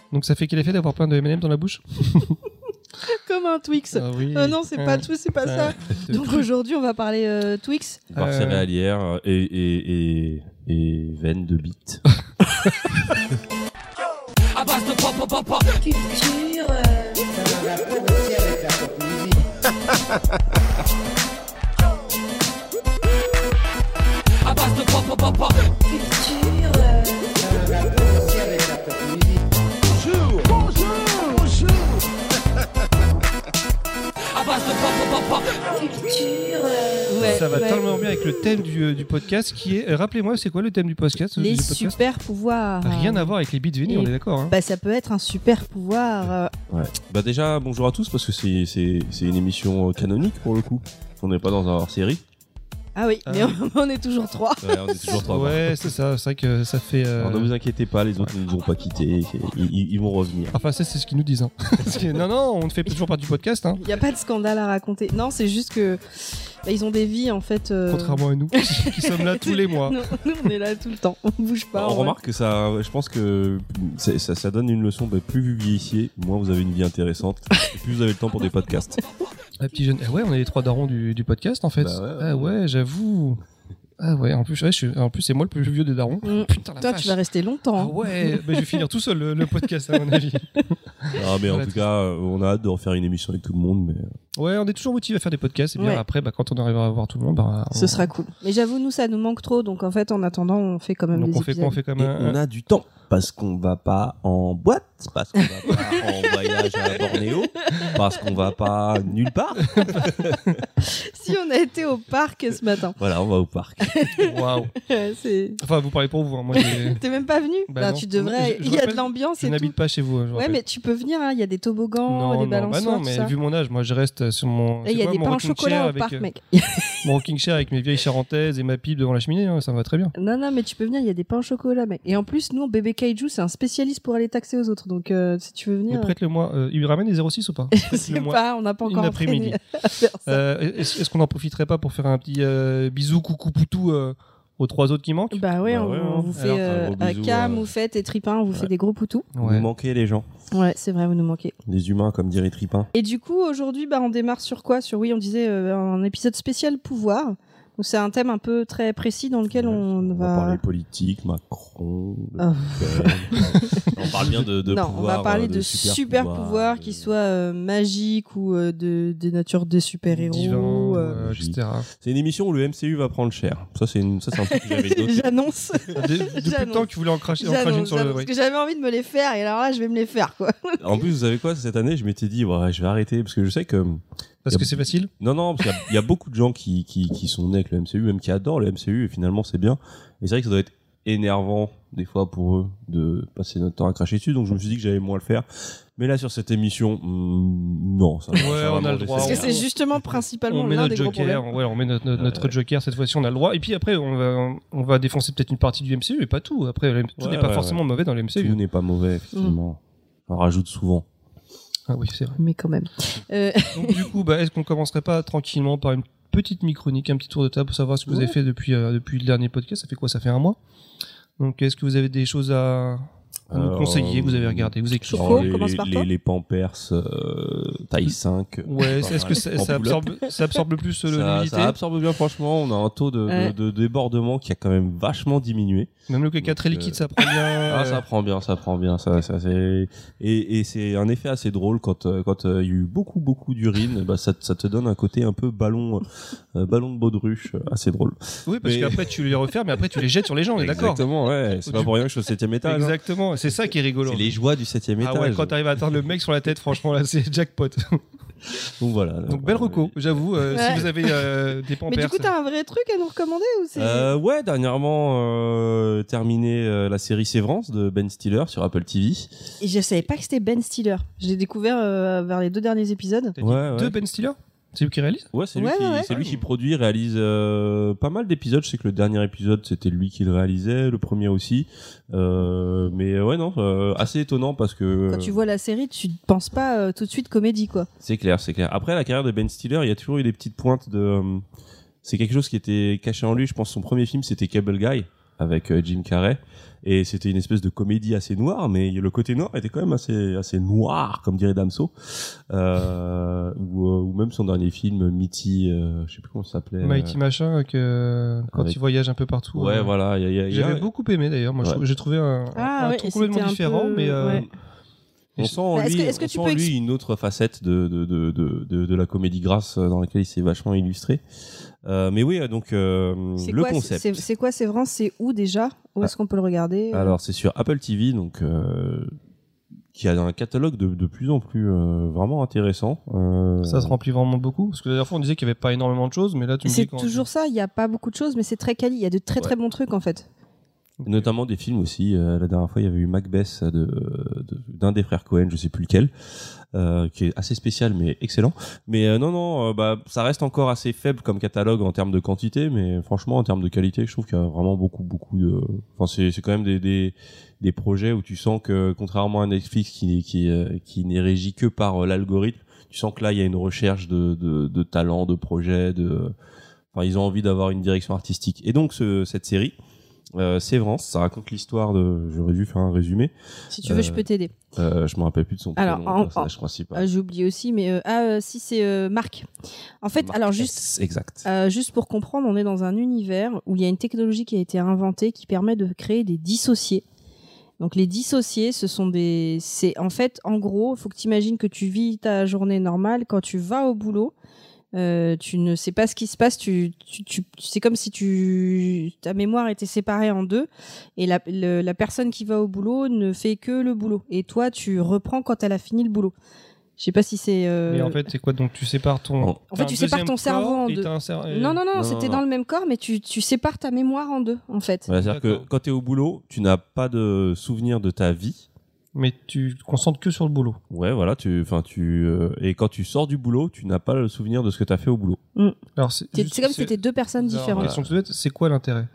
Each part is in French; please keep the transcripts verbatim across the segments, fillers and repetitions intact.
Donc ça fait quel effet d'avoir plein de M and M dans la bouche? Comme un Twix. Ah oui. Euh, non, c'est Ah. pas le Twix, c'est pas ça. Donc aujourd'hui, on va parler euh, Twix. Barre Euh. céréalière et, et, et, et veine de bite. Culture. Culture. Culture. Ouais, Ça va ouais. tellement bien avec le thème du, euh, du podcast qui est... euh, rappelez-moi, c'est quoi le thème du podcast? Les du podcast super pouvoirs. Rien à voir avec les beats vénés, Et- on est d'accord. Hein. Bah, ça peut être un super pouvoir. euh, Ouais. Bah déjà, bonjour à tous, parce que c'est, c'est, c'est une émission euh, canonique pour le coup. On n'est pas dans un hors-série. Ah oui, Ah mais oui. on, on est toujours trois. Ouais, on est toujours trois. Ouais, c'est ça. C'est vrai que ça fait... euh, Alors ne vous inquiétez pas, les autres ne nous ont pas quittés. Ils, ils- ils vont revenir. Enfin, ça, c'est ce qu'ils nous disent. Hein. Parce que, non, non, on ne fait toujours pas du podcast. Hein. Il n'y a pas de scandale à raconter. Non, c'est juste que bah, ils ont des vies en fait. euh, Contrairement à nous, qui, qui sommes là tous les mois. Nous, nous, on est là tout le temps. On bouge pas. on on remarque que ça, je pense que c'est- ça, ça donne une leçon. Bah, plus vous vieillissez, moins vous avez une vie intéressante, et plus vous avez le temps pour des podcasts. Ah, petit jeune. Ah ouais, on est les trois darons du, du podcast en fait. Bah ouais, ouais. Ah ouais, j'avoue. Ah ouais, en plus, ouais, je suis... en plus c'est moi le plus vieux des darons. Mm. Putain la Toi, vache. tu vas rester longtemps. Ah hein. ouais, bah, je vais finir tout seul le, le podcast à mon avis. Ah, mais en Voilà, tout tout cas, euh, on a hâte de refaire une émission avec tout le monde. Mais Ouais, on est toujours motivé à faire des podcasts. Et bien Ouais. après, bah, quand on arrivera à voir tout le monde, bah, on... Ce sera cool. Mais j'avoue, nous, ça nous manque trop. Donc en fait, en attendant, on fait quand même Donc des on fait épisodes. quoi? On fait comme Et un. on a du temps parce qu'on va pas en boîte, parce qu'on va pas en voyage à Bornéo, parce qu'on va pas nulle part. Si on a été au parc ce matin. Voilà, on va au parc. Waouh. c'est... Enfin, vous parlez pour vous. Hein. Moi, j'ai- T'es même pas venu Bah Bah, non. tu devrais. Je- je Il y a rappelle, de l'ambiance je et tout. n'habite pas chez vous. hein, je Ouais, rappelle. mais tu peux venir. hein. Il y a des toboggans, non, des non, bah balançoires, non, mais tout ça. vu mon âge, moi, je reste sur mon. Et il y c'est a quoi, des mon pains au rocking chair chocolat au avec, parc, euh, mec. Mon rocking chair avec mes vieilles charentaises et ma pipe devant la cheminée, hein, ça me va très bien. Non, non, mais tu peux venir, il y a des pains au chocolat, mec. Et en plus, nous, Bébé Kaiju, c'est un spécialiste pour aller taxer aux autres. Donc, euh, si tu veux Mais venir. prête-le-moi. Euh, il lui ramène les zéro six ou pas? Je sais Prête-le-moi. pas, on n'a pas une encore après-midi. entraîné à faire ça. Euh, est-ce, est-ce qu'on n'en profiterait pas pour faire un petit euh, bisou, coucou, poutou euh, aux trois autres qui manquent? Bah ouais, Bah on, ouais, on hein. vous fait Alors, euh, un gros euh, bisou, Cam, euh, Moufette et Tripin, on vous fait des gros poutous. Vous Ouais. manquez les gens, Ouais, c'est vrai, vous nous manquez. des humains comme dirait Tripin. Et du coup, aujourd'hui, bah, on démarre sur quoi? Sur, oui, on disait euh, un épisode spécial pouvoir. Donc, c'est un thème un peu très précis dans lequel on, On va va. parler politique, Macron. Le Oh. Pen. on parle bien de, de non, pouvoir. on va parler euh, de, super, super pouvoirs, pouvoirs de- qui soient euh, magiques ou euh, de, des natures des super-héros. Divin, euh, euh, et cetera. C'est une émission où le M C U va prendre cher. Ça, c'est, une... ça, c'est un truc que j'avais noté. J'annonce. De- Depuis le J'annonce. temps que tu voulais en cracher, en cracher une J'annonce, sur le. j'annonce, ouais. parce que j'avais envie de me les faire et alors là, je vais me les faire, quoi. En plus, vous savez quoi, cette année, je m'étais dit, ouais, je vais arrêter parce que je sais que. Parce que c'est facile. Non, non, parce qu'il y a, il y a beaucoup de gens qui, qui, qui sont nés avec le M C U, même qui adorent le M C U, et finalement, c'est bien. Et c'est vrai que ça doit être énervant, des fois, pour eux, de passer notre temps à cracher dessus, donc je me suis dit que j'allais moins le faire. Mais là, sur cette émission, hmm, non, ça va. Ouais, ça va on a vraiment le droit. Parce que descendre. c'est justement principalement On met l'un notre des gros joker, problèmes. ouais, on met notre, notre, notre joker cette fois-ci, on a le droit. Et puis après, on va, on va défoncer peut-être une partie du M C U, et pas tout. Après, le- tout Ouais, n'est pas ouais, forcément mauvais dans le M C U. Tout n'est pas mauvais, effectivement. On rajoute souvent. Ah oui, c'est vrai. Mais quand même. Euh, Donc du coup, bah, est-ce qu'on commencerait pas tranquillement par une petite micronique, un petit tour de table pour savoir ce que vous Ouais. avez fait depuis, euh, depuis le dernier podcast? Ça fait quoi? Ça fait un mois. Donc est-ce que vous avez des choses à, à nous Euh, conseiller, que vous avez regardé, vous avez Chaud. kiffé? Faux, les, commence par les, toi. les Pampers euh, taille cinq. Ouais, Pas est-ce que mal. ça, En ça, pull-up. absorbe, ça absorbe plus euh, ça, l'humidité? ça absorbe bien, franchement. On a un taux de, Ouais. de, de débordement qui a quand même vachement diminué. Même le caca très Donc, liquide, euh, ça prend bien. Ah, euh, ça prend bien, ça prend bien. Ça, ça, c'est... Et, et c'est un effet assez drôle quand euh, quand euh, il y a eu beaucoup beaucoup d'urine. Bah, ça, ça te donne un côté un peu ballon euh, ballon de baudruche, euh, assez drôle. Oui, parce Mais- qu'après tu les refermes, mais après tu les jettes sur les gens, on est d'accord? Exactement, ouais. C'est pas Du- pour rien que je suis au septième étage. hein. Exactement, c'est ça qui est rigolo. C'est les joies du septième Ah étage. ouais, quand t'arrives à atteindre le mec sur la tête, franchement là c'est jackpot. Donc voilà. Donc belle reco, j'avoue. euh, Ouais. Si vous avez euh, des Mais pampers. du coup, t'as un vrai truc à nous recommander ou c'est Euh, ouais, dernièrement euh, terminé euh, la série Sévrance de Ben Stiller sur Apple T V. Et je savais pas que c'était Ben Stiller. Je l'ai découvert euh, vers les deux derniers épisodes. T'as dit Ouais, ouais. deux Ben Stiller? C'est lui qui réalise? Ouais, c'est lui, Ouais, qui, ouais. c'est lui qui produit, réalise euh, pas mal d'épisodes. Je sais que le dernier épisode, c'était lui qui le réalisait, le premier aussi. Euh, mais ouais, non, euh, assez étonnant parce que... Quand tu vois la série, tu ne penses pas euh, tout de suite comédie, quoi. C'est clair, c'est clair. Après, la carrière de Ben Stiller, il y a toujours eu des petites pointes de... euh, c'est quelque chose qui était caché en lui. Je pense que son premier film, c'était Cable Guy. avec euh, Jim Carrey. Et c'était une espèce de comédie assez noire, mais le côté noir était quand même assez assez noir, comme dirait Damso. Euh, ou, ou même son dernier film, Mitty, euh, je sais plus comment ça s'appelait. Mighty euh, machin, avec, euh, quand avec- il voyage un peu partout. Ouais, euh, voilà. y a- y a- y a- J'avais beaucoup aimé d'ailleurs. Moi, je Ouais. trouve- j'ai trouvé un, Ah un ouais, truc et complètement c'était un différent, peu- mais euh, ouais. On sent en Bah, est-ce lui, que- est-ce que on tu sent peux en lui ex- une autre facette de, de, de, de, de, de la comédie grasse dans laquelle il s'est vachement illustré. Euh, mais oui, donc euh, C'est le quoi, concept. c'est- C'est quoi, c'est vraiment, c'est où déjà? Où est-ce qu'on peut le regarder? Alors c'est sur Apple T V, donc euh, qui a un catalogue de, de plus en plus euh, vraiment intéressant. Euh, ça se remplit vraiment beaucoup. Parce que la dernière fois, on disait qu'il n'y avait pas énormément de choses, mais là, tu me dis C'est quand- toujours ça, il n'y a pas beaucoup de choses, mais c'est très quali. Il y a de très très Ouais. bons trucs en fait. Notamment des films aussi. Euh, la dernière fois, il y avait eu Macbeth de, de- d'un des frères Cohen, je sais plus lequel, euh, qui est assez spécial mais excellent. Mais euh, non, non, euh, bah ça reste encore assez faible comme catalogue en termes de quantité, mais franchement en termes de qualité, je trouve qu'il y a vraiment beaucoup, beaucoup de. Enfin, c'est c'est quand même des des des projets où tu sens que contrairement à Netflix qui qui euh, qui n'est régi que par euh, l'algorithme, tu sens que là il y a une recherche de de, de talent, de projets, de. Enfin, ils ont envie d'avoir une direction artistique. Et donc ce, cette série. Euh, Sévrance, ça raconte l'histoire de. J'aurais dû faire un résumé. Si tu veux, Euh, je peux t'aider. Euh, je me rappelle plus de son Alors, prénom, en- le personnage principal. Euh, J'ai oublié aussi, mais euh, ah, euh, si c'est euh, Marc. En fait, Mark alors S, juste, exact. euh, juste pour comprendre, on est dans un univers où il y a une technologie qui a été inventée qui permet de créer des dissociés. Donc les dissociés, ce sont des, c'est en fait, en gros, il faut que tu imagines que tu vis ta journée normale quand tu vas au boulot. Euh, tu ne sais pas ce qui se passe, tu, tu, tu, c'est comme si tu, ta mémoire était séparée en deux, et la, le- la personne qui va au boulot ne fait que le boulot, et toi tu reprends quand elle a fini le boulot. Je sais pas si c'est. euh, Mais en fait, c'est quoi? Donc, tu sépares ton. En t'as fait, un tu sépares deuxième ton cerveau corps en et deux. t'as un cer- Non, non, non, Non, c'était non, dans non. le même corps, mais tu, tu sépares ta mémoire en deux, en fait. Voilà, c'est-à-dire que D'accord. quand tu es au boulot, tu n'as pas de souvenir de ta vie. Mais tu te concentres que sur le boulot. Ouais, voilà, tu enfin tu euh, et quand tu sors du boulot, tu n'as pas le souvenir de ce que tu as fait au boulot. Alors, c'est C'est juste- c'est comme si c'était deux personnes Alors, différentes. question toute bête, c'est quoi l'intérêt?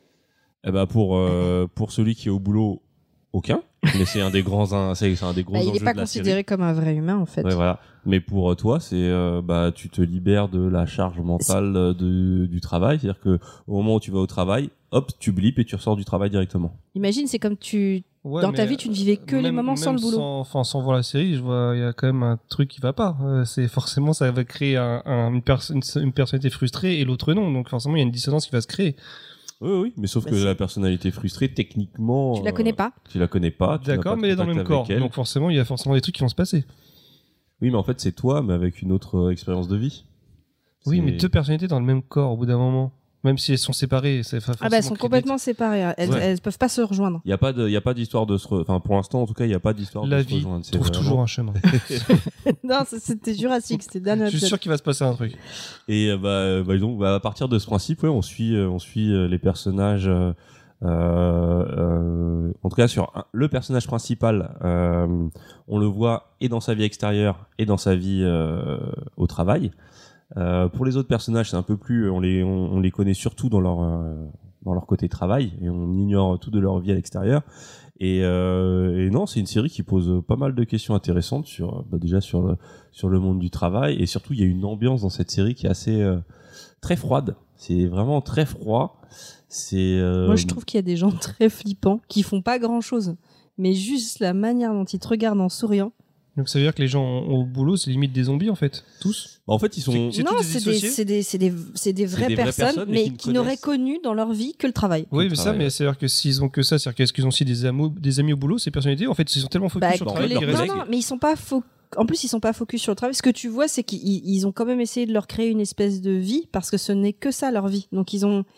Eh ben pour euh, pour celui qui est au boulot, aucun, mais c'est un des grands un- c'est c'est un des gros Bah, il enjeux n'est pas de la série. considéré comme un vrai humain, en fait. Ouais, voilà. Mais pour euh, toi, c'est euh, bah tu te libères de la charge mentale euh, de, du travail, c'est-à-dire que au moment où tu vas au travail, hop, tu blippes et tu ressors du travail directement. Imagine, c'est comme tu. Ouais, Dans mais, ta vie, tu ne vivais que euh, les même- moments sans même le boulot. Sans, enfin, sans voir la série, je vois, il y a quand même un truc qui va pas. Euh, c'est forcément, ça va créer un, un- une, perso- une, une personnalité frustrée et l'autre non. Donc, forcément, il y a une dissonance qui va se créer. Oui, oui, mais sauf Bah, que c'est- la personnalité frustrée, techniquement, Tu la euh, connais pas. tu la connais pas. tu n'as D'accord, pas de mais elle est dans le contact même avec corps. elle. Donc, forcément, il y a forcément des trucs qui vont se passer. Oui, mais en fait, c'est toi, mais avec une autre euh, expérience de vie. Oui, C'est- mais deux personnalités dans le même corps au bout d'un moment. Même si elles sont séparées, c'est fa- Ah bah, elles forcément sont créer complètement séparées. hein. Elles, Ouais. elles peuvent pas se rejoindre. Il y a pas de, il y a pas d'histoire de se, re- enfin pour l'instant en tout cas, il y a pas d'histoire des- La de se vie rejoindre. C'est trouve vraiment- toujours un chemin. non, ça, c'était Jurassic, c'était dernier Je suis épisode. sûr qu'il va se passer un truc. Et euh, bah, euh, bah donc bah, à partir de ce principe, ouais, on suit, euh, on suit euh, les personnages. Euh, euh, euh, en tout cas sur un- le personnage principal, euh, on le voit et dans sa vie extérieure et dans sa vie euh, au travail. Euh, pour les autres personnages, c'est un peu plus, on les, on, on les connaît surtout dans leur, euh, dans leur côté travail et on ignore tout de leur vie à l'extérieur. Et, euh, et non, c'est une série qui pose pas mal de questions intéressantes sur, bah, déjà sur le, sur le monde du travail et surtout il y a une ambiance dans cette série qui est assez euh, très froide. C'est vraiment très froid. C'est. Euh, Moi, je trouve qu'il y a des gens très flippants qui font pas grand chose. Mais juste la manière dont ils te regardent en souriant. Donc, ça veut dire que les gens au boulot, c'est limite des zombies, en fait. Tous. bah, en fait, ils sont. C'est Non, tous des c'est des, dissociés c'est des, c'est des, c'est des vraies des vraies personnes, personnes, mais mais qui ne qui n'auraient connaissent- connu dans leur vie que le travail. Oui, le mais ça, travail. mais c'est-à-dire que s'ils ont que ça, c'est-à-dire qu'est-ce qu'ils ont aussi des, amis, des amis au boulot, ces personnalités, en fait, ils sont tellement focus Bah, sur le que travail les- qu'ils leurs non, restent. collègues. non, mais ils sont pas fo- En plus, ils sont pas focus sur le travail. Ce que tu vois, c'est qu'ils ils ont quand même essayé de leur créer une espèce de vie parce que ce n'est que ça leur vie. Donc ils ont,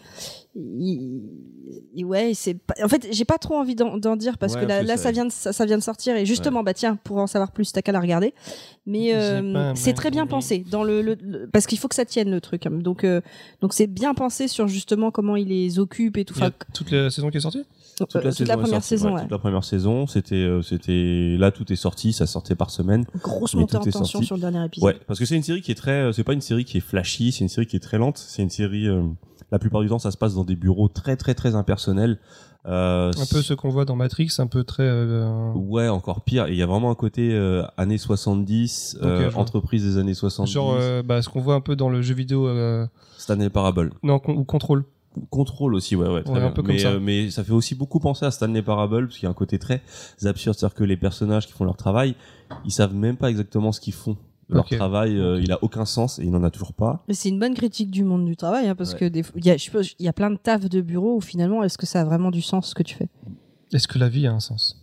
ils- ils- ouais, c'est. Pas... En fait, j'ai pas trop envie d'en d'en dire parce Ouais, que là, parce que là, ça- ça vient de ça, ça vient de sortir et justement, bah tiens, pour en savoir plus, t'as qu'à la regarder. Mais J'ai euh, pas c'est mal très bien envie. pensé dans le, le- le- parce qu'il faut que ça tienne le truc. hein. Donc euh, donc c'est bien pensé sur justement comment il les occupe et tout. Il y a Enfin, toute la saison qui est sortie. Toute euh, la, saison est première sortie, saison, ouais, ouais. toute la première saison, c'était, euh, c'était là tout est sorti, ça sortait par semaine. Grosse mais montée tout en est tension sorti. sur le dernier épisode. Ouais, parce que c'est une série qui est très, euh, c'est pas une série qui est flashy, c'est une série qui est très lente. C'est une série, euh, la plupart du temps, ça se passe dans des bureaux très très très impersonnels. Euh, Un peu ce qu'on voit dans Matrix, un peu très. euh, Ouais, encore pire. Et il y a vraiment un côté euh, années soixante-dix, euh, Ok, je vois. entreprise des années soixante-dix. Genre, euh, bah, ce qu'on voit un peu dans le jeu vidéo. Euh... Stanley Parable. Non, con- ou Control. Contrôle aussi, ouais, ouais, très Ouais, un bien. peu comme mais, ça. euh, mais ça fait aussi beaucoup penser à Stanley Parable, parce qu'il y a un côté très absurde, c'est-à-dire que les personnages qui font leur travail, ils savent même pas exactement ce qu'ils font. Leur Ok. travail, euh, il a aucun sens et il n'en a toujours pas. Mais c'est une bonne critique du monde du travail, hein, parce Ouais. que des fois, il y a, je suppose, il y a plein de tafs de bureau où finalement, est-ce que ça a vraiment du sens ce que tu fais? Est-ce que la vie a un sens?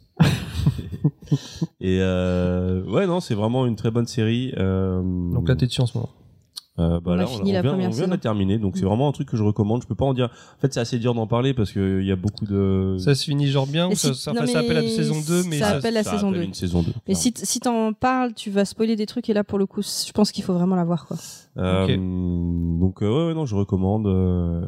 Et euh, ouais, non, c'est vraiment une très bonne série. Euh, Donc là, t'es dessus en ce moment. Euh, bah On a là, fini on, la vient, première on vient de la saison. terminer, donc c'est Mm. vraiment un truc que je recommande. Je peux pas en dire. En fait, c'est assez dur d'en parler parce que il y a beaucoup de. Ça se finit genre bien Mais ou ça, si- ça, non, enfin, ça mais appelle à la saison deux, mais ça ça, appelle la saison appelle deux. une saison deux. Mais si, t- si t'en parles, tu vas spoiler des trucs et là, pour le coup, je pense qu'il faut vraiment la voir, quoi. Euh, Ok. Donc euh, ouais, ouais, non, je recommande. Euh,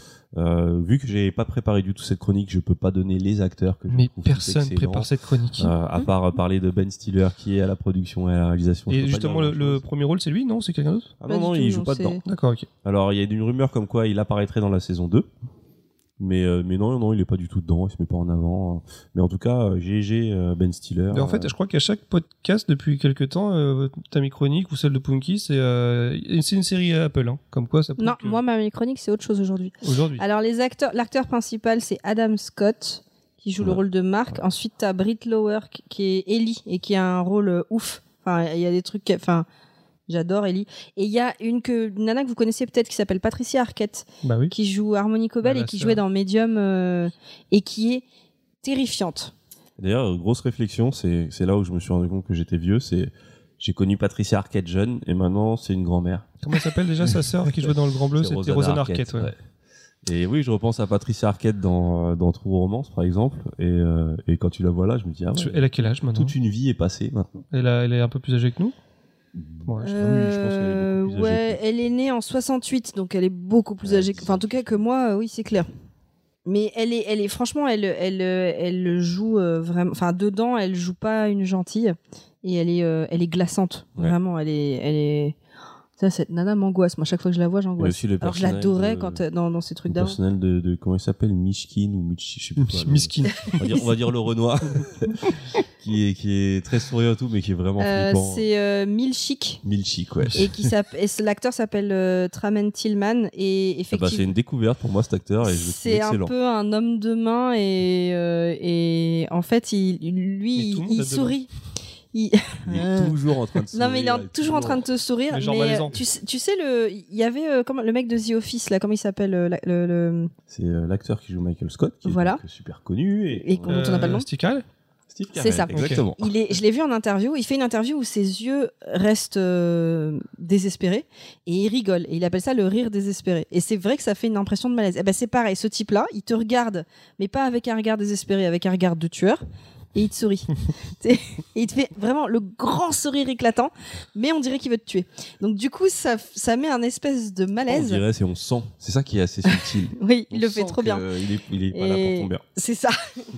euh, vu que j'ai pas préparé du tout cette chronique, je peux pas donner les acteurs que je mais trouve tous personne excellents. prépare cette chronique. Euh, à part euh, parler de Ben Stiller qui est à la production et à la réalisation. je Et peux pas justement, dire le, le grand-chose. premier rôle, c'est lui, non? C'est quelqu'un d'autre? Ah Pas non, non, du il tout, joue non, pas c'est- dedans. D'accord, ok. Alors, il y a une rumeur comme quoi il apparaîtrait dans la saison deux. Mais, euh, mais non, non, il est pas du tout dedans, il se met pas en avant. Mais en tout cas, G G, euh, Ben Stiller. Mais en fait, je crois qu'à chaque podcast depuis quelques temps, euh, ta mi-chronique ou celle de Punky, c'est euh, c'est une série Apple, hein. Comme quoi ça prouve Non, que- moi, ma chronique, c'est autre chose aujourd'hui. aujourd'hui. Alors, les acteurs, l'acteur principal, c'est Adam Scott, qui joue le Ouais. rôle de Mark. Ensuite, t'as Britt Lower, qui est Ellie, et qui a un rôle euh, ouf. Enfin, il y a des trucs, enfin, j'adore Ellie. Et il y a une que, une nana que vous connaissez peut-être, qui s'appelle Patricia Arquette, Bah oui. qui joue Harmony Cobell Bah, et la qui sœur. jouait dans Medium, euh, et qui est terrifiante. D'ailleurs, euh, grosse réflexion, c'est c'est là où je me suis rendu compte que j'étais vieux. C'est j'ai connu Patricia Arquette jeune et maintenant c'est une grand-mère. Comment elle s'appelle déjà sa sœur qui jouait dans le Grand Bleu? C'est C'était Rosanna Arquette, ouais. ouais. Et oui, je repense à Patricia Arquette dans, euh, dans True Romance, par exemple. Et, euh, et quand tu la vois là, je me dis, ah ouais, Elle a quel âge maintenant? toute une vie est passée maintenant. Elle, a- elle est un peu plus âgée que nous? Ouais, je- oui, je pense qu'elle est beaucoup plus âgée ouais, elle est née en soixante-huit, donc elle est beaucoup plus Ouais, âgée. Que... Enfin, en tout cas que moi, euh, oui, c'est clair. Mais elle est, elle est, franchement, elle, elle, euh, elle joue euh, vraiment. Enfin, dedans, elle joue pas une gentille et elle est, euh, elle est glaçante. Ouais. Vraiment, elle est, elle est. Ça, cette nana m'angoisse. Moi, chaque fois que je la vois, Et j'angoisse. aussi le Alors, je personnage l'adorais de- quand euh, dans, dans ces Le trucs d'avant. personnel de, de comment il s'appelle, Mishkin ou Michi, je sais plus quoi. le- Miskin. On va dire, on va dire le Renoir, qui est qui est très souriant et tout, mais qui est vraiment Euh, flippant. c'est euh, Milchik. Milchik, ouais. Et qui s'appelle, et l'acteur s'appelle euh, Tramen Tillman et Ah bah, effectivement. c'est une découverte pour moi cet acteur et je le trouve C'est un excellent. peu un homme de main et, euh, et en fait, il, Mais lui, tout le il, monde il a de sourit. Il... Il est toujours en train de sourire. Non, mais il est en- toujours en train de te sourire. Mais genre mais, malaisant. euh, tu, sais- tu sais, le, il y avait euh, comment, le mec de The Office, là, comment il s'appelle euh, la- le, le- C'est euh, l'acteur qui joue Michael Scott, qui Voilà. est donc super connu. Et, Et dont on n'a pas le nom. Steve Carell? Steve C'est ça. Carell, exactement. Il est, je l'ai vu en interview. Il fait une interview où ses yeux restent euh, désespérés et il rigole. Et il appelle ça le rire désespéré. Et c'est vrai que ça fait une impression de malaise. Et ben c'est pareil. Ce type-là, il te regarde, mais pas avec un regard désespéré, avec un regard de tueur. Et il te sourit. T'sais, et il te fait vraiment le grand sourire éclatant, mais on dirait qu'il veut te tuer. Donc du coup, ça, ça met un espèce de On malaise. dirait, c'est on sent. C'est ça qui est assez subtil. Oui, il On le fait sent trop bien. que Il est, il est pas là Et- pour ton bien. C'est ça.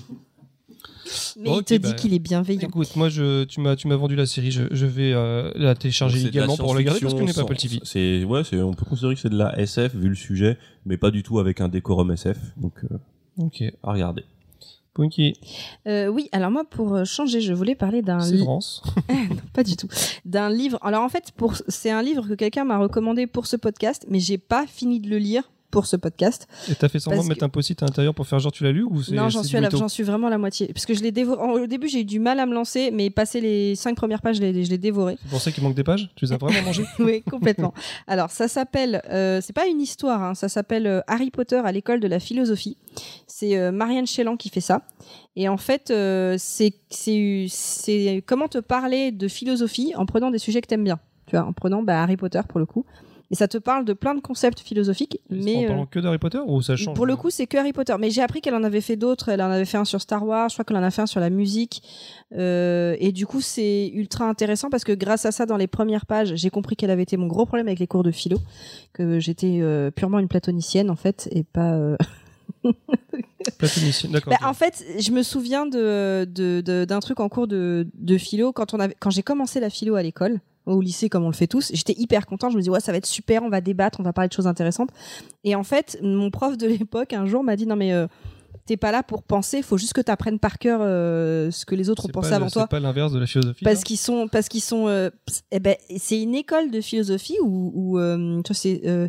Mais Ok, il te dit bah, qu'il est bienveillant. Écoute, moi, je, tu m'as, tu m'as vendu la série. Je, je vais euh, la télécharger Donc, c'est de la également pour la regarder parce science-fiction qu'on n'est pas Apple T V. sans- C'est ouais, c'est on peut considérer que c'est de la S F vu le sujet, mais pas du tout avec un décorum S F. Donc euh, Ok. à regarder. Punky, Euh, oui, alors moi, pour euh, changer, je voulais parler d'un c'est livre. France. Non, pas du tout. D'un livre. Alors en fait, pour... c'est un livre que quelqu'un m'a recommandé pour ce podcast, mais j'ai pas fini de le lire pour ce podcast. Et t'as fait semblant Parce de mettre que- un post-it à l'intérieur pour faire genre tu l'as lu ou c'est Non, j'en c'est suis, du à la... mytho j'en suis vraiment à la moitié. Parce que je l'ai dévoré. Au début, j'ai eu du mal à me lancer, mais passé les cinq premières pages, je l'ai, je l'ai dévoré. C'est pour ça qu'il manque des pages? Tu les as vraiment mangées? Oui, complètement. Alors, ça s'appelle, euh, c'est pas une histoire, hein, ça s'appelle euh, Harry Potter à l'école de la philosophie. C'est euh, Marianne Chélan qui fait ça. Et en fait, euh, c'est, c'est, c'est comment te parler de philosophie en prenant des sujets que t'aimes bien. Tu vois, en prenant bah, Harry Potter pour le coup. Et ça te parle de plein de concepts philosophiques. Mais, en euh, parlant que d'Harry Potter ou ça change? pour le coup, c'est que Harry Potter. Mais j'ai appris qu'elle en avait fait d'autres. Elle en avait fait un sur Star Wars. Je crois qu'elle en a fait un sur la musique. Euh, et du coup, c'est ultra intéressant parce que grâce à ça, dans les premières pages, j'ai compris quel avait été mon gros problème avec les cours de philo. Que j'étais euh, purement une platonicienne, en fait, et pas... euh, Platonicienne, d'accord. Bah, ok. en fait, je me souviens de, de, de- d'un truc en cours de, de philo. Quand, on avait, quand j'ai commencé la philo à l'école, au lycée comme on le fait tous, j'étais hyper contente. Je me disais, ouais, ça va être super, on va débattre, on va parler de choses intéressantes. Et en fait, mon prof de l'époque, un jour, m'a dit, non mais euh, t'es pas là pour penser, il faut juste que tu apprennes par cœur euh, ce que les autres ont C'est pensé pas avant le- toi. C'est pas l'inverse de la philosophie. Parce là qu'ils sont, parce qu'ils sont, euh, ps- eh ben, c'est une école de philosophie où, où euh, tu vois, c'est, euh,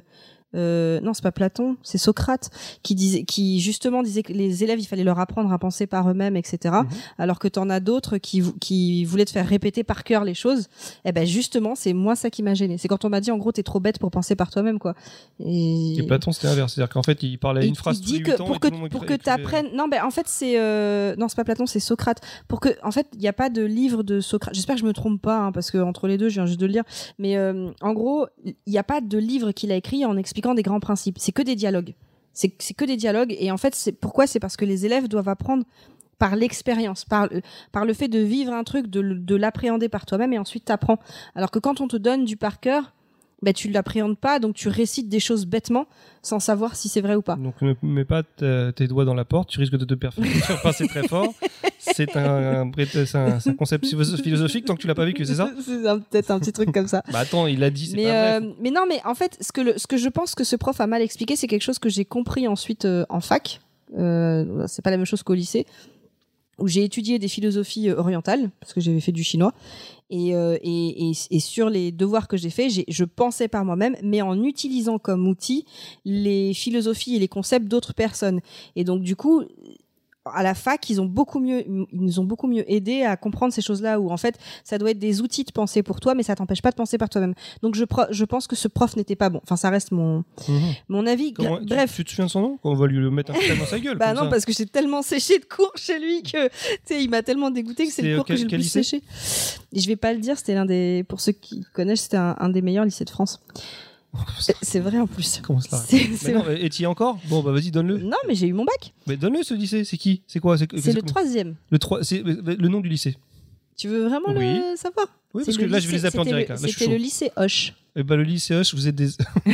euh, non, c'est pas Platon, c'est Socrate qui disait, qui justement disait que les élèves, il fallait leur apprendre à penser par eux-mêmes, et cetera. Mm-hmm. Alors que t'en as d'autres qui qui voulaient te faire répéter par cœur les choses. Eh ben justement, c'est moi ça qui m'a gêné. C'est quand on m'a dit en gros t'es trop bête pour penser par toi-même, quoi. Et, et Platon c'était l'inverse, c'est-à-dire qu'en fait il parlait une phrase tous les huit ans pour et que tout le monde pour que écrivait... t'apprennes. Non, ben en fait c'est euh... non c'est pas Platon, c'est Socrate. Pour que en fait il y a pas de livre de Socrate. J'espère que je me trompe pas, hein, parce que entre les deux je viens juste de le lire. Mais euh, en gros il y a pas de livre qu'il a écrit en expliquant des grands principes. C'est que des dialogues. C'est c'est que des dialogues et en fait c'est pourquoi c'est parce que les élèves doivent apprendre par l'expérience, par, par le fait de vivre un truc, de, de l'appréhender par toi-même et ensuite t'apprends. Alors que quand on te donne du par cœur, ben tu l'appréhendes pas, donc tu récites des choses bêtement sans savoir si c'est vrai ou pas. Donc ne mets pas t- tes doigts dans la porte, tu risques de te faire passer très fort. C'est un, un, c'est un, c'est un concept philosophique tant que tu l'as pas vécu, c'est ça? C'est un, peut-être un petit truc comme ça. Bah attends, il a dit, c'est mais, pas euh, vrai. Mais non, mais en fait, ce que, le, ce que je pense que ce prof a mal expliqué, c'est quelque chose que j'ai compris ensuite euh, en fac. Euh, c'est pas la même chose qu'au lycée, où j'ai étudié des philosophies orientales, parce que j'avais fait du chinois, et, euh, et, et, et sur les devoirs que j'ai faits, j'ai, je pensais par moi-même, mais en utilisant comme outil les philosophies et les concepts d'autres personnes. Et donc, du coup, à la fac, ils ont beaucoup mieux, ils nous ont beaucoup mieux aidé à comprendre ces choses-là, où en fait, ça doit être des outils de penser pour toi, mais ça t'empêche pas de penser par toi-même. Donc, je, pro- je pense que ce prof n'était pas bon. Enfin, ça reste mon, mmh. mon avis. Comment, Gra- Bref. Tu, tu te souviens de son nom? On va lui mettre un coup dans sa gueule. Bah non, ça. parce que j'ai tellement séché de cours chez lui que, tu sais, il m'a tellement dégoûté que c'est, c'est le cours quel, que j'ai le plus lycée séché. Et je vais pas le dire, c'était l'un des, pour ceux qui connaissent, c'était un, un des meilleurs lycées de France. C'est vrai en plus. Comment cela c'est, c'est non, et tu y es encore? Bon bah vas-y, donne-le. Non, mais j'ai eu mon bac. Mais donne-le ce lycée, c'est qui? C'est quoi? C'est, c'est, c'est le quoi troisième. Le trois, c'est le nom du lycée. Tu veux vraiment oui. le savoir? Oui, parce que là lycée, je vais les appeler en direct. Le, là, c'était le lycée Hoche. Eh ben le lycée Hoche, vous êtes des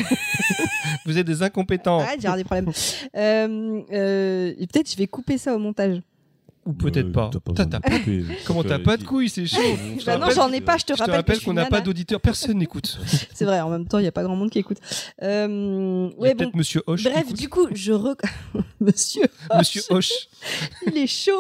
vous êtes des incompétents. Ah, j'ai des problèmes. euh, euh, peut-être je vais couper ça au montage. Ou peut-être euh, pas. T'as pas t'as, t'as... Comment t'as pas de couilles, c'est chaud. Bah non, j'en ai pas, je te je rappelle. Je te rappelle que qu'on n'a pas d'auditeur, personne n'écoute. C'est vrai, en même temps, il n'y a pas grand monde qui écoute. Euh, ouais, bon. Peut-être Monsieur Hoche. Bref, du coup, je rec... Monsieur Hoche. Monsieur Hoche. Il est chaud.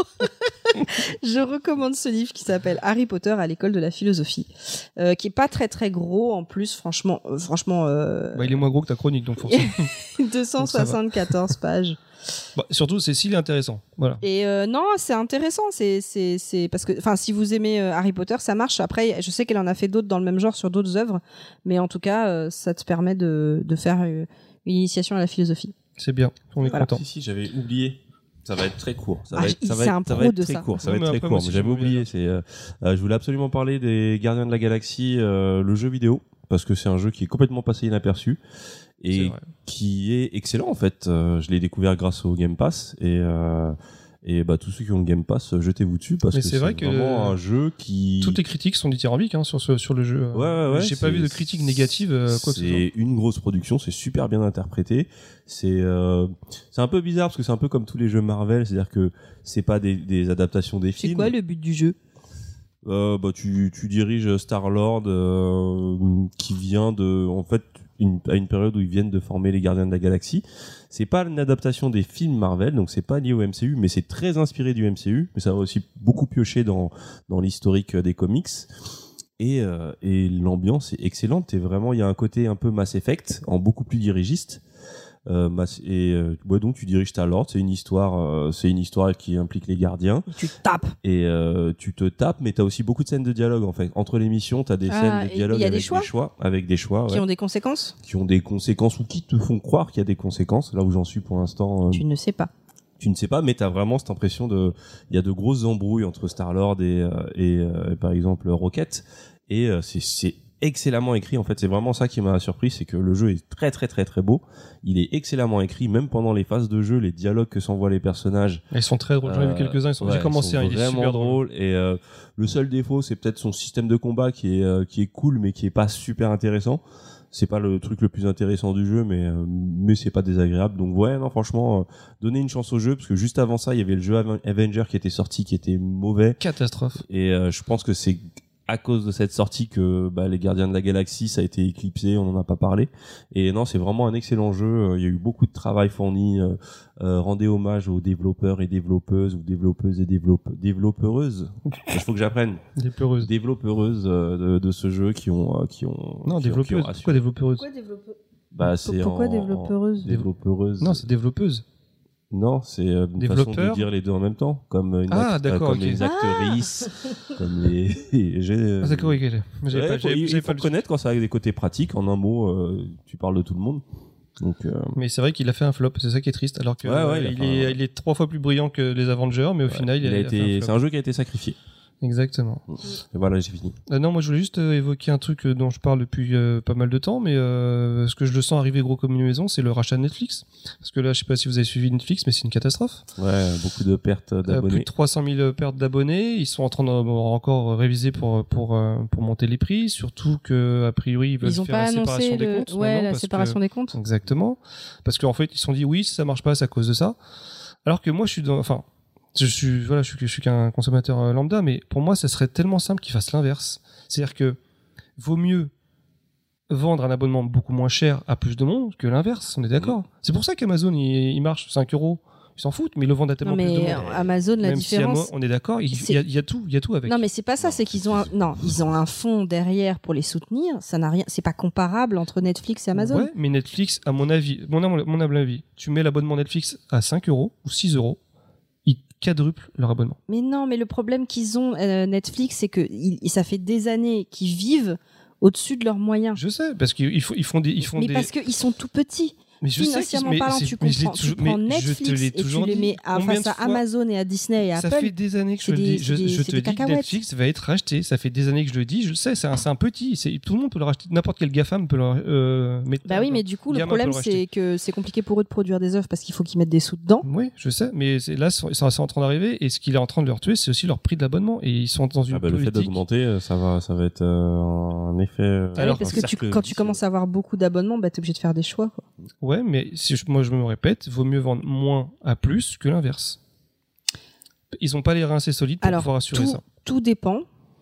Je recommande ce livre qui s'appelle Harry Potter à l'école de la philosophie, euh, qui est pas très très gros en plus, franchement, euh, franchement. Euh... Bah, il est moins gros que ta chronique, donc forcément. deux cent soixante-quatorze pages. Bah, surtout, c'est s'il est intéressant. Voilà. Et euh, non, c'est intéressant. C'est, c'est, c'est parce que, enfin, si vous aimez euh, Harry Potter, ça marche. Après, je sais qu'elle en a fait d'autres dans le même genre sur d'autres œuvres, mais en tout cas, euh, ça te permet de, de faire une initiation à la philosophie. C'est bien. On est voilà. content. Si, si, j'avais oublié. Ça va être très court. Ça va ah, être, ça c'est va un être, ça pro va être de très ça. court. Ça oui, va être très après, court. moi, Mais j'avais oublié. C'est, euh, euh, je voulais absolument parler des Gardiens de la Galaxie, euh, le jeu vidéo, parce que c'est un jeu qui est complètement passé inaperçu et qui est excellent en fait. Euh, je l'ai découvert grâce au Game Pass et euh, et bah tous ceux qui ont le Game Pass, jetez-vous dessus parce mais que c'est, c'est vrai vraiment que un jeu qui. Toutes les critiques sont dithyrambiques hein, sur ce, sur le jeu. Ouais ouais ouais. J'ai pas vu de critiques négatives. Euh, quoi c'est que ce soit. une grosse production, c'est super bien interprété. C'est euh, c'est un peu bizarre parce que c'est un peu comme tous les jeux Marvel, c'est-à-dire que c'est pas des, des adaptations des films. C'est quoi le but du jeu? Euh, bah tu tu diriges Star-Lord euh, qui vient de en fait une, à une période où ils viennent de former les Gardiens de la Galaxie. C'est pas une adaptation des films Marvel, donc c'est pas lié au M C U, mais c'est très inspiré du M C U, mais ça va aussi beaucoup piocher dans dans l'historique des comics. Et euh, et l'ambiance est excellente et vraiment il y a un côté un peu Mass Effect en beaucoup plus dirigiste. Euh, et euh, ouais, donc tu diriges ta Lord, c'est une histoire, euh, c'est une histoire qui implique les gardiens. Tu tapes. Et euh, tu te tapes, mais t'as aussi beaucoup de scènes de dialogue en fait. Entre les missions, t'as des ah, scènes de dialogue avec des choix, des choix, avec des choix qui ouais, ont des conséquences, qui ont des conséquences ou qui te font croire qu'il y a des conséquences. Là où j'en suis pour l'instant, euh, tu ne sais pas. Tu ne sais pas, mais t'as vraiment cette impression de, il y a de grosses embrouilles entre Star-Lord et euh, et euh, par exemple Rocket. Et euh, c'est c'est excellemment écrit en fait, c'est vraiment ça qui m'a surpris, c'est que le jeu est très très très très beau, il est excellemment écrit, même pendant les phases de jeu, les dialogues que s'envoient les personnages, ils sont très drôles, j'en ai vu quelques-uns, ils sont, ouais, j'ai commencé, ils sont hein, il est super drôle. Et euh, le seul défaut, c'est peut-être son système de combat qui est euh, qui est cool, mais qui est pas super intéressant. C'est pas le truc le plus intéressant du jeu, mais euh, mais c'est pas désagréable. Donc ouais, non, franchement, euh, donnez une chance au jeu, parce que juste avant ça, il y avait le jeu Avenger qui était sorti, qui était mauvais, catastrophe. Et euh, je pense que c'est à cause de cette sortie que bah, les Gardiens de la Galaxie, ça a été éclipsé, on en a pas parlé. Et non, c'est vraiment un excellent jeu. Il y a eu beaucoup de travail fourni. Euh, euh, rendez hommage aux développeurs et développeuses, ou développeuses et développe... développeuses. Il faut que j'apprenne. Développeuses. Développeuses euh, de, de ce jeu qui ont, euh, qui ont. Non, qui développeuses. ont, Pourquoi développeuses? Pourquoi développeuses? Bah, c'est Pourquoi en, développeuse en développeuse. Non, c'est développeuse. Non, c'est euh, une Développeur. façon de dire les deux en même temps, comme une Ah, act- d'accord, euh, comme ok. les actrices, comme les. j'ai, euh, Ah, d'accord, oui, ok. J'avais ouais, pas, faut- j'avais- il j'avais faut pas le- reconnaître quand ça a des côtés pratiques. En un mot, euh, tu parles de tout le monde. Donc, euh, Mais c'est vrai qu'il a fait un flop, c'est ça qui est triste. Alors que Ouais, ouais, euh, il a il, fait est, un- il est trois fois plus brillant que les Avengers, mais au final, il a il a été. fait un C'est flop. un jeu qui a été sacrifié. Exactement. Et voilà, j'ai fini. Euh, non, moi je voulais juste euh, évoquer un truc euh, dont je parle depuis euh, pas mal de temps, mais euh, ce que je le sens arriver gros comme une maison, c'est le rachat de Netflix. Parce que là, je sais pas si vous avez suivi Netflix, mais c'est une catastrophe. Ouais, beaucoup de pertes Euh, plus d'abonnés. de trois cent mille pertes d'abonnés. Ils sont en train de bon, encore réviser pour pour euh, pour monter les prix, surtout que a priori ils veulent Ils ont faire pas la séparation annoncé des le... comptes. ouais, maintenant, la parce séparation que- des comptes. Exactement. Parce qu'en fait, ils se sont dit oui, ça marche pas, c'est à cause de ça. Alors que moi, je suis dans, enfin, je suis, voilà, je suis, je suis qu'un consommateur euh, lambda, mais pour moi, ça serait tellement simple qu'ils fassent l'inverse. C'est-à-dire que vaut mieux vendre un abonnement beaucoup moins cher à plus de monde que l'inverse. On est d'accord. C'est pour ça qu'Amazon, il, il marche cinq euros. Ils s'en foutent, mais ils le vendent à tellement Non, plus de mais monde. Amazon, la Même si à moi, différence. on est d'accord, il, c'est- il y, a- il y a tout, il y a tout avec. Non, mais c'est pas ça, Non, c'est qu'ils ont un... non, ils ont un fonds derrière pour les soutenir. Ça n'a rien, c'est pas comparable entre Netflix et Amazon. Ouais, mais Netflix, à mon avis, mon, mon humble avis, tu mets l'abonnement Netflix à cinq euros ou six euros, ils quadruplent leur abonnement. Mais non, mais le problème qu'ils ont euh, Netflix, c'est que ils- ça fait des années qu'ils vivent au-dessus de leurs moyens. Je sais, parce qu'ils font, ils font des, ils font Mais des. parce qu'ils sont tout petits. mais je sais qu'ils- Financièrement mais parlant, c'est- tu mais je l'ai comprends. Tu toujours- prends mais je te Netflix l'ai et tu toujours les dit. mets à- Combien face de à fois Amazon et à Disney et Ça Apple. fait des années que je c'est le des- dis. Je, c'est des- je c'est te des dis que cacahuètes. Netflix va être racheté. Ça fait des années que je le dis. Je le sais, c'est un, c'est un petit. C'est, tout le monde peut le racheter. N'importe quel GAFAM peut le euh, mettre. Bah oui, mais du coup, le Gamin problème, peut le racheter. c'est que c'est compliqué pour eux de produire des œuvres parce qu'il faut qu'ils mettent des sous dedans. Oui, je sais, mais c'est, là, c'est, c'est en train d'arriver. Et ce qui est en train de leur tuer, c'est aussi leur prix de l'abonnement. Et ils sont dans une Ah bah, le fait politique. d'augmenter, euh, ça va, ça va être euh, un effet. euh, Ah oui, Alors, parce un que tu, cercle quand tu vicieux. commences à avoir beaucoup d'abonnements, bah, t'es obligé de faire des choix. Quoi. Ouais, mais si je- moi je me répète, vaut mieux vendre moins à plus que l'inverse. Ils ont pas les reins assez solides pour Alors, pouvoir assurer tout, ça. tout dépend.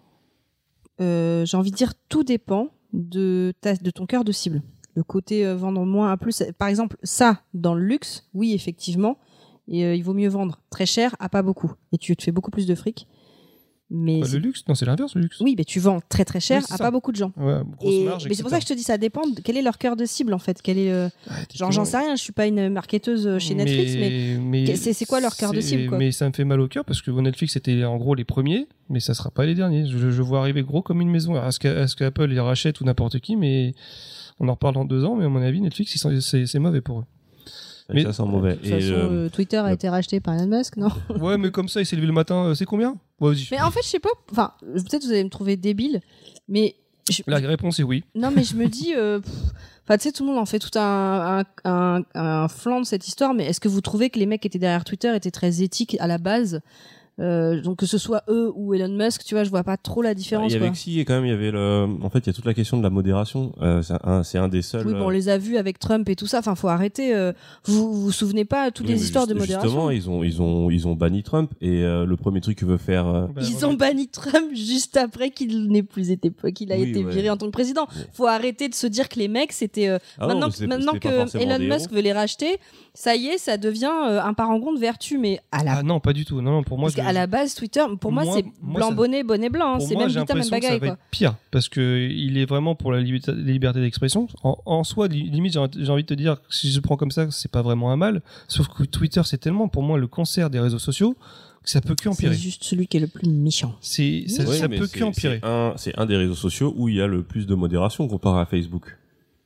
Euh, j'ai envie de dire, tout dépend de, ta, de ton cœur de cible. Le côté euh, vendre moins à plus. Par exemple, ça, dans le luxe, oui, effectivement, et, euh, il vaut mieux vendre très cher à pas beaucoup. Et tu te fais beaucoup plus de fric. Mais Bah, c'est- le luxe, non, c'est l'inverse, le luxe. oui, mais tu vends très très cher Oui, c'est à ça. pas beaucoup de gens. Ouais, grosse Et- marge, mais c'est pour ça que je te dis, ça dépend de quel est leur cœur de cible en fait. Quel est, euh, genre, j'en sais rien, je suis pas une marketeuse euh, chez Netflix, mais, mais c'est- c'est quoi leur cœur de c'est- cible, quoi. Mais ça me fait mal au cœur parce que Netflix était en gros les premiers, mais ça sera pas les derniers. Je, je vois arriver gros comme une maison. Alors, Est-ce que- est-ce qu'Apple les rachète ou n'importe qui, mais on en reparle dans deux ans. Mais à mon avis, Netflix, ils sont- c'est c'est mauvais pour eux. Et mais- ça sent mauvais. de toute Et, façon, euh, euh, Twitter a la- été racheté par Elon Musk, non? Ouais, mais comme ça, il s'est levé le matin. euh, C'est combien Ouais, vas-y. Mais en fait, je sais pas, enfin, peut-être vous allez me trouver débile, mais je- La réponse est oui. non, mais je me dis, euh, pff, enfin, tu sais, tout le monde en fait tout un, un, un, un flanc de cette histoire, mais est-ce que vous trouvez que les mecs qui étaient derrière Twitter étaient très éthiques à la base? Euh, donc que ce soit eux ou Elon Musk, tu vois, je vois pas trop la il différence. y avait quoi. que si, et quand même, il y avait le. En fait, il y a toute la question de la modération. Euh, c'est un, c'est un des seuls. Oui, bon, on les a vus avec Trump et tout ça. Enfin, faut arrêter. euh, vous, vous vous souvenez pas toutes Oui, les mais histoires de juste- modération? Justement, ils ont, ils ont, ils ont banni Trump et euh, le premier truc que veut faire. euh, Bah, Ils ouais. ont banni Trump juste après qu'il n'ait plus été, qu'il a Oui, été ouais. viré en tant que président. Ouais. Faut arrêter de se dire que les mecs c'était. euh, Ah non, maintenant mais que, c'est- maintenant c'était pas que forcément Elon des Musk héros. veut les racheter, ça y est, ça devient euh, un parangon de vertu. Mais à la, Ah non, pas du tout. Non, non, pour moi, parce je- qu'à la base, Twitter, pour moi, Moi- c'est moi, blanc ça- bonnet, bonnet blanc. hein. pour C'est moi, même j'ai vita, même l'impression que ça bagaille, va quoi. être pire parce que il est vraiment pour la liberté, la liberté d'expression. En, en soi, li- limite, j'ai envie j'ai envie de te dire, si je prends comme ça, c'est pas vraiment un mal. Sauf que Twitter, c'est tellement pour moi le cancer des réseaux sociaux que ça peut que C'est empirer. juste celui qui est le plus méchant. C'est ça, Oui, ça mais peut c'est- que empirer. C'est un, c'est un des réseaux sociaux où il y a le plus de modération comparé à Facebook.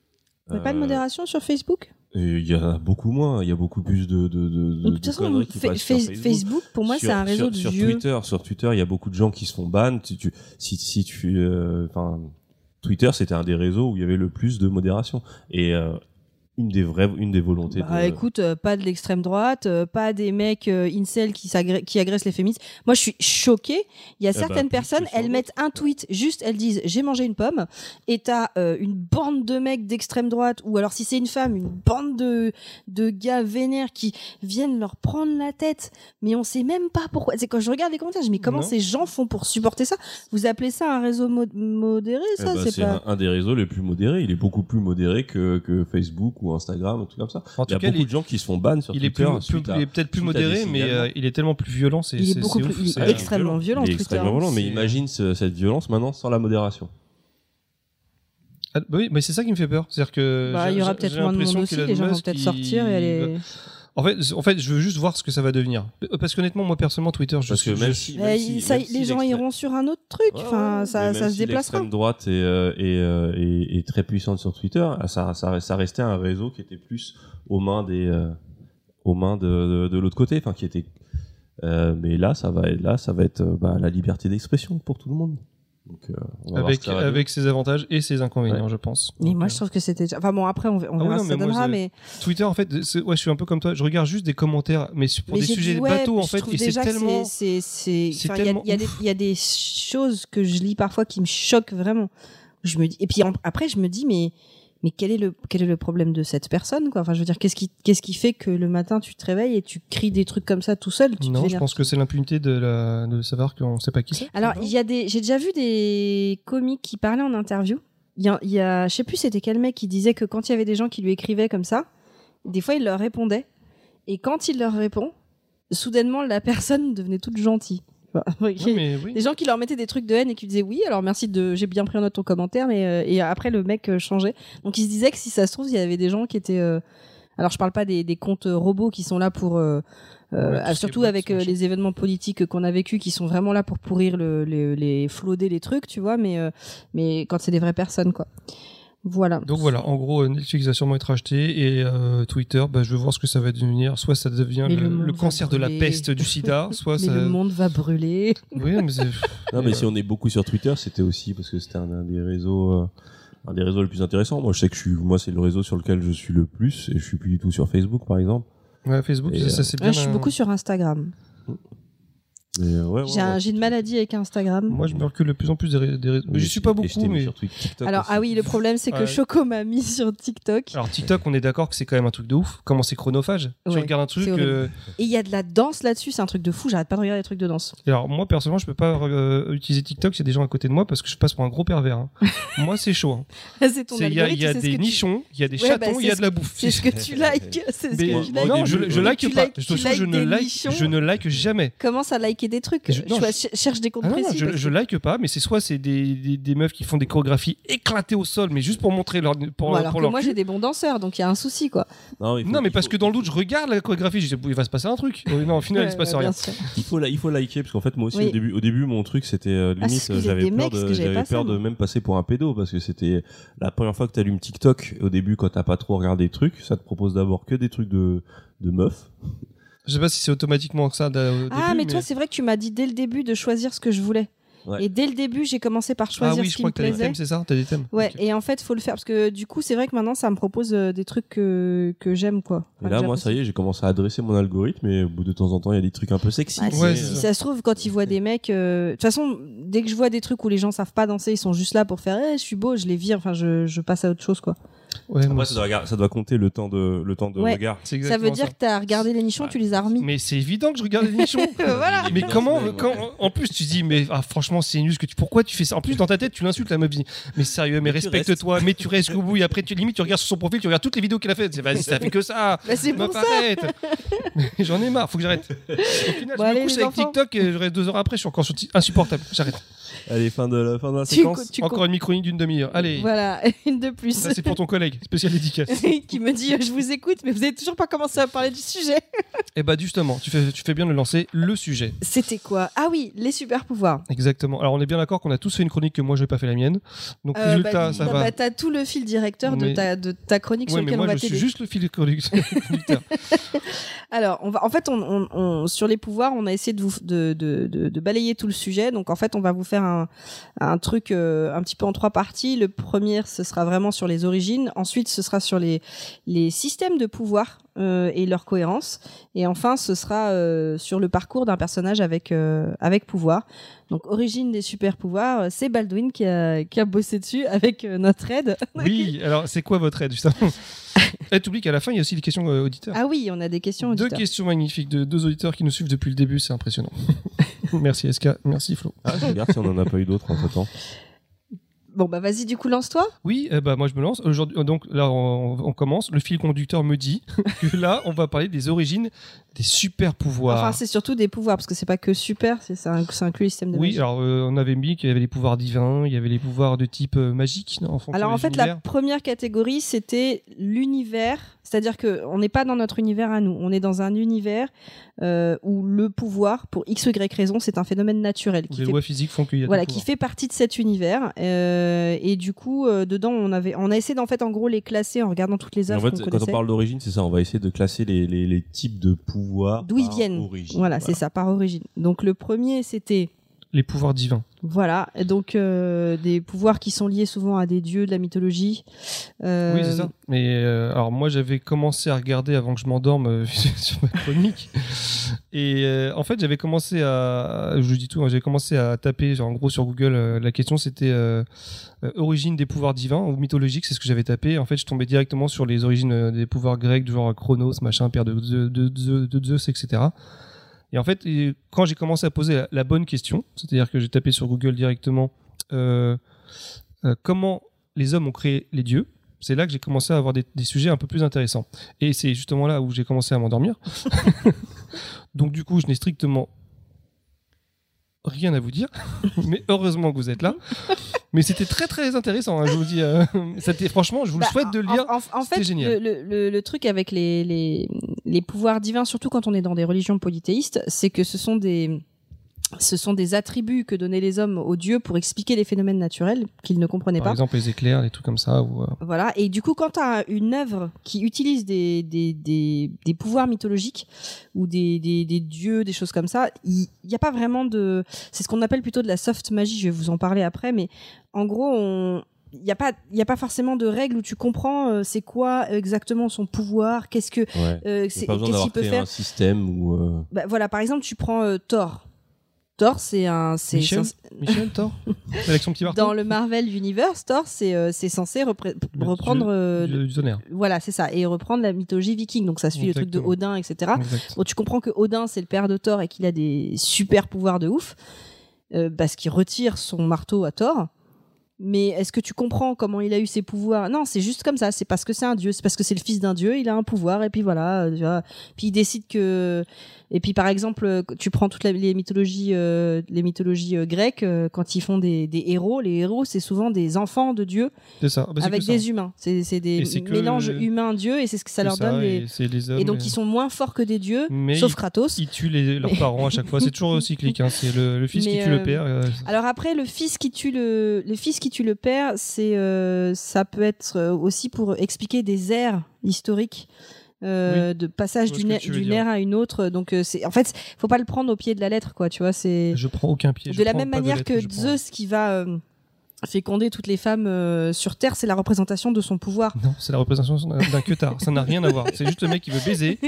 Il n'y a pas de Euh, modération sur Facebook? et Il y a beaucoup moins, il y a beaucoup plus de, de, de, de, Donc, de toute de façon, conneries qui Fa- passent sur Fa- Facebook. Facebook, pour moi, Sur- c'est un réseau sur, de sur vieux. Twitter, sur Twitter, il y a beaucoup de gens qui se font ban. Si tu, si, si tu, euh, enfin, Twitter, c'était un des réseaux où il y avait le plus de modération. Et euh, une des vraies, une des volontés. Bah de... écoute, euh, pas de l'extrême droite, euh, pas des mecs euh, incel qui, s'agrè- qui agressent les féministes. Moi, je suis choquée. Il y a Eh bah, certaines plus- personnes, plus sur elles mettent un tweet, juste elles disent j'ai mangé une pomme, et t'as euh, une bande de mecs d'extrême droite, ou alors si c'est une femme, une bande de, de gars vénères qui viennent leur prendre la tête. Mais on sait même pas pourquoi. C'est quand je regarde les commentaires, je me dis mais comment Non. ces gens font pour supporter ça? Vous appelez ça un réseau mo- modéré, Eh ça? bah, c'est c'est pas. un, un des réseaux les plus modérés. Il est beaucoup plus modéré que, que Facebook ou Instagram, un truc comme ça. En Il y a tout cas, beaucoup il, de gens qui se font ban sur il est, Twitter. plus, plus- suite à- il est peut-être plus suite à des modéré, mais signalements. euh, il est tellement plus violent. C'est, Il est c'est- beaucoup c'est plus- ouf, il est c'est- extrêmement violent, Il est Twitter. extrêmement violent, mais C'est- imagine ce- cette violence maintenant sans la modération. Ah, bah oui, mais c'est ça qui me fait peur. C'est-à-dire que Bah, j'ai- il y aura j'ai- peut-être j'ai moins de l'impression monde aussi, qu'Elon les gens vont Musk, peut-être il- sortir et aller. En fait, en fait, je veux juste voir ce que ça va devenir. Parce qu'honnêtement, moi personnellement, Twitter, je Parce que suis- même je- si, Mais même il- si- ça, même si les gens l'extrême- iront sur un autre truc. Ouais, Enfin, ouais, ça, mais ça même se si déplacera. l'extrême droite est, euh, est, euh, est, est très puissante sur Twitter, ça, ça, ça restait un réseau qui était plus aux mains des, euh, aux mains de, de, de l'autre côté, enfin qui était. Euh, mais là, ça va être, là, ça va être euh, bah, la liberté d'expression pour tout le monde. Donc, euh, on va voir ce avec que ça va avec ses avantages et ses inconvénients, Ouais. je pense. Mais Donc, moi, euh, je trouve que c'était. Enfin bon, après, on, on Ah oui, verra non, ce que ça mais moi, donnera, c'est- mais. Twitter, en fait, c'est- ouais, je suis un peu comme toi. Je regarde juste des commentaires, mais sur- pour mais des j'ai sujets dit, ouais, bateaux, en je fait, trouve et c'est déjà que tellement. c'est, c'est, c'est enfin, il y a- tellement il y, a des- il y a des choses que je lis parfois qui me choquent vraiment. Je me dis, et puis en- après, je me dis, mais, mais quel est le, quel est le problème de cette personne, quoi? Enfin, je veux dire, qu'est-ce qui, qu'est-ce qui fait que le matin tu te réveilles et tu cries des trucs comme ça tout seul? Tu te Non, je vénères. pense que c'est l'impunité de, la... de savoir qu'on sait pas qui c'est. Alors, il y a des, j'ai déjà vu des comiques qui parlaient en interview. Il y a, il y a, je sais plus c'était quel mec qui disait que quand il y avait des gens qui lui écrivaient comme ça, des fois il leur répondait. Et quand il leur répond, soudainement la personne devenait toute gentille. Enfin, Non, mais oui. des gens qui leur mettaient des trucs de haine et qui disaient oui, alors merci de, j'ai bien pris en note ton commentaire, mais euh, et après le mec euh, changeait. Donc il se disait que si ça se trouve, il y avait des gens qui étaient, euh, alors je parle pas des, des comptes robots qui sont là pour, euh, euh, Ouais, tout ce qui est surtout bots, avec euh, machin. les événements politiques qu'on a vécu, qui sont vraiment là pour pourrir le, les, les flauder les trucs, tu vois, mais euh, mais quand c'est des vraies personnes, quoi. Voilà. Donc voilà, en gros, euh, Netflix va sûrement être acheté et euh, Twitter, bah, je veux voir ce que ça va devenir. Soit ça devient Mais le, le monde le va cancer de la brûler. peste du sida, soit Mais ça. le monde va brûler. Oui, mais c'est. Non, mais Et, si on est beaucoup sur Twitter, c'était aussi parce que c'était un, un des réseaux, euh, un des réseaux les plus intéressants. Moi, je sais que je suis, moi, c'est le réseau sur lequel je suis le plus, et je suis plus du tout sur Facebook, par exemple. Ouais, Facebook, Et, ça, ça, euh, c'est Ouais, bien. je suis un- beaucoup sur Instagram. Mais, euh, ouais, ouais, J'ai un- ouais. j'ai une maladie avec Instagram. Moi, je me recule de plus en plus des, ré- des réseaux. Mais j'y suis pas Et je beaucoup, t'ai mis mais. sur Twitter, TikTok Alors, aussi. ah oui, le problème, c'est que Ouais. Choco m'a mis sur TikTok. Alors TikTok, on est d'accord que c'est quand même un truc de ouf. Comment c'est chronophage. Tu Ouais, regardes un truc. c'est horrible. euh, Et il y a de la danse là-dessus, c'est un truc de fou. J'arrête pas de regarder des trucs de danse. et Alors moi personnellement, je peux pas euh, utiliser TikTok. Il y a des gens à côté de moi parce que je passe pour un gros pervers. hein. Moi, c'est chaud. hein. c'est ton C'est- Il y a, algorithme, il y a c'est ce des que tu- nichons, il y a des Ouais, bah, chatons, il y c'est a de la bouffe. C'est ce que tu likes. C'est ce Mais- que tu moi, likes. non, au je, début, je euh, like tu pas. likes- Je, tu te je, likes ne des like, nichons. je ne like jamais. Commence à liker des trucs. Je- Je, non, vois, je- ch- cherche des comptes Ah non, précis. je, parce je que- like pas, mais c'est soit c'est des, des, des meufs qui font des chorégraphies éclatées au sol, mais juste pour montrer leur pour, Bon, alors pour que leur moi cul. j'ai des bons danseurs, donc il y a un souci quoi. Non, il faut- Non, mais il parce faut- que dans le doute, je regarde la chorégraphie, je dis il va se passer un truc. Euh, Non, au final, il Ouais, se passe ouais, rien. bien sûr. Il faut, la- il faut liker parce qu'en fait moi aussi Oui. au début au début mon truc c'était euh, Ah, limite c'est ce que j'avais des peur mecs, de ce que j'avais j'avais pas peur ça, de moi. même passer pour un pédo parce que c'était la première fois que t'allumes TikTok au début quand t'as pas trop regardé des trucs ça te propose d'abord que des trucs de de meufs. Je sais pas si c'est automatiquement que ça d'a- au Ah, début, mais toi c'est vrai que tu m'as dit dès le début de choisir ce que je voulais. Ouais. Et dès le début j'ai commencé par Ah choisir oui, ce je qui crois me que t'as des plaisait. thèmes, c'est ça? T'as des thèmes. Ouais, Ok. et en fait faut le faire parce que du coup c'est vrai que maintenant ça me propose euh, des trucs que, que j'aime quoi. Et là moi ça y est j'ai commencé à adresser mon algorithme et au bout de temps en temps il y a des trucs un peu sexy. Bah, mais, si, Ouais, si c'est euh, ça se trouve, quand ils voient des mecs, euh, de toute façon, dès que je vois des trucs où les gens savent pas danser, ils sont juste là pour faire, eh, je suis beau, je les vire, enfin, je, je passe à autre chose, quoi. Ouais, moi, Après ça doit, regarder- ça doit compter le temps de le temps de Ouais. regard. c'est Ça veut exactement dire que t'as regardé les nichons, Ouais. tu les as remis. Mais c'est évident que je regarde les nichons. Voilà. Mais Évident, comment, c'est- quand, en plus, tu dis, mais ah, franchement, c'est nul ce que tu, pourquoi tu fais ça? En plus, dans ta tête, tu l'insultes, la meuf dit, mais sérieux, mais Mais tu respecte-toi, mais tu restes au bout, et après, tu, limite, tu regardes sur son profil, tu regardes toutes les vidéos qu'elle a faites. C'est, vas-y, ça fait que ça. Bah, c'est Meuf, pour ça. arrête. Mais j'en ai marre, faut que j'arrête. Au final, Bon, je allez, me couche les avec enfants. TikTok et je reste deux heures après, je suis encore sur ti- insupportable. J'arrête. Allez fin de la fin de la Tu séquence. écoutes- tu Encore une micro-ligne d'une demi-heure. Allez. Voilà, une de plus. Ça, c'est pour ton collègue, spécial dédicace. qui me dit, je vous écoute, mais vous avez toujours pas commencé à parler du sujet. Et bah, justement, tu fais, tu fais bien de lancer le sujet. C'était quoi? Ah oui, les super pouvoirs. Exactement. Alors, on est bien d'accord qu'on a tous fait une chronique que moi, je n'ai pas fait la mienne. Donc, Euh, résultat, bah, ça bah, va. bah, t'as tout le fil directeur de Mais- ta, de ta chronique Ouais, sur mais lequel moi, on va je suis t'aider. juste le fil conducteur. Alors, on va, en fait, on, on, on- sur les pouvoirs, on a essayé de, vous, de, de, de, de balayer tout le sujet. Donc, en fait, on va vous faire un, un truc euh, un petit peu en trois parties. Le premier, ce sera vraiment sur les origines. Ensuite, ce sera sur les, les systèmes de pouvoir euh, et leur cohérence. Et enfin, ce sera euh, sur le parcours d'un personnage avec, euh, avec pouvoir. Donc, origine des super pouvoirs, euh, c'est Baldwin qui a, qui a bossé dessus avec euh, notre aide. Oui, alors, c'est quoi votre aide, justement? Et t'oublies qu'à la fin, il y a aussi les questions euh, auditeurs. Ah oui, on a des questions Deux auditeurs. questions magnifiques de deux auditeurs qui nous suivent depuis le début, c'est impressionnant. Merci S K, merci Flo. Ah, je regarde si on en a pas eu d'autres entre temps. Bon, bah vas-y, du coup, lance-toi. Oui, eh ben, moi je me lance. Aujourd'hui, donc là, on, on commence. Le fil conducteur me dit que là, on va parler des origines des super pouvoirs. Enfin, c'est surtout des pouvoirs, parce que c'est pas que super, c'est, ça, ça inclut les systèmes de Oui, magie. alors euh, on avait mis qu'il y avait les pouvoirs divins, il y avait les pouvoirs de type euh, magique. Non, en fonction Alors en des fait, la univers. première catégorie, c'était l'univers. C'est-à-dire qu'on n'est pas dans notre univers à nous. On est dans un univers euh, où le pouvoir, pour X ou Y raison, c'est un phénomène naturel. Où Qui les fait, lois physiques font qu'il y a voilà, des qui pouvoirs. fait partie de cet univers. Euh, et du coup, euh, dedans, on, avait, on a essayé d'en fait, en gros, les classer en regardant toutes les En œuvres fait, qu'on quand on connaissait. parle d'origine, c'est ça. On va essayer de classer les, les, les types de pouvoirs. D'où ils par viennent. origine. Voilà, c'est ça, par origine. Donc le premier, c'était... Les pouvoirs divins. Voilà, donc euh, des pouvoirs qui sont liés souvent à des dieux de la mythologie. Euh, Oui, c'est ça. Mais euh, alors moi, j'avais commencé à regarder avant que je m'endorme euh, sur ma chronique. Et euh, en fait, j'avais commencé à, je vous dis tout, hein, j'avais commencé à taper, genre, en gros, sur Google. Euh, la question, c'était euh, euh, origine des pouvoirs divins ou mythologiques. C'est ce que j'avais tapé. En fait, je tombais directement sur les origines euh, des pouvoirs grecs, du genre Chronos, machin, père de, de, de, de, de Zeus, et cetera. Et en fait, et quand j'ai commencé à poser la, la bonne question, c'est-à-dire que j'ai tapé sur Google directement euh, euh, comment les hommes ont créé les dieux, c'est là que j'ai commencé à avoir des, des sujets un peu plus intéressants. Et c'est justement là où j'ai commencé à m'endormir. Donc du coup, je n'ai strictement rien à vous dire, mais heureusement que vous êtes là. Mais c'était très très intéressant, hein, je vous dis. Euh, c'était, franchement, je vous bah, le souhaite de le lire. En, en, en C'était fait, génial. le, le, le truc avec les, les, les pouvoirs divins, surtout quand on est dans des religions polythéistes, c'est que ce sont des... Ce sont des attributs que donnaient les hommes aux dieux pour expliquer les phénomènes naturels qu'ils ne comprenaient Par pas. exemple, les éclairs, les trucs comme ça. Ou, euh... Voilà. Et du coup, quand tu as une œuvre qui utilise des, des, des, des pouvoirs mythologiques ou des, des, des dieux, des choses comme ça, il n'y a pas vraiment de... C'est ce qu'on appelle plutôt de la soft magie, je vais vous en parler après, mais en gros, on... il n'y a pas il y a pas forcément de règles où tu comprends euh, c'est quoi exactement son pouvoir, qu'est-ce que Ouais. euh, Il c'est, n'y a pas besoin qu'est-ce d'avoir qu'il peut créé faire. un système où. Euh... Bah, voilà, par exemple, tu prends euh, Thor. Thor, c'est un c'est, Michel, c'est Michel Thor, avec son petit marteau. dans le Marvel Universe, Thor, c'est euh, c'est censé repré- Le reprendre dieu euh, du, du tonnerre. voilà, c'est ça, et reprendre la mythologie viking. Donc ça suit le truc de Exactement. Odin, et cetera. Exact. Bon, tu comprends que Odin, c'est le père de Thor et qu'il a des super pouvoirs de ouf, euh, parce qu'il retire son marteau à Thor. Mais est-ce que tu comprends comment il a eu ses pouvoirs? Non, c'est juste comme ça. C'est parce que c'est un dieu. C'est parce que c'est le fils d'un dieu. Il a un pouvoir et puis voilà. euh, tu vois. Puis il décide que. Et puis par exemple, euh, tu prends toutes la- les mythologies, euh, les mythologies euh, grecques, euh, quand ils font des, des héros, les héros c'est souvent des enfants de dieux C'est ça. Bah, c'est avec que ça. des humains. C'est, c'est des Et c'est que- mélanges humains-dieux et c'est ce que ça C'est leur donne. et Les... c'est les hommes, Et donc et- ils sont moins forts que des dieux, Mais sauf ils- Kratos. Ils tuent les- leurs Mais- parents à chaque fois. C'est toujours cyclique. Hein. C'est le, le fils Mais, qui tue euh, le père. euh, Alors après, le fils qui tue le, le fils qui tue le père, c'est, euh, ça peut être euh, aussi pour expliquer des ères historiques. Euh, de passage Je vois ce d'une que ère- tu veux d'une dire. ère à une autre, donc euh, c'est en fait faut pas le prendre au pied de la lettre, quoi, tu vois, c'est Je prends aucun pied. je de la prends même pas de manière lettres, que je prends- Zeus qui va euh, féconder toutes les femmes euh, sur Terre, c'est la représentation de son pouvoir. Non, c'est la représentation d'un d'un queutard. Ça n'a rien à voir. C'est juste le mec qui veut baiser.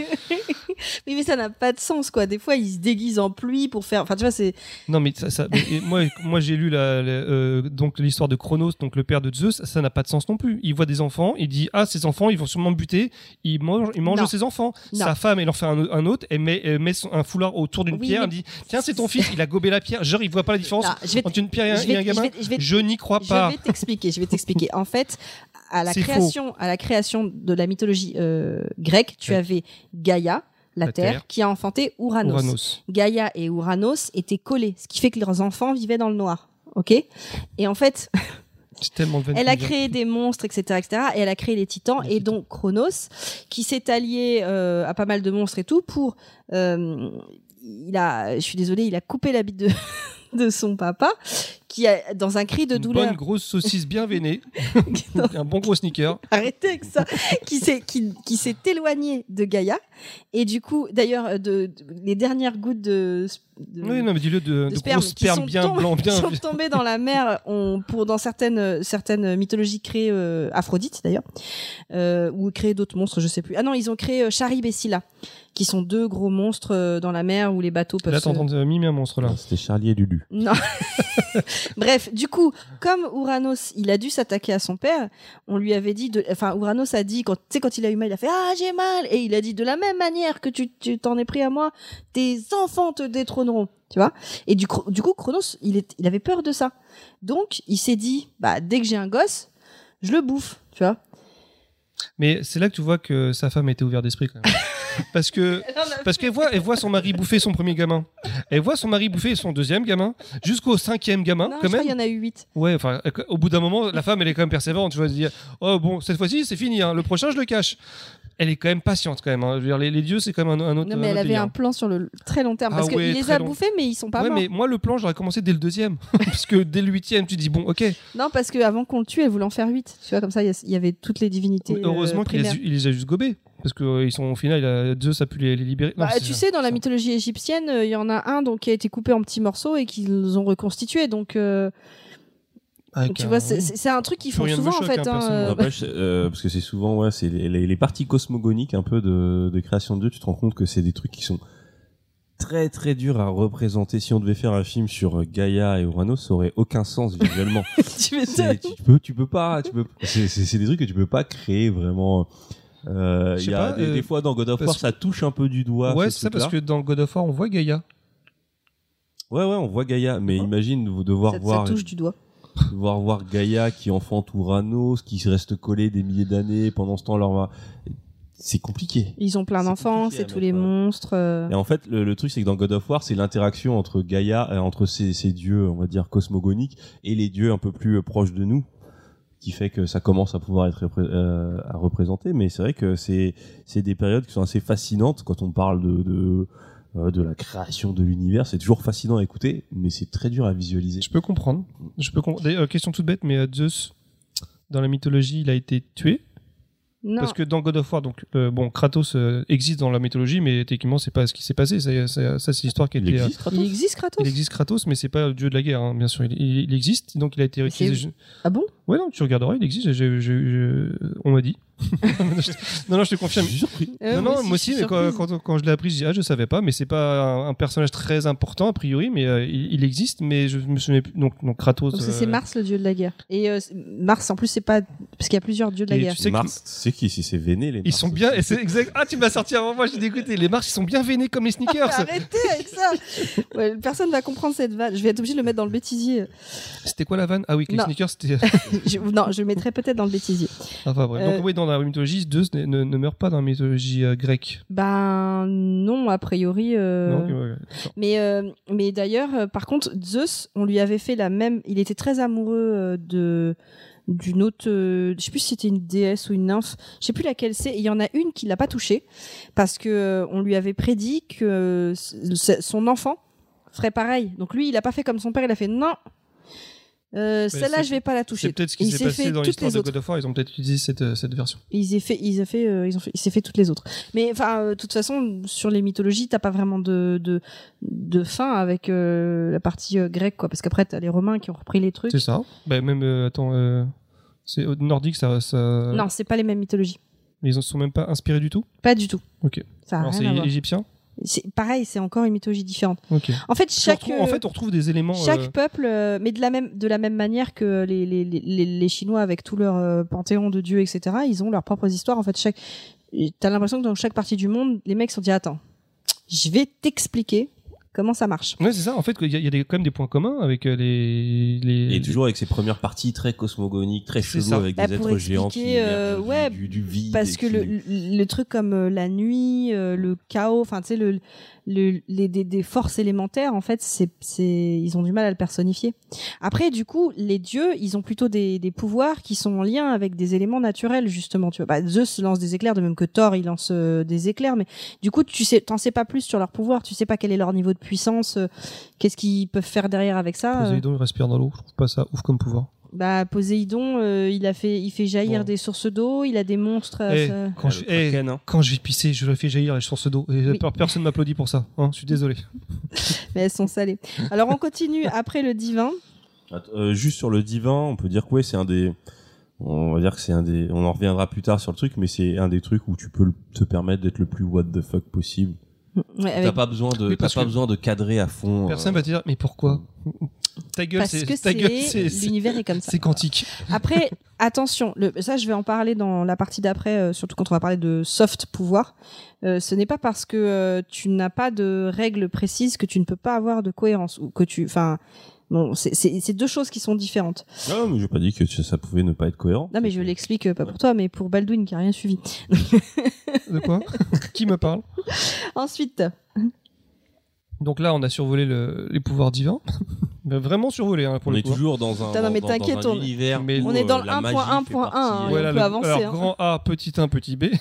Oui, mais ça n'a pas de sens, quoi. Des fois, il se déguise en pluie pour faire. Enfin, tu vois, c'est. Non, mais ça, ça- mais- et moi, moi, j'ai lu la, la- euh, donc l'histoire de Chronos, donc le père de Zeus. Ça n'a pas de sens non plus. Il voit des enfants, il dit ah ces enfants, ils vont sûrement me buter. Il mange, il mange Non. ses enfants. Non. Sa femme, elle en fait un, un autre. Elle met, elle met son- un foulard autour d'une Oui, pierre. mais- Elle dit tiens c'est ton fils. Il a gobé la pierre. Genre il voit pas la différence Non, je vais entre une pierre et un, je vais- et un gamin. je vais- je vais- Je n'y crois Je pas. vais t'expliquer. Je vais t'expliquer. En fait, à la C'est création, à la création de la mythologie euh, grecque, tu Ouais. avais Gaïa, la, La terre, terre. qui a enfanté Ouranos. Uranus. Gaïa et Ouranos étaient collés, ce qui fait que leurs enfants vivaient dans le noir. Ok. Et en fait, C'est tellement de vanne elle qui a me vient. créé des monstres, et cetera, et cetera. Et elle a créé les titans, Les et titans. donc Chronos, qui s'est allié euh, à pas mal de monstres et tout pour. euh, il a, je suis désolée, il a coupé la bite de, de son papa, qui a dans un cri de Une douleur. bonne grosse saucisse bien vénée. Un bon gros sneaker. Arrêtez avec ça. qui s'est qui, qui s'est éloigné de Gaïa, et du coup, d'ailleurs, de, de- les dernières gouttes de, de Oui, non, mais dis-le de, de de sperme gros qui sperme sont bien tombés- blanc, qui bien. sont tombés dans la mer on, pour dans certaines certaines mythologies créées euh, Aphrodite d'ailleurs euh, ou créées d'autres monstres, je sais plus. Ah non, ils ont créé euh, Charybde et Scylla, qui sont deux gros monstres euh, dans la mer où les bateaux peuvent Là, se... t'es en train de mimer un monstre là. C'était Charlie et Lulu. Non. Bref, du coup, comme Ouranos, il a dû s'attaquer à son père, on lui avait dit, de... enfin, Ouranos a dit, quand, tu sais, quand il a eu mal, il a fait, ah, j'ai mal, et il a dit, de la même manière que tu, tu t'en es pris à moi, tes enfants te détrôneront, tu vois. Et du, du coup, Chronos, il, est, il avait peur de ça. Donc, il s'est dit, bah, dès que j'ai un gosse, je le bouffe, tu vois. Mais c'est là que tu vois que sa femme était ouverte d'esprit quand même. Parce que parce qu'elle voit elle voit son mari bouffer son premier gamin, elle voit son mari bouffer son deuxième gamin, jusqu'au cinquième gamin Non, quand je même. crois qu'il y en a eu huit. Ouais, enfin, au bout d'un moment, la femme elle est quand même persévérante. Tu vas dire, oh bon, cette fois-ci c'est fini, hein. Le prochain je le cache. Elle est quand même patiente quand même. Hein. Je veux dire, les, les dieux c'est quand même un, un autre. Non, mais un elle autre avait délire. un plan sur le très long terme Ah parce qu'il ouais, les très a long. bouffés, mais ils sont pas Ouais, morts. mais moi le plan j'aurais commencé dès le deuxième, parce que dès le huitième tu dis bon, ok. Non, parce qu'avant qu'on le tue, elle voulait en faire huit. Tu vois, comme ça, il y, y avait toutes les divinités. Mais heureusement euh, qu'il les, primaires. il les a juste gobés. Parce que euh, ils sont au final, il a, Zeus a pu les, les libérer. Non, Bah, c'est- tu sais, dans la ça. mythologie égyptienne, il euh, y en a un donc qui a été coupé en petits morceaux et qu'ils ont reconstitué. Donc, euh, Avec tu un- vois, c'est, c'est c'est un truc qu'ils Plus font rien ne me souvent en choque, fait. hein, hein, personne. euh, N'empêche, euh, parce que c'est souvent, ouais, c'est les, les, les parties cosmogoniques un peu de, de création de Dieu, tu te rends compte que c'est des trucs qui sont très très durs à représenter. Si on devait faire un film sur Gaïa et Uranus, ça aurait aucun sens visuellement. tu m'étonnes. C'est- tu peux, tu peux pas, tu peux, c'est, c'est, c'est des trucs que tu peux pas créer vraiment. Euh, Je Il sais y a pas, des, euh, des fois dans God of parce War, ça touche un peu du doigt. Ouais, ce c'est ça, parce que truc-là. dans God of War, on voit Gaïa. Ouais, ouais, on voit Gaïa, mais Oh. imagine vous devoir Ça, ça voir, touche du doigt. devoir voir Gaïa qui enfante Uranus, qui reste collé des milliers d'années. Pendant ce temps, leur va- c'est compliqué. Ils ont plein C'est d'enfants, compliqué c'est à tous mettre, les ouais. monstres. euh, Et en fait, le, le truc, c'est que dans God of War, c'est l'interaction entre Gaïa, euh, entre ces, ces dieux, on va dire, cosmogoniques, et les dieux un peu plus euh, proches de nous, qui fait que ça commence à pouvoir être repré- euh, à représenter. Mais c'est vrai que c'est, c'est des périodes qui sont assez fascinantes quand on parle de, de, euh, de la création de l'univers. C'est toujours fascinant à écouter, mais c'est très dur à visualiser. Je peux comprendre. Je peux comprendre. D'ailleurs, question toute bête, mais euh, Zeus, dans la mythologie, il a été tué. Non, Parce que dans God of War, donc, euh, bon, Kratos euh, existe dans la mythologie, mais techniquement, c'est pas ce qui s'est passé. Ça, ça, ça, c'est l'histoire qui a Il été. euh, existe, Kratos il existe Kratos. il existe Kratos, mais c'est pas le dieu de la guerre, hein, bien sûr. Il, il- il existe, donc il a été Mais c'est- réutilisé. Ah bon? Ouais, non, tu regarderas, il existe. j'ai- j'ai- j'ai- on m'a dit. non, non, je te confirme. Je suis surpris. Euh, non, non, moi aussi, je mais suis quand, surprise. quand, quand je l'ai appris, je dis, ah, je savais pas, mais c'est pas un, un personnage très important, a priori, mais euh, il, il existe, mais je me souviens plus. Donc, donc Kratos. Donc ça, euh, c'est Mars, le dieu de la guerre. Et euh, c'est- Mars, en plus, c'est pas parce qu'il y a plusieurs dieux de la Et guerre. tu sais Mars, c'est qui si c'est Véné les Ils Mars sont aussi. bien, et c'est exact. Ah, tu m'as sorti avant moi, j'ai dégoûté. Les Mars, ils sont bien vénés comme les sneakers. Arrêtez avec ça. Ouais, personne va comprendre cette vanne. Je vais être obligé de le mettre dans le bêtisier. C'était quoi la vanne? Ah oui, que les Non. sneakers, c'était. Je- non, je le mettrai peut-être dans le bêtisier. Enfin bref. Euh, Donc oui, dans la mythologie, Zeus ne, ne, ne meurt pas dans la mythologie euh, grecque. Ben non, a priori. euh, Non, ok, ouais, ouais, d'accord. Mais, euh, mais d'ailleurs, euh, par contre, Zeus, on lui avait fait la même. Il était très amoureux euh, de d'une autre. euh, je sais plus si c'était une déesse ou une nymphe. Je sais plus laquelle c'est. Et il y en a une qui l'a pas touchée parce que euh, on lui avait prédit que euh, c- son enfant ferait pareil. Donc lui, il a pas fait comme son père. Il a fait non. Euh, celle-là, c'est- je vais pas la toucher. C'est peut-être ce qui Il s'est s'est passé fait dans toutes l'histoire les de autres. God of War. Ils ont peut-être utilisé cette, euh, cette version. Ils ont fait, ils ont fait, euh, ils ont fait, il s'est fait toutes les autres. Mais enfin, euh, de toute façon, sur les mythologies, t'as pas vraiment de de de fin avec euh, la partie euh, grecque, quoi. Parce qu'après, t'as les Romains qui ont repris les trucs. C'est ça. Bah, même, euh, attends, euh, c'est au nordique, ça, ça. Non, c'est pas les mêmes mythologies. Ils en sont même pas inspirés du tout. Pas du tout. Ok. Ça a Alors c'est rien à voir. égyptien. C'est pareil, c'est encore une mythologie différente. Ok. En fait, On chaque retrouve- en fait, on retrouve des éléments. chaque euh, peuple, euh, mais de la même de la même manière que les les les, les- les Chinois avec tout leur euh, panthéon de dieux, et cetera. Ils ont leurs propres histoires. En fait, chaque t'as l'impression que dans chaque partie du monde, les mecs se sont dit attends, je vais t'expliquer comment ça marche. Ouais, c'est ça. En fait, il y a, il y a des- quand même des points communs avec euh, les. les Et toujours avec ses premières parties très cosmogoniques, très C'est chelou, ça. avec Bah, des pour êtres géants qui expliquer, euh, émergent ouais, du, du, du vide. Parce et que qui- le, le, le truc comme euh, la nuit, euh, le chaos, enfin tu sais le, le les des, des forces élémentaires, en fait, c'est c'est ils ont du mal à le personnifier. Après, du coup, les dieux, ils ont plutôt des, des pouvoirs qui sont en lien avec des éléments naturels, justement. Tu vois, bah, Zeus lance des éclairs, de même que Thor, il lance euh, des éclairs, mais du coup, tu sais, t'en sais pas plus sur leur pouvoir, tu sais pas quel est leur niveau de puissance, euh, qu'est-ce qu'ils peuvent faire derrière avec ça. euh. Poséidon, il respire dans l'eau. Je trouve pas ça ouf comme pouvoir. Bah Poséidon, euh, il a fait, il fait jaillir Bon. des sources d'eau, il a des monstres. à Eh, sa- quand, Ah, je, le eh, Kraken, hein. quand je vais pisser, je le fais jaillir les sources d'eau. Et Oui. per- personne m'applaudit pour ça. Hein, je suis désolé. Mais elles sont salées. Alors on continue après le divin. Attends, euh, juste sur le divin, on peut dire que ouais, c'est un des, on va dire que c'est un des, on en reviendra plus tard sur le truc, mais c'est un des trucs où tu peux le- te permettre d'être le plus what the fuck possible. Ouais, T'as avec- pas besoin de, Oui, t'as parce pas que besoin de cadrer à fond. Personne euh, va te dire, mais pourquoi Ta gueule, Parce c'est que ta gueule, c'est c'est- c'est l'univers est comme ça. c'est quantique. Après, attention, le, ça je vais en parler dans la partie d'après, euh, surtout quand on va parler de soft pouvoir. Euh, ce n'est pas parce que euh, tu n'as pas de règles précises que tu ne peux pas avoir de cohérence ou que tu, enfin, bon, c'est, c'est, c'est deux choses qui sont différentes. Non, mais j'ai pas dit que ça, ça pouvait ne pas être cohérent. Non, mais je l'explique euh, pas pour toi, mais pour Baldwin qui a rien suivi. De quoi Qui me parle Ensuite, Donc là, on a survolé le- les pouvoirs divins. Mais vraiment survolé, hein, pour On le est coup. toujours dans un, Putain, non, dans, mais dans- t'inquiète, dans un on- univers mais où, on est dans euh, le la un point magie un fait point un, partie, hein, euh, et Voilà, on le peut avancer, alors, hein. grand A, petit un, petit B.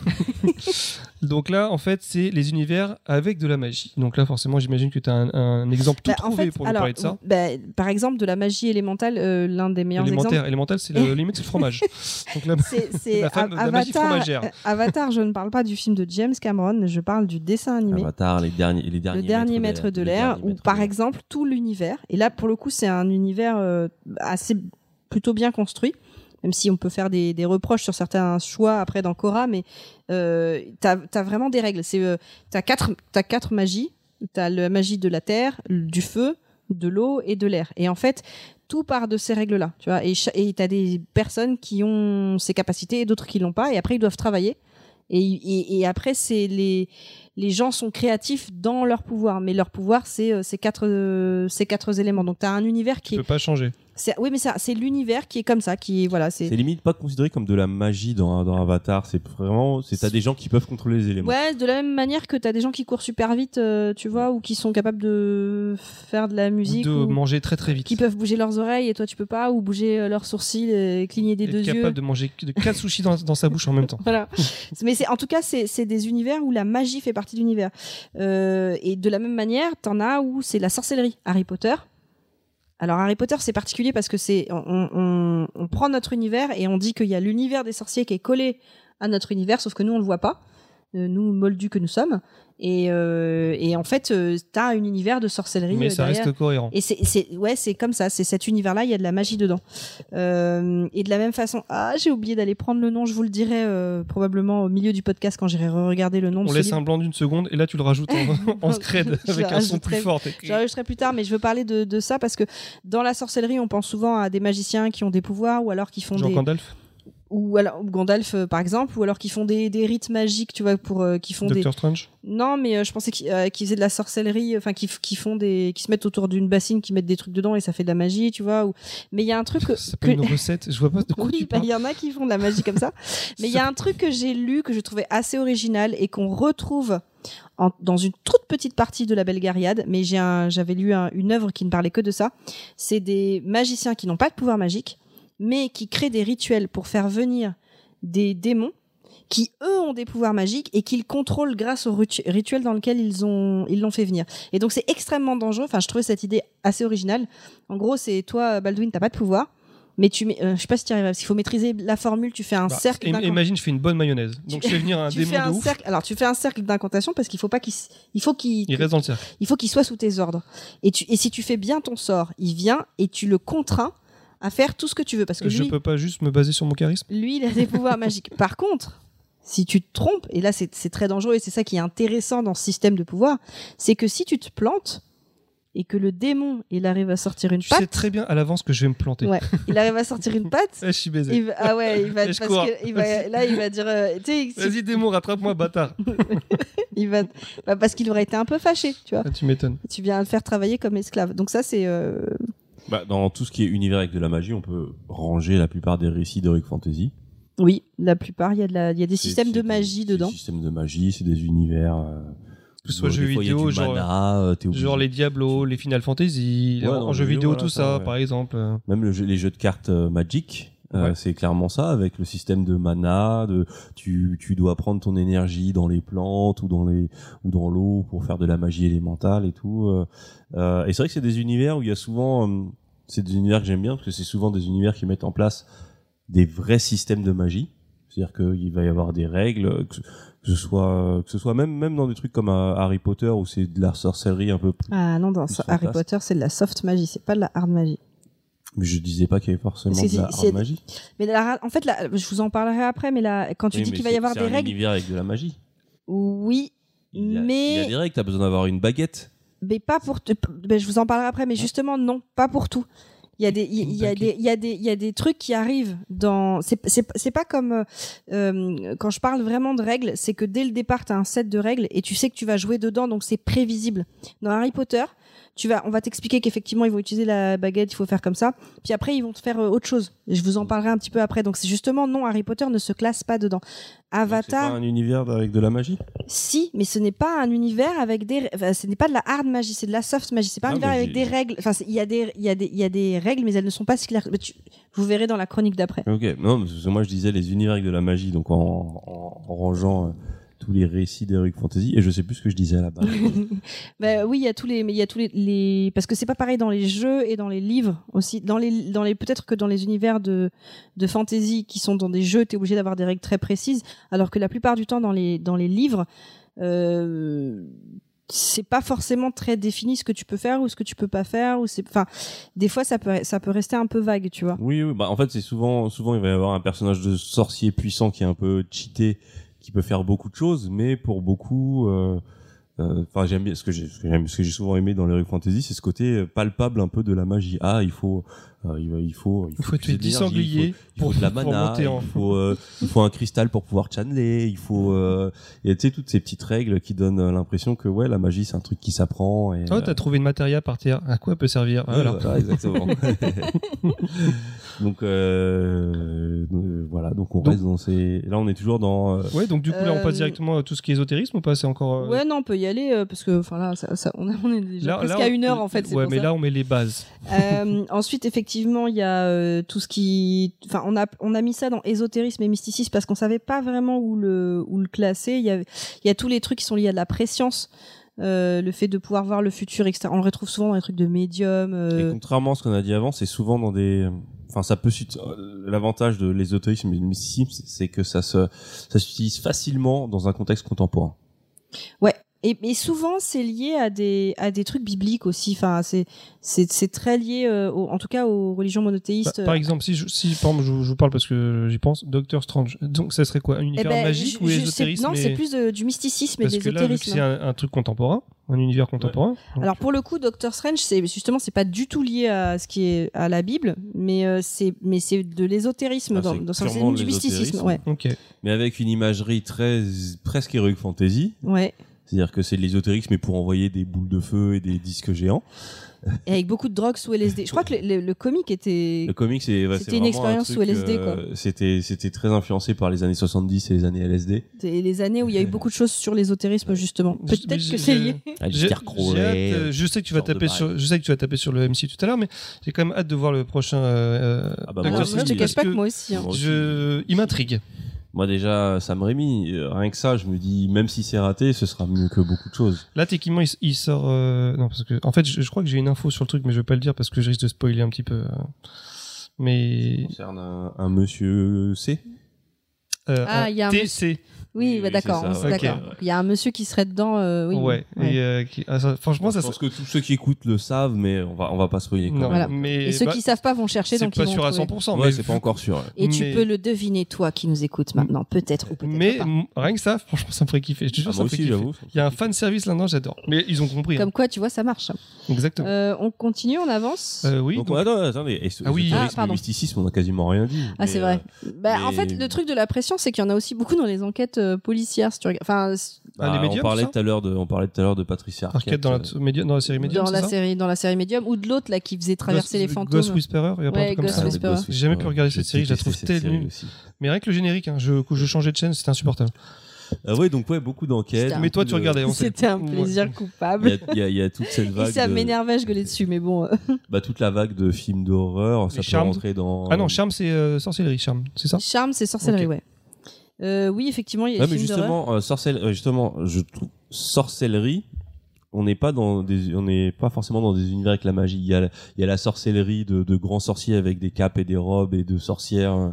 Donc là, en fait, c'est les univers avec de la magie. Donc là, forcément, j'imagine que tu as un, un exemple tout Bah, en trouvé fait, pour nous alors, parler de ça. bah, par exemple, de la magie élémentale, euh, l'un des meilleurs Élémentaire, exemples. élémental, c'est le limite, c'est le fromage. Donc là, C'est, c'est La femme- A- la magie Avatar. fromagère. euh, Avatar, je ne parle pas du film de James Cameron, je parle du dessin animé. Avatar, les derniers, les derniers Le dernier maître de les l'air, derniers où maîtres par de l'air. exemple tout l'univers, et là pour le coup c'est un univers euh, assez plutôt bien construit, même si on peut faire des, des reproches sur certains choix après dans Korra, mais euh, t'as as vraiment des règles. C'est euh, t'as quatre t'as quatre magies, t'as la magie de la terre, du feu, de l'eau et de l'air, et en fait tout part de ces règles-là, tu vois. Et cha- et t'as des personnes qui ont ces capacités et d'autres qui l'ont pas, et après ils doivent travailler. Et, et, et après, c'est les, les gens sont créatifs dans leur pouvoir, mais leur pouvoir, c'est euh, ces quatre, euh, ces quatre éléments. Donc, tu as un univers qui tu est. peux pas changer. c'est- oui, mais ça, c'est l'univers qui est comme ça, qui est. Voilà, c'est. C'est limite pas considéré comme de la magie dans, dans Avatar. C'est vraiment, c'est t'as des gens qui peuvent contrôler les éléments. Ouais, de la même manière que tu as des gens qui courent super vite, euh, tu vois, ou qui sont capables de faire de la musique, De ou manger très très vite. qui peuvent bouger leurs oreilles et toi, tu peux pas, ou bouger euh, leurs sourcils, et cligner des Être deux capable yeux. de manger de quatre sushis dans, dans sa bouche en même temps. Voilà. Mais c'est en tout cas c'est c'est des univers où la magie fait partie de l'univers. Euh, et de la même manière, t'en as où c'est la sorcellerie. Harry Potter. Alors Harry Potter c'est particulier parce que c'est on, on, on prend notre univers et on dit qu'il y a l'univers des sorciers qui est collé à notre univers, sauf que nous on le voit pas. Euh, nous moldus que nous sommes. Et, euh, et en fait, euh, t'as un univers de sorcellerie Mais euh, ça derrière. reste cohérent. Et c'est, c'est, ouais, c'est comme ça. C'est cet univers-là, il y a de la magie dedans. Euh, et de la même façon, ah, j'ai oublié d'aller prendre le nom. Je vous le dirai euh, probablement au milieu du podcast quand j'irai regarder le nom. On de ce laisse livre. un blanc d'une seconde et là tu le rajoutes en, en scred Je avec le un son plus rajouterai. fort. J'enregistrerai plus tard, mais je veux parler de, de ça parce que dans la sorcellerie, on pense souvent à des magiciens qui ont des pouvoirs ou alors qui font Genre des Gandalf, ou alors ou Gandalf euh, par exemple, ou alors qui font des, des rites magiques, tu vois, pour euh, qui font des Doctor Strange. non, mais euh, je pensais qu'ils euh, qu'ils faisaient de la sorcellerie, enfin qui qui font des qui se mettent autour d'une bassine, qui mettent des trucs dedans et ça fait de la magie, tu vois. Ou... Mais il y a un truc que, Ça s'appelle que- une recette. Je vois pas de quoi oui, tu bah, parles. il y en a qui font de la magie comme ça. Mais il y a un truc que j'ai lu que je trouvais assez original et qu'on retrouve en- dans une toute petite partie de la Belgariade. Mais j'ai un, j'avais lu un- une œuvre qui ne parlait que de ça. C'est des magiciens qui n'ont pas de pouvoir magique, mais qui créent des rituels pour faire venir des démons qui eux ont des pouvoirs magiques et qu'ils contrôlent grâce au ritu- rituel dans lequel ils ont ils l'ont fait venir. Et donc c'est extrêmement dangereux. Enfin, je trouvais cette idée assez originale. En gros, c'est toi, Baldwin, t'as pas de pouvoir, mais tu mets, euh, je sais pas si tu y arriveras, parce qu'il faut maîtriser la formule. Tu fais un Bah, cercle. im- d'incant- imagine, je fais une bonne mayonnaise. Donc je fais venir un tu fais démon un de ouf. cercle. Alors tu fais un cercle d'incantation parce qu'il faut pas qu'il, s- il faut qu'il, Il reste dans le cercle. il faut qu'il soit sous tes ordres. Et tu, et si tu fais bien ton sort, il vient et tu le contrains à faire tout ce que tu veux parce que Je lui, peux pas juste me baser sur mon charisme. lui, il a des pouvoirs magiques. Par contre, si tu te trompes, et là c'est c'est très dangereux et c'est ça qui est intéressant dans ce système de pouvoir, c'est que si tu te plantes et que le démon il arrive à sortir une Tu sais patte, très bien à l'avance que je vais me planter. ouais, il arrive à sortir une patte. Eh, je suis baisé. Il va- ah ouais, il va, Et je parce cours. que il va, là il va dire, euh, tu sais, si- Vas-y démon, rattrape-moi bâtard. il va, bah, parce qu'il aurait été un peu fâché, tu vois. Ah, tu m'étonnes. Tu viens le faire travailler comme esclave. Donc ça c'est, euh, Bah, dans tout ce qui est univers avec de la magie, on peut ranger la plupart des récits d'Heroic Fantasy. oui, la plupart il y a de la, il y a des C'est- systèmes c'est de des- magie c'est dedans. Des systèmes de magie, c'est des univers. Euh, Que ce soit où, jeux des fois, il y a vidéo, du genre- mana, euh, t'es obligé- Genre les Diablo, les Final Fantasy, Ouais, en, non, en jeux les vidéo, jeux, tout voilà, ça, ça, ouais. par exemple. euh. Même le jeu- les jeux de cartes euh, Magic, euh, Ouais. c'est clairement ça, avec le système de mana, de tu, tu dois prendre ton énergie dans les plantes ou dans les ou dans l'eau pour faire de la magie élémentale et tout. euh. Euh, et c'est vrai que c'est des univers où il y a souvent, euh, c'est des univers que j'aime bien parce que c'est souvent des univers qui mettent en place des vrais systèmes de magie. C'est-à-dire qu'il va y avoir des règles, que, ce- que ce soit que ce soit même même dans des trucs comme euh, Harry Potter où c'est de la sorcellerie un peu plus. Ah non, dans Plus ça, Harry fantasque. Potter c'est de la soft magie, c'est pas de la hard magie. Mais je disais pas qu'il y avait forcément Parce que de la c'est- c'est- hard magie. Mais la- en fait, la- je vous en parlerai après, mais là, quand tu Oui, dis mais qu'il va c'est- y avoir c'est des un règles, univers avec de la magie. oui, Il y a, mais... il y a des règles, t'as besoin d'avoir une baguette. Mais pas pour... Te... Ben, je vous en parlerai après, mais justement, non, pas pour tout. Il y a des, il y a des, il y a des, il y a des trucs qui arrivent dans. C'est, c'est, c'est pas comme euh, quand je parle vraiment de règles, c'est que dès le départ, t'as un set de règles et tu sais que tu vas jouer dedans, donc c'est prévisible. Dans Harry Potter, tu vas, on va t'expliquer qu'effectivement ils vont utiliser la baguette, il faut faire comme ça. Puis après, ils vont te faire euh, autre chose. Et je vous en parlerai un petit peu après. Donc c'est justement non, Harry Potter ne se classe pas dedans. Avatar. C'est pas un univers avec de la magie. Si, mais ce n'est pas un univers avec des, enfin, ce n'est pas de la hard magie, c'est de la soft magie. C'est pas un Ah, univers mais avec j'ai- des règles. Enfin, c'est- il y a des, il y a des, il y a des règles, mais elles ne sont pas si claires. Mais tu- vous verrez dans la chronique d'après. Ok, non, parce que moi je disais les univers avec de la magie, donc en, en, en rangeant euh, tous les récits d'Heroic Fantasy, et je sais plus ce que je disais à la base. Bah oui, il y a tous les, mais il y a tous les, les, parce que c'est pas pareil dans les jeux et dans les livres aussi. Dans les, dans les, peut-être que dans les univers de, de fantasy qui sont dans des jeux, t'es obligé d'avoir des règles très précises, alors que la plupart du temps dans les, dans les livres, euh, c'est pas forcément très défini ce que tu peux faire ou ce que tu peux pas faire, ou c'est, enfin, des fois ça peut, ça peut rester un peu vague, tu vois. Oui, oui, bah en fait c'est souvent, souvent il va y avoir un personnage de sorcier puissant qui est un peu cheaté, qui peut faire beaucoup de choses, mais pour beaucoup, euh, euh, enfin j'aime bien ce que j'ai, ce que j'aime, ce que j'ai souvent aimé dans l'Heroic Fantasy, c'est ce côté palpable un peu de la magie. Ah, il faut, euh, il, il faut, Il faut tuer puiser de dix l'énergie, sangliers il faut, il faut pour- de la pour mana, monter en- il faut, euh, il faut un cristal pour pouvoir channeler, il faut, euh, et tu sais toutes ces petites règles qui donnent euh, l'impression que ouais la magie c'est un truc qui s'apprend. Et, Oh, t'as trouvé une matéria par terre. À quoi elle peut servir? Ouais, Voilà. voilà, exactement. donc euh, euh, voilà, donc on Donc- reste dans ces. Là, on est toujours dans. euh, Ouais, donc du coup là, on Euh, passe directement à tout ce qui est ésotérisme ou pas? C'est encore. euh, Ouais, non, on peut y aller euh, parce que, enfin là, ça, ça- on, a- on est déjà là- presque là, à on- une heure en fait. C'est Ouais, pour mais ça. là, on met les bases. Euh, ensuite, effectivement, il y a euh, tout ce qui, enfin, on a on a mis ça dans ésotérisme et mysticisme parce qu'on savait pas vraiment où le où le classer. Il y a il y a tous les trucs qui sont liés à de la préscience, euh, le fait de pouvoir voir le futur, et cetera. On le retrouve souvent dans les trucs de médium. Et Euh... contrairement à ce qu'on a dit avant, c'est souvent dans des. Enfin, ça peut. s'ut- L'avantage de l'ésotérisme et du mysticisme, c'est- c'est que ça se, ça s'utilise facilement dans un contexte contemporain. Ouais. Et, et souvent, c'est lié à des à des trucs bibliques aussi. Enfin, c'est c'est c'est très lié, euh, au- en tout cas, aux religions monothéistes. Bah, par exemple, si, je, si par exemple, je, vous- je vous parle parce que j'y pense, Doctor Strange. Donc, ça serait quoi? Un Eh univers ben, magique je- ou je- c'est- ésotérisme? Non, et- c'est plus de- du mysticisme et Parce de que là, vu que l'ésotérisme. c'est un, un truc contemporain, un univers contemporain. donc- Alors pour le coup, Doctor Strange, c'est justement c'est pas du tout lié à ce qui est à la Bible, mais euh, c'est mais c'est de l'ésotérisme Ah, dans, c'est dans c'est purement de du mysticisme, l'ésotérisme. ouais, Ok. Mais avec une imagerie très presque Heroic Fantasy. ouais, C'est-à-dire que c'est de l'ésotérisme, mais pour envoyer des boules de feu et des disques géants. et avec beaucoup de drogue sous L S D. Je crois que le, le, le comic était Le comic, c'est ouais, C'était c'est une vraiment un expérience truc, sous L S D, euh, C'était c'était très influencé par les années soixante-dix et les années L S D. des- les années où il y a eu beaucoup de choses sur l'ésotérisme justement. Je- Peut-être je- que c'est je- lié. J'ai- Alistair j'ai Crowley, hâte, euh, je sais que tu vas genre de taper bail. sur, je sais que tu vas taper sur le M C U tout à l'heure, mais j'ai quand même hâte de voir le prochain. Euh, Ah bah, Doctor moi Alors, aussi, je te Strange, cache pas parce que moi aussi. hein. Moi aussi. je, il m'intrigue. Moi déjà, Sam Raimi, euh, rien que ça, je me dis, même si c'est raté, ce sera mieux que beaucoup de choses. Là, techniquement, il, il sort. euh, non, parce que en fait, je, je crois que j'ai une info sur le truc, mais je vais pas le dire parce que je risque de spoiler un petit peu. euh. Mais Ça concerne un, un monsieur C. euh, Ah, un il y a un T C. Oui, Oui, bah, oui, d'accord, c'est ça, c'est ouais. d'accord. Ok. Il y a un monsieur qui serait dedans. euh, oui. ouais. ouais. Et, euh, qui- ah, ça- franchement, ça. je pense que tous ceux qui écoutent le savent, mais on va on va pas spoiler. Quand Non, même. Voilà. mais Et ceux bah, qui savent pas vont chercher, c'est donc pas ils vont sûr à trouver. cent pour cent. Ouais, mais c'est pas vu- encore sûr. Et tu Mais- peux le deviner, toi qui nous écoutes maintenant, peut-être ou peut-être Mais pas. m- rien que ça, franchement, ça me ferait kiffer. Je te jure, Ah, ça moi me ferait aussi, kiffer. j'avoue. Il y a un fan service là-dedans, j'adore. Mais ils ont compris. hein. Comme quoi, tu vois, ça marche. Exactement. Euh, on continue, on avance. Euh, oui. Donc, donc- attends, attendez. Et ce- Ah oui. ésotérisme Ah, pardon. et mysticisme, on a quasiment rien dit. Ah, Mais, c'est vrai. euh, Bah, mais- En fait, le truc de la pression, c'est qu'il y en a aussi beaucoup dans les enquêtes euh, policières. Si tu regardes. Enfin, s- Ah, les bah, médiums, on parlait ça tout à l'heure de, on parlait tout à l'heure de Patricia Arquette. Arquette dans la, euh, t- média- dans la série Medium, dans c'est la ça série, dans la série Medium, ou de l'autre là qui faisait traverser Ghost- les fantômes. Ghost Whisperer, il y a pas un Ouais, truc comme Ghost ça. Whisperer. Ghost J'ai jamais pu Whisperer. regarder cette J'ai série, je la détesté trouve cette tellement série nulle. aussi. Mais rien que le générique, hein, je, je changeais de chaîne, c'était insupportable. Ah ouais, donc ouais, beaucoup d'enquêtes. C'était Mais toi, beaucoup tu de- regardais. on sait. C'était un Ouais. plaisir Il y coupable. a, il y a- il y a toute cette Et vague. ça de- m'énervait, je gueulais dessus, mais bon. euh, Bah, toute la vague de films d'horreur, ça peut Charmed. rentrer dans. Ah non, Charme, c'est euh, sorcellerie, Charme, c'est ça? Charme, c'est sorcellerie, Ok. ouais. Euh, oui, effectivement, il y a Ouais, des mais films d'horreur. justement, euh, sorcelle- euh, justement, je trouve sorcellerie. On n'est pas dans des, on n'est pas forcément dans des univers avec la magie. Il y a, il y a la sorcellerie de, de grands sorciers avec des capes et des robes et de sorcières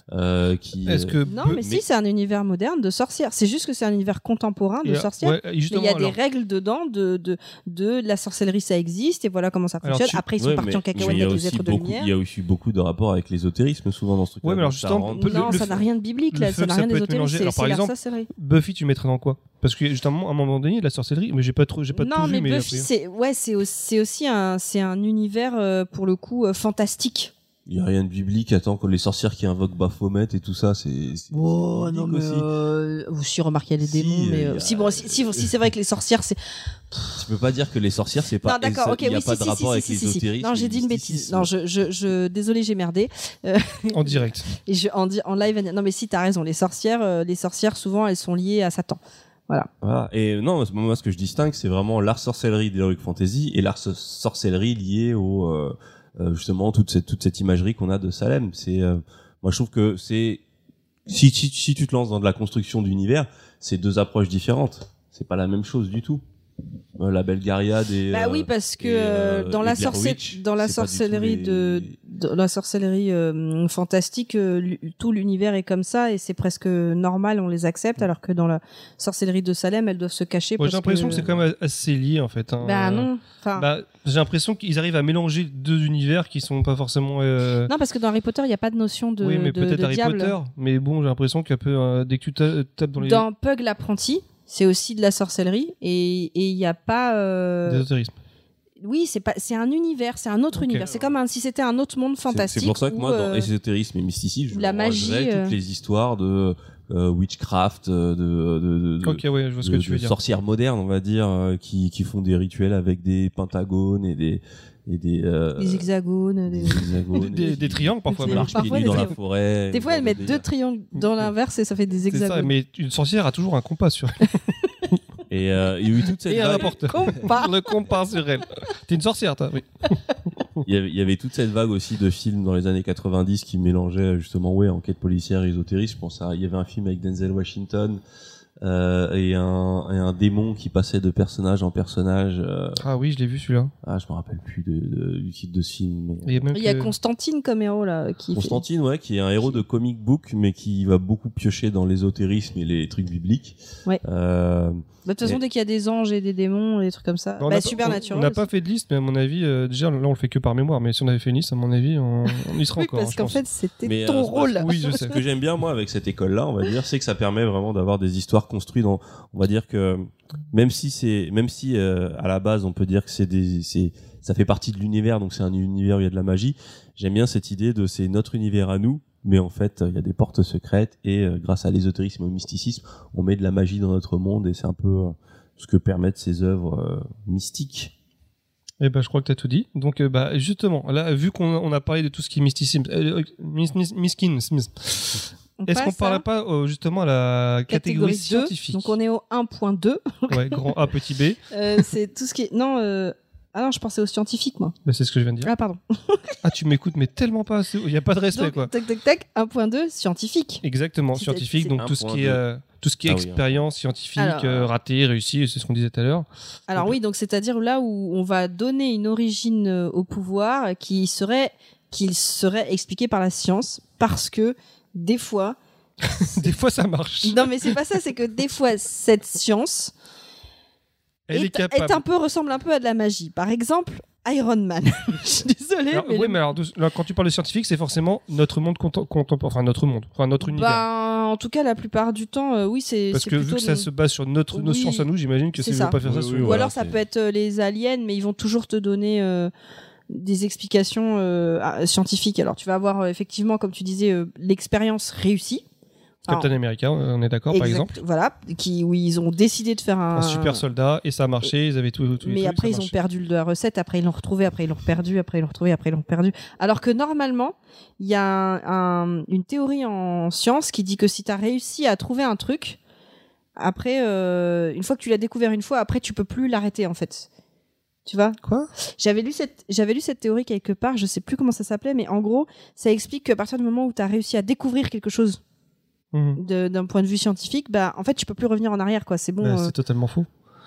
euh, qui. Est-ce que Non, Be- mais, si, c'est un univers moderne de sorcières. C'est juste que c'est un univers contemporain de Et, sorcières. ouais, Mais il justement, y a alors, des règles dedans de, de, de la sorcellerie, ça existe, et voilà comment ça Alors, fonctionne. tu- Après, ils sont Ouais, partis mais- en mais cacahuète il y a avec les aussi êtres de beaucoup- lumière. Il y a aussi beaucoup de rapports avec l'ésotérisme souvent dans ce truc. Ouais, mais alors justement, peut- Non, le ça f- n'a rien de biblique, le là, feu, ça n'a ça rien peut être d'ésotérique, mélangé. c'est Alors, par c'est la exemple, sorcellerie. Buffy, tu mettrais dans quoi? Parce que justement, à un moment donné, la sorcellerie, mais j'ai pas trop, j'ai pas non, tout mais vu, mais Buffy, après- c'est ouais, c'est aussi, c'est aussi un, c'est un univers euh, pour le coup euh, fantastique. Il y a rien de biblique. Attends, que les sorcières qui invoquent Baphomet et tout ça, c'est. c'est- Oh c'est non, biblique mais aussi. euh, aussi remarquer les Si, démons, euh, mais y euh, a- si bon, si, si, si c'est vrai que les sorcières, c'est Tu peux pas dire que les sorcières c'est pas. non d'accord, et ça- ok, Il y a oui, pas si, de si, rapport si, avec si, si, si. l'ésotérisme. Non, et j'ai le dit une bêtise. mysticisme. Non, je, je, je, désolé, j'ai merdé. en direct. Et je, en, di- en live, non, mais si, t'as raison. Les sorcières, euh, les sorcières, souvent, elles sont liées à Satan. Voilà. Voilà. Et non, moi, ce que je distingue, c'est vraiment l'art sorcellerie d'Heroic Fantasy et l'art so- sorcellerie lié au euh, euh, justement toute cette toute cette imagerie qu'on a de Salem. C'est euh, moi, je trouve que c'est si, si si tu te lances dans de la construction d'univers, c'est deux approches différentes. C'est pas la même chose du tout. Euh, la Belgariade et Bah euh, oui, parce que et, euh, euh, dans et la Blair sorcellerie, Witch, dans la c'est pas du tout sorcellerie les- de, dans la sorcellerie euh, fantastique, euh, lu- tout l'univers est comme ça et c'est presque normal, on les accepte, alors que dans la sorcellerie de Salem, elles doivent se cacher. Moi, parce j'ai l'impression que, c'est quand même assez lié en fait. Hein. Bah non. Enfin, Bah, j'ai l'impression qu'ils arrivent à mélanger deux univers qui sont pas forcément. euh, non, parce que dans Harry Potter, il n'y a pas de notion de, oui, mais de, peut-être de Harry diable. Potter. Mais bon, j'ai l'impression qu'un peu euh, dès que tu ta- tapes dans les Dans Pug l'apprenti, c'est aussi de la sorcellerie et et il n'y a pas. euh, l'ésotérisme. Oui, c'est pas, c'est un univers, c'est un autre Ok. univers. C'est comme un- si c'était un autre monde C'est- fantastique. C'est pour ça que où, moi, dans euh, ésotérisme et mysticisme, je la magie, rangerais euh, toutes les histoires de euh, witchcraft, euh, de, de, de, de, Ok, ouais, je vois ce de- que tu de veux dire. sorcières modernes, on va dire, euh, qui, qui font des rituels avec des pentagones et des et des, euh, des hexagones. Des... des hexagones, Des, et- des triangles parfois. Des qui mais- marchent Parfois, pieds nus des dans la triangles. forêt. Des fois, elles mettent deux triangles dans l'inverse et ça fait des C'est ça, hexagones. mais une sorcière a toujours un compas sur elle. Et euh, il y a eu toute cette Et un vague. rapporteur. Compas. Le compas sur elle. T'es une sorcière, toi. Oui. Il y, avait, il y avait toute cette vague aussi de films dans les années quatre-vingt-dix qui mélangeaient justement ouais enquête policière et ésotérisme. Je pense à il y avait un film avec Denzel Washington euh, et un et un démon qui passait de personnage en personnage. euh, Ah oui, je l'ai vu celui-là. ah, je me rappelle plus de, de- du titre de ce film. Mais... Il y a même Il y a que- Constantine comme héros là qui fait- Constantine, ouais, qui est un héros de comic book, mais qui va beaucoup piocher dans l'ésotérisme et les trucs bibliques. Ouais. Euh, Bah, de toute façon, Et- dès qu'il y a des anges et des démons et des trucs comme ça, On bah, n'a pas- Supernatural. On n'a pas fait de liste, mais à mon avis, euh, déjà là on le fait que par mémoire. Mais si on avait fait une liste, à mon avis, on, on y sera Oui, encore. hein, parce je qu'en pense. fait, c'était Mais, ton euh, rôle. Oui, je Ce sais. que j'aime bien moi avec cette école-là, on va dire, c'est que ça permet vraiment d'avoir des histoires construites. Dans, on va dire que même si c'est, même si euh, à la base on peut dire que c'est des, c'est, ça fait partie de l'univers, donc c'est un univers où il y a de la magie. J'aime bien cette idée de c'est notre univers à nous, mais en fait il y a des portes secrètes et euh, grâce à l'ésotérisme et au mysticisme, on met de la magie dans notre monde et c'est un peu euh, ce que permettent ces œuvres euh, mystiques. Eh ben, je crois que tu as tout dit. Donc, euh, bah, justement, là, vu qu'on on a parlé de tout ce qui est mysticisme, euh, mis- mis- miskin, Smith, On est-ce qu'on passe parle à pas euh, justement à la catégorie, deux. scientifique? Donc on est au un point deux. Ouais, grand A, petit B. Euh, c'est tout ce qui est. Non, euh... ah non, je pensais au scientifique, moi. Bah, c'est ce que je viens de dire. Ah, pardon. Ah, tu m'écoutes, mais tellement pas assez. Il n'y a pas de respect, Donc, quoi. tac, tac, tac, un point deux, scientifique. Exactement, C'est- scientifique. c'est- Donc, tout ce qui est, euh, tout ce qui est Ah oui, expérience scientifique, Alors, euh, ratée, réussie, c'est ce qu'on disait tout à l'heure. Alors oui, donc c'est-à-dire là où on va donner une origine euh, au pouvoir qui serait, qui serait expliquée par la science, parce que des fois, Des fois, ça marche. non mais c'est pas ça, c'est que des fois cette science Elle est, est, capable. est un peu ressemble un peu à de la magie. Par exemple, Iron Man. Je suis désolée, Alors, mais, oui, le- mais alors, de- là, quand tu parles de scientifique, c'est forcément notre monde contem- contemporain, enfin notre monde, enfin notre univers. ben, en tout cas la plupart du temps, euh, oui c'est. Parce c'est que vu plutôt que ça de- se base sur notre nos Oui, sciences à nous, j'imagine que c'est c'est ça. veut pas faire ça Oui, sur oui, Ou voilà, alors ça c'est- peut être euh, les aliens, mais ils vont toujours te donner euh, des explications euh, ah, scientifiques. Alors tu vas avoir euh, effectivement, comme tu disais, euh, l'expérience réussie. Captain America, on est d'accord, par Exact- exemple. Voilà, qui, où ils ont décidé de faire un, Un super soldat, et ça a marché, ils avaient tout, tout les mais trucs, après ça ils ont marchait. perdu la recette, après ils l'ont retrouvé, après ils l'ont perdu, après ils l'ont retrouvé, après ils l'ont perdu. Alors que normalement, il y a un- un- une théorie en science qui dit que si tu as réussi à trouver un truc, après, euh, une fois que tu l'as découvert une fois, après tu peux plus l'arrêter en fait. Tu vois? Quoi? J'avais lu cette, j'avais lu cette théorie quelque part, je sais plus comment ça s'appelait, mais en gros, ça explique qu'à partir du moment où tu as réussi à découvrir quelque chose Mhm. de- d'un point de vue scientifique, bah en fait tu peux plus revenir en arrière quoi. C'est bon. Bah, euh, c'est totalement faux.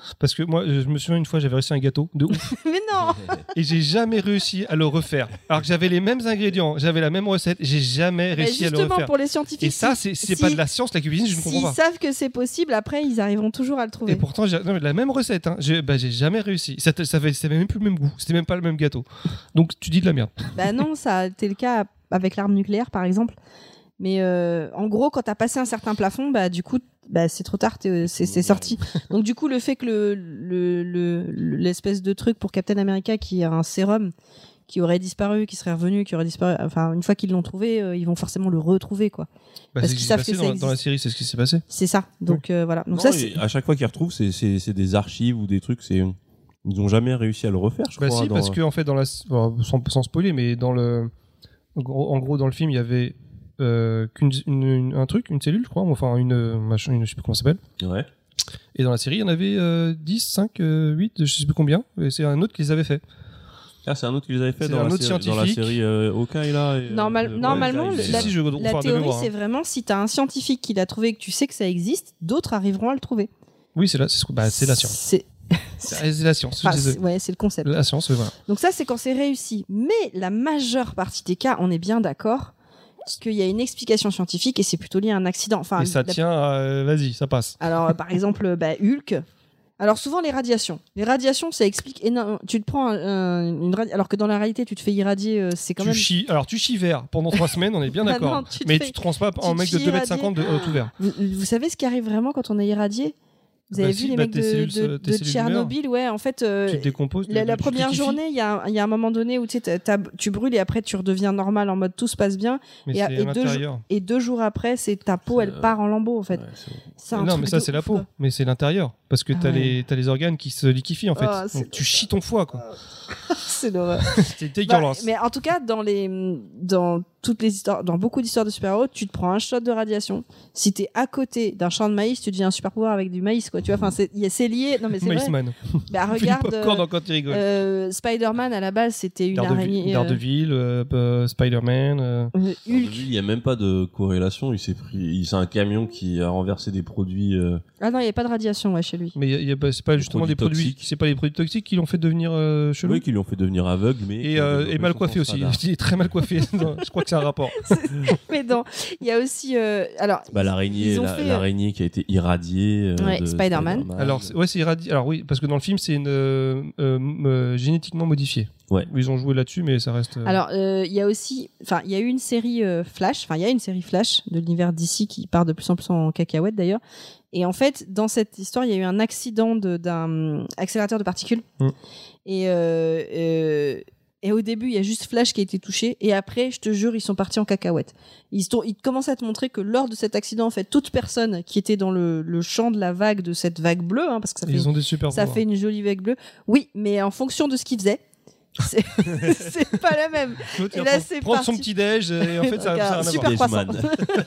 Parce que moi, je me souviens une fois, j'avais réussi un gâteau de ouf. Mais non. Et j'ai jamais réussi à le refaire. Alors que j'avais les mêmes ingrédients, j'avais la même recette, j'ai jamais Mais réussi à le justement, refaire. pour les scientifiques. Et ça, si- c'est, c'est si- pas de la science, la cuisine, je ne comprends S'ils pas. savent que c'est possible, après, ils arriveront toujours à le trouver. Et pourtant, j'ai non, mais la même recette, hein. j'ai, bah, j'ai jamais réussi. Ça, te- ça fait, c'était même plus le même goût, c'était même pas le même gâteau. Donc tu dis de la merde. Bah non, ça a été le cas avec l'arme nucléaire, par exemple. Mais euh, en gros, quand t'as passé un certain plafond, bah du coup, bah c'est trop tard, t'es- c'est, c'est sorti. Donc du coup, le fait que le, le, le- le- l'espèce de truc pour Captain America qui a un sérum qui aurait disparu, qui serait revenu, qui aurait disparu, enfin une fois qu'ils l'ont trouvé, euh, ils vont forcément le retrouver, quoi. Bah, Parce c'est qu'ils ce qui s'est savent passé que ça dans, dans la existe. série, c'est ce qui s'est passé. C'est ça. Donc euh, voilà. Donc Non, ça, et c'est... à chaque fois qu'ils retrouvent, c'est, c'est, c'est des archives ou des trucs. C'est ils ont jamais réussi à le refaire, je Bah crois. si, dans- parce que en fait, dans la, alors, sans, sans spoiler, mais dans le, en gros, en gros, dans le film, il y avait euh, qu'une, une- une- un truc, une cellule, je crois, enfin une euh, machin, une, je sais plus comment ça s'appelle. Ouais. Et dans la série, il y en avait euh, dix, cinq, euh, huit, je sais plus combien. Et c'est un autre qui les avait fait. Ah, c'est un autre qui les avait fait C'est dans, un la autre série, dans la scientifique. série euh, Hawkeye là. et, Normal- euh, normalement, ouais, le- il- la- Si, si, je La refaire de théorie, mémoire, hein. c'est vraiment si t'as un scientifique qui l'a trouvé et que tu sais que ça existe, d'autres arriveront à le trouver. Oui, c'est la, c'est, ce- bah, c'est la science. C'est, C'est, c'est la science. enfin, je disais. c'est- ouais, c'est le concept. La science, euh, voilà. Donc ça, c'est quand c'est réussi. Mais la majeure partie des cas, on est bien d'accord qu'il y a une explication scientifique et c'est plutôt lié à un accident. Enfin, Et ça la- tient, à- vas-y, ça passe. Alors, euh, par exemple, bah, Hulk. Alors souvent les radiations. Les radiations, ça explique énormément. Tu te prends un- un- une radi- alors que dans la réalité, tu te fais irradier, euh, c'est quand Tu même. chies, alors tu chies vert pendant trois semaines, on est bien Ah d'accord. non, tu te mais fais- tu te transformes tu en te mec de fais deux mètres cinquante de euh, tout vert. Vous, vous savez ce qui arrive vraiment quand on est irradié? Vous Bah avez si, vu les bah mecs tes de, cellules, de- euh, tes de cellules Tchernobyl, ouais, en fait. euh, Tu te décomposes. La, tu- la tu première liquéfies. journée, il y, a un- il y a un moment donné où tu sais, t'as- t'as- tu brûles et après tu redeviens normal en mode tout se passe bien. Mais et c'est à- à et deux l'intérieur. Et deux jours après, c'est ta peau, C'est, elle euh, part en lambeaux en fait. Ouais, c'est- C'est un non, truc mais ça, de c'est la ouf, peau. quoi. Mais c'est l'intérieur. Parce que Ah t'as, ouais. les, t'as les organes qui se liquéfient, en fait. Ah, c'est- Donc tu chies ton foie, quoi. C'est l'horreur. C'est Bah, dégueulasse. mais en tout cas, dans les, dans toutes les histoires, dans beaucoup d'histoires de super-héros, tu te prends un shot de radiation. Si t'es à côté d'un champ de maïs, tu deviens un super pouvoir avec du maïs, quoi. Tu vois, enfin, c'est, y a- c'est lié. Non, mais c'est vrai. Maïsman. Bah, Fais du regarde. popcorn euh, quand tu rigoles. euh, Spider-Man à la base, c'était une Daredevil, araignée. euh, Daredevil, euh, euh, Spider-Man. euh, euh, Alors, Hulk. lui, il n'y a même pas de corrélation. Il s'est pris, il- c'est un camion qui a renversé des produits. euh, Ah non, il n'y a pas de radiation ouais, chez lui. Mais y a- y a pas- c'est pas justement produits des produits, toxiques. c'est pas les produits toxiques qui l'ont fait devenir euh, chelou. Oui, qui lui ont fait devenir aveugle, mais. qui Et, ont euh, développé et mal son coiffé sens aussi. radar. Il est très mal coiffé. Non, je crois que c'est un rapport. Mais non, il y a aussi. euh, alors, Bah, l'araignée, ils ont la- fait, euh, l'araignée qui a été irradiée. euh, Ouais, de Spider-Man. Alors, c'est- ouais, c'est irradi- Alors oui, parce que dans le film, c'est une euh, euh, euh, génétiquement modifié. Ouais. Ils ont joué là-dessus, mais ça reste. euh, Alors, euh, il y a aussi, enfin, il y a eu une série euh, Flash, enfin, il y a une série Flash de l'univers D C qui part de plus en plus en cacahuète d'ailleurs. Et en fait, dans cette histoire, il y a eu un accident de- d'un euh, accélérateur de particules. Mm. Et, euh, euh, et au début, il y a juste Flash qui a été touché. Et après, je te jure, ils sont partis en cacahuète. Ils, sont- ils commencent à te montrer que lors de cet accident, en fait, toute personne qui était dans le, le champ de la vague, de cette vague bleue, hein, parce que ça fait ils ont des super ça pouvoirs. fait une jolie vague bleue. Oui, mais en fonction de ce qu'il faisait. C'est c'est pas la même. L'autre, et il là, prend- c'est prend son parti. petit déj et en fait, ça, ça a rien à voir. Super croissant. Déjman.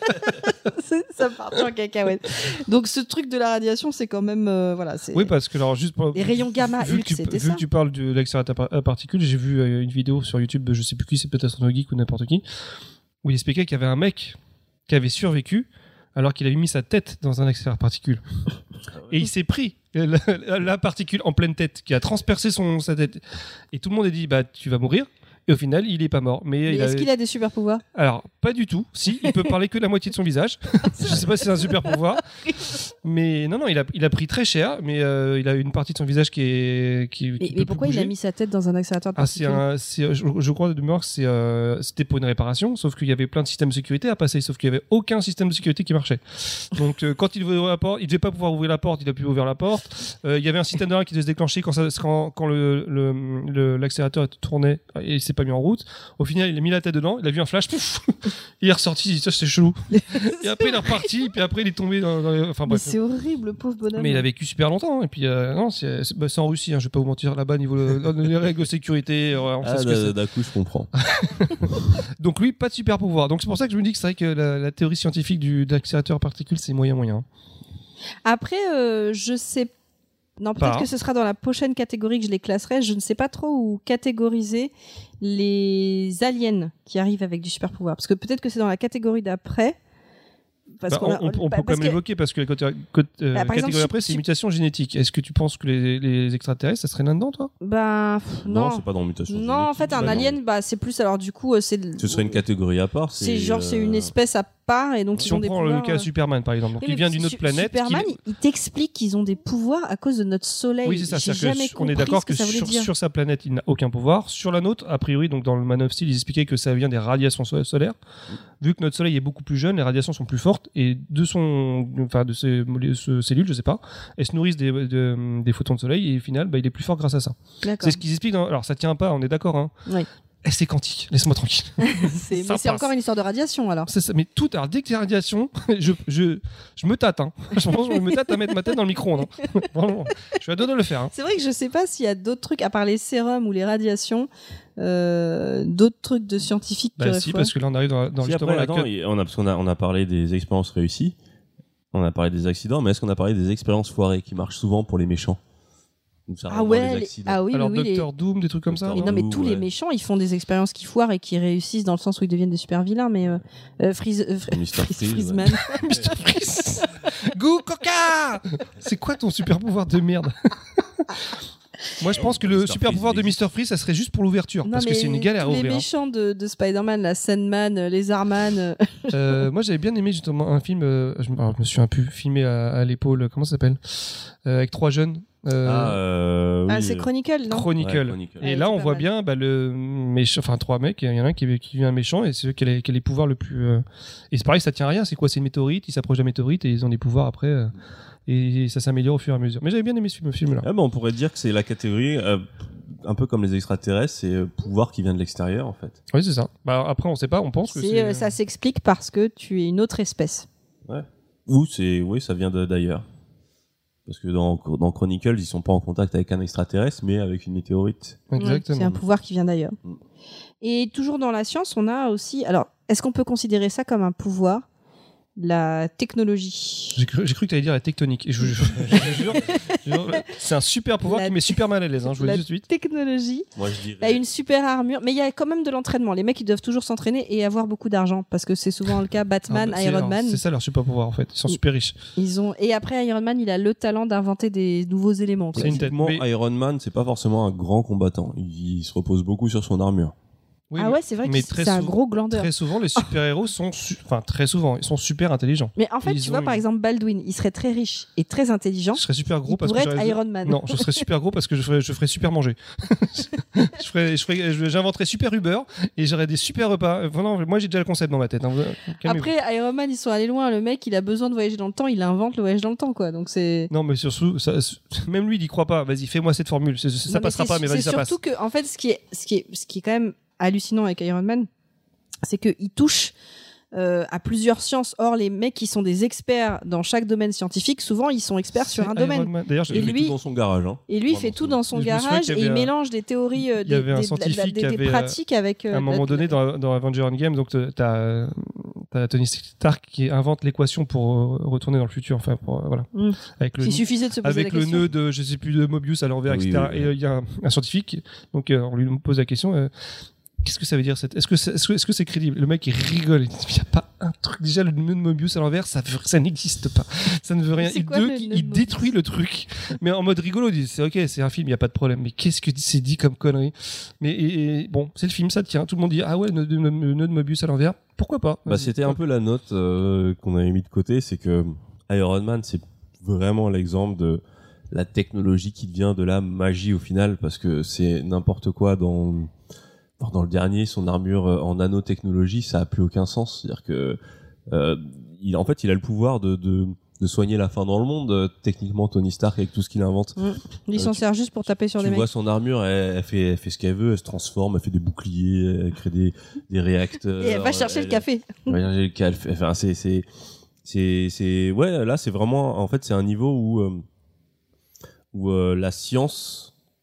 C'est- ça part en cacahuète. Donc ce truc de la radiation, c'est quand même euh, voilà. C'est Oui, parce que alors juste pour les rayons gamma vu, que Hulk, tu, c'était vu ça. que tu parles de l'accélérateur par- à particules, j'ai vu euh, une vidéo sur YouTube, je sais plus qui, c'est peut-être Astronogeek ou n'importe qui, où il expliquait qu'il y avait un mec qui avait survécu alors qu'il avait mis sa tête dans un accélérateur particules. Et il s'est pris la, la- la particule en pleine tête qui a transpercé son, sa tête. Et tout le monde a dit, bah, tu vas mourir. Et au final, il est pas mort. Mais, Mais il est-ce a- qu'il a des super pouvoirs? Alors, pas du tout. Si, il peut parler que la moitié de son visage. Je sais pas si c'est un super pouvoir. Mais non, non, il a, il a pris très cher, mais euh, il a une partie de son visage qui est. Qui, Mais, qui mais peut pourquoi plus il a bouger. mis sa tête dans un accélérateur de Ah, c'est particules? un, c'est, je, je crois de mémoire que c'est, euh, c'était pour une réparation, sauf qu'il y avait plein de systèmes de sécurité à passer, sauf qu'il y avait aucun système de sécurité qui marchait. Donc euh, quand il devait ouvrir la porte, il devait pas pouvoir ouvrir la porte, il a pu ouvrir la porte. Euh, il y avait un système d'alarme qui devait se déclencher quand, ça, quand, quand le, le, le- l'accélérateur tournait et il s'est pas mis en route. Au final, il a mis la tête dedans, il a vu un flash, pouf, il est ressorti, il dit ça c'est chelou. Et après il est reparti, puis après il est tombé dans, dans les... enfin Mais bref. c'est horrible, le pauvre bonhomme. Mais il a vécu super longtemps. Et puis, euh, non, c'est, c'est, bah, c'est en Russie, hein, je vais pas vous mentir, là-bas, niveau le- les règles de sécurité, euh, on sait Ah, ce que d'un c'est. d'un coup, je comprends. Donc, lui, pas de super pouvoir. Donc, c'est pour ça que je me dis que c'est vrai que la, la théorie scientifique du, de l'accélérateur particule, c'est moyen-moyen. Après, euh, je sais. Non, peut-être Pas. que ce sera dans la prochaine catégorie que je les classerai. Je ne sais pas trop où catégoriser les aliens qui arrivent avec du super pouvoir. Parce que peut-être que c'est dans la catégorie d'après. parce Bah, qu'on a- on, on- on bah, peut quand parce même que- l'évoquer parce que la côté- côté- euh, Bah, par catégorie exemple, après, je- c'est je- mutation génétique. Est-ce que tu penses que les, les extraterrestres, ça serait là-dedans, toi Bah, pff, Non, non. c'est pas dans mutation. Non, en génétique, fait, c'est un pas dans- alien, bah, c'est plus. Alors, du coup, euh, c'est. Ce serait une catégorie à part. C'est genre, c'est une euh, espèce à part et donc Si ils ont on des prend pouvoirs. le cas euh, Superman, par exemple, donc oui, il mais vient d'une autre Su- planète. Superman, qu'il- il, il t'explique qu'ils ont des pouvoirs à cause de notre soleil. Oui, c'est ça. J'ai C'est-à-dire jamais que on est compris d'accord ce que, que ça voulait sur, dire. sur sa planète, il n'a aucun pouvoir. Sur la nôtre, a priori, donc dans le Man of Steel, ils expliquaient que ça vient des radiations so- solaires. Vu que notre soleil est beaucoup plus jeune, les radiations sont plus fortes et de son, enfin de ses, molé- ce- cellules, je sais pas, elles se nourrissent des, de- des photons de soleil et au final, bah, il est plus fort grâce à ça. D'accord. C'est ce qu'ils expliquent. Dans... Alors ça tient pas, on est d'accord. Hein. Oui. Et c'est quantique. Laisse-moi tranquille. C'est- Ça mais c'est passe. encore une histoire de radiation alors. C'est ça, mais tout, alors dès que t'es radiation, je, je, je me tâte. Hein. Je pense que je me tâte à mettre ma tête dans le micro-ondes. Hein. Vraiment, je suis à deux de le faire. Hein. C'est vrai que je sais pas s'il y a d'autres trucs, à part les sérums ou les radiations, euh, d'autres trucs de scientifiques qui Bah auraient si, foi. parce que là on arrive dans, dans Si, justement après, la attends, queue- il- on a, parce qu'on a, on a parlé des expériences réussies, on a parlé des accidents, mais est-ce qu'on a parlé des expériences foirées qui marchent souvent pour les méchants? Donc, ça Ah rend ouais, les les- accidents. ah oui, Alors oui, oui, les- Docteur Doom, des trucs comme ça. Mais Docteur non, mais Doom, tous ouais. les méchants, ils font des expériences qui foirent et qui réussissent dans le sens où ils deviennent des super vilains. Mais euh, euh, Freeze, euh, Fr- Mister Freeze- Freeze, Freezeman. Mister Freeze. Go Coca. C'est quoi ton super pouvoir de merde? Moi, je pense que le Mister super pouvoir Freeze, de Mister Freeze, ça serait juste pour l'ouverture, Non, parce que mais c'est une galère à tous les ouvrir. hein. méchants de, de Spider-Man, la Sandman, euh, Lézardman. euh, Euh, moi, j'avais bien aimé justement un film. euh, je, me- alors, je me suis un peu filmé à, à l'épaule. Comment ça s'appelle? Euh, avec trois jeunes. Euh, Ah, euh, Ah, oui, c'est euh, Chronicle, non Chronicle. ouais, Chronicle. Et Ouais, là, c'est on pas voit mal. bien bah, le méchant, enfin trois mecs. Il y en a un qui, qui devient méchant et c'est celui qui a les, qui a les pouvoirs le plus. euh, Et c'est pareil, ça tient à rien. C'est quoi? C'est une météorite. Ils s'approchent de la météorite et ils ont des pouvoirs après. euh, Et ça s'améliore au fur et à mesure. Mais j'avais bien aimé ce film- film-là. Ah, bah, on pourrait dire que c'est la catégorie, euh, un peu comme les extraterrestres, c'est euh, pouvoir qui vient de l'extérieur, en fait. Oui, c'est ça. Bah, après, on sait pas. On pense que C'est, c'est. euh, ça s'explique parce que tu es une autre espèce. Ou c'est, oui, ça vient de- d'ailleurs. Parce que dans, dans Chronicles, ils sont pas en contact avec un extraterrestre, mais avec une météorite. Ouais, Exactement. c'est un pouvoir qui vient d'ailleurs. Mm. Et toujours dans la science, on a aussi. Alors, est-ce qu'on peut considérer ça comme un pouvoir? La technologie. J'ai cru, j'ai cru que tu allais dire la tectonique. Et je, je- je- je jure, je jure, c'est un super pouvoir La- qui met super mal à l'aise. Hein, je vous le La dis tout de suite. technologie. Moi, je dirais. Il y a une super armure, mais il y a quand même de l'entraînement. Les mecs, ils doivent toujours s'entraîner et avoir beaucoup d'argent parce que c'est souvent le cas. Batman, Alors, bah, c'est- Iron alors, Man, C'est ça leur super pouvoir en fait. Ils sont Oui. super riches. ils ont. Et après, Iron Man, il a le talent d'inventer des nouveaux éléments. quoi. C'est une tête. Techniquement, Mais- Iron Man, c'est pas forcément un grand combattant. Il, il se repose beaucoup sur son armure. Oui, Ah mais- ouais, c'est vrai que mais c'est très c'est un souvent- gros glandeur. Très souvent, les super-héros sont. su- Enfin, très souvent, ils sont super intelligents. Mais en fait, Ils tu ont vois, une- par exemple, Baldwin, il serait très riche et très intelligent. Je serais super gros Il parce que. pourrait être j'aurais- Iron Man. Non, je serais super gros parce que je ferais, je ferais super manger. je ferais, je ferais, je- j'inventerais super Uber et j'aurais des super repas. Euh, Vraiment, moi j'ai déjà le concept dans ma tête. hein. Calmez-vous. Après, Iron Man, ils sont allés loin. Le mec, il a besoin de voyager dans le temps. Il invente le voyage dans le temps, quoi. Donc c'est. Non, mais surtout, ça, même lui, il y croit pas. Vas-y, fais-moi cette formule. C'est- ça Non, mais passera c'est- pas, mais vas-y, ça C'est passe. surtout que, en fait, ce qui est, ce qui est, ce qui est quand même hallucinant avec Iron Man, c'est qu'il touche euh, à plusieurs sciences. Or, les mecs qui sont des experts dans chaque domaine scientifique, souvent, ils sont experts sur C'est un Iron domaine. Man. D'ailleurs, je- Et Il fait lui- tout dans son garage. Hein. Et lui, il Vraiment, fait tout c'est- dans son Je me souviens garage qu'il y et il avait un- mélange des théories, euh, il y des, avait un des- scientifique des- qui des avait, euh, pratiques avec. euh, à un moment la- donné, dans, dans Avenger Endgame, donc t'as- t'as t'as Tony Stark qui invente l'équation pour euh, retourner dans le futur. Enfin, pour, euh, voilà. Mm. Avec le Il suffisait de se poser avec la le question. nœud de je sais plus de Mobius à l'envers, Oui, et cetera. oui, oui. Et euh, il y a un, un scientifique, donc euh, on lui pose la question. euh, Qu'est-ce que ça veut dire cette... Est-ce que c'est est-ce que, est-ce que c'est crédible? Le mec il rigole, il dit il y a pas un truc, déjà le nœud de Mobius à l'envers, ça veut- ça n'existe pas. Ça ne veut rien. C'est Et quoi deux, le qui- nœud de il Mobius détruit le truc, mais en mode rigolo, il dit c'est OK, c'est un film, il y a pas de problème. Mais qu'est-ce que c'est dit comme connerie? Mais et- et, bon, c'est le film, ça tient. Tout le monde dit ah ouais, le nœud de, le nœud de Mobius à l'envers, pourquoi pas? Bah, c'était un peu la note euh, qu'on avait mis de côté, c'est que Iron Man, c'est vraiment l'exemple de la technologie qui devient de la magie au final, parce que c'est n'importe quoi dans dans le dernier, son armure euh, en nanotechnologie, ça a plus aucun sens. C'est-à-dire que euh, il, en fait, il a le pouvoir de, de, de soigner la faim dans le monde. euh, techniquement, Tony Stark avec tout ce qu'il invente. Il s'en Euh, sert juste pour taper sur Tu des mecs. vois son armure, elle, elle fait, elle fait ce qu'elle veut, elle se transforme, elle fait des boucliers, elle crée des, des réacteurs. Et elle va chercher le elle- café. elle va chercher le café. Enfin, c'est, c'est, c'est, c'est, ouais, là, c'est vraiment, en fait, c'est un niveau où, euh, où euh, la science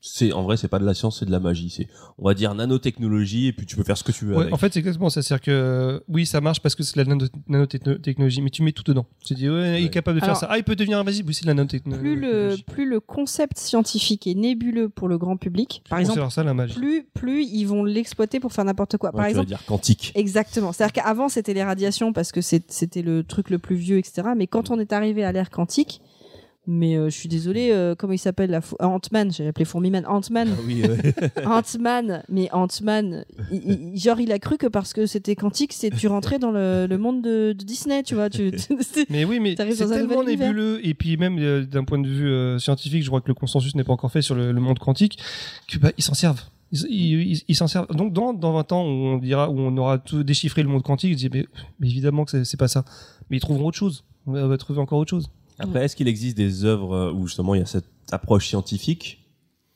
c'est en vrai c'est pas de la science, c'est de la magie, c'est on va dire nanotechnologie et puis tu peux faire ce que tu veux Ouais, avec. en fait, c'est exactement ça. C'est-à-dire que oui, ça marche parce que c'est de la nano- nanotechnologie, mais tu mets tout dedans. Tu te dis, ouais, il est capable de faire Alors, ça. Ah, il peut devenir invasible. Oui, c'est de la nanotechnologie. Plus le, plus le concept scientifique est nébuleux pour le grand public, par exemple, ça la magie. plus, plus ils vont l'exploiter pour faire n'importe quoi. Ouais, Par tu exemple, vas dire quantique. exactement. C'est-à-dire qu'avant, c'était les radiations parce que c'est- c'était le truc le plus vieux, et cetera. Mais quand on est arrivé à l'ère quantique, mais euh, je suis désolée, euh, comment il s'appelle la fou- Ant-Man, j'ai appelé Fourmiman, Ant-Man, Ah oui, ouais. Ant-Man, mais Ant-Man, il- il- genre il a cru que parce que c'était quantique, c'est tu rentrais dans le, le monde de, de Disney, tu vois. Tu, c'est- Mais oui, mais T'arrives c'est dans un tellement nouvel univers. nébuleux. Et puis même euh, d'un point de vue euh, scientifique, je crois que le consensus n'est pas encore fait sur le, le monde quantique, que bah, ils s'en servent. Ils, ils, ils- ils s'en servent. Donc dans, dans vingt ans, où on dira, où on aura tout déchiffré le monde quantique, ils disent mais, mais évidemment que c'est, c'est pas ça. Mais ils trouveront autre chose. On va, on va trouver encore autre chose. Après, est-ce qu'il existe des œuvres où justement il y a cette approche scientifique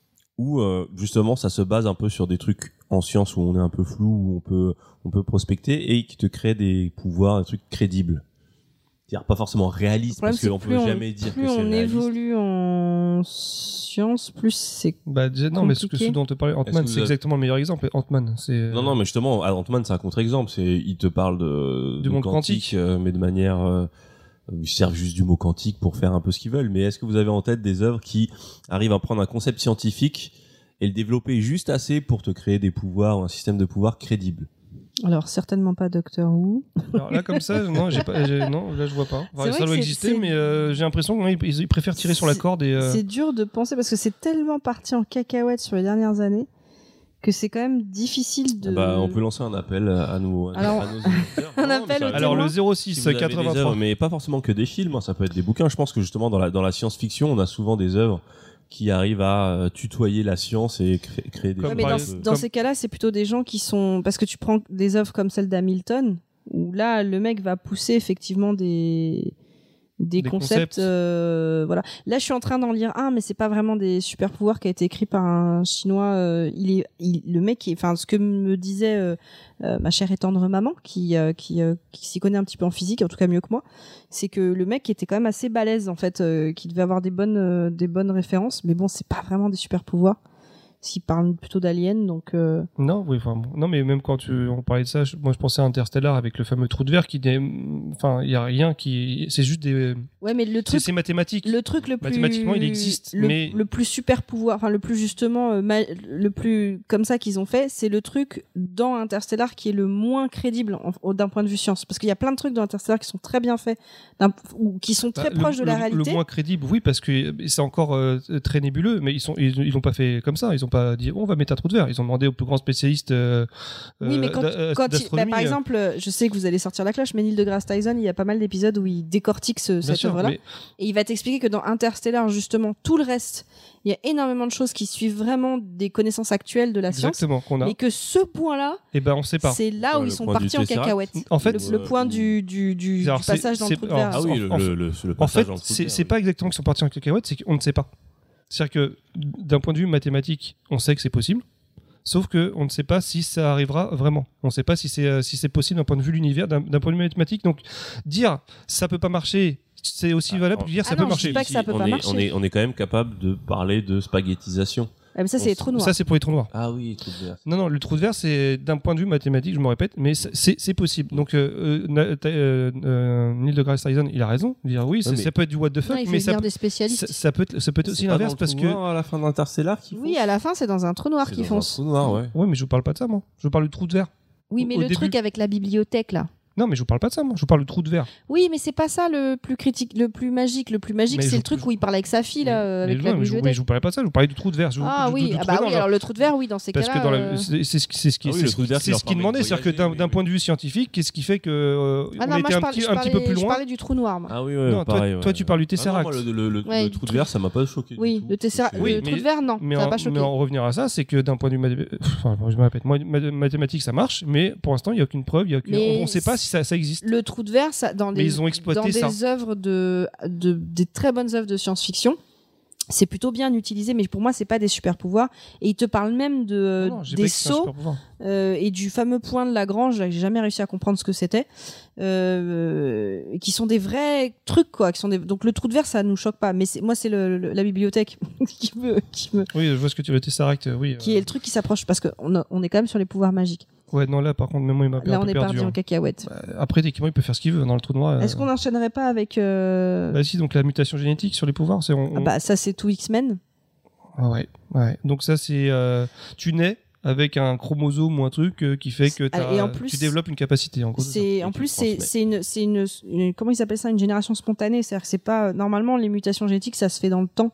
où euh, justement ça se base un peu sur des trucs en science où on est un peu flou, où on peut on peut prospecter et qui te crée des pouvoirs, des trucs crédibles. C'est-à-dire pas forcément réalistes parce qu'on peut on, jamais dire plus que c'est on réaliste. évolue en science, plus c'est Bah, déjà, non, mais ce, que, Compliqué. ce dont te parlais, Est-ce Ant-Man, que vous c'est avez- exactement le meilleur exemple. Ant-Man, c'est. Non, non, mais justement, Ant-Man, c'est un contre-exemple. C'est, il te parle de, Du de monde quantique, quantique. euh, mais de manière, euh, ils servent juste du mot quantique pour faire un peu ce qu'ils veulent. Mais est-ce que vous avez en tête des œuvres qui arrivent à prendre un concept scientifique et le développer juste assez pour te créer des pouvoirs ou un système de pouvoir crédible? alors certainement pas Doctor Who. Alors là, comme ça, non, j'ai pas, j'ai- non, là, je vois pas. Enfin, C'est vrai ça que doit c'est- exister, c'est- mais euh, j'ai l'impression qu'ils ils préfèrent tirer sur la C'est- corde et. euh, C'est dur de penser parce que c'est tellement parti en cacahuète sur les dernières années que c'est quand même difficile de. Bah, on peut lancer un appel à nous, à, Alors, à nos auditeurs. un Non, mais appel ça au va- Alors témoin. le zéro si six vous avez des quatre-vingt-trois. œuvres, mais pas forcément que des films, hein, ça peut être des bouquins. Je pense que justement dans la dans la science-fiction, on a souvent des œuvres qui arrivent à euh, tutoyer la science et créer, créer des Comme Ouais, mais par dans, exemple- dans comme- ces cas-là, c'est plutôt des gens qui sont parce que tu prends des œuvres comme celle d'Hamilton où là le mec va pousser effectivement des des, Des concepts, concepts. euh, voilà. Là, je suis en train d'en lire un, mais c'est pas vraiment des super pouvoirs qui a été écrit par un chinois. euh, il est, il, le mec, est- enfin, ce que me disait euh, euh, ma chère et tendre maman, qui euh, qui, euh, qui s'y connaît un petit peu en physique, en tout cas mieux que moi, c'est que le mec était quand même assez balèze en fait, euh, qui devait avoir des bonnes euh, des bonnes références, mais bon, c'est pas vraiment des super pouvoirs. S'il parle plutôt d'aliens, donc. euh, Non, oui, enfin, bon. non, mais même quand tu, on parlait de ça, je- moi je pensais à Interstellar avec le fameux trou de verre qui, n'est- enfin, il y a rien qui, c'est juste des, Ouais, mais le c'est, truc c'est mathématique. Le truc le plus Mathématiquement, il existe, le, mais- le plus super pouvoir, enfin le plus justement euh, ma- le plus comme ça qu'ils ont fait, c'est le truc dans Interstellar qui est le moins crédible en- au- d'un point de vue science, parce qu'il y a plein de trucs dans Interstellar qui sont très bien faits d'un- ou qui sont très Bah, le- proches de la le- réalité. Le moins crédible, oui, parce que c'est encore euh, très nébuleux, mais ils sont, ils, ils l'ont pas fait comme ça. Ils ont pas dit, oh, on va mettre un trou de verre. Ils ont demandé aux plus grands spécialistes. Euh, Oui, mais quand, d'a- euh, quand il- bah, d'astronomie, par euh, exemple, euh, je sais que vous allez sortir la cloche, mais Neil deGrasse Tyson, il y a pas mal d'épisodes où il décortique ce, bien cette sûr, œuvre-là. mais- Et il va t'expliquer que dans Interstellar, justement, tout le reste, il y a énormément de choses qui suivent vraiment des connaissances actuelles de la science. exactement, qu'on a. Mais que ce point-là, Et ben, on sait pas. c'est là Ouais, où le ils sont point du partis en Tesseract. cacahuète. En fait, le, le point du, du, du, Alors, du c'est- passage dans le c'est- trou de alors, verre. Ah oui, le, En- le, le, le En passage fait, dans le trou de c'est, verre, c'est oui. pas exactement qu'ils sont partis en cacahuète, c'est qu'on ne sait pas. C'est-à-dire que d'un point de vue mathématique, on sait que c'est possible. Sauf que on ne sait pas si ça arrivera vraiment. On ne sait pas si c'est euh, si c'est possible d'un point de vue de l'univers, d'un, d'un point de vue mathématique. Donc dire ça peut pas marcher, c'est aussi Ah, valable non. pour dire Ah ça non, peut je marcher. dis pas que ça peut on pas est, marcher. On est, on est quand même capable de parler de spaghettisation. Ah, mais ça, c'est les trous noirs. Ça c'est pour les trous noirs. Ah oui, trou de verre. Non, non, le trou de verre, c'est d'un point de vue mathématique, je me répète, mais c'est, c'est, c'est possible. Donc, euh, euh, na- ta- euh, euh, Neil deGrasse Tyson, il a raison. de Dire oui, c'est- mais- ça peut être du what the fuck, Non, il faut mais ça, venir des spécialistes. ça, ça peut être, ça peut être aussi C'est pas l'inverse dans le parce trou que. noir à la fin d'Interstellar qui Oui, à la fin, c'est dans un trou noir C'est qu'ils dans un foncent. trou noir, ouais. Ouais, mais je vous parle pas de ça, moi. Je vous parle du trou de verre. Oui, Au- mais au le début- truc avec la bibliothèque, là. Non, mais je vous parle pas de ça, moi. Je vous parle du trou de verre. Oui, mais c'est pas ça le plus critique, le plus magique. Le plus magique, Mais c'est je- le truc je- où il parle avec sa fille, là, euh, Mais avec non, la mais je, mais bibliothèque. je vous parlais pas de ça, je vous parlais du trou de verre. Je vous- Ah du- oui, du ah trou bah de oui, verre, alors le trou de verre, oui, dans ces Parce cas-là. que dans la- euh, c'est, c'est, ce qui- c'est ce qui Ah oui, c'est le ce trou de qui- verre qui c'est leur ce qu'il permet demandait, de c'est-à-dire que voyager, d'un, oui, d'un oui. point de vue scientifique, qu'est-ce qui fait que euh, Ah on non, moi, était je un, parlais, petit, je un petit peu parlais- plus je loin. parlais du trou noir, moi. Ah oui, ouais, Non, toi- pareil. ouais. toi, tu parles du Tesseract. Ah non, moi, le, le, le, Ouais, le du trou de truc- verre, ça m'a pas choqué. du Oui, tout. le Tesseract, C'est- Oui, le mais- trou de verre, non, Mais ça en, n'a pas mais choqué. en revenir à ça, c'est que d'un point de vue mathé- enfin, je me répète, moi, ma- mathématiques ça marche, mais pour l'instant il n'y a aucune preuve, il y a aucune- Mais on ne sait pas si ça, ça existe. Le trou de verre, ça, dans Mais des, ils ont exploité dans ça. des œuvres de, de, des très bonnes œuvres de science-fiction, c'est plutôt bien utilisé, mais pour moi c'est pas des super pouvoirs. Et il te parle même de Non, non, j'ai des pas que c'est un sauts super pouvoir. euh, et du fameux point de Lagrange. Là, que j'ai jamais réussi à comprendre ce que c'était, euh, qui sont des vrais trucs quoi. Qui sont des... Donc le trou de verre ça nous choque pas, mais c'est... moi c'est le, le- la bibliothèque qui me, qui me, Oui, je vois ce que tu veux, le Tesseract, euh, oui. qui euh, est le truc qui s'approche parce que on, a- on est quand même sur les pouvoirs magiques. Ouais, non, là, par contre, même moi, il m'a un Là peu on est perdu. parti en hein. cacahuète. Bah, après, techniquement, il peut faire ce qu'il veut dans le trou noir. euh. Est-ce qu'on n'enchaînerait pas avec euh... Bah si, donc la mutation génétique sur les pouvoirs, c'est... On, ah on- bah ça c'est tout X-Men. Ah ouais, ouais. Donc ça, c'est... euh, tu nais avec un chromosome ou un truc euh, qui fait que t'as- Et en plus, tu développes une capacité, en gros. c'est ça. C'est Et en tu plus le c'est transmets. c'est une c'est une, une- comment ils appellent ça, une génération spontanée, c'est-à-dire que c'est pas normalement les mutations génétiques ça se fait dans le temps.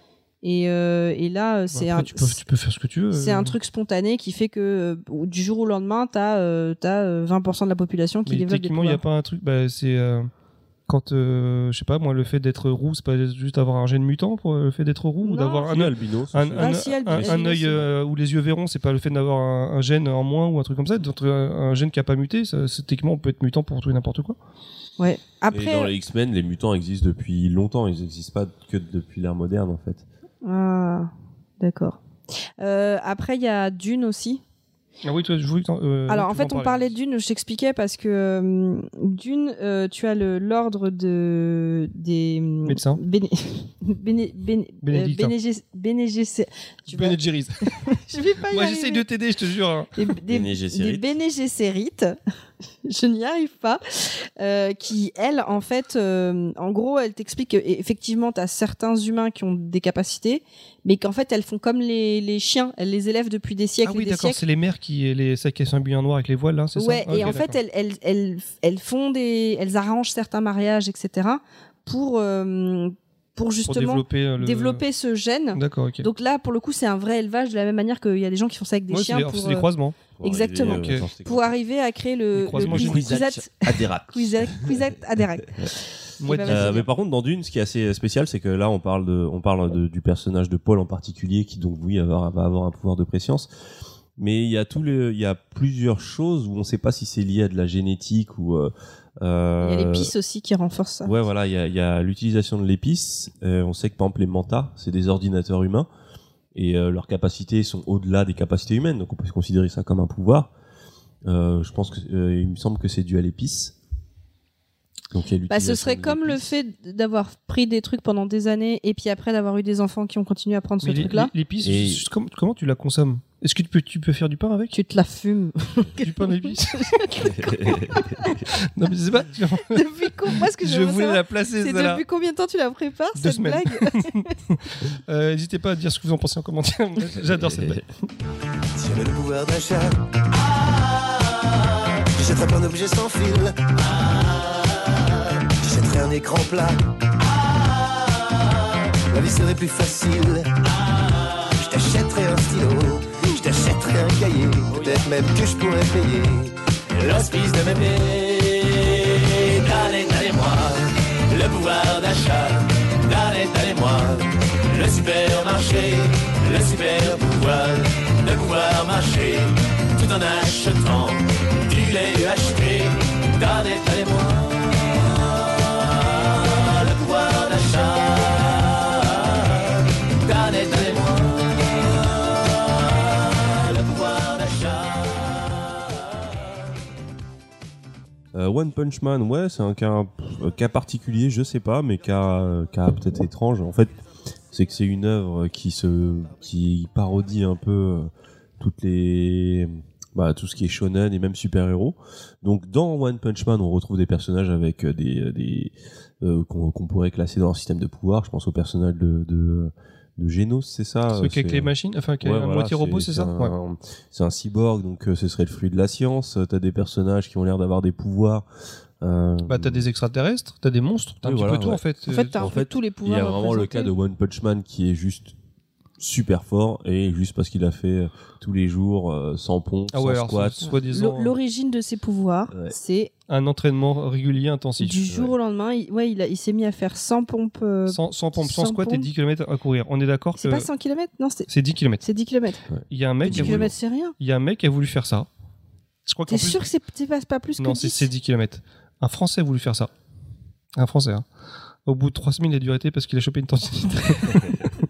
Et euh, et là Bon, c'est après, un tu, peux, tu peux faire ce que tu veux. c'est euh. un truc spontané qui fait que euh, du jour au lendemain t'as euh, t'as euh, vingt pour cent de la population qui Mais développe des techniquement, il n'y a pouvoirs. pas un truc... Bah, c'est... euh, Quand, euh, je sais pas, moi, le fait d'être roux, c'est pas juste avoir un gène mutant pour euh, le fait d'être roux, Non. ou d'avoir un, Si, œil- albino, c'est un, sûr. un, Ah, si, un, albino, un œil si. euh, où les yeux verront, c'est pas le fait d'avoir un, un gène en moins ou un truc comme ça. Donc, un, un gène qui a pas muté, ça, c'est- techniquement, on peut être mutant pour tout et n'importe quoi. Ouais. Et Après dans les X-Men, les mutants existent depuis longtemps. Ils n'existent pas que depuis l'ère moderne, en fait. ah, d'accord. Euh, après il y a Dune aussi. Ah oui, toi, je voulais que t'en- euh, Alors en tu fait m'en on parlais. parlait de Dune, je t'expliquais parce que euh, Dune, euh, tu as le l'ordre de des Médecins. Béné, Béné, Béné, Bénédictins. euh, Béné- Béné Gesserit. Tu vas- Ben et Jerry's. je vais pas y Moi, arriver. j'essaye de t'aider, je te jure. hein. des, des, Bene Gesserit. des Bene Gesserit, je n'y arrive pas, euh, qui, elle, en fait, euh, en gros, elle t'explique qu'effectivement, tu as certains humains qui ont des capacités, mais qu'en fait, elles font comme les, les chiens, elles les élèvent depuis des siècles Ah oui, et des d'accord, siècles. c'est les mères qui, les, celles qui sont habillées en noir avec les voiles, là, c'est Ouais, ça? et Ok, en fait, d'accord. elles, elles, elles, elles font des, elles arrangent certains mariages, et cetera, pour, euh, pour Pour justement développer, euh, le... développer ce gène. D'accord, ok. Donc là, pour le coup, c'est un vrai élevage de la même manière qu'il y a des gens qui font ça avec des Ouais, c'est chiens des, pour, c'est des euh, croisements. Pour Exactement. arriver, euh, Ok. attends, c'était pour quoi arriver à créer le, Les le croisements quiz- génétiques. Quizat- Adérac. Quizat- Quizat Adérac. Moi, bah, de- vas-y. Euh, bien. mais par contre, dans Dune, ce qui est assez spécial, c'est que là, on parle de, on parle de- du personnage de Paul en particulier, qui donc oui va avoir, va avoir un pouvoir de préscience. Mais il y a tous les, il y a plusieurs choses où on ne sait pas si c'est lié à de la génétique ou. Euh, euh, Il y a l'épice aussi qui renforce ça. Ouais, voilà, il y a, il y a l'utilisation de l'épice. Euh, on sait que par exemple les mantas, c'est des ordinateurs humains et euh, leurs capacités sont au-delà des capacités humaines, donc on peut considérer ça comme un pouvoir. Euh, je pense que euh, il me semble que c'est dû à l'épice. Donc il y a Bah, ce l'utilisation serait de comme le l'épice. fait d'avoir pris des trucs pendant des années et puis après d'avoir eu des enfants qui ont continué à prendre ce Mais les- truc-là. les- l'épice, Et- je- comment, comment tu la consommes? Est-ce que tu peux, tu peux faire du pain avec? Tu te la fumes. Du pain d'épices? Non, mais c'est pas. Depuis quand Moi, ce que Je j'aimerais voulais savoir, la placer, c'est celle-là. depuis combien de temps tu la prépares, Deux cette semaines. blague Euh, N'hésitez pas à dire ce que vous en pensez en commentaire. Moi, J'adore cette blague. Si j'avais le pouvoir d'achat, j'achèterais plein d'objets sans fil. J'achèterais un écran plat. La vie serait plus facile. Je t'achèterais un stylo. Je t'achèterais un cahier. Peut-être même que je pourrais payer l'hospice de mémé. Dallez, dallez-moi le pouvoir d'achat. Dallez, dallez-moi le supermarché. Le super pouvoir de pouvoir marcher tout en achetant du lait U H T. Donnez, donnez-moi le pouvoir d'achat. Donnez, donnez-moi le pouvoir d'achat. Euh, One Punch Man, ouais, c'est un cas, un cas particulier, je sais pas, mais cas, cas peut-être étrange. En fait, c'est que c'est une œuvre qui se, qui parodie un peu euh, toutes les, bah, tout ce qui est shonen et même super-héros. Donc, dans One Punch Man, on retrouve des personnages avec euh, des, des, euh, qu'on, qu'on pourrait classer dans leur système de pouvoir. Je pense au personnage de, de, de Genos, c'est ça? Ceux qui avec C'est- les machines, enfin, qui Ouais, a voilà, moitié robot, c'est ça? un, Ouais. C'est un cyborg, donc euh, ce serait le fruit de la science. T'as des personnages qui ont l'air d'avoir des pouvoirs. Euh, Bah, t'as des extraterrestres, t'as des monstres, t'as un Oui, petit voilà, peu tout ouais. en fait. En fait, t'as en un peu fait, tous les il y pouvoirs. a vraiment le cas représentés. de One Punch Man qui est juste super fort et juste parce qu'il a fait euh, tous les jours euh, sans pompe, Ah ouais, sans alors, squat. so- soi-disant, L'o- L'origine de ses pouvoirs, Ouais. c'est un entraînement régulier, intensif. du jour ouais. au lendemain. Il, ouais, il, a- il s'est mis à faire cent pompes. euh, Sans, sans pompe, sans sans squat et pompe. dix kilomètres à courir. On est d'accord que C'est pas cent kilomètres Non, c'est c'est dix kilomètres. c'est dix kilomètres. Il y a un mec qui dix a voulu, kilomètres, c'est rien. il y a un mec qui a voulu faire ça. Je crois qu'en T'es plus, sûr que c'est c'est pas, pas plus que non, c'est dix c'est dix kilomètres. Un Français a voulu faire ça. Un Français, hein. Au bout de trois semaines, il a dû arrêter parce qu'il a chopé une tendinite.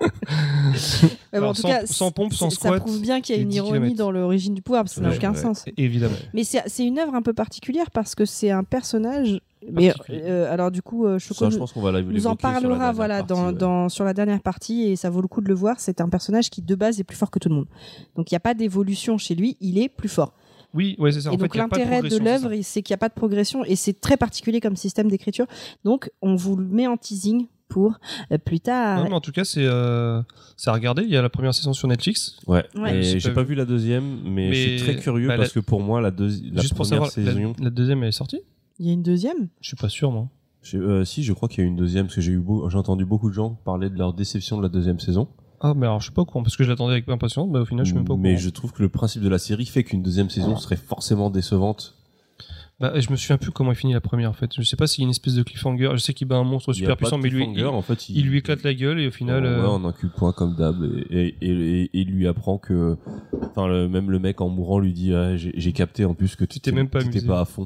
Ouais, bon, Alors, en tout sans- cas, sans pompe, sans c'est- squat Ça prouve bien qu'il y a et une dix ironie kilomètres. dans l'origine du pouvoir, parce que ça n'a Ouais, aucun ouais. sens. Évidemment. Mais c'est c'est une œuvre un peu particulière parce que c'est un personnage. Mais Particulier. euh, alors du coup, euh, Choco Ça, je nous- pense qu'on va la- nous en l'évoquer sur la parlera dernière voilà partie, dans, ouais. dans sur la dernière partie et ça vaut le coup de le voir. C'est un personnage qui de base est plus fort que tout le monde. Donc il n'y a pas d'évolution chez lui, il est plus fort. Oui, ouais, c'est ça. En Et fait, donc il y a pas l'intérêt de progression, l'œuvre, c'est qu'il n'y a pas de progression et c'est très particulier comme système d'écriture. Donc on vous le met en teasing pour euh, plus c'est ça. tard. Non, mais en tout cas, c'est euh, c'est à regarder. Il y a la première saison sur Netflix. Ouais. Ouais. Et J'ai j'ai pas pas vu. vu la deuxième, mais, Mais, je suis très curieux bah, parce la- que pour moi, la, deuxi- la Juste pour première savoir, la, saison. la deuxième elle est sortie. Il y a une deuxième. Je suis pas sûr, moi. Je- euh, si, je crois qu'il y a une deuxième parce que j'ai eu beau- j'ai entendu beaucoup de gens parler de leur déception de la deuxième saison. Ah, mais alors je suis pas au courant parce que je l'attendais avec impatience. Bah au final, je suis même pas au mais courant. je trouve que le principe de la série fait qu'une deuxième saison serait forcément décevante. Bah, je me souviens plus comment il finit la première en fait. Je sais pas s'il y a une espèce de cliffhanger. Je sais qu'il bat un monstre Il y a super pas puissant, de mais lui, cliffhanger, il, en fait, il lui éclate la gueule et au final. Ouais, euh, en un cul de poing comme d'hab et, et, et, et il lui apprend que, enfin, le, même le mec en mourant lui dit, ah, j'ai j'ai capté en plus que tu t'es même pas t'étais amusé. pas à fond.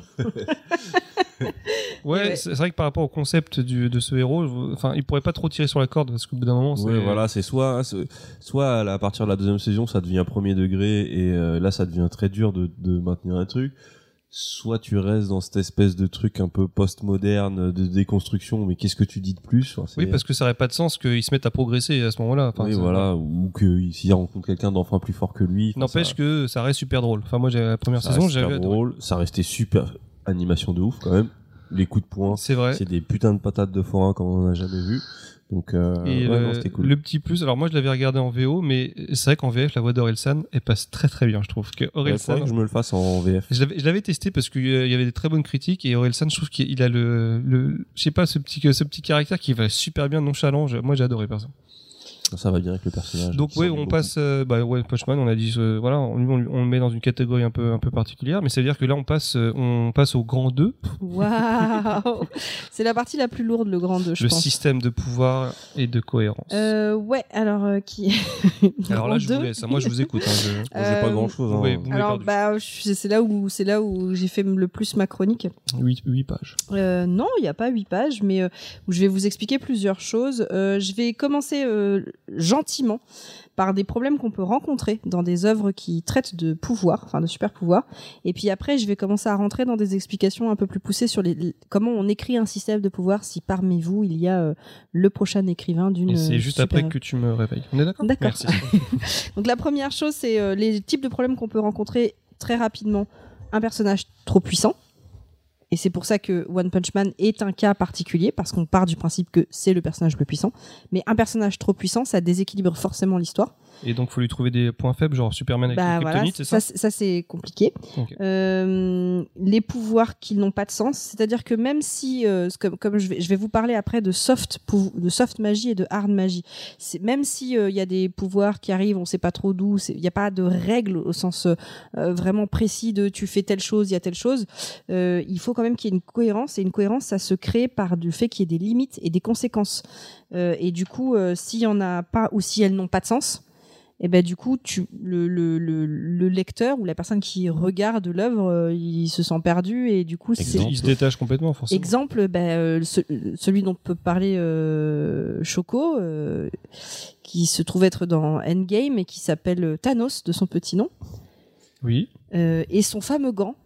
Ouais, Ouais. c'est c'est vrai que par rapport au concept du, de ce héros, je- enfin, il pourrait pas trop tirer sur la corde parce qu'au bout d'un moment, c'est. Ouais, voilà, c'est soit, c'est- soit à la- à partir de la deuxième saison, ça devient premier degré et euh, là, ça devient très dur de, de maintenir un truc. Soit tu restes dans cette espèce de truc un peu post-moderne de déconstruction, mais qu'est-ce que tu dis de plus? Enfin, c'est- Oui, parce que ça aurait pas de sens qu'ils se mettent à progresser à ce moment-là. Enfin, oui, ça- voilà, ou que s'il rencontre quelqu'un d'enfin plus fort que lui. enfin, N'empêche ça- que ça reste super drôle. Enfin, moi, j'ai la première ça saison, reste super j'avais adoré. drôle, ça restait super animation de ouf quand même. Les coups de poing, C'est vrai. c'est des putains de patates de forain comme on en a jamais vu. Donc, euh, Et ouais, le, non, c'était cool. le petit plus, alors moi je l'avais regardé en V O, mais c'est vrai qu'en V F, la voix d'Orelsan, elle passe très très bien, je trouve. Que Ouais, faudrait Orelsan, que je me le fasse en V F. je l'avais, je l'avais testé parce qu'il y avait des très bonnes critiques et Orelsan, je trouve qu'il a le, le, je sais pas, ce petit, ce petit caractère qui va super bien nonchalant. Je- Moi j'ai adoré perso. Ça va bien avec le personnage. Donc qui ouais, s'ennuie on beaucoup. passe, euh, bah ouais, Punchman, on a dit, euh, voilà, on, on, on le met dans une catégorie un peu, un peu particulière, mais ça veut dire que là on passe, euh, on passe au grand deux, Waouh. C'est la partie la plus lourde, le grand deux, je le pense. système de pouvoir et de cohérence. Euh, ouais, alors euh, qui alors là grand je deux. vous laisse, hein. Moi je vous écoute. Hein, je... Moi, j'ai pas Euh, grand chose. ouais, Hein. vous m'avez Alors perdu. bah je- c'est là où c'est là où j'ai fait le plus ma chronique. huit, huit pages. Euh, non, il n'y a pas huit pages, mais euh, où je vais vous expliquer plusieurs choses. Euh, je vais commencer euh, gentiment par des problèmes qu'on peut rencontrer dans des œuvres qui traitent de pouvoir, enfin de super pouvoir. Et puis après, je vais commencer à rentrer dans des explications un peu plus poussées sur les, les- comment on écrit un système de pouvoir si parmi vous il y a euh, le prochain écrivain d'une. Et c'est juste super- après que tu me réveilles. On est d'accord? D'accord. Merci. Donc la première chose, c'est euh, les types de problèmes qu'on peut rencontrer très rapidement. Un personnage trop puissant. Et c'est pour ça que One Punch Man est un cas particulier, parce qu'on part du principe que c'est le personnage le plus puissant. Mais un personnage trop puissant, ça déséquilibre forcément l'histoire. Et donc, faut lui trouver des points faibles, genre Superman avec Bah le voilà, kryptonite, c'est ça? ça, c'est- ça, c'est compliqué. Ok. Euh, les pouvoirs qui n'ont pas de sens, c'est-à-dire que même si, euh, comme, comme je, vais, je vais vous parler après de soft, pou- de soft magie et de hard magie, c'est, même si il y a des pouvoirs qui arrivent, on sait pas trop d'où, il n'y a pas de règles au sens euh, vraiment précis de tu fais telle chose, il y a telle chose, euh, il faut quand même qu'il y ait une cohérence, et une cohérence, ça se crée par du fait qu'il y ait des limites et des conséquences. Euh, et du coup, euh, s'il y en a pas ou si elles n'ont pas de sens, et ben du coup tu le, le, le, le lecteur ou la personne qui regarde l'œuvre euh, il se sent perdu et du coup c'est Exemple. Il se détache complètement, forcément. exemple ben, euh, ce- celui dont peut parler euh, Choco euh, qui se trouve être dans Endgame et qui s'appelle Thanos de son petit nom Oui. euh, et son fameux gant.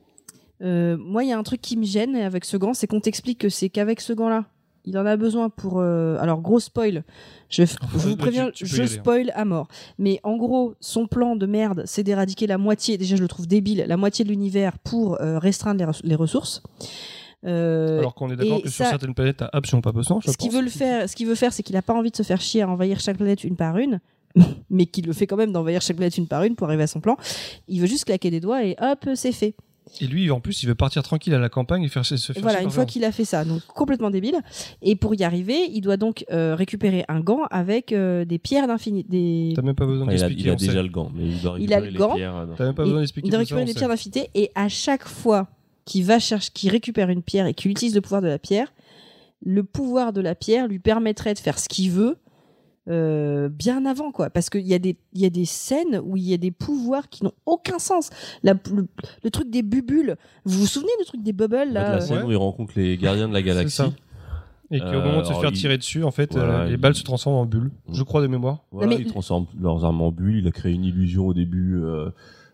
Euh, moi il y a un truc qui me gêne avec ce gant, c'est qu'on t'explique que c'est qu'avec ce gant là il en a besoin pour euh, alors gros spoil je, je vous Là, préviens tu- tu peux y je aller, hein. spoil à mort mais en gros son plan de merde c'est d'éradiquer la moitié, déjà je le trouve débile, la moitié de l'univers pour euh, restreindre les, res- les ressources. Euh, Alors qu'on est d'accord et que sur ça- certaines planètes, t'as absolument pas besoin, je ce qu'il pense. veut le faire, ce qu'il veut faire, c'est qu'il a pas envie de se faire chier à envahir chaque planète une par une, mais qu'il le fait quand même d'envahir chaque planète une par une pour arriver à son plan. Il veut juste claquer des doigts et hop, c'est fait. Et lui, en plus, il veut partir tranquille à la campagne et faire se faire Et voilà, chier une par fois Verne. qu'il a fait ça, donc complètement débile. Et pour y arriver, il doit donc euh, récupérer un gant avec euh, des pierres d'infini, des. T'as même pas besoin Enfin, il a, d'expliquer. il a on sait. déjà le gant, mais il doit Il a récupérer le les gant. pierres, euh, T'as même pas Et besoin il d'expliquer. doit tout ça, récupérer on des sait. pierres d'infinité et à chaque fois qu'il va chercher, qu'il récupère une pierre et qu'il utilise le pouvoir de la pierre, le pouvoir de la pierre lui permettrait de faire ce qu'il veut. Euh, bien avant quoi, parce qu'il y a des il y a des scènes où il y a des pouvoirs qui n'ont aucun sens. La- le, le truc des bubules, vous vous souvenez du truc des bubbles en fait, là la euh, scène ouais. où il rencontre les gardiens de la galaxie. ça. Et qu'au Euh, moment de se alors, faire il- tirer dessus, en fait, voilà, euh, les il- balles se transforment en bulles. Je crois de mémoire. Voilà, Non, mais- ils transforment leurs armes en bulles. Il a créé une illusion au début. Euh,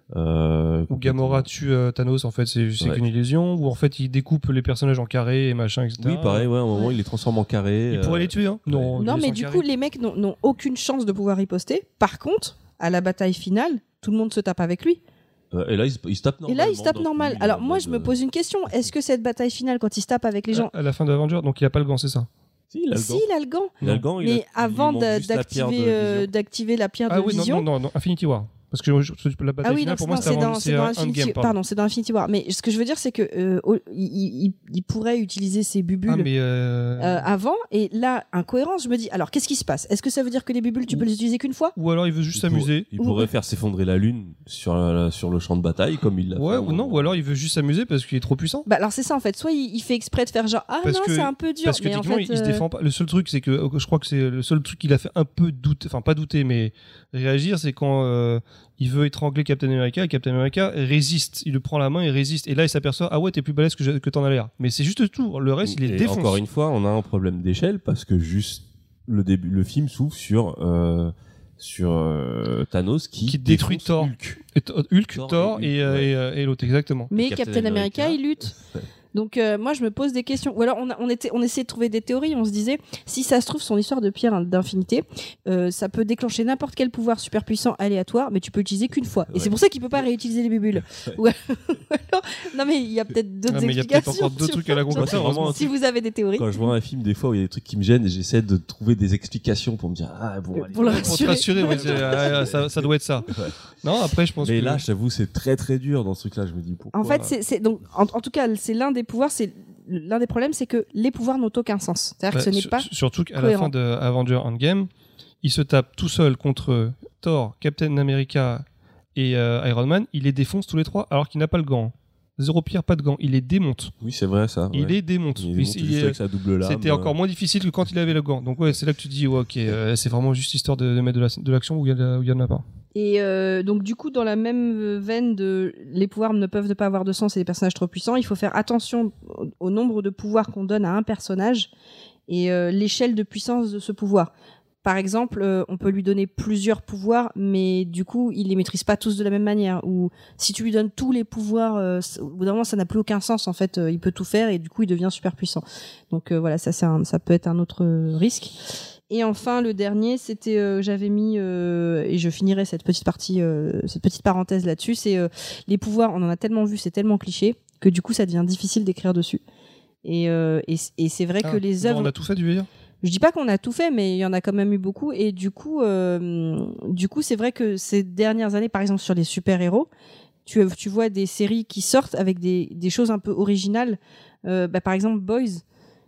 euh, Où Gamora tue euh, Thanos, en fait, c'est c'est Ouais. qu'une illusion. Où en fait, il découpe les personnages en carrés et machin, et cetera. Oui, pareil, ouais, à un moment, il les transforme en carré. Il pourrait les tuer, hein. Non, Non, mais du coup, les mecs n'ont n'ont aucune chance de pouvoir riposter. Par contre, à la bataille finale, tout le monde se tape avec lui. Euh, et là, il se, il se tape Et normal. là, il se tape normal. Alors, moi, je me pose une question. Est-ce que cette bataille finale, quand il se tape avec les gens. À la fin d'Avengers, donc il a pas le gant, c'est ça. Si, il a le Si, gant. il a le gant. Il a le gant, il a- Mais il avant manque d'a- juste la pierre de d'activer euh, vision. d'activer la pierre Ah de oui, non, vision. non, non, non, Infinity War. Parce que je- je- la bataille Ah oui, finale, non, pour non, moi, c'est dans, c'est dans un Infinity, Endgame, pardon, c'est dans Infinity War. Mais ce que je veux dire, c'est que euh, au- il, il- il pourrait utiliser ses bubules Ah, mais euh, euh, avant, et là, incohérence. Je me dis, alors, qu'est-ce qui se passe? Est-ce que ça veut dire que les bubules, tu peux les utiliser qu'une fois? Ou alors il veut juste Il s'amuser. pour- Il Ou- pourrait faire s'effondrer la lune sur, la- sur le champ de bataille, comme il l'a Ouais, fait. ou non, ou alors il veut juste s'amuser parce qu'il est trop puissant. Bah alors c'est ça en fait. Soit il, il fait exprès de faire genre ah Parce non que- c'est un peu dur, Parce que mais en techniquement, fait il, il se euh, défend pas. Le seul truc, c'est que euh, je crois que c'est le seul truc qu'il a fait un peu douter, enfin pas douter, mais réagir, c'est quand euh, il veut étrangler Captain America et Captain America résiste. Il le prend la main et résiste. Et là, il s'aperçoit, ah ouais, t'es plus balèze que, je- que t'en as l'air. Mais c'est juste tout. Le reste, il est Et défonce. encore une fois, on a un problème d'échelle parce que juste le début, le film s'ouvre sur euh, sur euh, Thanos qui, Qui détruit défonce Thor. Hulk. Et Thor- Hulk, Thor Thor et et, Hulk, euh, ouais. et, euh, et l'autre, exactement. mais Captain Captain, America, America. il lutte. Donc euh, moi je me pose des questions. Ou alors on, a- on était on essayait de trouver des théories. On se disait si ça se trouve son histoire de pierre d'infinité, euh, ça peut déclencher n'importe quel pouvoir super puissant aléatoire, mais tu peux utiliser qu'une fois. Et Ouais. c'est pour ça qu'il peut pas réutiliser les bubules. Ou alors- non mais il y a peut-être d'autres Ah, mais il y a peut-être explications. encore d'autres tu trucs vois. à la Moi, combattre. c'est vraiment un Si truc- vous avez des théories. Quand je vois un film, des fois où il y a des trucs qui me gênent et j'essaie de trouver des explications pour me dire ah bon. allez. Pour le Pour te rassurer. rassurer, ouais, c'est- ah, ah, ça, ça doit être ça. Ouais. Non, après, je pense Mais que. là, j'avoue, c'est très très dur dans ce truc-là. Je me dis pourquoi. En fait, c'est c'est- donc en, en tout cas, c'est l'un des pouvoirs. C'est l'un des problèmes, c'est que les pouvoirs n'ont aucun sens. C'est-à-dire Bah, que ce n'est sur- pas. Surtout qu'à la cohérent. fin de Avenger Endgame, il se tape tout seul contre Thor, Captain America et euh, Iron Man. Il les défonce tous les trois alors qu'il n'a pas le gant. Zéro pierre, pas de gant. Il les démonte. Oui, c'est vrai ça. Il ouais. les démonte. Il Il- monte il juste est- avec sa double lame. C'était encore moins difficile que quand il avait le gant. Donc ouais, c'est là que tu te dis, ouais, ok, euh, c'est vraiment juste histoire de, de mettre de la- de l'action où il y, a- où il y en a pas. Et euh, donc du coup, dans la même veine de les pouvoirs ne peuvent ne pas avoir de sens et les personnages trop puissants, il faut faire attention au, au nombre de pouvoirs qu'on donne à un personnage et euh, l'échelle de puissance de ce pouvoir. Par exemple, euh, on peut lui donner plusieurs pouvoirs, mais du coup, il les maîtrise pas tous de la même manière. Ou si tu lui donnes tous les pouvoirs, euh, c- au bout d'un moment, ça n'a plus aucun sens. En fait, euh, il peut tout faire et du coup, il devient super puissant. Donc euh, voilà, ça, c'est un- ça peut être un autre euh, risque. Et enfin, le dernier, c'était, euh, j'avais mis, euh, et je finirai cette petite partie, euh, cette petite parenthèse là-dessus, c'est euh, les pouvoirs. On en a tellement vu, c'est tellement cliché que du coup, ça devient difficile d'écrire dessus. Et, euh, et, et c'est vrai Ah, que les bon, œuvres. on a tout fait, tu veux dire Je dis pas qu'on a tout fait, mais il y en a quand même eu beaucoup. Et du coup, euh, du coup, c'est vrai que ces dernières années, par exemple sur les super-héros, tu, tu vois des séries qui sortent avec des, des choses un peu originales. Euh, bah, par exemple, Boys,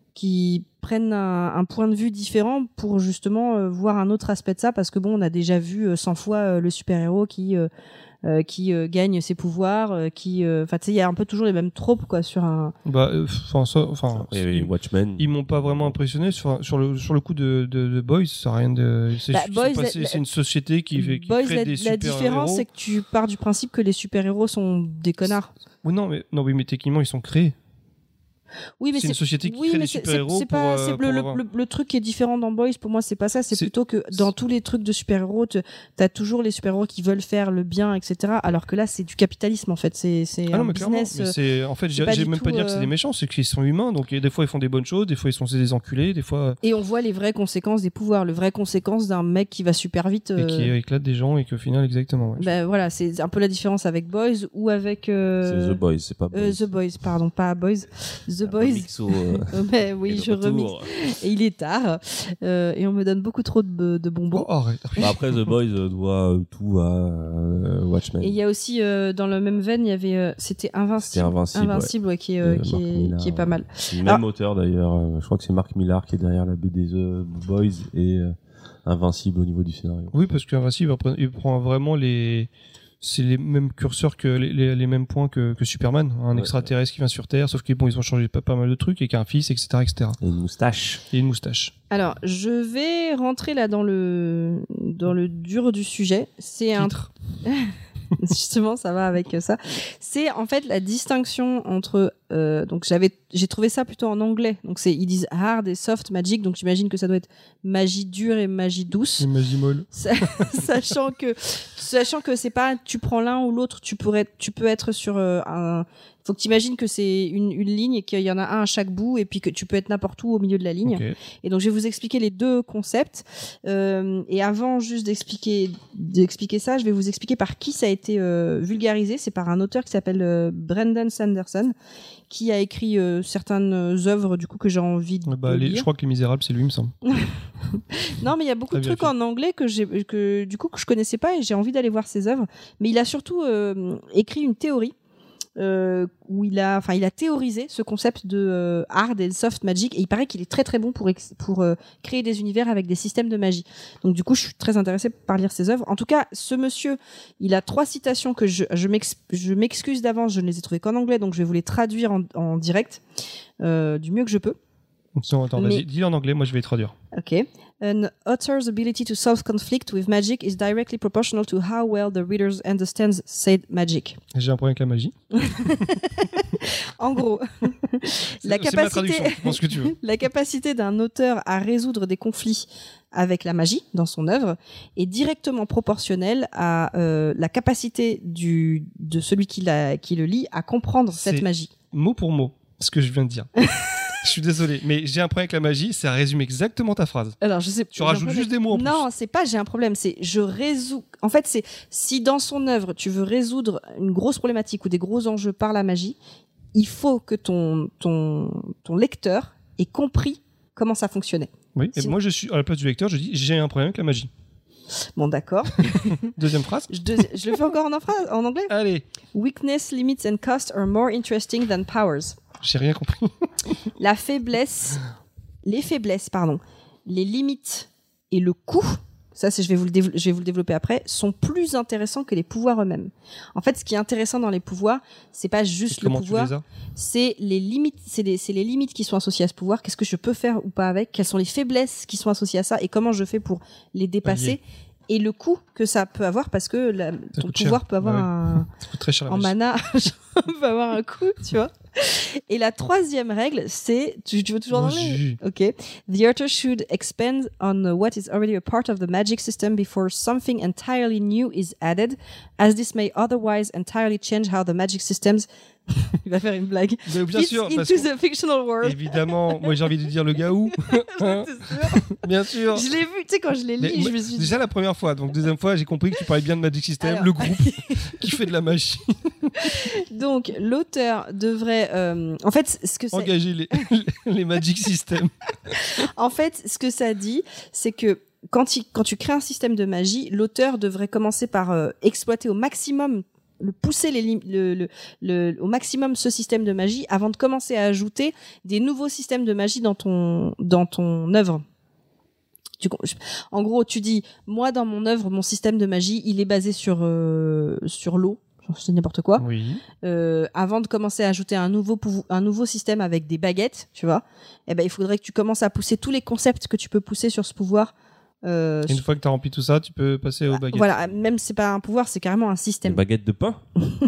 qui prennent un, un point de vue différent pour justement euh, voir un autre aspect de ça, parce que bon, on a déjà vu euh, cent fois euh, le super-héros qui euh, euh, qui euh, gagne ses pouvoirs, euh, qui, enfin, tu sais, il y a un peu toujours les mêmes tropes quoi sur un. Bah, enfin, ça, enfin. Et, et ils- Watchmen. Ils m'ont pas vraiment impressionné sur, sur le sur le coup de, de, de Boys, ça a rien de. C'est Bah, ils sont Boys, passés- la- c'est une société qui fait qui Boys, crée la, des la super différence, c'est que tu pars du principe que les super-héros sont des connards. Oui, non, mais non, oui, mais techniquement ils sont créés. Oui, mais C'est une société qui oui, crée mais des c'est- super-héros c'est pour, pas euh, c'est pour le, le, avoir- le- le truc qui est différent dans Boys pour moi c'est pas ça, c'est C'est- plutôt que dans tous les trucs de super-héros tu as toujours les super-héros qui veulent faire le bien etc, alors que là c'est du capitalisme en fait, c'est c'est Ah non, un mais clairement, business. mais euh, c'est en fait, c'est j'ai pas j'ai du même tout, pas dire que c'est euh, des méchants, c'est qu'ils sont humains, donc et des fois ils font des bonnes choses, des fois ils sont c'est des enculés, des fois Et on voit les vraies conséquences des pouvoirs, les vraies conséquences d'un mec qui va super vite. et qui euh, éclatent des gens et qu'au final exactement. Ouais. ben voilà, c'est un peu la différence avec Boys ou avec euh, C'est The Boys, c'est pas Boys. euh, The Boys, pardon, pas Boys, The Un Boys. remixo, euh, Euh, ben et oui, de je retour. remix. Et il est tard euh, et on me donne beaucoup trop de, de bonbons. Oh, arrête. Bah, après, The Boys euh, doit euh, tout à euh, Watchmen. Et il y a aussi euh, dans le même veine, il y avait euh, c'était Invincible, C'était Invincible, ouais. Invincible ouais, qui est euh, De qui Mark est, Millar, qui est pas ouais. mal. C'est le même Alors- auteur d'ailleurs. euh, Je crois que c'est Mark Millar qui est derrière la B D The Boys et euh, Invincible au niveau du scénario. Oui, parce qu'Invincible après, il prend vraiment les c'est les mêmes curseurs que les, les, les mêmes points que, que Superman, un Ouais. extraterrestre qui vient sur Terre, sauf qu'ils bon, ils ont changé pas, pas mal de trucs et qu'un fils, et cetera, et cetera. Et une moustache. Et une moustache. Alors, je vais rentrer là dans le dans le dur du sujet. C'est un Titre. Justement, ça va avec ça. C'est en fait la distinction entre. Euh, donc j'avais, j'ai trouvé ça plutôt en anglais. Donc c'est, ils disent hard et soft magic. Donc j'imagine que ça doit être magie dure et magie douce. C'est magie molle. Sachant que, sachant que c'est pas, tu prends l'un ou l'autre. Tu pourrais, tu peux être sur euh, un. Faut que tu imagines que c'est une, une ligne et qu'il y en a un à chaque bout et puis que tu peux être n'importe où au milieu de la ligne. Okay. Et donc je vais vous expliquer les deux concepts. Euh, et avant juste d'expliquer d'expliquer ça, je vais vous expliquer par qui ça a été euh, vulgarisé. C'est par un auteur qui s'appelle euh, Brandon Sanderson, qui a écrit euh, certaines œuvres du coup que j'ai envie de bah, les, lire. Je crois que Les Misérables, c'est lui, il me semble. Non, mais il y a beaucoup Très de trucs vérifié. en anglais que j'ai que du coup que je connaissais pas et j'ai envie d'aller voir ses œuvres. Mais il a surtout euh, écrit une théorie. Euh, où il a, enfin, il a théorisé ce concept de euh, hard et soft magic et il paraît qu'il est très très bon pour ex- pour euh, créer des univers avec des systèmes de magie. Donc du coup, je suis très intéressée par lire ses œuvres. En tout cas, ce monsieur, il a trois citations que je je, m'ex- je m'excuse d'avance, je ne les ai trouvées qu'en anglais, donc je vais vous les traduire en, en direct euh, du mieux que je peux. Sinon, attends, Mais- vas-y, dis-le en anglais, moi je vais traduire. Okay. An author's ability to solve conflict with magic is directly proportional to how well the reader understands said magic. J'ai un problème avec la magie. En gros, la C'est ma capacité, traduction, tu penses ce que tu veux. la capacité d'un auteur à résoudre des conflits avec la magie dans son œuvre est directement proportionnelle à euh, la capacité du, de celui qui, la, qui le lit à comprendre cette C'est- magie. Mot pour mot, ce que je viens de dire. Je suis désolé, mais j'ai un problème avec la magie, ça résume exactement ta phrase. Alors, je sais. Tu rajoutes juste des mots en plus. Non, c'est pas j'ai un problème, c'est je résous. En fait, c'est si dans son œuvre tu veux résoudre une grosse problématique ou des gros enjeux par la magie, il faut que ton ton ton lecteur ait compris comment ça fonctionnait. Oui, et Si- moi je suis à la place du lecteur, je dis j'ai un problème avec la magie. Bon, d'accord. Deuxième phrase. je, deuxi- je le fais encore en, en, en anglais. Allez, Weakness, limits and costs are more interesting than powers. j'ai rien compris. La faiblesse, les faiblesses, pardon, les limites et le coût, ça c'est, je vais vous le dév- je vais vous le développer après, sont plus intéressants que les pouvoirs eux-mêmes. En fait, ce qui est intéressant dans les pouvoirs, c'est pas juste le Comment tu pouvoir, les as c'est les limites, c'est les, c'est les limites qui sont associées à ce pouvoir. Qu'est-ce que je peux faire ou pas avec? Quelles sont les faiblesses qui sont associées à ça et comment je fais pour les dépasser? Et le coût que ça peut avoir parce que la- ton coûte cher. pouvoir peut avoir Ouais. un, Ça coûte très cher la en magie. mana, peut avoir un coût, tu vois. Et la troisième règle, c'est, tu, tu veux toujours en anglais? Vas-y. Ok. The author should expand on what is already a part of the magic system before something entirely new is added, as this may otherwise entirely change how the magic systems. Il va faire une blague. Mais bien Fits sûr, parce into que the fictional world. évidemment, moi j'ai envie de dire le gaou. Hein, T'es sûr bien sûr. Je l'ai vu, tu sais, quand je l'ai Mais lu, moi, je me suis dit. déjà la première fois, donc deuxième fois, j'ai compris que tu parlais bien de Magic System, Alors. le groupe qui fait de la magie. Donc, l'auteur devrait, euh, en fait, ce que c'est. Engager les, les Magic System. En fait, ce que ça dit, c'est que quand, il, quand tu crées un système de magie, l'auteur devrait commencer par euh, exploiter au maximum, le pousser les lim- le, le, le, au maximum ce système de magie avant de commencer à ajouter des nouveaux systèmes de magie dans ton, dans ton œuvre. Tu, en gros, tu dis, moi, dans mon œuvre, mon système de magie, il est basé sur, euh, sur l'eau. C'est n'importe quoi. Oui. Euh, avant de commencer à ajouter un nouveau pouvo- un nouveau système avec des baguettes, tu vois, eh ben il faudrait que tu commences à pousser tous les concepts que tu peux pousser sur ce pouvoir. Euh, Et une fois que tu as rempli tout ça, tu peux passer aux baguettes. voilà, même c'est pas un pouvoir, c'est carrément un Une système. baguette de pain.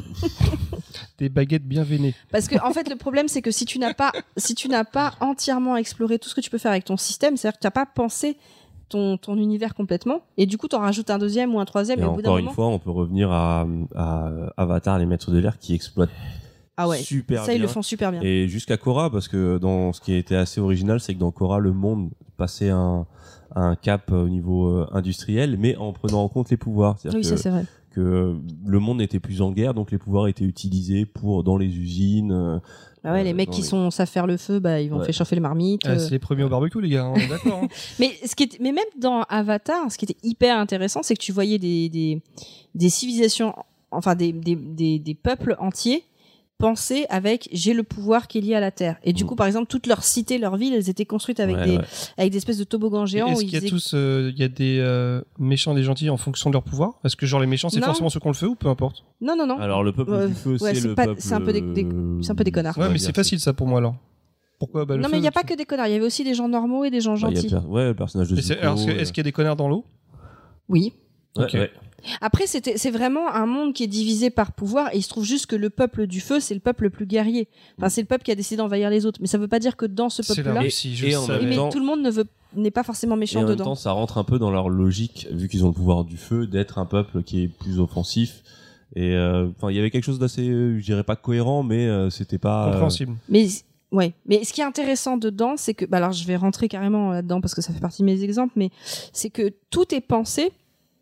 Des baguettes bien veinées. Parce que en fait, le problème c'est que si tu n'as pas, si tu n'as pas entièrement exploré tout ce que tu peux faire avec ton système, c'est-à-dire que tu n'as pas pensé ton ton univers complètement, et du coup t'en rajoutes un deuxième ou un troisième, Et et, au bout d'un encore une moment, fois, on peut revenir à, à Avatar, les maîtres de l'air, qui exploitent ah ouais, super ça bien. ils le font super bien. Et jusqu'à Korra, parce que dans ce qui a été assez original, c'est que dans Korra, le monde passait un, un cap au niveau euh, industriel, mais en prenant en compte les pouvoirs. C'est-à-dire Oui, que, ça c'est vrai. que le monde n'était plus en guerre, donc les pouvoirs étaient utilisés pour dans les usines. euh, Ah ouais, les euh, mecs dans qui les- sont savent faire le feu, bah ils vont Ouais. faire chauffer les marmites. Ah, euh. c'est les premiers au barbecue, les gars, hein, on est d'accord. hein. Mais ce qui est, mais même dans Avatar, ce qui était hyper intéressant, c'est que tu voyais des des des civilisations, enfin des des des, des peuples entiers penser avec j'ai le pouvoir qui est lié à la terre. Et du Mm. coup, par exemple, toutes leurs cités, leurs villes, elles étaient construites avec Ouais, des ouais. avec des espèces de toboggans géants. Est-ce où qu'il y a ils faisaient- tous, euh, il y a des euh, méchants et des gentils en fonction de leur pouvoir? Est-ce que genre les méchants c'est Non. forcément ceux qu'on le fait ou peu importe? Non, non, non. Alors le peuple Ouais, du feu, ouais, c'est c'est le pas- peuple. c'est un peu des- des- c'est un peu des connards. on Ouais, va mais dire. c'est facile ça pour moi alors. Pourquoi bah, le non, feu, mais il n'y a tu- pas que des connards. Il y avait aussi des gens normaux et des gens Bah, il y a gentils. per- ouais, le personnage de Mais c'est- Zuko. alors, est-ce que- euh, est-ce qu'il y a des connards dans l'eau? Oui. ouais, Ok. ouais. Après, c'était, c'est vraiment un monde qui est divisé par pouvoir, et il se trouve juste que le peuple du feu, c'est le peuple le plus guerrier. Enfin, c'est le peuple qui a décidé d'envahir les autres. Mais ça veut pas dire que dans ce C'est la peuple-là, Russie, je et en savais. même mais temps- tout le monde ne veut, n'est pas forcément Et méchant en même dedans. temps, ça rentre un peu dans leur logique, vu qu'ils ont le pouvoir du feu, d'être un peuple qui est plus offensif. Et euh, enfin, il y avait quelque chose d'assez, euh, je dirais pas cohérent, mais euh, c'était pas. euh, Compréhensible. Mais ouais, mais ce qui est intéressant dedans, c'est que, bah alors je vais rentrer carrément là-dedans parce que ça fait partie de mes exemples, mais c'est que tout est pensé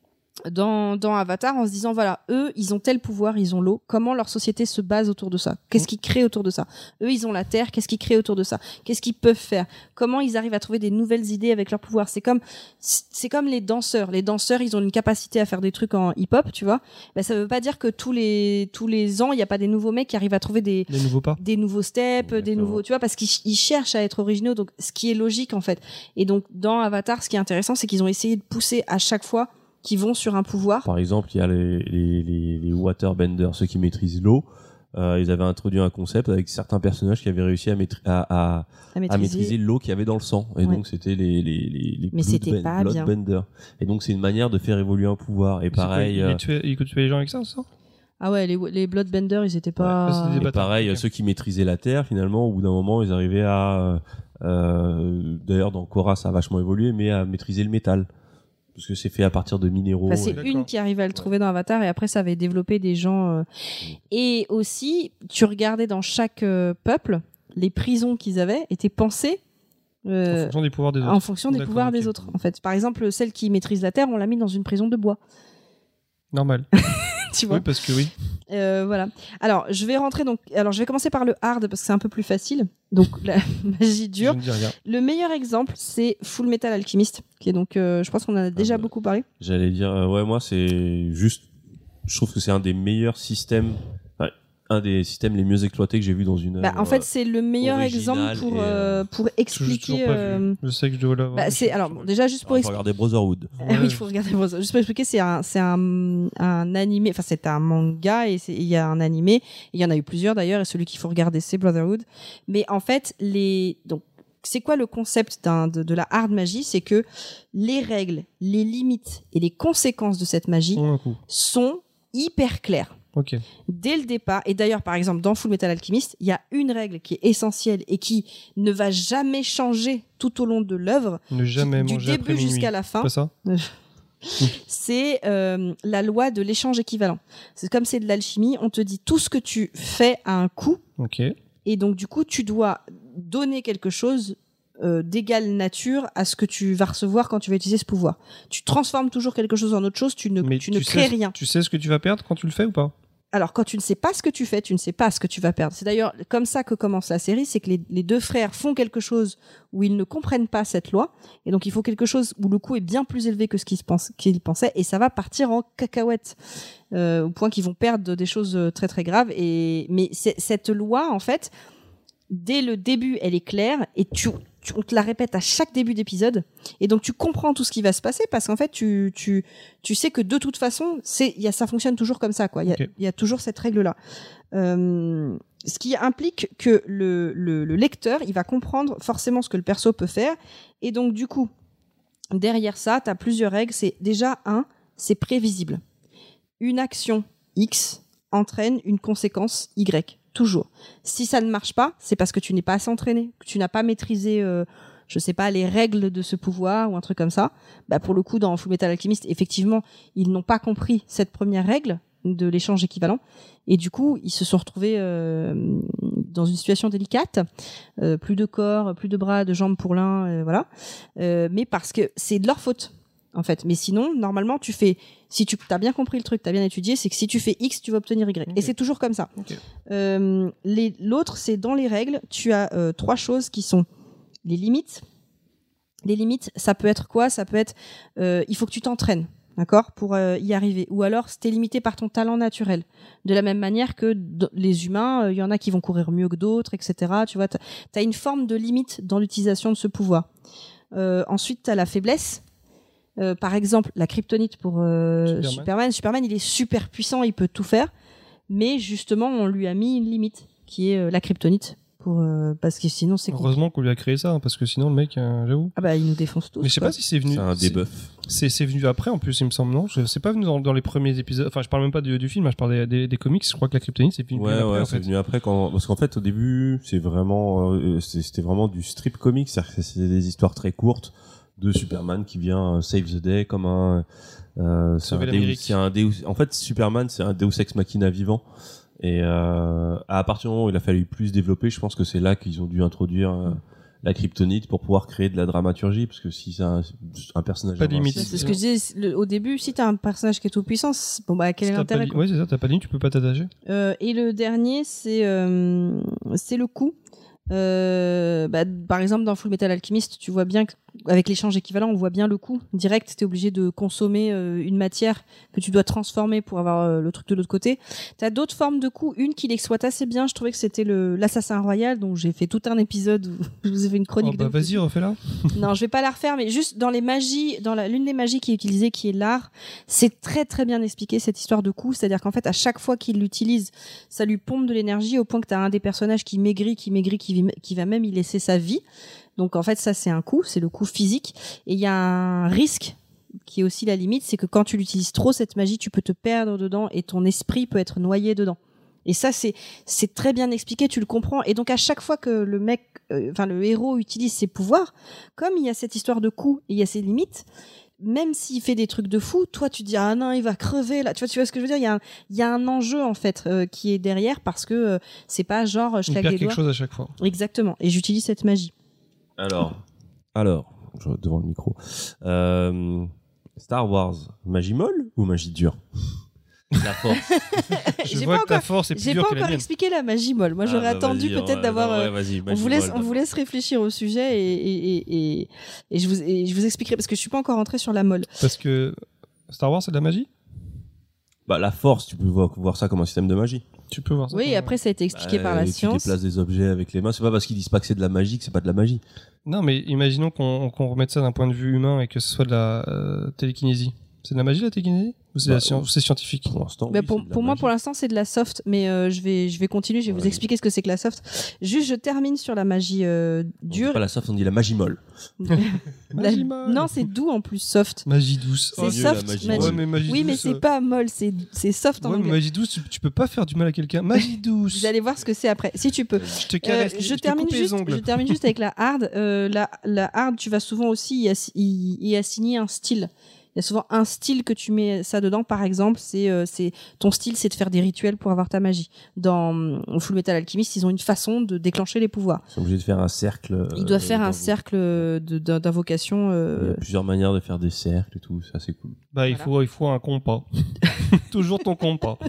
dans, dans Avatar en se disant voilà, eux ils ont tel pouvoir, ils ont l'eau, comment leur société se base autour de ça, qu'est-ce qu'ils créent autour de ça, eux ils ont la terre, qu'est-ce qu'ils créent autour de ça, qu'est-ce qu'ils peuvent faire, comment ils arrivent à trouver des nouvelles idées avec leur pouvoir. C'est comme c'est comme les danseurs, les danseurs ils ont une capacité à faire des trucs en hip-hop, tu vois. Ben ça veut pas dire que tous les tous les ans il y a pas des nouveaux mecs qui arrivent à trouver des Les nouveaux pas. des nouveaux steps, des Exactement. nouveaux, tu vois, parce qu'ils ils cherchent à être originaux, donc ce qui est logique en fait. Et donc dans Avatar, ce qui est intéressant, c'est qu'ils ont essayé de pousser à chaque fois qu'ils vont sur un pouvoir. Par exemple, il y a les, les, les, les waterbenders, ceux qui maîtrisent l'eau. Euh, ils avaient introduit un concept avec certains personnages qui avaient réussi à, maîtri- à, à, À à maîtriser. maîtriser l'eau qu'il y avait dans le sang. Et Ouais. donc, c'était les, les, les, les Mais c'était bloodben- pas bien. bloodbenders. Et donc, c'est une manière de faire évoluer un pouvoir. Et C'est quoi, pareil, il, euh, il tuait, il tuait les gens avec ça, ça Ah ouais, les, les Bloodbenders, ils étaient Ouais, pas. ça, c'était des et bâtards. pareil, Ok. ceux qui maîtrisaient la terre, finalement, au bout d'un moment, ils arrivaient à, euh, d'ailleurs, dans Korra, ça a vachement évolué, mais à maîtriser le métal. Parce que c'est fait à partir de minéraux. Enfin, c'est et- D'accord. une qui arrivait à le trouver dans Avatar, et après ça avait développé des gens. euh, Et aussi, tu regardais dans chaque euh, peuple, les prisons qu'ils avaient étaient pensées. euh, En fonction des pouvoirs des autres. en fonction des D'accord, pouvoirs ok. des autres, en fait. Par exemple, celle qui maîtrise la terre, on l'a mis dans une prison de bois. Normal. Tu vois. Oui, parce que oui. Euh, voilà. Alors, je vais rentrer donc. Alors, je vais commencer par le hard parce que c'est un peu plus facile. Donc, la magie dure. Je ne dis rien. Le meilleur exemple, c'est Full Metal Alchemist, qui est donc, euh, je pense qu'on en a déjà bah. beaucoup parlé. J'allais dire, euh, ouais, moi, c'est juste, je trouve que c'est un des meilleurs systèmes, enfin, un des systèmes les mieux exploités que j'ai vu dans une Bah, œuvre, en fait, c'est le meilleur original exemple pour et, euh, euh, pour Je l'ai expliquer. toujours pas euh, vu. Je sais que je dois l'avoir. bah, mais c'est je- alors bon, déjà juste euh, pour faut expliquer. regarder Brotherhood. Ah oui, il faut regarder. Bon, juste pour expliquer, c'est un, c'est un, un animé. Enfin, c'est un manga et c'est- il y a un animé. Il y en a eu plusieurs d'ailleurs, et celui qu'il faut regarder, c'est Brotherhood. Mais en fait, les donc c'est quoi le concept d'un, de, de la hard magie? C'est que les règles, les limites et les conséquences de cette magie En un coup. sont hyper claires. Ok. Dès le départ, et d'ailleurs par exemple dans Full Metal Alchemist, il y a une règle qui est essentielle et qui ne va jamais changer tout au long de l'œuvre, Ne jamais du manger après début minuit. jusqu'à la fin. Pas ça C'est euh, la loi de l'échange équivalent. C'est comme c'est de l'alchimie, on te dit tout ce que tu fais a un coût, Ok. et donc du coup tu dois donner quelque chose euh, d'égale nature à ce que tu vas recevoir quand tu vas utiliser ce pouvoir. Tu transformes toujours quelque chose en autre chose, tu ne, Mais tu ne sais, crées rien. Tu sais ce que tu vas perdre quand tu le fais ou pas Alors, quand tu ne sais pas ce que tu fais, tu ne sais pas ce que tu vas perdre. C'est d'ailleurs comme ça que commence la série, c'est que les, les deux frères font quelque chose où ils ne comprennent pas cette loi, et donc il faut quelque chose où le coût est bien plus élevé que ce qu'ils pensent, qu'ils pensaient, et ça va partir en cacahuète, euh, au point qu'ils vont perdre des choses euh, très très graves. Et mais c'est- cette loi, en fait, dès le début, elle est claire, et tu, tu- on te la répète à chaque début d'épisode, et donc tu comprends tout ce qui va se passer, parce qu'en fait, tu, tu, tu sais que de toute façon, c'est, y a, ça fonctionne toujours comme ça, quoi. Il y a, Ok. il y a toujours cette règle-là. Euh, ce qui implique que le, le, le lecteur, il va comprendre forcément ce que le perso peut faire, et donc du coup, derrière ça, tu as plusieurs règles. C'est déjà un, c'est prévisible. Une action X entraîne une conséquence Y. Toujours. Si ça ne marche pas, c'est parce que tu n'es pas assez entraîné, que tu n'as pas maîtrisé, euh, je sais pas, les règles de ce pouvoir ou un truc comme ça. Bah, pour le coup, dans Full Metal Alchemist, effectivement, ils n'ont pas compris cette première règle de l'échange équivalent. Et du coup, ils se sont retrouvés euh, dans une situation délicate. Euh, plus de corps, plus de bras, de jambes pour l'un, euh, voilà. Euh, mais parce que c'est de leur faute, en fait. Mais sinon, normalement, tu fais... Si tu as bien compris le truc, tu as bien étudié, c'est que si tu fais X, tu vas obtenir Y. Ok. Et c'est toujours comme ça. Ok. Euh, les- l'autre, c'est dans les règles, tu as euh, trois choses qui sont les limites. Les limites, ça peut être quoi? Ça peut être, euh, il faut que tu t'entraînes, d'accord, pour euh, y arriver. Ou alors, t'es limité par ton talent naturel. De la même manière que d- les humains, il y en a qui vont courir mieux que d'autres, et cetera. Tu vois, t'as as une forme de limite dans l'utilisation de ce pouvoir. Euh, ensuite, t'as la faiblesse. Euh, par exemple, la kryptonite pour euh, Superman. Superman. Superman, il est super puissant, il peut tout faire, mais justement, on lui a mis une limite, qui est euh, la kryptonite. pour euh, parce que sinon c'est compliqué. Heureusement qu'on lui a créé ça, hein, parce que sinon le mec, euh, j'avoue. Ah bah il nous défonce tous. Mais je sais quoi. pas si c'est venu. C'est un c'est- debuff. C'est c'est venu après en plus, il me semble, non je, C'est pas venu dans, dans les premiers épisodes. Enfin, je parle même pas du, du film, hein, je parle des, des, des comics. Je crois que la kryptonite c'est venu Ouais, bien après ouais, en c'est fait. venu après quand, parce qu'en fait, au début, c'est vraiment, euh, c'est- c'était vraiment du strip comics, c'est-à-dire que c'est des histoires très courtes de Superman qui vient euh, save the day comme un, euh, c'est un Sauver Deus, l'Amérique. c'est un Deus, en fait, Superman, c'est un Deus ex machina vivant. Et, euh, à partir du moment où il a fallu plus développer, je pense que c'est là qu'ils ont dû introduire, euh, la kryptonite pour pouvoir créer de la dramaturgie, parce que si c'est un, un personnage Pas de invincible- limite. C'est ce que je disais le- au début. Si t'as un personnage qui est tout puissant, c'est- bon bah quel Si est t'as pas l'intérêt de- quoi. Ouais, c'est ça, t'as pas de ligne, tu peux pas t'attacher. Euh, et le dernier, c'est euh, c'est le coût. Euh, bah, par exemple, dans Full Metal Alchemist, tu vois bien qu'avec l'échange équivalent, on voit bien le coût direct. T'es obligé de consommer euh, une matière que tu dois transformer pour avoir euh, le truc de l'autre côté. T'as d'autres formes de coût. Une qui l'exploite assez bien, je trouvais que c'était le l'assassin royal, dont j'ai fait tout un épisode où je vous ai fait une Oh, chronique. bah de- vas-y, refais-la. Non, je vais pas la refaire, mais juste dans les magies, dans la, l'une des magies qui est utilisée, qui est l'art, c'est très très bien expliqué cette histoire de coup. C'est-à-dire qu'en fait, à chaque fois qu'il l'utilise, ça lui pompe de l'énergie au point que t'as un des personnages qui maigrit, qui maigrit, qui, vi- qui va même y laisser sa vie. Donc en fait, ça c'est un coup, c'est le coup physique. Et il y a un risque qui est aussi la limite, c'est que quand tu l'utilises trop cette magie, tu peux te perdre dedans et ton esprit peut être noyé dedans. Et ça, c'est c'est très bien expliqué, tu le comprends. Et donc à chaque fois que le mec, euh, enfin le héros utilise ses pouvoirs, comme il y a cette histoire de coup et il y a ses limites, même s'il fait des trucs de fou, toi tu te dis ah non il va crever là. Tu vois, tu vois ce que je veux dire. Il y a un, il y a un enjeu en fait euh, qui est derrière parce que euh, c'est pas genre je Il claque perd des quelque doigts. chose à chaque fois. Exactement. Et j'utilise cette magie. Alors, alors, je- devant le micro, euh, Star Wars, magie molle ou magie dure? La force. Je J'ai vois pas que ta encore- force est plus J'ai dure pas que la encore mienne. expliqué la magie molle. Moi Ah, j'aurais bah, attendu vas-y, peut-être ouais, d'avoir. non, euh, ouais, vas-y, On magie vous laisse, molle, on vous laisse réfléchir au sujet et, et, et, et, et je vous, et je vous expliquerai parce que je suis pas encore rentrée sur la molle. Parce que Star Wars c'est de la magie. Bah, la force, tu peux voir, voir ça comme un système de magie. Tu peux voir ça. Oui, comme- et après ça a été expliqué Bah, par la tu science. déplaces des objets avec les mains. C'est pas parce qu'ils disent pas que c'est de la magie que c'est pas de la magie. Non, mais imaginons qu'on qu'on remette ça d'un point de vue humain et que ce soit de la euh, télékinésie. C'est de la magie la télékinésie ou c'est Bah, la science- ou c'est scientifique? Pour l'instant, Bah, oui, pour c'est de la pour moi, magie. pour l'instant, c'est de la soft, mais euh, je vais je vais continuer. Je vais vous Ouais. expliquer ce que c'est que la soft. Juste, je termine sur la magie euh, On dit dure. pas la soft, on dit la magie molle. La- Magie molle. Non, c'est doux en plus, soft. Magie douce. C'est Oh, mieux, la soft. magie magie- molle. Ouais, mais magie Oui, mais douce, c'est euh, pas molle, c'est c'est soft en Ouais, mais anglais. magie douce, tu, tu peux pas faire du mal à quelqu'un. Magie douce. Vous allez voir ce que c'est après, si tu peux. Je te Euh, caresse. les- je, te termine coupe les juste, ongles. je termine juste avec la hard. Euh, la, la hard, tu vas souvent aussi y, assi- y, y assigner un style. Il y a souvent un style que tu mets ça dedans. Par exemple, c'est euh, c'est ton style, c'est de faire des rituels pour avoir ta magie. Dans euh, Full Metal Alchemist, ils ont une façon de déclencher les pouvoirs. Ils sont obligés de faire un cercle. Ils doivent euh, faire un d'invo- cercle de- de- d'invocation. Il y euh, a plusieurs manières de faire des cercles et tout, ça c'est cool. Bah, il Voilà. faut, il faut un compas. Toujours ton compas.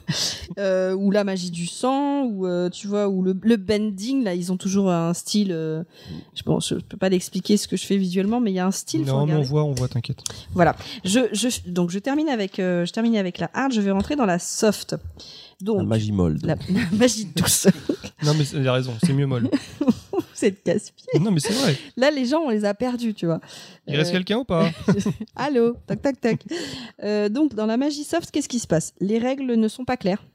euh, ou la magie du sang, ou euh, tu vois, ou le, le bending. Là, ils ont toujours un style. euh, je, bon, je peux pas l'expliquer ce que je fais visuellement, mais il y a un style. faut Non, mais on regarder. voit, on voit, t'inquiète. Voilà. Je, je, donc je termine avec, euh, je termine avec la hard. Je vais rentrer dans la soft. Donc La magie molle. donc. la, la magie douce. Non, mais il a raison, c'est mieux molle. C'est de casse-pied. Non, mais c'est vrai. Là, les gens, on les a perdus, tu vois. Il reste Euh, quelqu'un ou pas? Allô, tac, tac, tac. Euh, donc, dans la magie soft, qu'est-ce qui se passe? Les règles ne sont pas claires.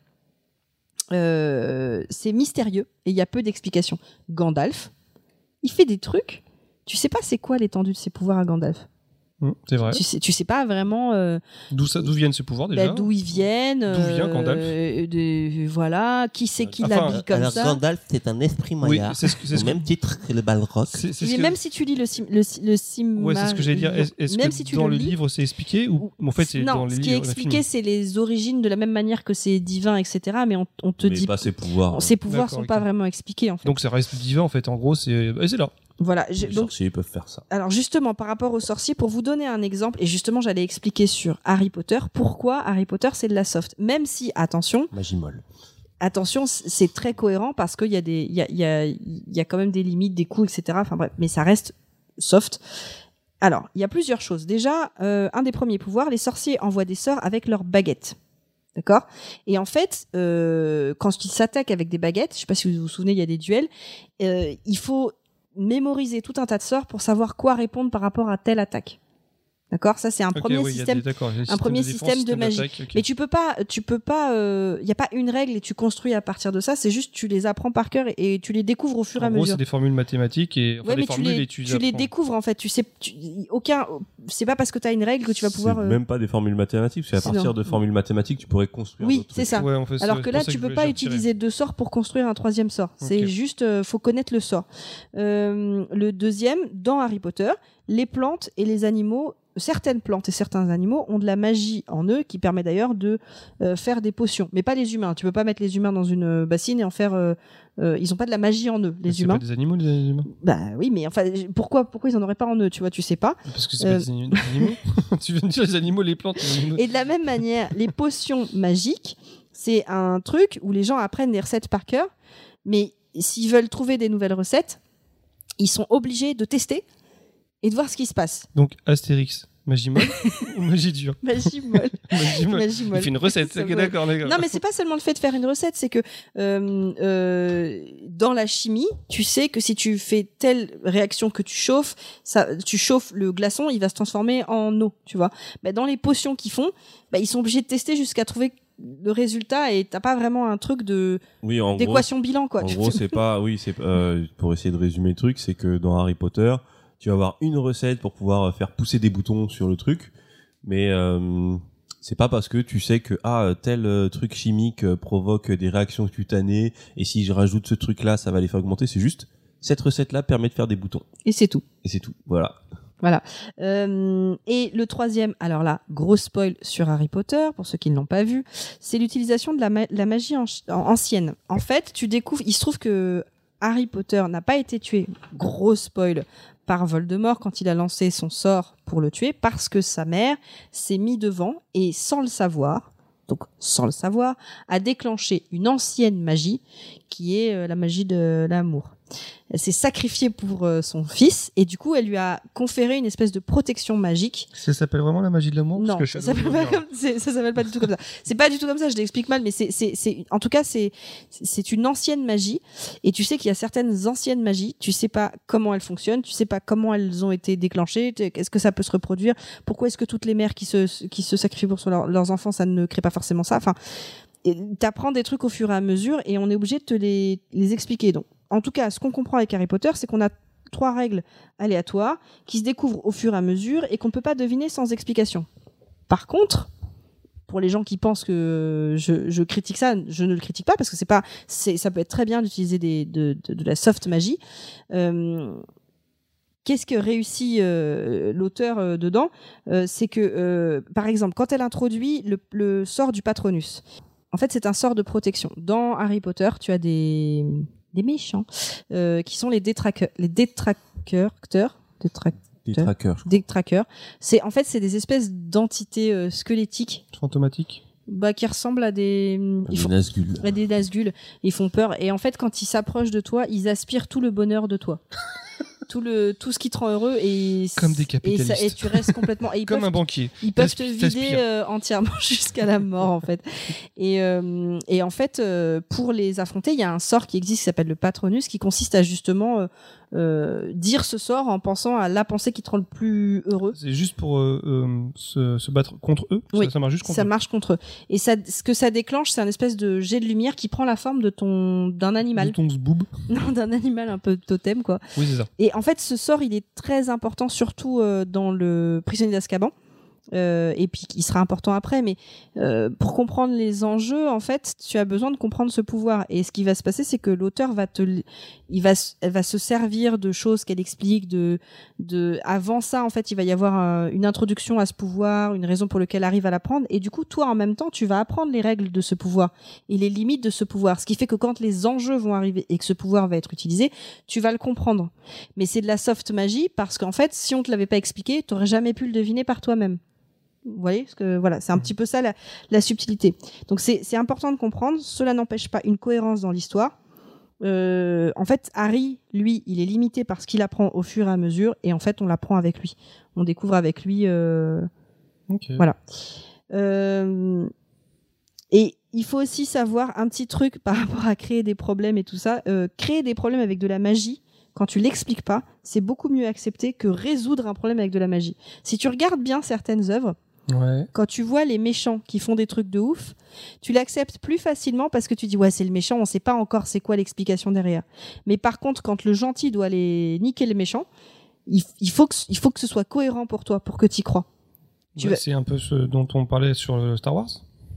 Euh, c'est mystérieux et il y a peu d'explications. Gandalf, il fait des trucs. Tu sais pas c'est quoi l'étendue de ses pouvoirs à Gandalf. Hum, c'est vrai. Tu sais, tu sais pas vraiment euh, D'où ça, d'où viennent ces pouvoirs déjà? bah, d'où ils viennent. D'où vient Gandalf euh, de, Voilà, qui c'est qui Enfin, l'habille comme Alors ça. Gandalf, c'est un esprit Oui, maillard, c'est ce que, c'est au ce que- même titre que le Balrog. c'est- c'est ce Mais que- même si tu lis le sim, le, le sim Ouais, c'est ce que j'allais dire. Est-ce est-ce même que si tu dans le le lis, livre c'est expliqué ou en fait c'est non, dans les ce qui est livres, le expliqué, film c'est les origines de la même manière que c'est divin, et cetera. Mais on, on te Mais dit, pas ses pouvoirs. ses pouvoirs D'accord, sont ok. pas vraiment expliqués en fait. Donc ça reste divin en fait. En gros, c'est et c'est là. Voilà. je- Les donc, sorciers peuvent faire ça. alors justement, par rapport aux sorciers, pour vous donner un exemple, et justement, j'allais expliquer sur Harry Potter pourquoi Harry Potter c'est de la soft. Même si, attention, Magie molle. attention, c- c'est très cohérent parce qu'il y a des, il y a, il y a, il y a quand même des limites, des coûts, et cetera. Enfin bref, mais ça reste soft. Alors, il y a plusieurs choses. Déjà, euh, un des premiers pouvoirs, les sorciers envoient des sorts avec leurs baguettes. D'accord? Et en fait, euh, quand ils s'attaquent avec des baguettes, je sais pas si vous vous souvenez, il y a des duels, euh, il faut mémoriser tout un tas de sorts pour savoir quoi répondre par rapport à telle attaque. D'accord, ça c'est un Ok, premier oui, il y a système. des- d'accord, il y a des un premier systèmes système de défense, magie. d'attaque, ok. Mais tu peux pas, tu peux pas, il euh, y a pas une règle et tu construis à partir de ça. C'est juste tu les apprends par cœur et, et tu les découvres au fur et En à gros, mesure. c'est des formules mathématiques et enfin Ouais, des mais tu formules les, et tu, tu les apprends. découvres en fait. Tu sais, tu, aucun, c'est pas parce que tu as une règle que tu vas pouvoir. C'est euh, même pas des formules mathématiques, parce qu'à C'est partir non. de formules mathématiques, tu pourrais construire. Oui, d'autres c'est trucs. ça. Ouais, en fait, Alors c'est que pour là, ça tu je peux voulais- pas j'ai retiré. utiliser deux sorts pour construire un troisième sort. C'est Ok. juste, euh, faut connaître le sort. Euh, le deuxième, dans Harry Potter, les plantes et les animaux, certaines plantes et certains animaux ont de la magie en eux qui permet d'ailleurs de euh, faire des potions. Mais pas les humains. Tu peux pas mettre les humains dans une euh, bassine et en faire. Euh, euh, ils ont pas de la magie en eux, les C'est humains. pas des animaux, les humains. Bah oui, mais enfin, pourquoi, pourquoi ils en auraient pas en eux, tu vois, tu sais pas. Parce que c'est Euh, pas des ani- des animaux. Tu viens de dire les animaux, les plantes. Les animaux. Et de la même manière, les potions magiques, c'est un truc où les gens apprennent des recettes par cœur, mais s'ils veulent trouver des nouvelles recettes, ils sont obligés de tester et de voir ce qui se passe. Donc Astérix, magie molle ou magie dure? Magie molle. Magie molle. Magie molle. Il fait une recette. Ça Ok, va. d'accord, d'accord. Non, mais c'est pas seulement le fait de faire une recette, c'est que euh, euh, dans la chimie, tu sais que si tu fais telle réaction que tu chauffes, ça, tu chauffes le glaçon, il va se transformer en eau, tu vois. Bah, dans les potions qu'ils font, bah, ils sont obligés de tester jusqu'à trouver le résultat et t'as pas vraiment un truc de Oui, en gros, d'équation bilan, quoi. en Tu- gros, c'est pas, oui, c'est euh, pour essayer de résumer le truc, c'est que dans Harry Potter, tu vas avoir une recette pour pouvoir faire pousser des boutons sur le truc, mais euh, c'est pas parce que tu sais que ah tel euh, truc chimique euh, provoque des réactions cutanées et si je rajoute ce truc là, ça va les faire augmenter. C'est juste cette recette là permet de faire des boutons Et c'est tout. et c'est tout. Voilà. Voilà. Euh, et le troisième, alors là, gros spoil sur Harry Potter, pour ceux qui ne l'ont pas vu, c'est l'utilisation de la, ma- la magie en- en- ancienne. En fait, tu découvres, il se trouve que Harry Potter n'a pas été tué, gros spoil, par Voldemort quand il a lancé son sort pour le tuer, parce que sa mère s'est mise devant et sans le savoir, donc sans le savoir, a déclenché une ancienne magie qui est euh, la magie de l'amour. Elle s'est sacrifiée pour euh, son fils et du coup elle lui a conféré une espèce de protection magique. Ça s'appelle vraiment la magie de l'amour? Parce Non, que ça Shadow s'appelle of pas the comme c'est- ça s'appelle pas du tout comme ça. C'est pas du tout comme ça. Je l'explique mal, mais c'est c'est c'est en tout cas c'est c'est une ancienne magie et tu sais qu'il y a certaines anciennes magies. Tu sais pas comment elles fonctionnent, tu sais pas comment elles ont été déclenchées. Est-ce que ça peut se reproduire? Pourquoi est-ce que toutes les mères qui se qui se sacrifient pour leur- leurs enfants, ça ne crée pas forcément ça? Enfin, t'apprends des trucs au fur et à mesure et on est obligé de te les les expliquer. Donc en tout cas, ce qu'on comprend avec Harry Potter, c'est qu'on a trois règles aléatoires qui se découvrent au fur et à mesure et qu'on peut pas deviner sans explication. Par contre, pour les gens qui pensent que je, je critique ça, je ne le critique pas parce que c'est pas, c'est, ça peut être très bien d'utiliser des, de, de, de la soft magie. Euh, Qu'est-ce que réussit euh, l'auteur euh, dedans euh, C'est que, euh, par exemple, quand elle introduit le, le sort du Patronus, en fait, c'est un sort de protection. Dans Harry Potter, tu as des des méchants euh, qui sont les détraqueurs, les détraqueurs, détra- Des trackers. je crois. détraqueurs. C'est en fait c'est des espèces d'entités euh, squelettiques, Fantomatique. bah qui ressemblent à des ils Des font Nazgûl. à des Nazgûl. Ils font peur et en fait quand ils s'approchent de toi, ils aspirent tout le bonheur de toi. tout le tout ce qui te rend heureux et Comme des et, capitalistes. ça- et tu restes complètement et ils Comme peuvent un banquier. ils peuvent te T'aspi- vider t'aspires. euh, entièrement jusqu'à la mort en fait. Et, euh, et en fait, euh, pour les affronter, il y a un sort qui existe qui s'appelle le Patronus, qui consiste à justement euh, euh, dire ce sort en pensant à la pensée qui te rend le plus heureux. C'est juste pour euh, euh, se, se battre contre eux. Oui, ça, ça marche juste contre Ça eux. marche contre eux. Et ça, ce que ça déclenche, c'est un espèce de jet de lumière qui prend la forme de ton d'un animal, De ton zboob. non d'un animal un peu totem quoi. Oui, c'est ça. Et en fait, ce sort, il est très important, surtout euh, dans le Prisonnier d'Azkaban. Euh, et puis, il sera important après. Mais euh, pour comprendre les enjeux, en fait, tu as besoin de comprendre ce pouvoir. Et ce qui va se passer, c'est que l'auteur va te, l- il va, s- elle va se servir de choses qu'elle explique. De, de, avant ça, en fait, il va y avoir euh, une introduction à ce pouvoir, une raison pour laquelle elle arrive à l'apprendre. Et du coup, toi, en même temps, tu vas apprendre les règles de ce pouvoir et les limites de ce pouvoir. Ce qui fait que quand les enjeux vont arriver et que ce pouvoir va être utilisé, tu vas le comprendre. Mais c'est de la soft magie parce qu'en fait, si on te l'avait pas expliqué, t'aurais jamais pu le deviner par toi-même. Vous voyez, parce que voilà, c'est un petit peu ça la, la subtilité. Donc c'est c'est important de comprendre. Cela n'empêche pas une cohérence dans l'histoire. Euh, en fait, Harry, lui, il est limité par ce qu'il apprend au fur et à mesure, et en fait, on l'apprend avec lui. On découvre avec lui. Euh, Ok. voilà. Euh, et il faut aussi savoir un petit truc par rapport à créer des problèmes et tout ça. Euh, créer des problèmes avec de la magie, quand tu l'expliques pas, c'est beaucoup mieux accepté que résoudre un problème avec de la magie. Si tu regardes bien certaines œuvres, Ouais. quand tu vois les méchants qui font des trucs de ouf, tu l'acceptes plus facilement parce que tu dis ouais c'est le méchant, on sait pas encore c'est quoi l'explication derrière. Mais par contre quand le gentil doit aller niquer le méchant, il, il faut que il faut que ce soit cohérent pour toi pour que tu y crois. Tu Ouais, vas- C'est un peu ce dont on parlait sur euh, Star Wars.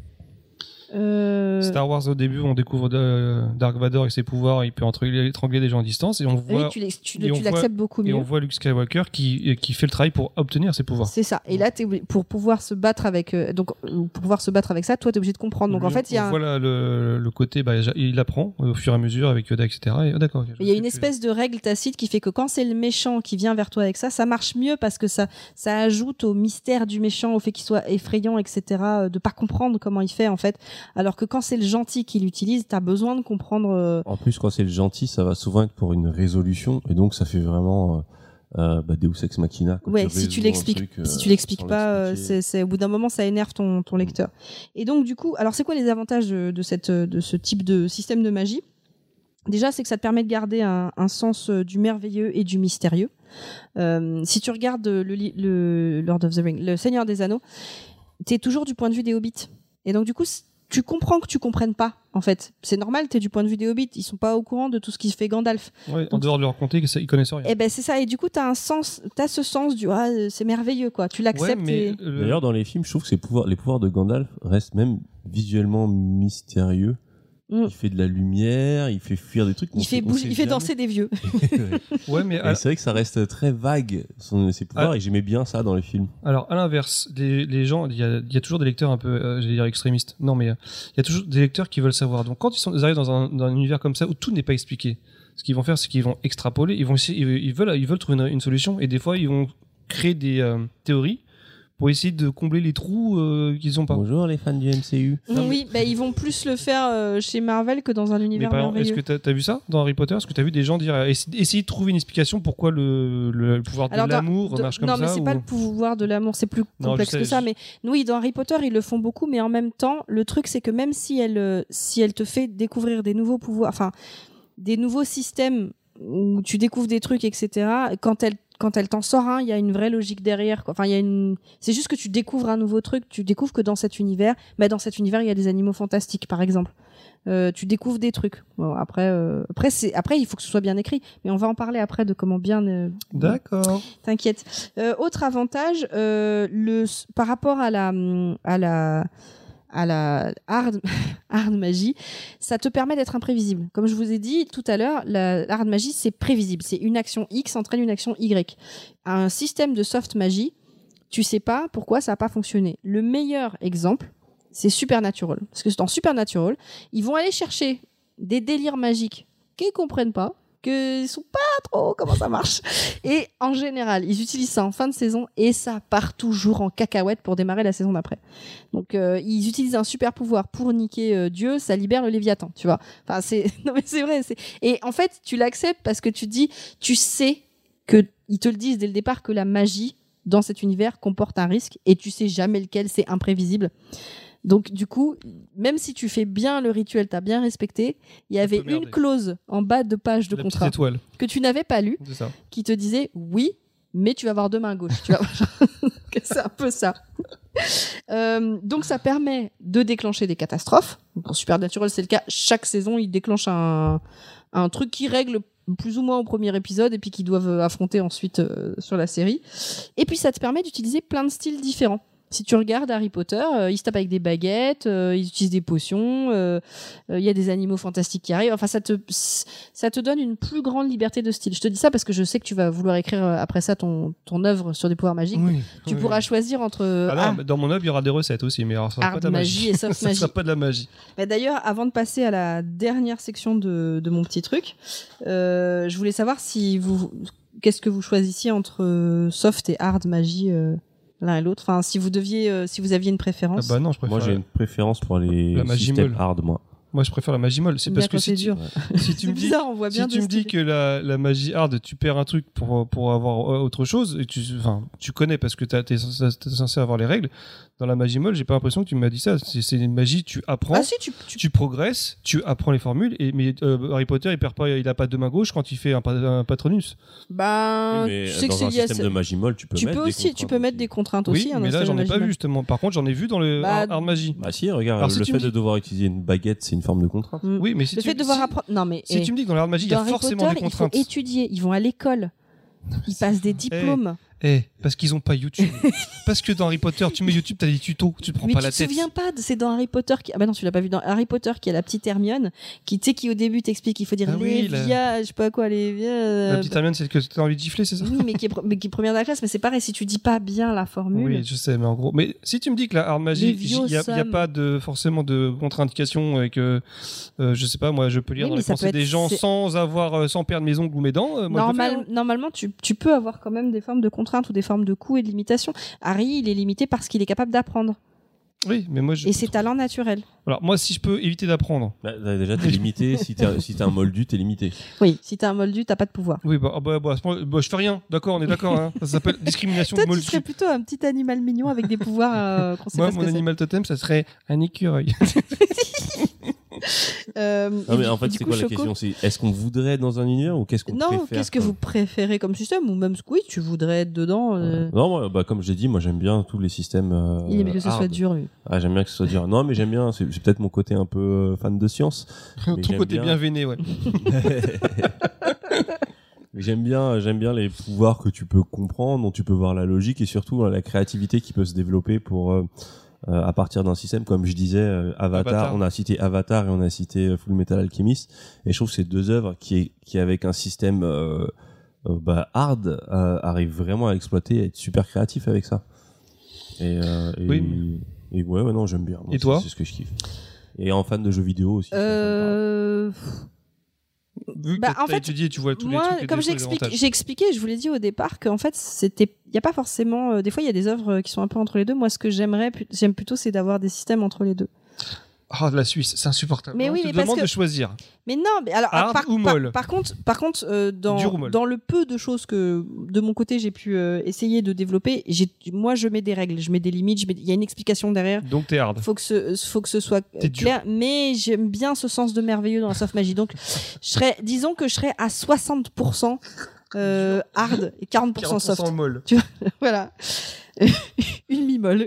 Euh, Star Wars, au début, on découvre de- Dark Vador et ses pouvoirs, il peut étrangler, étrangler des gens à distance, et on oui, voit, tu l'ex- tu et on tu voit- l'acceptes beaucoup et mieux. on voit Luke Skywalker qui, qui fait le travail pour obtenir ses pouvoirs. C'est ça. Et là, t'es obli- pour pouvoir se battre avec, euh, donc euh, pour pouvoir se battre avec ça, toi, t'es obligé de comprendre. Donc en Lui, fait, il y a, on un- voit là le, le côté, bah, il apprend au fur et à mesure avec Yoda, et cetera. Et, ah, d'accord. ok, je il y a sais une que- espèce de règle tacite qui fait que quand c'est le méchant qui vient vers toi avec ça, ça marche mieux parce que ça, ça ajoute au mystère du méchant, au fait qu'il soit effrayant, et cetera. euh, De pas comprendre comment il fait en fait. Alors que quand c'est le gentil qui l'utilise, t'as besoin de comprendre. euh, En plus, quand c'est le gentil, ça va souvent être pour une résolution, et donc ça fait vraiment euh, euh, bah, Deus Ex Machina. quand Ouais, tu si tu résous un l'expliques, truc, euh, si tu l'expliques sans pas, euh, l'expliquer. c'est, c'est au bout d'un moment, ça énerve ton, ton lecteur. Et donc du coup, alors c'est quoi les avantages de, de cette, de ce type de système de magie ? Déjà, c'est que ça te permet de garder un, un sens euh, du merveilleux et du mystérieux. Euh, si tu regardes le, li- le Lord of the Rings, le Seigneur des Anneaux, t'es toujours du point de vue des hobbits. Et donc du coup, c- tu comprends que tu comprennes pas. En fait, c'est normal. T'es du point de vue des hobbits. Ils sont pas au courant de tout ce qui fait Gandalf. Ouais, en dehors de leur compter, ils connaissent rien. Et ben c'est ça. Et du coup, t'as un sens, t'as ce sens du ah, euh, c'est merveilleux quoi. Tu Ouais, l'acceptes. mais et... euh, D'ailleurs, dans les films, je trouve que ces pouvoirs, les pouvoirs de Gandalf restent même visuellement mystérieux. Mm. Il fait de la lumière, il fait fuir des trucs. on Il fait sait- on bouger, sait il fait jamais. danser des vieux. ouais, mais Et à- c'est vrai que ça reste très vague, son, ses pouvoirs, Ah. et j'aimais bien ça dans les films. alors à l'inverse, les, les gens, il y a, il y a toujours des lecteurs un peu, euh, j'allais dire extrémistes. Non, mais euh, il y a toujours des lecteurs qui veulent savoir. Donc quand ils, sont, ils arrivent dans un, dans un univers comme ça où tout n'est pas expliqué, ce qu'ils vont faire, c'est qu'ils vont extrapoler, ils vont essayer, ils, ils veulent, ils veulent trouver une, une solution, et des fois ils vont créer des euh, théories pour essayer de combler les trous euh, qu'ils ont pas. Bonjour les fans du M C U. Non, Oui, bah, ils vont plus le faire euh, chez Marvel que dans un Mais univers par exemple, est-ce merveilleux. que t'as as vu ça dans Harry Potter? Est-ce que t'as vu des gens dire euh, essayer, essayer de trouver une explication pourquoi le, le, le pouvoir de Alors, dans- l'amour de- marche comme non, ça? mais c'est ou- pas le pouvoir de l'amour, c'est plus Non, complexe je sais, que ça. je- Mais oui, dans Harry Potter, ils le font beaucoup, mais en même temps, le truc, c'est que même si elle, euh, si elle te fait découvrir des nouveaux pouvoirs, enfin, des nouveaux systèmes où tu découvres des trucs, et cetera, quand elle quand elle t'en sort un, il y a une vraie logique derrière, quoi. Enfin, il y a une, c'est juste que tu découvres un nouveau truc, tu découvres que dans cet univers, bah, dans cet univers, il y a des animaux fantastiques, par exemple. Euh, tu découvres des trucs. Bon, après, euh, après, c'est, après, il faut que ce soit bien écrit. Mais on va en parler après de comment bien, euh, D'accord. T'inquiète. Euh, autre avantage, euh, le, par rapport à la, à la, à la hard, hard magie, ça te permet d'être imprévisible. Comme je vous ai dit tout à l'heure, la hard magie, c'est prévisible. C'est une action X entraîne une action Y. Un système de soft magie, tu sais pas pourquoi ça n'a pas fonctionné. Le meilleur exemple, c'est Supernatural. Parce que dans Supernatural, ils vont aller chercher des délires magiques qu'ils comprennent pas, qu'ils sont pas trop comment ça marche. Et en général, ils utilisent ça en fin de saison et ça part toujours en cacahuète pour démarrer la saison d'après. Donc euh, ils utilisent un super pouvoir pour niquer euh, Dieu, ça libère le Léviathan, tu vois. Enfin c'est non mais c'est vrai, c'est et en fait, tu l'acceptes parce que tu dis tu sais que ils te le disent dès le départ que la magie dans cet univers comporte un risque et tu sais jamais lequel, c'est imprévisible. Donc du coup, même si tu fais bien le rituel, t'as bien respecté, il y avait peut merder. une clause en bas de page de La petite contrat étoile, que tu n'avais pas lue, c'est ça. qui te disait oui, mais tu vas avoir deux mains gauches. Tu vois c'est un peu ça. Euh, donc ça permet de déclencher des catastrophes. Donc, en Supernatural, c'est le cas. Chaque saison, ils déclenchent un, un truc qui règle plus ou moins au premier épisode et puis qu'ils doivent affronter ensuite euh, sur la série. Et puis ça te permet d'utiliser plein de styles différents. Si tu regardes Harry Potter, euh, ils se tapent avec des baguettes, euh, ils utilisent des potions, il euh, euh, y a des animaux fantastiques qui arrivent. Enfin, ça te, ça te donne une plus grande liberté de style. Je te dis ça parce que je sais que tu vas vouloir écrire euh, après ça ton, ton œuvre sur des pouvoirs magiques. Oui, Tu oui, pourras oui. choisir entre Ah non, ah, mais dans mon œuvre, il y aura des recettes aussi, mais alors ça sera hard pas de la magie magie. et soft Ça magie. sera pas de la magie. Mais d'ailleurs, avant de passer à la dernière section de, de mon petit truc, euh, je voulais savoir si vous, qu'est-ce que vous choisissiez entre euh, soft et hard magie euh, l'un et l'autre. Enfin, si vous deviez, euh, si vous aviez une Ah préférence. bah non, je préfère. Moi, j'ai une préférence pour les La magie systèmes molle. hard, moi. Moi, je préfère la magie molle. C'est Bien parce que quand si c'est tu, dur. si tu C'est me dis, bizarre, on voit bien si tu de me dis style. que la, la magie hard, tu perds un truc pour, pour avoir euh, autre chose, et tu, enfin, tu connais parce que t'as- t'es censé, t'es censé avoir les règles. Dans la magie molle, j'ai pas l'impression que tu m'as dit ça. C'est, c'est une magie, tu apprends, Ah si, tu, tu tu progresses, tu apprends les formules, et, mais euh, Harry Potter, il perd pas, il a pas de main gauche quand il fait un, pa- un Patronus. Ben, Oui, mais tu sais que dans c'est un lié à système ça. de magie molle, tu peux Tu mettre peux des aussi, tu contraintes peux mettre des contraintes Oui, aussi. hein, mais dans là, le j'en ai système pas de vu magie justement. Par contre, j'en ai vu dans le Bah, hard, hard magie. Bah si, regarde, Alors, si le tu fait me dis- de devoir utiliser une baguette, c'est une forme de contrainte. molle. Mm. Oui, mais si Le tu, fait de devoir si- apprendre. Non mais. si eh, tu me dis que dans l'art magie, il y dans a Harry forcément Potter, des il faut contraintes. étudier. Ils vont à l'école. Ils passent des diplômes. Eh, parce qu'ils ont pas YouTube. Parce que dans Harry Potter, tu mets YouTube, t'as des tutos, tu te prends Mais pas tu la te tête. souviens pas, de- c'est dans Harry Potter qui... Ah bah non, tu l'as pas vu. Dans Harry Potter qui a la petite Hermione, qui, tu sais, qui au début t'explique qu'il faut dire Ah les oui, la- via, je sais pas quoi, les via... euh, La petite Hermione, c'est que t'as envie de gifler, c'est ça? Oui, mais qui, est, pre- mais qui est première de la classe, mais c'est pareil, si tu dis pas bien la formule... Oui, je sais, mais en gros. Mais si tu me dis que la hard magie, Les il vieux y, a- y a sommes. pas de forcément de contre-indication et que euh, je sais pas, moi, je peux lire Oui, dans mais les ça pensées peut des être- gens c'est- sans avoir, euh, sans perdre mes ongles ou mes dents. euh, moi, je le fais, Normal- hein. Normalement, tu, tu peux avoir quand même des formes de contraintes ou des formes de coûts et de limitations. Harry, il est limité parce qu'il est capable d'apprendre. Oui, mais moi, je. Et ses talents naturels. Alors, moi, si je peux éviter d'apprendre. Bah, déjà, t'es limité. Si t'es si t'es un moldu, t'es limité. Oui, si t'es un moldu, t'as pas de pouvoir. Oui, bah, ah bah, bah, à ce moment- bah, je fais rien. D'accord, on est d'accord. Hein. Ça s'appelle discrimination Toi, de tu moldu. serais plutôt un petit animal mignon avec des pouvoirs euh, qu'on sait Moi, pas ce mon que c'est. animal totem, ça serait un écureuil. Euh, Non, et mais du- en fait, du c'est coup, quoi la Choco- question? C'est est-ce qu'on voudrait être dans un univers ou qu'est-ce qu'on Non, préfère qu'est-ce que quoi vous préférez comme système ou même oui, tu voudrais être dedans. euh, Non, moi, bah, comme j'ai dit, moi j'aime bien tous les systèmes. Euh, Il aime que ce hard. soit dur, lui. Ah, j'aime bien que ce soit dur. Non, mais j'aime bien. C'est c'est peut-être mon côté un peu euh, fan de science. Mais Ton j'aime côté bien- bien véné, ouais. J'aime bien, j'aime bien les pouvoirs que tu peux comprendre, dont tu peux voir la logique et surtout euh, la créativité qui peut se développer pour euh, euh, à partir d'un système comme je disais euh, Avatar, Avatar. On a cité Avatar et on a cité euh, Full Metal Alchemist et je trouve que ces deux œuvres qui est qui avec un système euh, euh, bah, hard euh, arrivent vraiment à exploiter, à être super créatif avec ça. Et, euh, et, Oui. et ouais, ouais, non, j'aime bien. Moi, Et c'est- toi c'est ce que je kiffe. Et en fan de jeux vidéo aussi. ça, ça me parle. Euh... Vu que Bah, t'as en fait, étudié, tu vois tous Moi, les trucs. et comme des j'ai fois, les expliqué, avantages. j'ai expliqué, je vous l'ai dit au départ, qu'en fait, c'était, il n'y a pas forcément, euh, des fois, il y a des œuvres qui sont un peu entre les deux. Moi, ce que j'aimerais, pu- j'aime plutôt, c'est d'avoir des systèmes entre les deux. Ah, la Suisse, c'est insupportable. Mais On oui, te mais parce demande que- de choisir. Mais non, mais alors, Hard par, ou par- molle par contre, par contre, euh, dans, Dur ou molle dans le peu de choses que, de mon côté, j'ai pu euh, essayer de développer, j'ai, moi, je mets des règles, je mets des limites, je mets- il y a une explication derrière. Donc t'es hard. Faut que ce, faut que ce soit euh, T'es dur. clair, mais j'aime bien ce sens de merveilleux dans la soft magie. Donc, je serais, disons que je serais à soixante pour cent euh, hard et quarante pour cent quarante pour cent soft. molle. Voilà. Une mi-molle.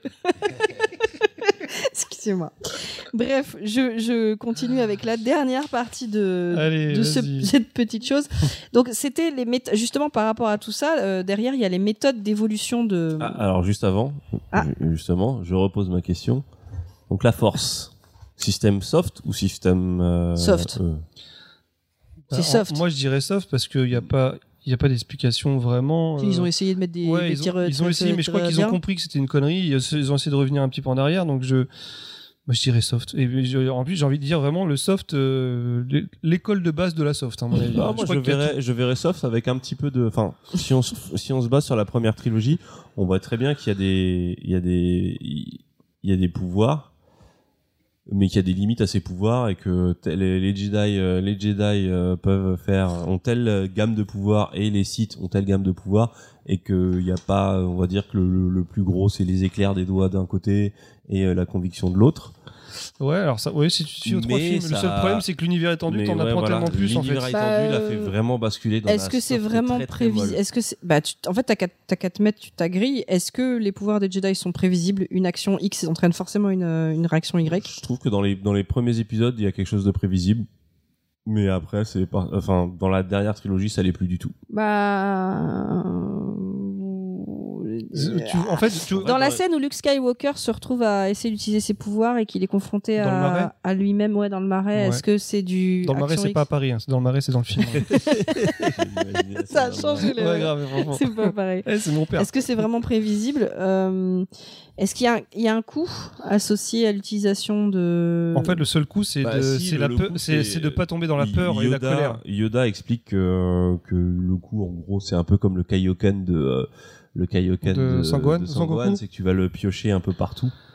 Excusez-moi. Bref, je, je continue avec la dernière partie de, Allez, de ce- vas-y. cette petite chose. Donc, c'était les méthodes. Justement, par rapport à tout ça, euh, derrière, il y a les méthodes d'évolution de. Ah, alors juste avant, Ah. ju- justement, je repose ma question. Donc la force, système soft ou système euh, Soft. euh, C'est Bah, en- soft. Moi, je dirais soft parce qu'il n'y a pas, il y a pas d'explication vraiment. Ils euh, ont essayé de mettre des, ouais, des ils ont, tirs- ils ont essayé, mais je crois tirs- qu'ils ont bien. compris que c'était une connerie. Ils ils ont essayé de revenir un petit peu en arrière, donc je, moi, je dirais soft. Et je- en plus, j'ai envie de dire vraiment le soft, euh, l'é- l'école de base de la soft, à mon avis. Ah, moi, je, crois qu'il y a verrais, je verrais soft avec un petit peu de. Enfin, si on, se- si on se base sur la première trilogie, on voit très bien qu'il y a des, il y a des, il y a des pouvoirs, mais qu'il y a des limites à ces pouvoirs et que t- les, les Jedi, euh, les Jedi euh, peuvent faire ont telle gamme de pouvoirs et les Sith ont telle gamme de pouvoirs et qu'il n'y a pas, on va dire que le, le, le plus gros c'est les éclairs des doigts d'un côté et euh, la conviction de l'autre. Ouais, alors ça, ouais, si tu suis aux trois Mais films, ça- le seul problème c'est que l'univers étendu, Mais t'en ouais, apprends voilà, tellement plus en fait. l'univers Bah, étendu l'a euh, fait vraiment basculer dans Est-ce la que c'est soft vraiment très, très molle. prévisible? Est-ce que c'est, bah, tu, en fait, t'as qu'à, t'as qu'à te mettre ta grille. Est-ce que les pouvoirs des Jedi sont prévisibles? Une action X entraîne forcément une, euh, une réaction Y. Je trouve que dans les dans les premiers épisodes, il y a quelque chose de prévisible. Mais après, c'est pas, enfin, dans la dernière trilogie, ça l'est plus du tout. Bah. Tu- en fait, tu, Dans la scène où Luke Skywalker se retrouve à essayer d'utiliser ses pouvoirs et qu'il est confronté Dans le marais à, à lui-même, ouais, dans le marais, Ouais. est-ce que c'est du. dans le marais, action c'est X? pas à Paris, hein, c'est dans le marais, c'est dans le film. Ça a changé les. Ouais, grave, franchement. C'est pas pareil. Eh, c'est mon père. Est-ce que c'est vraiment prévisible? Euh, Est-ce qu'il y a, un- il y a un coût associé à l'utilisation de. En fait, le seul coup, c'est Bah, de, si, c'est le- la le peur, coup, c'est, c'est- c'est de pas tomber dans la peur et la Yoda- colère. Yoda explique que, que le coup, en gros, c'est un peu comme le Kaioken de, euh, le Kaioken De de, Sangohan, de Sangohan, Sangoku. c'est que tu vas le piocher un peu partout. Tu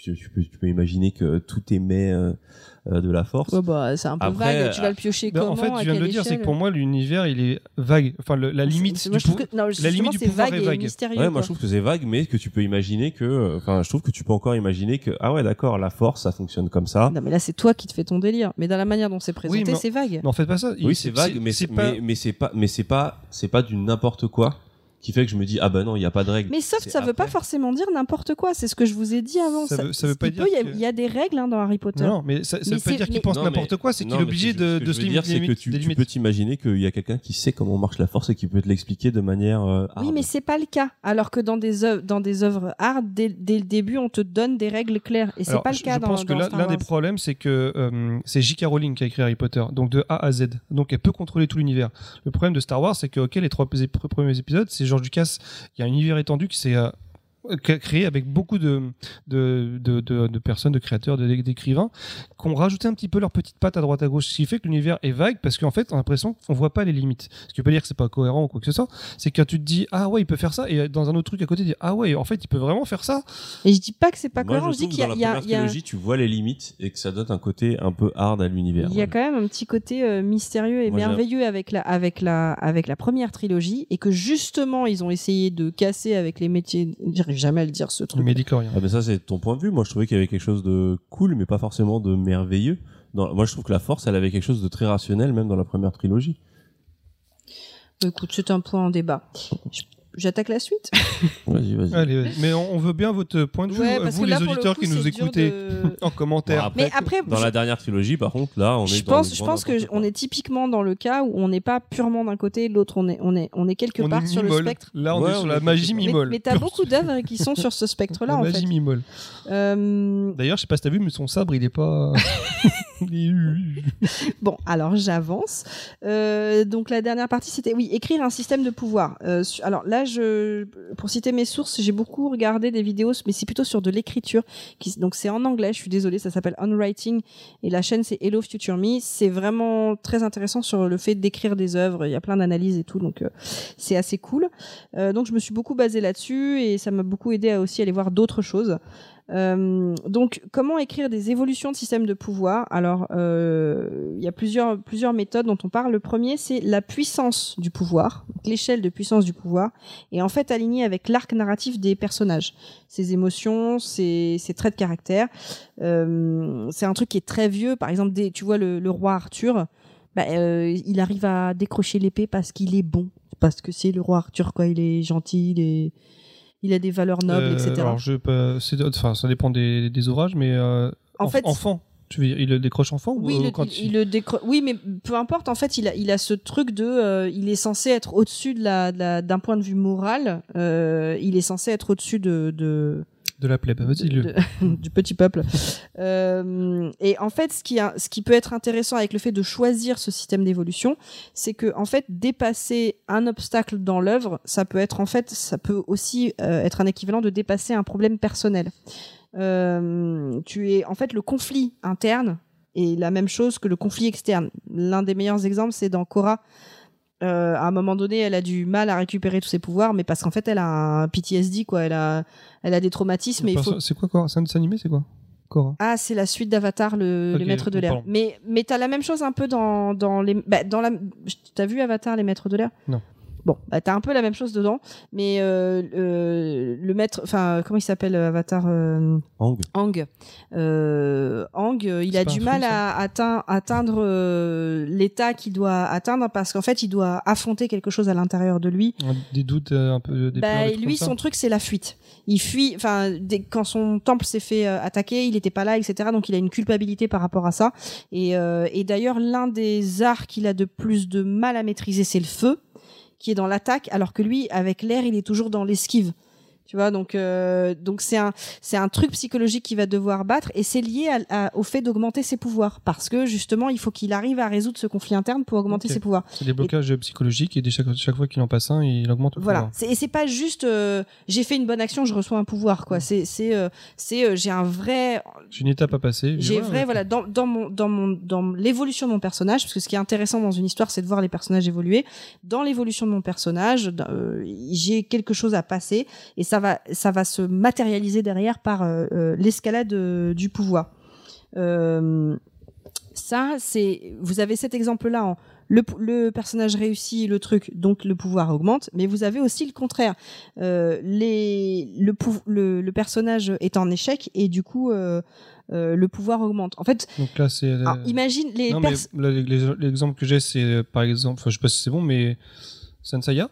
tu, tu peux, tu peux imaginer que tout émet euh, euh, de la force. Ouais, bah, c'est un peu Après, vague. Tu vas le piocher Ben, comment, en fait, à je viens de quelle le dire, c'est échelle que pour moi, l'univers, il est vague. Enfin, le- la limite C'est- du moi, je trouve pou- que- non, la justement, limite du c'est pouvoir vague est et vague. mystérieux. Ouais, moi quoi. je trouve que c'est vague, mais que tu peux imaginer que, enfin, je trouve que tu peux encore imaginer que, ah ouais, d'accord, la force, ça fonctionne comme ça. Non, mais là, c'est toi qui te fais ton délire. Mais dans la manière dont c'est présenté, Oui, mais- c'est vague. Mais en fait, pas ça. Il- Oui, c'est vague, mais c'est pas. mais, mais c'est pas, mais c'est pas, c'est pas du n'importe quoi qui fait que je me dis, ah bah non, il y a pas de règle. Mais soft, C'est ça veut pas après. forcement dire n'importe quoi. C'est ce que je vous ai dit avant. Ça veut- ça veut pas il dire peut, il y a- que- Il y a des règles hein, dans Harry Potter. Non, non, mais ça, ça Mais veut pas c'est- dire qu'il mais- pense Non, mais- n'importe quoi, c'est qu'il Non, est mais obligé ce que- de, ce que de je se veux limiter dire, c'est que limite- tu, des tu limites. peux t'imaginer qu'il y a quelqu'un qui sait comment marche la force et qui peut te l'expliquer de manière euh, Oui, hard. mais c'est pas le cas. Alors que dans des œuvres, dans des œuvres hard, dès, dès le début, on te donne des règles claires. Et c'est Alors, pas le je- cas je dans, pense que dans là- Star l'un des Wars. problèmes, c'est que euh, c'est J K. Rowling qui a écrit Harry Potter, donc de A à Z. Donc elle peut contrôler tout l'univers. Le problème de Star Wars, c'est que ok, les trois ép- premiers épisodes, c'est George Lucas, il y a un univers étendu qui s'est euh, créé avec beaucoup de de, de, de, de personnes, de créateurs, de- d'écrivains, qui ont rajouté un petit peu leur petite patte à droite à gauche, ce qui fait que l'univers est vague parce qu'en fait, on a l'impression qu'on voit pas les limites. Ce qui veut pas dire que c'est pas cohérent ou quoi que ce soit, c'est que tu te dis ah ouais, il peut faire ça, et dans un autre truc à côté, tu dis ah ouais, en fait, il peut vraiment faire ça. Et je dis pas que c'est pas Moi, cohérent. Je dis trouve qu'il y a, dans la il y a- première il y a- trilogie, tu vois les limites et que ça donne un côté un peu hard à l'univers. il y a ouais. quand même un petit côté euh, mystérieux et Moi, j'ai- merveilleux avec la, avec la, avec la première trilogie, et que justement, ils ont essayé de casser avec les métiers. J'arrive jamais à le dire ce Le truc. médicorien. Ah ben ça c'est ton point de vue. Moi je trouvais qu'il y avait quelque chose de cool, mais pas forcément de merveilleux. Dans- moi je trouve que la force, elle avait quelque chose de très rationnel, même dans la première trilogie. Écoute, c'est un point en débat. Je- J'attaque la suite. Vas-y, vas-y. Allez, vas-y. Mais on, on veut bien votre point de vue, Ouais, parce vous que là, les pour le auditeurs coup, qui nous c'est dur écoutez de- en commentaire. Bon, Mais après, Dans je- la dernière trilogie, par contre, là, on est je dans pense, le je grand pense que n'importe on quoi. est typiquement dans le cas où on n'est pas purement d'un côté et de l'autre. On est, on est, on est quelque On part est sur le mi-molle. spectre. Là, on Ouais, est sur on la est magie quelque part. Mais, mi-molle. mais t'as Pure- beaucoup d'œuvres qui sont sur ce spectre-là, la en magie fait. mi-molle. Euh, D'ailleurs, je sais pas si t'as vu, mais son sabre, il est pas. Il est- Bon, alors j'avance. Euh, donc la dernière partie, c'était oui, écrire un système de pouvoir. Euh, su- alors là, je, pour citer mes sources, j'ai beaucoup regardé des vidéos, mais c'est plutôt sur de l'écriture. Qui, donc c'est en anglais. Je suis désolée, ça s'appelle On Writing et la chaîne c'est Hello Future Me. C'est vraiment très intéressant sur le fait d'écrire des œuvres. Il y a plein d'analyses et tout, donc euh, c'est assez cool. Euh, donc je me suis beaucoup basée là-dessus et ça m'a beaucoup aidé à aussi aller voir d'autres choses. Euh, donc, comment écrire des évolutions de systèmes de pouvoir? Alors, euh, il y a plusieurs plusieurs méthodes dont on parle. Le premier, c'est la puissance du pouvoir, donc l'échelle de puissance du pouvoir, et en fait alignée avec l'arc narratif des personnages, ses émotions, ses, ses traits de caractère. Euh, c'est un truc qui est très vieux. Par exemple, des, tu vois le, le roi Arthur, bah, euh, il arrive à décrocher l'épée parce qu'il est bon, parce que c'est le roi Arthur, quoi. Il est gentil, il est il a des valeurs nobles, Euh, et cetera. Alors, je, peux- c'est- enfin, ça dépend des, des ouvrages, mais euh, En enf- fait- enfant. Tu veux dire, il le décroche enfant Oui, ou il euh, le, quand il- il le décro- oui, mais peu importe. En fait, il a, il a ce truc de, euh, il est censé être au-dessus de la, de la- d'un point de vue moral. Euh, il est censé être au-dessus de, de, de la plèbe, vas-y, de- le. de- du petit peuple. Euh, et en fait, ce qui, a, ce qui peut être intéressant avec le fait de choisir ce système d'évolution, c'est que en fait, dépasser un obstacle dans l'œuvre, ça peut être en fait, ça peut aussi euh, être un équivalent de dépasser un problème personnel. Euh, tu es en fait le conflit interne est la même chose que le conflit externe. L'un des meilleurs exemples, c'est dans Korra. Euh, à un moment donné, elle a du mal à récupérer tous ses pouvoirs, mais parce qu'en fait, elle a un P T S D, quoi. Elle a, elle a des traumatismes. Et il faut... C'est quoi, Korra? C'est un dessin animé, c'est quoi Korra. Ah, c'est la suite d'Avatar, le, Ok, les Maîtres de l'air. pardon. Mais, mais t'as la même chose un peu dans, dans les, bah, dans la, t'as vu Avatar, les Maîtres de l'air? Non. Bon, bah, t'as un peu la même chose dedans, mais euh, euh, le maître, enfin, comment il s'appelle euh, Avatar euh, Ang. Ang. Euh, Ang, euh, il C'est a pas du un mal fruit, à atteindre, atteindre euh, l'état qu'il doit atteindre parce qu'en fait, il doit affronter quelque chose à l'intérieur de lui. Des doutes, euh, un peu des Bah, peurs, des trucs lui, comme ça. son truc, c'est la fuite. Il fuit, enfin, dès- quand son temple s'est fait euh, attaquer, il était pas là, et cetera. Donc, il a une culpabilité par rapport à ça. Et, euh, et d'ailleurs, l'un des arts qu'il a de plus de mal à maîtriser, c'est le feu, qui est dans l'attaque, alors que lui, avec l'air, il est toujours dans l'esquive. Tu vois, donc euh, donc c'est un c'est un truc psychologique qu'il va devoir battre, et c'est lié à, à, au fait d'augmenter ses pouvoirs, parce que justement, il faut qu'il arrive à résoudre ce conflit interne pour augmenter Ok. ses pouvoirs. C'est des blocages psychologiques et dès chaque, chaque fois qu'il en passe un, il augmente le Voilà. pouvoir. C'est, et c'est pas juste euh, j'ai fait une bonne action, je reçois un pouvoir, quoi. C'est c'est euh, c'est euh, j'ai un vrai J'ai une étape à passer. j'ai voilà, vrai ok. voilà dans dans mon dans mon dans l'évolution de mon personnage, parce que ce qui est intéressant dans une histoire, c'est de voir les personnages évoluer. Dans l'évolution de mon personnage, euh, j'ai quelque chose à passer, et ça ça va, ça va se matérialiser derrière par euh, euh, l'escalade euh, du pouvoir. Euh, ça, c'est, vous avez cet exemple-là en le, le personnage réussit le truc, donc le pouvoir augmente, mais vous avez aussi le contraire. Euh, les, le, pou, le, le personnage est en échec et du coup, euh, euh, le pouvoir augmente. En fait, Donc là, c'est. alors, imagine les Non, mais pers- là, les- les- l'exemple que j'ai, c'est euh, par exemple, enfin, je sais pas si c'est bon, mais Senseiya.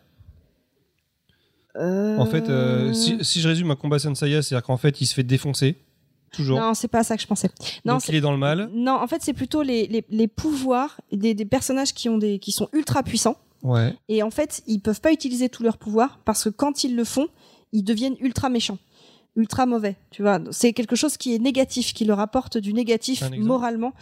euh... En fait, euh, si, si je résume un combat Senseiya, c'est-à-dire qu'en fait, il se fait défoncer. Toujours. Non, c'est pas ça que je pensais. Non, Donc c'est- il est dans le mal. Non, en fait, c'est plutôt les, les, les pouvoirs des, des personnages qui ont des qui sont ultra puissants. Ouais. Et en fait, ils peuvent pas utiliser tous leurs pouvoirs parce que quand ils le font, ils deviennent ultra méchants, ultra mauvais. Tu vois, c'est quelque chose qui est négatif, qui leur apporte du négatif Un exemple. moralement.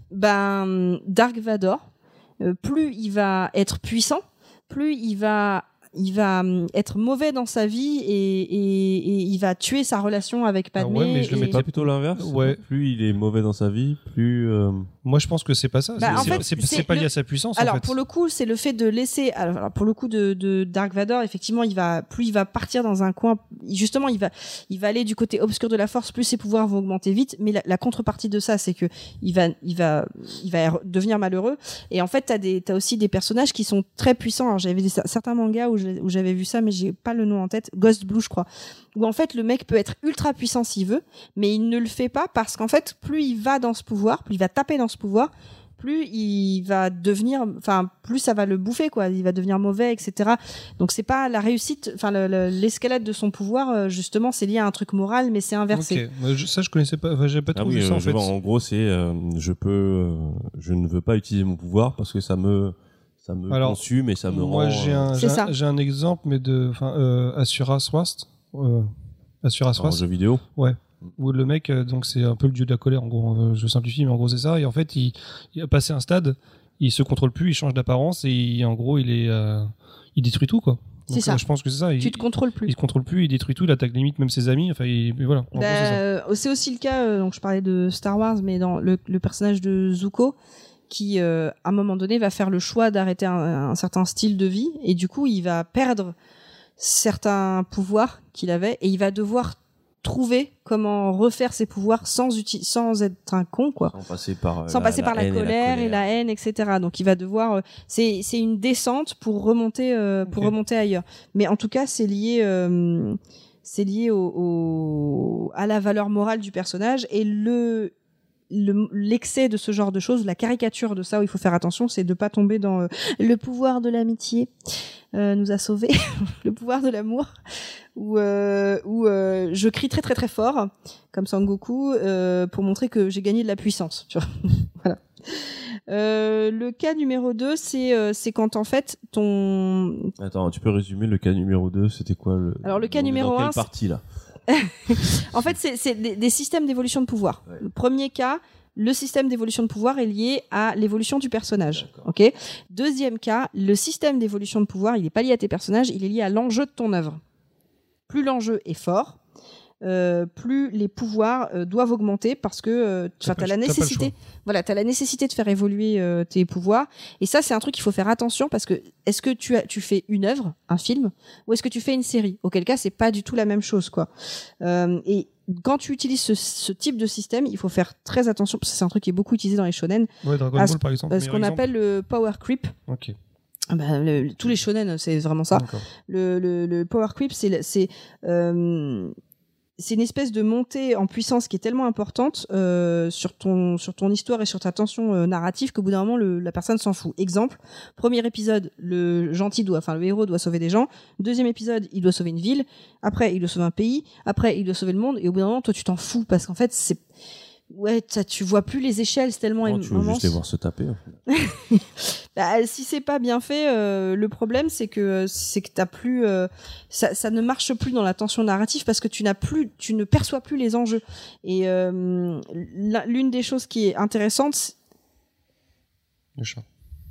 Ben, Dark Vador, euh, plus il va être puissant, plus il va il va hum, être mauvais dans sa vie et, et, et il va tuer sa relation avec Padmé. Ah ouais, mais je le et- mettrais Pas plutôt l'inverse. Ouais. Plus il est mauvais dans sa vie, plus. euh, Moi, je pense que c'est pas ça. Bah, en c'est, fait, c'est, c'est c'est pas le- lié à sa puissance. Alors en fait. pour le coup, c'est le fait de laisser. Alors alors, pour le coup de, de Dark Vador, effectivement, il va plus il va partir dans un coin. Justement, il va il va aller du côté obscur de la Force. Plus ses pouvoirs vont augmenter vite. Mais la, la contrepartie de ça, c'est que il va il va il va devenir malheureux. Et en fait, t'as des t'as aussi des personnages qui sont très puissants. Alors j'avais des, certains mangas où, je- où j'avais vu ça, mais j'ai pas le nom en tête. Ghost Blue, je crois. Où en fait le mec peut être ultra puissant s'il veut, mais il ne le fait pas parce qu'en fait, plus il va dans ce pouvoir, plus il va taper dans ce pouvoir, plus il va devenir, enfin, plus ça va le bouffer, quoi. Il va devenir mauvais, et cetera. Donc c'est pas la réussite, enfin, le- le- l'escalade de son pouvoir, euh, justement, c'est lié à un truc moral, mais c'est inversé. Ok. Moi, je- ça, je connaissais pas. Enfin, j'avais pas Ah trop oui, vu ça euh, en je fait. vois, en gros, c'est euh, je peux, euh, je ne veux pas utiliser mon pouvoir parce que ça me, ça me Alors, consume et ça me Moi, rend. j'ai euh, un, C'est j'ai ça. un, j'ai un exemple, mais de, enfin, euh, Asura Swast, euh, Asura en Swast, jeu vidéo. où le mec, euh, donc c'est un peu le dieu de la colère, en gros. euh, je simplifie, mais en gros c'est ça. Et en fait, il, il a passé un stade, il se contrôle plus, il change d'apparence et il- en gros, il est, euh, il détruit tout, quoi. C'est Donc, ça. euh, je pense que c'est ça. Il, Tu te contrôles plus. il se contrôle plus, il détruit tout, il attaque limite même ses amis. Enfin, il, mais voilà. En Bah, gros, c'est ça. euh, c'est aussi le cas, euh, donc je parlais de Star Wars, mais dans le, le personnage de Zuko, qui euh, à un moment donné va faire le choix d'arrêter un, un certain style de vie, et du coup il va perdre certains pouvoirs qu'il avait, et il va devoir trouver comment refaire ses pouvoirs sans uti- sans être un con, quoi. Sans passer par. euh, Sans passer par la haine colère et la haine, et cetera. Donc il va devoir, euh, c'est c'est une descente pour remonter euh, pour Ok. remonter ailleurs. Mais en tout cas, c'est lié euh, c'est lié au, au à la valeur morale du personnage, et le le- l'excès de ce genre de choses, la caricature de ça où il faut faire attention, c'est de pas tomber dans euh, le pouvoir de l'amitié euh, nous a sauvés, le pouvoir de l'amour, où euh, où euh, je crie très très très fort comme Sangoku euh, pour montrer que j'ai gagné de la puissance, tu vois. Voilà. Euh, le cas numéro deux, c'est euh, c'est quand en fait ton Attends, tu peux résumer le cas numéro deux, c'était quoi le. Alors, le cas on est numéro dans un, quelle c'est- partie là? en fait c'est c'est des, des systèmes d'évolution de pouvoir. Ouais. Le premier cas, le système d'évolution de pouvoir est lié à l'évolution du personnage. D'accord. Ok. Deuxième cas, le système d'évolution de pouvoir, il n'est pas lié à tes personnages, il est lié à l'enjeu de ton œuvre. Plus l'enjeu est fort, euh, plus les pouvoirs euh, doivent augmenter parce que euh, tu T'as pas as la le- t'as pas le nécessité. choix. Voilà, tu as la nécessité de faire évoluer euh, tes pouvoirs. Et ça, c'est un truc qu'il faut faire attention parce que est-ce que tu, as, tu fais une œuvre, un film, ou est-ce que tu fais une série? Auquel cas, c'est pas du tout la même chose, quoi. Euh, et quand tu utilises ce, ce type de système, il faut faire très attention parce que c'est un truc qui est beaucoup utilisé dans les shonen, Ouais, Dragon à Ball ce- par exemple. ce meilleur qu'on exemple. appelle le power creep. Ok. Ah bah, le- le- tous les shonen, c'est vraiment ça. D'accord. Le, le, le power creep, c'est le- c'est euh, c'est une espèce de montée en puissance qui est tellement importante euh, sur ton sur ton histoire et sur ta tension euh, narrative qu'au bout d'un moment le, la personne s'en fout. Exemple, premier épisode, le gentil doit, enfin le héros doit sauver des gens. Deuxième épisode, il doit sauver une ville. Après, il doit sauver un pays. Après, il doit sauver le monde. Et au bout d'un moment, toi, tu t'en fous parce qu'en fait, c'est ouais, ça, tu vois plus les échelles, c'est tellement Non, tu veux immense. juste les voir se taper. en fait. Bah, si c'est pas bien fait, euh, le problème c'est que c'est que t'as plus, euh, ça, ça ne marche plus dans la tension narrative parce que tu n'as plus, tu ne perçois plus les enjeux. Et euh, la- l'une des choses qui est intéressante, Le chat.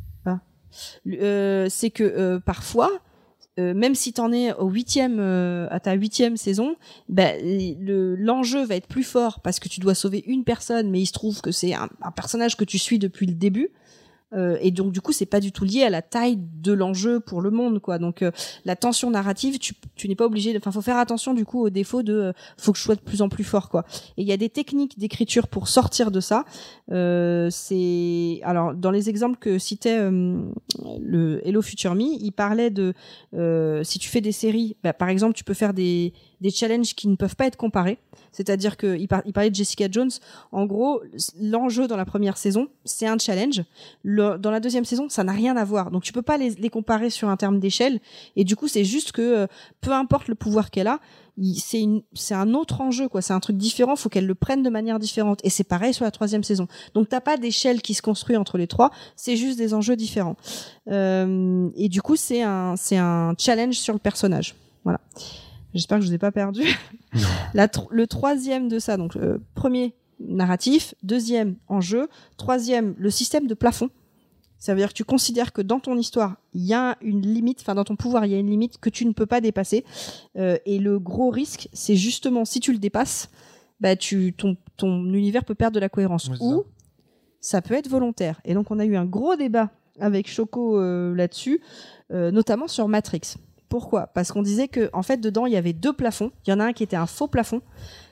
euh, c'est que euh, parfois, euh, même si t'en es au huitième, euh, à ta huitième saison, bah, le l'enjeu va être plus fort parce que tu dois sauver une personne, mais il se trouve que c'est un, un personnage que tu suis depuis le début. Euh, et donc du coup c'est pas du tout lié à la taille de l'enjeu pour le monde quoi. Donc euh, la tension narrative tu tu n'es pas obligé, enfin faut faire attention du coup au défaut de euh, faut que je sois de plus en plus fort quoi. Et il y a des techniques d'écriture pour sortir de ça. Euh, c'est alors dans les exemples que citait euh, le Hello Future Me, il parlait de euh, si tu fais des séries, bah, par exemple tu peux faire des des challenges qui ne peuvent pas être comparés. C'est-à-dire que il, par, il parlait de Jessica Jones. En gros, l'enjeu dans la première saison, c'est un challenge. Le, dans la deuxième saison, ça n'a rien à voir. Donc tu peux pas les, les comparer sur un terme d'échelle. Et du coup, c'est juste que euh, peu importe le pouvoir qu'elle a, il, c'est, une, c'est un autre enjeu, quoi. C'est un truc différent. Faut qu'elle le prenne de manière différente. Et c'est pareil sur la troisième saison. Donc t'as pas d'échelle qui se construit entre les trois. C'est juste des enjeux différents. Euh, et du coup, c'est un, c'est un challenge sur le personnage. Voilà. J'espère que je vous ai pas perdu. La tr- le troisième de ça, donc euh, premier narratif, deuxième enjeu, troisième le système de plafond. Ça veut dire que tu considères que dans ton histoire il y a une limite, enfin dans ton pouvoir il y a une limite que tu ne peux pas dépasser. Euh, et le gros risque, c'est justement si tu le dépasses, bah tu ton ton univers peut perdre de la cohérence. Ouais, c'est Ou ça peut être volontaire. Et donc on a eu un gros débat avec Choco euh, là-dessus, euh, notamment sur Matrix. Pourquoi ? Parce qu'on disait que en fait dedans il y avait deux plafonds. Il y en a un qui était un faux plafond.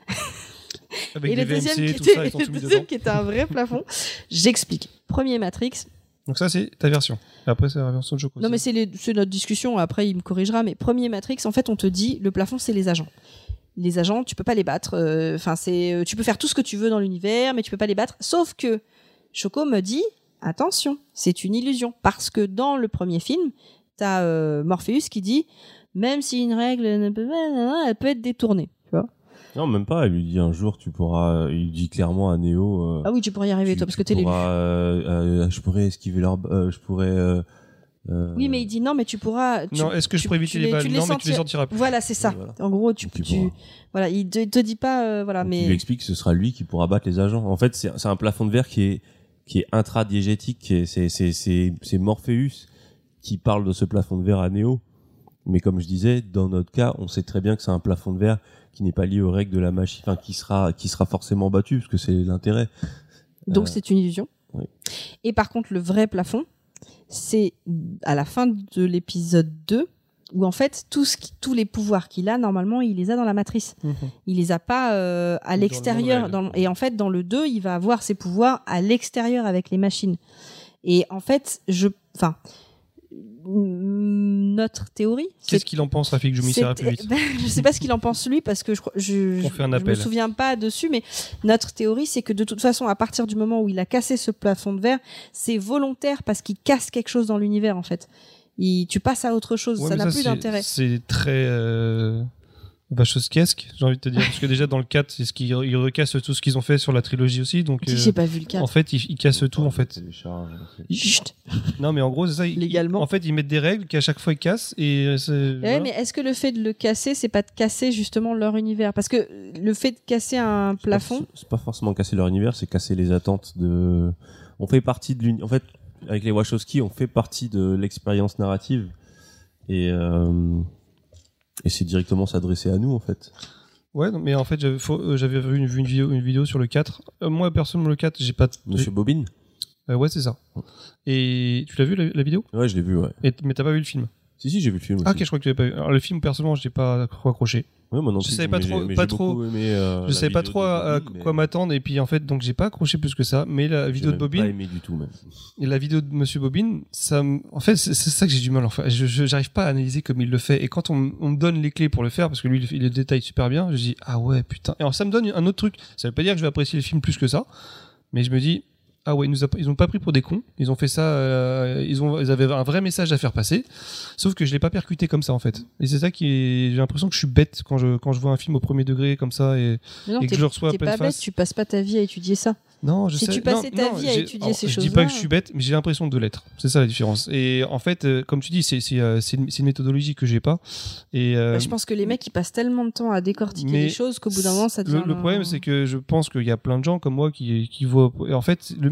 Avec et des le deuxième, V M C, qui tout ça, était, ils sont le tout mis deuxième dedans. qui était un vrai plafond. J'explique. Premier Matrix. Donc ça, c'est ta version. Et après, c'est la version de Choco. Non mais c'est, les, c'est notre discussion. Après il me corrigera. Mais premier Matrix, en fait on te dit le plafond c'est les agents. Les agents tu peux pas les battre. Enfin euh, c'est tu peux faire tout ce que tu veux dans l'univers mais tu peux pas les battre. Sauf que Choco me dit attention c'est une illusion parce que dans le premier film t'as euh, Morpheus qui dit même si une règle ne peut pas, elle peut être détournée. Tu vois ? Non, même pas. Elle lui dit un jour, tu pourras. Il dit clairement à Neo. Euh, Ah oui, tu pourrais y arriver tu, toi parce tu que t'es l'élu. pourras, euh, euh, je pourrais esquiver leur. Euh, je pourrais. Euh, euh, Oui, mais il dit non, mais tu pourras. Tu, Non, est-ce que je tu- pourrais éviter tu les balles tu Non, mais tu les sentiras- sortiras plus. Voilà, c'est ça. Ouais, voilà. En gros, tu, Donc, tu tu- pourras. voilà, il te, il te dit pas, euh, voilà, donc, mais il lui explique que ce sera lui qui pourra battre les agents. En fait, c'est, c'est un plafond de verre qui est qui est intradiégétique. Qui est, c'est c'est c'est c'est Morpheus qui parle de ce plafond de verre à Neo. Mais comme je disais, dans notre cas, on sait très bien que c'est un plafond de verre qui n'est pas lié aux règles de la machine, enfin qui sera qui sera forcément battu parce que c'est l'intérêt. donc Euh, c'est une illusion. oui. Et par contre, le vrai plafond, c'est à la fin de l'épisode deux où en fait tout ce qui- tous les pouvoirs qu'il a normalement, il les a dans la matrice. Mhm. Il les a pas euh, à Dans le l'extérieur. monde Dans le- et en fait, dans le deux, il va avoir ses pouvoirs à l'extérieur avec les machines. Et en fait, je, enfin, mm, notre théorie, Qu'est-ce qu'il en pense, Rafik Djoumi? Ça ira plus vite. Ben, je sais pas ce qu'il en pense lui parce que je crois- je, On fait un je, je me appel. souviens pas dessus, mais notre théorie c'est que de toute façon à partir du moment où il a cassé ce plafond de verre, c'est volontaire parce qu'il casse quelque chose dans l'univers en fait. Il, tu passes à autre chose, Ouais, ça mais n'a ça, plus c'est- d'intérêt. C'est très euh, vachosquesque, j'ai envie de te dire. Parce que déjà, dans le quatre, c'est ce qu'ils ils recassent tout ce qu'ils ont fait sur la trilogie aussi. Donc, Si euh, j'ai pas vu le cas. en fait, ils, ils cassent tout, en fait. Télécharge, c'est- Chut. Non, mais en gros, c'est ça. ils- Légalement. En fait, ils mettent des règles qu'à chaque fois, ils cassent. Et euh, c'est, Ouais, voilà. mais est-ce que le fait de le casser, c'est pas de casser justement leur univers? Parce que le fait de casser un C'est pas- plafond, C'est pas forcément casser leur univers, c'est casser les attentes de. On fait partie de l'uni. En fait, avec les Wachowski, on fait partie de l'expérience narrative et euh... et c'est directement s'adresser à nous en fait. Ouais, non, mais en fait, j'avais, faut- euh, j'avais vu une, vu une vidéo, une vidéo sur le quatre. Euh, moi, personnellement, le quatre, j'ai pas. Monsieur Bobine. Euh, ouais, c'est ça. Et tu l'as vu, la, la vidéo? Ouais, je l'ai vu, ouais. Et, mais t'as pas vu le film? Si, si, j'ai vu le film. Ah, aussi. ok, je crois que tu l'avais pas vu. Alors, le film, personnellement, j'ai pas trop accroché. Ouais, moi non Je plus, savais pas mais trop- j'ai- mais pas j'ai trop- beaucoup aimé, euh, Je la savais pas vidéo trop de à, à Bobine, quoi mais m'attendre, et puis en fait, donc j'ai pas accroché plus que ça. Mais la j'ai vidéo de même Bobine, Pas aimé du tout même. et la vidéo de Monsieur Bobine, ça, me- en fait, c'est, c'est ça que j'ai du mal. Enfin, je, je- j'arrive pas à analyser comme il le fait. Et quand on, m- on me donne les clés pour le faire, parce que lui, il, il le détaille super bien, je dis ah ouais, putain. Et alors, ça me donne un autre truc. Ça veut pas dire que je vais apprécier le film plus que ça, mais je me dis ah ouais, ils nous a- ils ont pas pris pour des cons. Ils ont fait ça. euh, ils ont, ils avaient un vrai message à faire passer. Sauf que je l'ai pas percuté comme ça en fait. Et c'est ça qui est. J'ai l'impression que je suis bête quand je quand je vois un film au premier degré comme ça et. mais non, et que t'es, je le reçois à t'es pleine pas bête, face. tu passes pas ta vie à étudier ça. Non, je Si sais. tu passais non, ta non, vie à j'ai- étudier alors, ces je dis choses-là- pas que je suis bête, mais j'ai l'impression de l'être. C'est ça la différence. Et en fait, euh, comme tu dis, c'est c'est euh, c'est une, c'est une méthodologie que j'ai pas. Et euh, Bah, je pense que les mecs ils passent tellement de temps à décortiquer mais les choses qu'au bout d'un moment ça devient. le, le problème, c'est que je pense qu'il y a plein de gens comme moi qui qui voient. Et en fait, le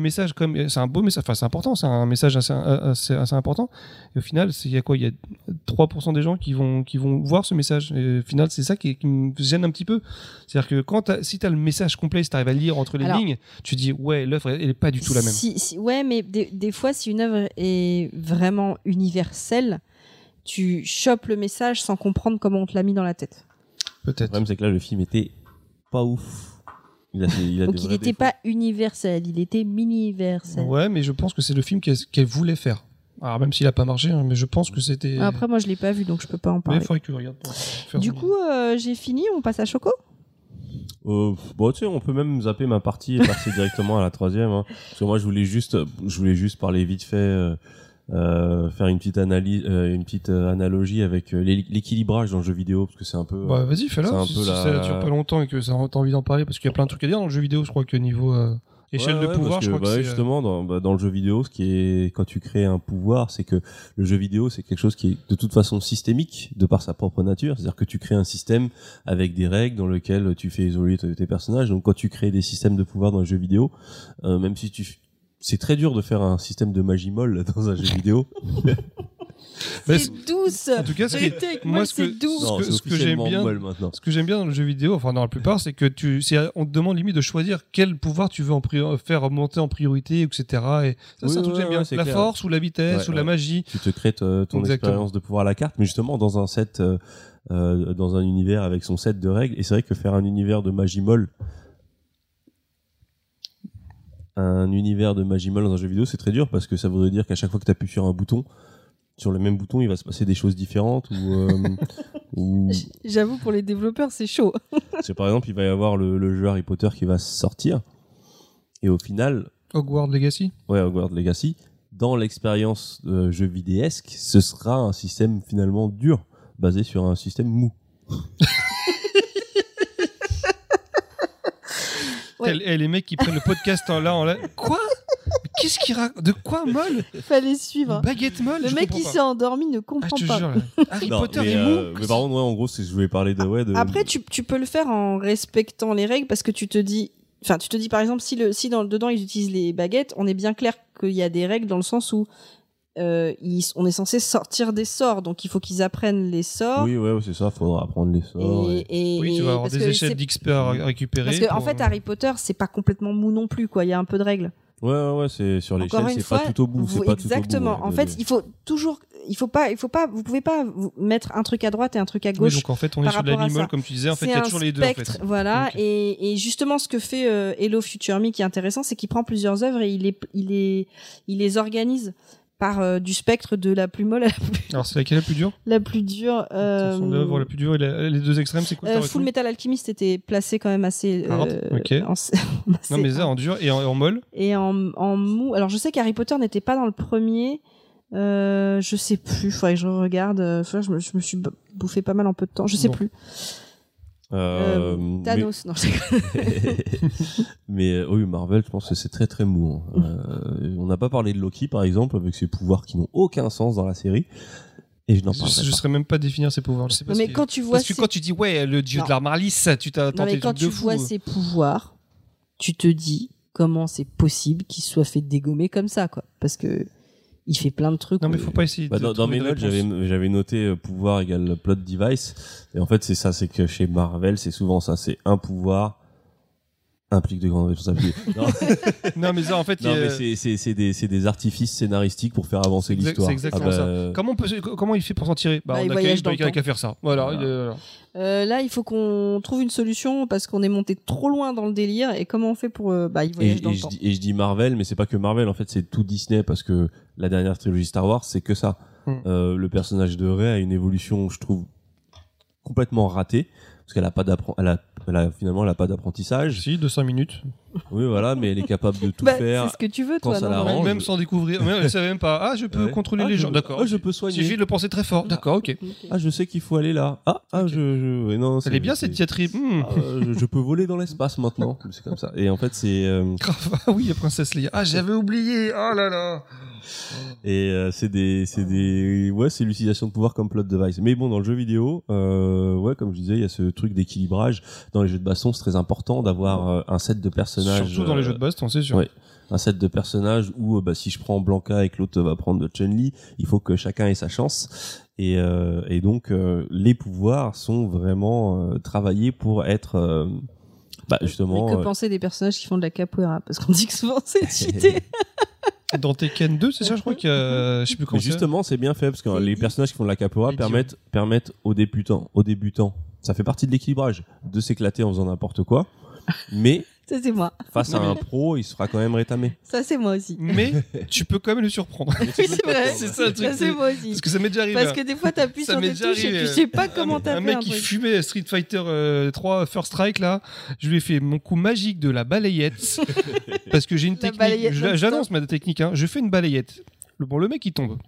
message comme c'est un beau message, enfin c'est important, c'est un message assez, assez, assez important. Et au final, il y a quoi? Il y a trois pour cent des gens qui vont qui vont voir ce message. Et au final, c'est ça qui, qui me gêne un petit peu. C'est-à-dire que quand t'as, si t'as le message complet, si t'arrives à lire entre les Alors, lignes, tu dis ouais, l'œuvre elle est pas du tout la même. Si, si, ouais, mais des, des fois, si une œuvre est vraiment universelle, tu chopes le message sans comprendre comment on te l'a mis dans la tête. Le Peut-être. problème, c'est que là, le film était pas ouf. Il a, il a Donc des il vrais n'était défauts. pas universel, il était mini-versel. Ouais, mais je pense que c'est le film qu'elle, qu'elle voulait faire. Alors même s'il a pas marché, hein, mais je pense que c'était. Après, moi, je l'ai pas vu, donc je peux pas en mais parler. il faudrait que tu le regardes pour faire Du ton- coup, euh, j'ai fini, on passe à Choco. Euh, bon, tu sais, on peut même zapper ma partie et passer directement à la troisième. Hein. Parce que moi, je voulais juste, je voulais juste parler vite fait, euh, euh, faire une petite analyse, euh, une petite euh, analogie avec euh, l'é- l'équilibrage dans le jeu vidéo, parce que c'est un peu. Bah vas-y, fais-la. C'est un Si, peu si la- ça dure pas longtemps et que ça t'as envie d'en parler, parce qu'il y a plein de trucs à dire dans le jeu vidéo, je crois que niveau euh, échelle Ouais, de ouais, pouvoir, parce je que, crois bah, que c'est. justement dans, bah, dans le jeu vidéo, ce qui est quand tu crées un pouvoir, c'est que le jeu vidéo c'est quelque chose qui est de toute façon systémique de par sa propre nature, c'est-à-dire que tu crées un système avec des règles dans lesquelles tu fais évoluer tes tes personnages. Donc quand tu crées des systèmes de pouvoir dans le jeu vidéo, euh, même si tu c'est très dur de faire un système de magie molle dans un jeu vidéo. Mais C'est douce. En tout cas, ce qui est- Arrêtez avec moi, moi, ce que- c'est doux. ce Non, que- c'est ce que j'aime officiellement bien- molle maintenant. Ce que j'aime bien dans le jeu vidéo, enfin dans la plupart, c'est que tu, c'est, on te demande limite de choisir quel pouvoir tu veux en priori- faire monter en priorité, et cetera. Et ça, Oui, c'est un truc que ouais, j'aime bien. ouais, c'est La clair. force ou la vitesse Ouais, ou la ouais. magie. Tu te crées te- ton Exactement. expérience de pouvoir à la carte, mais justement dans un set, euh, euh, dans un univers avec son set de règles. Et c'est vrai que faire un univers de magie molle, un univers de magie molle dans un jeu vidéo, c'est très dur parce que ça voudrait dire qu'à chaque fois que tu appuies sur un bouton, sur le même bouton, il va se passer des choses différentes ou, euh, ou J'avoue, pour les développeurs, c'est chaud. c'est par exemple, il va y avoir le, le jeu Harry Potter qui va sortir et au final, Hogwarts Legacy. ouais, Hogwarts Legacy, dans l'expérience euh, jeu vidéesque, ce sera un système finalement dur, basé sur un système mou. Ouais. Et, et les mecs qui prennent le podcast en là, en là. Quoi? Mais qu'est-ce qu'il raconte? De quoi molle? Fallait suivre. Une baguette molle? Le Je mec comprends qui pas. s'est endormi ne Ah, comprend je te pas. jure, là. Harry Non, Potter mais, est euh, mou. mais par contre, ouais, en gros, c'est, je voulais parler de, ouais, de. Après, tu, tu peux le faire en respectant les règles parce que tu te dis, enfin, tu te dis par exemple, si le, si dans, dedans ils utilisent les baguettes, on est bien clair qu'il y a des règles dans le sens où euh, ils, on est censé sortir des sorts, donc il faut qu'ils apprennent les sorts. Oui, ouais, ouais, c'est ça, faudra apprendre les sorts. et- Et, et- Oui, tu et- vas avoir parce des que échelles c'est- d'X P à récupérer. Parce que en pour, fait, euh, Harry Potter, c'est pas complètement mou non plus, quoi. Il y a un peu de règles. Ouais, ouais, ouais, c'est sur l'échelle, Encore une c'est fois, pas tout au bout, vous- c'est pas tout au bout. exactement. ouais, En de- fait, de- il faut toujours, il faut pas, il faut pas, vous pouvez pas vous mettre un truc à droite et un truc à Oui, gauche. donc en fait, on est par sur de la rapport à mimole, ça. comme tu disais. En fait, il C'est y a un toujours les deux. En spectre, fait. voilà. Ok. Et, et justement, ce que fait euh, Hello Future Me qui est intéressant, c'est qu'il prend plusieurs œuvres et il les, il les, il les organise par euh, du spectre de la plus molle à la plus, Alors, c'est laquelle la plus dure? la plus dure. Euh, Son œuvre la plus dure et la- les deux extrêmes, c'est quoi? euh, t'as Full retenu Metal Alchemist était placé quand même assez. Hard, euh, ok. en- assez- Non, mais ça, en dur et en, en molle. Et en, en mou. Alors, je sais qu'Harry Potter n'était pas dans le premier. Euh, je sais plus. Faudrait que je regarde. Euh, faudrait que je me, je me suis b- bouffé pas mal en peu de temps. Je sais Bon. plus. Euh, Euh, mais- Thanos. Non, je sais pas. Mais euh, oui, Marvel, je pense que c'est très très mou. hein. Euh, on n'a pas parlé de Loki, par exemple, avec ses pouvoirs qui n'ont aucun sens dans la série. Et je n'en Je, parlerai je pas. saurais même pas définir ses pouvoirs. Je sais pas Non, ce mais qui- quand tu vois. Parce que ces- quand tu dis, ouais, le dieu Non. de l'arme lisse, tu t'as Non, tenté mais des quand trucs de tu fou. vois ses pouvoirs, tu te dis comment c'est possible qu'il soit fait dégommer comme ça, quoi. Parce que il fait plein de trucs. Non, mais où- faut pas essayer Bah, de dans, dans trouver mes de notes, réponse. j'avais, j'avais noté euh, pouvoir égale plot device. Et en fait, c'est ça, c'est que chez Marvel, c'est souvent ça. C'est un pouvoir implique de grandes responsabilités. non, Non, mais ça, en fait, non, il y a- mais c'est, c'est, c'est, des, c'est des artifices scénaristiques pour faire avancer C'est exact- l'histoire. c'est exactement Ah bah, ça. euh, Comment, on peut, comment il fait pour s'en tirer? Bah, Bah, on il a voyage qu'à dans il le y a temps. qu'à faire ça. Voilà. Voilà. il est- voilà. Euh, là, il faut qu'on trouve une solution parce qu'on est monté trop loin dans le délire. Et comment on fait pour. euh, Bah, il Et, voyage dans et le je temps. dis, et je dis Marvel, mais c'est pas que Marvel. En fait, c'est tout Disney parce que la dernière trilogie Star Wars, c'est que ça. Hmm. Euh, le personnage de Rey a une évolution, je trouve, complètement ratée parce qu'elle a pas d'appren- elle a, elle a finalement, elle a pas d'apprentissage. Si, de cinq minutes. Oui, voilà, mais elle est capable de tout Bah, faire. c'est ce que tu veux, quand toi. ça non, l'arrange. Norman Même sans découvrir. Mais elle savait même pas. Ah, je peux Ouais. contrôler Ah, les je- gens. D'accord. ah, je peux soigner. Il suffit de le penser très fort. D'accord, ok. Ah, je sais qu'il faut aller là. Ah, ah, Ok. je, je, ouais, non, Elle est bien cette diatribe. Hmm. Ah, euh, je, je peux voler dans l'espace maintenant. C'est comme ça. Et en fait, c'est euh, Grave. Ah oui, la princesse Leia. Ah, j'avais oublié. Oh là là. et euh, c'est des, c'est des, ouais, c'est l'utilisation de pouvoir comme plot device. Mais bon, dans le jeu vidéo, euh, ouais, comme je disais, il y a ce truc d'équilibrage. Dans les jeux de baston, c'est très important d'avoir euh, un set de personnages personnages. Surtout dans les euh, jeux de baston, c'est sûr. ouais. Un set de personnages où euh, bah, si je prends Blanca et que l'autre va prendre Chun-Li, il faut que chacun ait sa chance. Et, euh, et donc euh, les pouvoirs sont vraiment euh, travaillés pour être euh, bah, justement. Mais que euh, penser des personnages qui font de la capoeira? Parce qu'on dit que souvent c'est cheaté. Dans Tekken deux, c'est ça, je crois qu'il y a, je sais plus Mais comment c'est. justement, c'est bien fait parce que C'est les dit. personnages qui font de la capoeira C'est dit, permettent permettent aux débutants, aux débutants, ça fait partie de l'équilibrage, de s'éclater en faisant n'importe quoi. Mais Ça c'est moi. face à un pro, il sera quand même rétamé. Ça c'est moi aussi. Mais tu peux quand même le surprendre. Oui, c'est vrai. C'est ça le truc. Ça c'est moi aussi. Parce que ça m'est déjà arrivé. Parce hein. que des fois t'appuies Ça sur m'est des déjà touches et arrivé, puis je euh, sais pas comment t'as Un fait mec un qui truc. fumait Street Fighter euh, trois First Strike là, je lui ai fait mon coup magique de la balayette parce que j'ai une La technique. balayette je- non-stop. J'annonce ma technique. Hein. Je fais une balayette. Le, bon, le mec il tombe.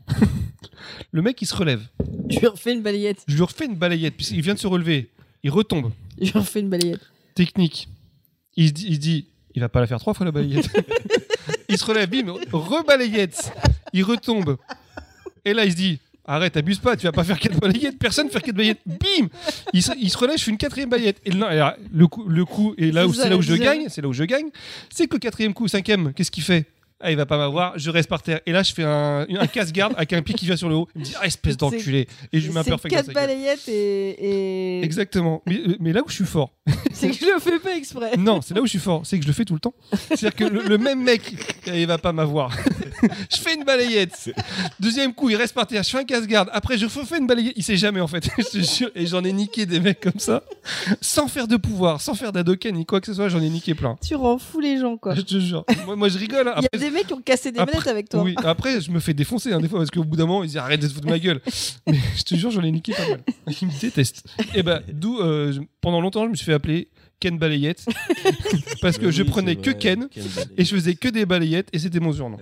Le mec il se relève. Je lui refais une balayette. Je lui refais une balayette puisqu'il vient de se relever. Il retombe. Je lui refais une balayette. Technique. Il se dit, il, se dit, il va pas la faire trois fois la balayette. Il se relève, bim, rebalayette. Il retombe. Et là il se dit. Arrête, abuse pas, tu vas pas faire quatre balayettes, personne ne fait quatre balayettes, bim il se, il se relève, je fais une quatrième balayette. Et là, alors, le coup, le coup et là où C'est c'est là où je ça, gagne, c'est là où je gagne, c'est que le quatrième coup, cinquième, qu'est-ce qu'il fait? Ah, il va pas m'avoir, je reste par terre. Et là, je fais un, un casse-garde avec un pied qui vient sur le haut. Il me dit, ah, espèce d'enculé. Et je mets un C'est perfect dans quatre sa gueule. balayettes et, et... Exactement. Mais, mais là où je suis fort, c'est que je le fais pas exprès. non, c'est là où je suis fort, c'est que je le fais tout le temps. C'est-à-dire que le, le même mec, il va pas m'avoir. Je fais une balayette. Deuxième coup, il reste par terre, je fais un casse-garde. Après, je refais une balayette. Il sait jamais en fait. Je te jure. Et j'en ai niqué des mecs comme ça, sans faire de pouvoir, sans faire d'Hadoken ni quoi que ce soit. J'en ai niqué plein. Tu rends fou les gens quoi. Je te jure. Moi, moi je rigole. hein. Il y a Après, des mecs qui ont cassé des après- manettes avec toi. oui, après, je me fais défoncer hein, des fois parce qu'au bout d'un moment, ils disent arrête de te foutre de ma gueule. Mais je te jure, j'en ai niqué pas mal. Ils me détestent. Et bah, d'où euh, je- pendant longtemps, je me suis fait appeler Ken Balayette parce que Oui, je c'est prenais que vrai, Ken Ken Balayette. et je faisais que des balayettes et c'était mon surnom.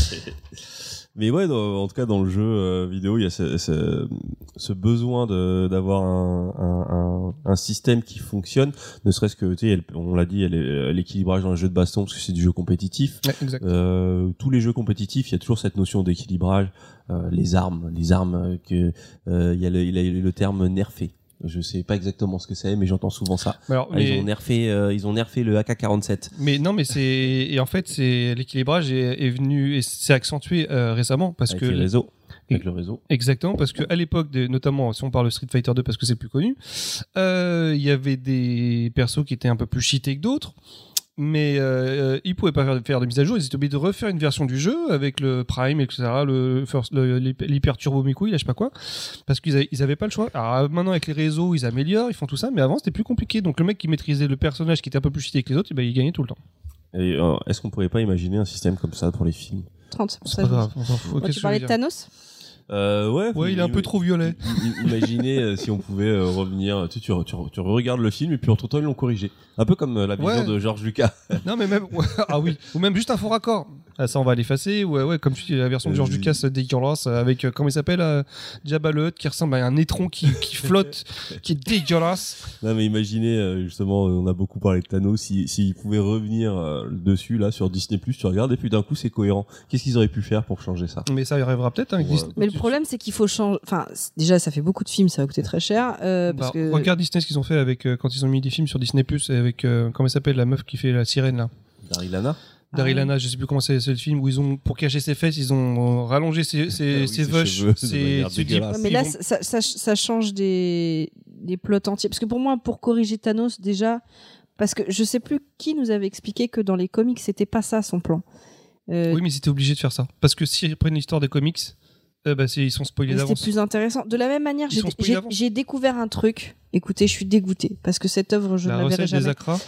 Mais ouais, dans- en tout cas, dans le jeu euh, vidéo, il y a ce, ce, ce besoin de, d'avoir un, un, un, un système qui fonctionne, ne serait-ce que, tu sais, elle- on l'a dit, elle est- l'équilibrage dans le jeu de baston, parce que c'est du jeu compétitif. Ouais, exact. Euh, tous les jeux compétitifs, il y a toujours cette notion d'équilibrage. Euh, les armes, les armes euh, que euh, il y a le, il y a le terme nerfé. Je sais pas exactement ce que c'est, mais j'entends souvent ça. Alors, Ah, mais, Ils ont nerfé, euh, ils ont nerfé le A K quarante-sept. mais non, mais c'est et en fait c'est l'équilibrage est, est venu et c'est accentué euh, récemment parce Avec que les réseaux. Avec le réseau. exactement parce que à l'époque de, notamment si on parle de Street Fighter deux parce que c'est le plus connu, euh, il y avait des persos qui étaient un peu plus cheatés que d'autres. Mais euh, ils pouvaient pas faire, faire de mise à jour, ils étaient obligés de refaire une version du jeu avec le Prime, et cetera, le, first- le- l'hyper turbo Miku, là, je sais pas quoi, parce qu'ils avaient, ils avaient pas le choix. Alors maintenant avec les réseaux, ils améliorent, ils font tout ça, mais avant c'était plus compliqué. Donc le mec qui maîtrisait le personnage qui était un peu plus cheaté que les autres, eh ben, il gagnait tout le temps. Et, euh, est-ce qu'on pourrait pas imaginer un système comme ça pour les films? trente, c'est pour C'est ça pas que je grave, dis. on s'en fout. Ouais, Qu'est-ce tu que parlais je de veux dire Thanos? Euh, ouais. Ouais, il est un peu trop violet. I- i- Imaginez euh, si on pouvait euh, revenir, tu, tu, tu, tu regardes le film et puis entre temps ils l'ont corrigé. Un peu comme euh, la vision Ouais. de George Lucas. Non, mais même, ouais, ah oui, ou même juste un faux raccord. Ah, ça, on va l'effacer. Ouais, ouais, comme tu dis, la version de George Euh, Lucas euh, dégueulasse euh, avec, euh, comment il s'appelle, euh, Jabba le Hutt, qui ressemble à un étron qui, qui flotte, qui est dégueulasse. Non mais imaginez euh, justement, euh, on a beaucoup parlé de Thanos, si s'ils pouvaient revenir euh, dessus là sur Disney plus, tu regardes et puis d'un coup c'est cohérent. Qu'est-ce qu'ils auraient pu faire pour changer ça? Mais ça y arrivera peut-être avec Ouais. Disney. Mais le problème, c'est qu'il faut changer. Enfin, c- déjà, ça fait beaucoup de films, ça va coûter très cher. Euh, parce Bah, que... Regarde Disney ce qu'ils ont fait avec euh, quand ils ont mis des films sur Disney Plus avec euh, comment elle s'appelle la meuf qui fait la sirène là. Daryl Hannah? Ah Daryl oui. Hannah, je sais plus comment c'est c'est le film où ils ont pour cacher ses fesses, ils ont euh, rallongé ses ses, Ah oui, ses ses vaches, cheveux de ses manière tu dis, dégueulasse. Ouais, mais ils là, vont- ça, ça, ça change des, des plots entiers. Parce que pour moi, pour corriger Thanos, déjà, parce que je sais plus qui nous avait expliqué que dans les comics, c'était pas ça son plan. Euh, Oui, mais ils étaient obligés de faire ça parce que s'ils prennent l'histoire des comics, euh, bah, c'est- ils sont spoilés mais c'était d'avance. plus intéressant. De la même manière, Ils j'ai, sont spoilés j'ai, d'avance. j'ai découvert un truc. Écoutez, je suis dégoûtée parce que cette œuvre, je La ne la verrai recette des jamais. acras.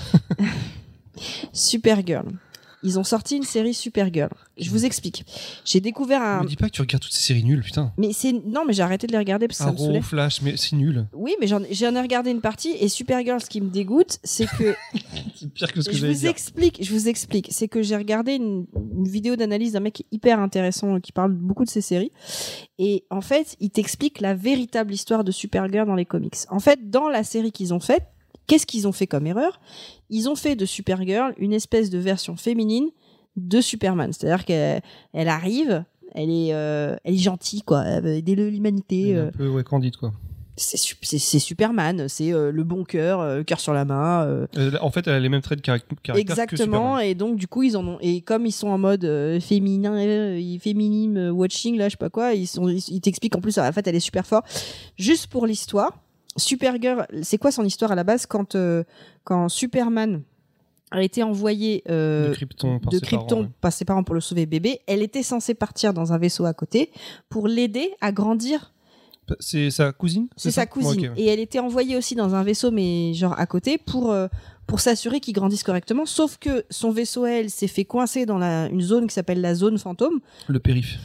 Supergirl. Ils ont sorti une série Supergirl. Je vous explique. J'ai découvert un. Me dis pas que tu regardes toutes ces séries nulles, putain. Mais c'est non, mais j'ai arrêté de les regarder parce que ça me Arrow, saoulait. Flash, mais c'est nul. Oui, mais j'en, j'en ai regardé une partie et Supergirl, ce qui me dégoûte, c'est que C'est pire que ce que je j'allais vous dire. explique, je vous explique, c'est que j'ai regardé une, une vidéo d'analyse d'un mec hyper intéressant euh, qui parle beaucoup de ces séries et en fait, il t'explique la véritable histoire de Supergirl dans les comics. En fait, dans la série qu'ils ont faite, qu'est-ce qu'ils ont fait comme erreur? Ils ont fait de Supergirl une espèce de version féminine de Superman, c'est-à-dire qu'elle elle arrive, elle est, euh, elle est gentille quoi, elle veut aider l'humanité. Il est euh, un peu ouais, candide quoi. c'est, c'est, c'est Superman, c'est euh, le bon cœur, euh, le cœur sur la main. Euh... Euh, en fait, elle a les mêmes traits de caract- caractère Exactement, que Superman. et donc du coup ils en ont, et comme ils sont en mode euh, féminin, euh, féminisme euh, watching là, je sais pas quoi, ils sont, ils, ils t'expliquent en plus en fait elle est super forte. Juste pour l'histoire, Supergirl, c'est quoi son histoire à la base quand euh, quand Superman a été envoyée euh, De Krypton par de ses Krypton parents, ouais. par ses parents pour le sauver bébé, elle était censée partir dans un vaisseau à côté pour l'aider à grandir. C'est sa cousine C'est sa ça cousine. Ouais, ok, ouais. Et elle était envoyée aussi dans un vaisseau, mais genre à côté, pour, euh, pour s'assurer qu'il grandisse correctement. Sauf que son vaisseau, elle, s'est fait coincer dans la, une zone qui s'appelle la zone fantôme. Le périph.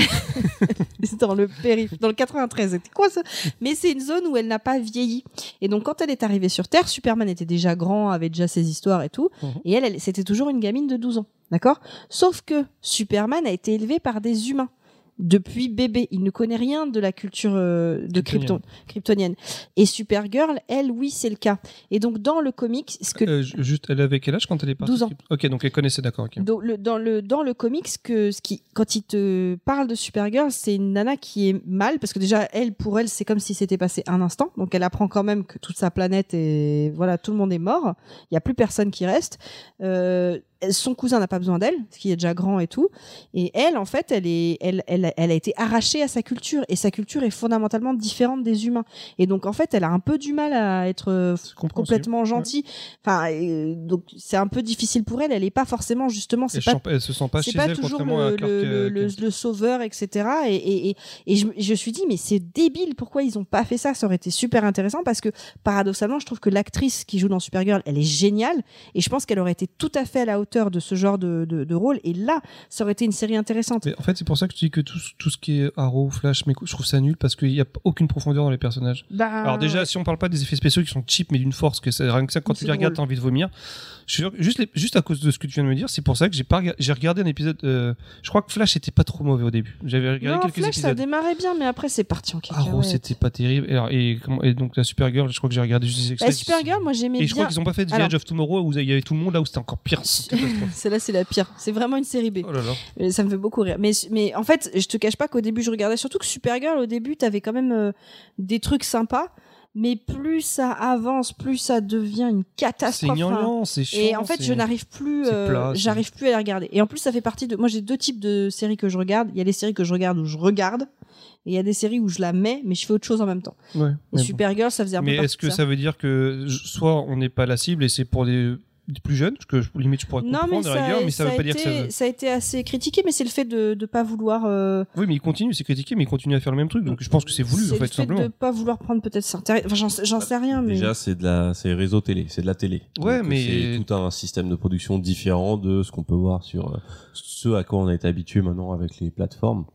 C'est dans le périph', dans le quatre-vingt-treize. C'était quoi ça? Mais c'est une zone où elle n'a pas vieilli. Et donc, quand elle est arrivée sur Terre, Superman était déjà grand, avait déjà ses histoires et tout. Mhm. Et elle, elle c'était toujours une gamine de douze ans. D'accord? Sauf que Superman a été élevé par des humains. Depuis bébé, il ne connaît rien de la culture euh, de Krypton, kryptonienne. Et Supergirl, elle, oui, c'est le cas. Et donc dans le comics, ce que Euh, ju- juste, elle avait quel âge quand elle est partie? douze ans. Ok, donc elle connaissait, d'accord. ok. dans le, dans le dans le comics, que ce qui quand il te parle de Supergirl, c'est une nana qui est mal parce que déjà elle, pour elle, c'est comme si c'était passé un instant. Donc elle apprend quand même que toute sa planète est voilà, tout le monde est mort. Il y a plus personne qui reste. Euh, son cousin n'a pas besoin d'elle, parce qu'il est déjà grand et tout. Et elle, en fait, elle est, elle, elle, elle a été arrachée à sa culture, et sa culture est fondamentalement différente des humains. Et donc, en fait, elle a un peu du mal à être euh, complètement gentille. Enfin, euh, donc c'est un peu difficile pour elle. Elle est pas forcément justement. C'est Elle, pas. champ- elle se sent pas C'est chez pas elle, toujours contrairement à le, Clark le, le, Kent. le sauveur, et cetera. Et, et, et, et je, je me suis dit, mais c'est débile, pourquoi ils ont pas fait ça? Ça aurait été super intéressant, parce que paradoxalement, je trouve que l'actrice qui joue dans Supergirl, elle est géniale, et je pense qu'elle aurait été tout à fait à la hauteur de ce genre de, de, de rôle. Et là, ça aurait été une série intéressante. Mais en fait, c'est pour ça que je dis que tout, tout ce qui est Arrow, Flash, mais je trouve ça nul parce qu'il n'y a aucune profondeur dans les personnages. Bah, Alors déjà, ouais. si on parle pas des effets spéciaux qui sont cheap, mais d'une force que ça, rien que ça, quand C'est tu les regardes, drôle. t'as envie de vomir. Je suis sûr que juste, les- juste à cause de ce que tu viens de me dire, c'est pour ça que j'ai pas, rega- j'ai regardé un épisode. Euh, je crois que Flash était pas trop mauvais au début. J'avais regardé non, quelques Flash, ça épisodes. démarrait bien, mais après, c'est parti en cacahuète. Arrow, c'était pas terrible. Et, alors, et, comment- et donc la Supergirl, je crois que j'ai regardé juste des La extraits. Supergirl, moi, j'aimais Et bien. je crois qu'ils ont pas fait The Alors- Edge of Tomorrow où il y avait tout le monde là où c'était encore pire. C'est une catastrophe. Celle-là, c'est la pire. C'est vraiment une série B. Oh là là. Euh, Ça me fait beaucoup rire. Mais, mais en fait, je te cache pas qu'au début, je regardais surtout que Supergirl, au début, t'avais quand même euh, des trucs sympas. Mais plus ça avance, plus ça devient une C'est catastrophe. Enfin, gnangnan, c'est chiant. et en fait, c'est- je n'arrive plus, c'est euh, plat, c'est- j'arrive plus à les regarder. Et en plus, ça fait partie de. Moi, j'ai deux types de séries que je regarde. Il y a les séries que je regarde où je regarde, et il y a des séries où je la mets, mais je fais autre chose en même temps. Ouais, Et mais bon. Supergirl, ça faisait un peu Mais partie est-ce que de ça. veut dire que je- soit on n'est pas la cible et c'est pour des, des plus jeunes, parce que je- limite je pourrais Non, comprendre mais à la ça, rigueur, mais ça, ça veut a pas dire que ça été, veut. ça a été assez critiqué, mais c'est le fait de ne pas vouloir. euh, Oui, mais il continue, c'est critiqué, mais il continue à faire le même truc, donc je pense que c'est voulu c'est en fait, le tout fait simplement. de pas vouloir prendre peut-être ça. Enfin, j'en, j'en sais rien, mais. Déjà, c'est de la, c'est réseau télé, c'est de la télé. Ouais, Donc, mais- c'est tout un système de production différent de ce qu'on peut voir sur euh, ce à quoi on a été habitué maintenant avec les plateformes.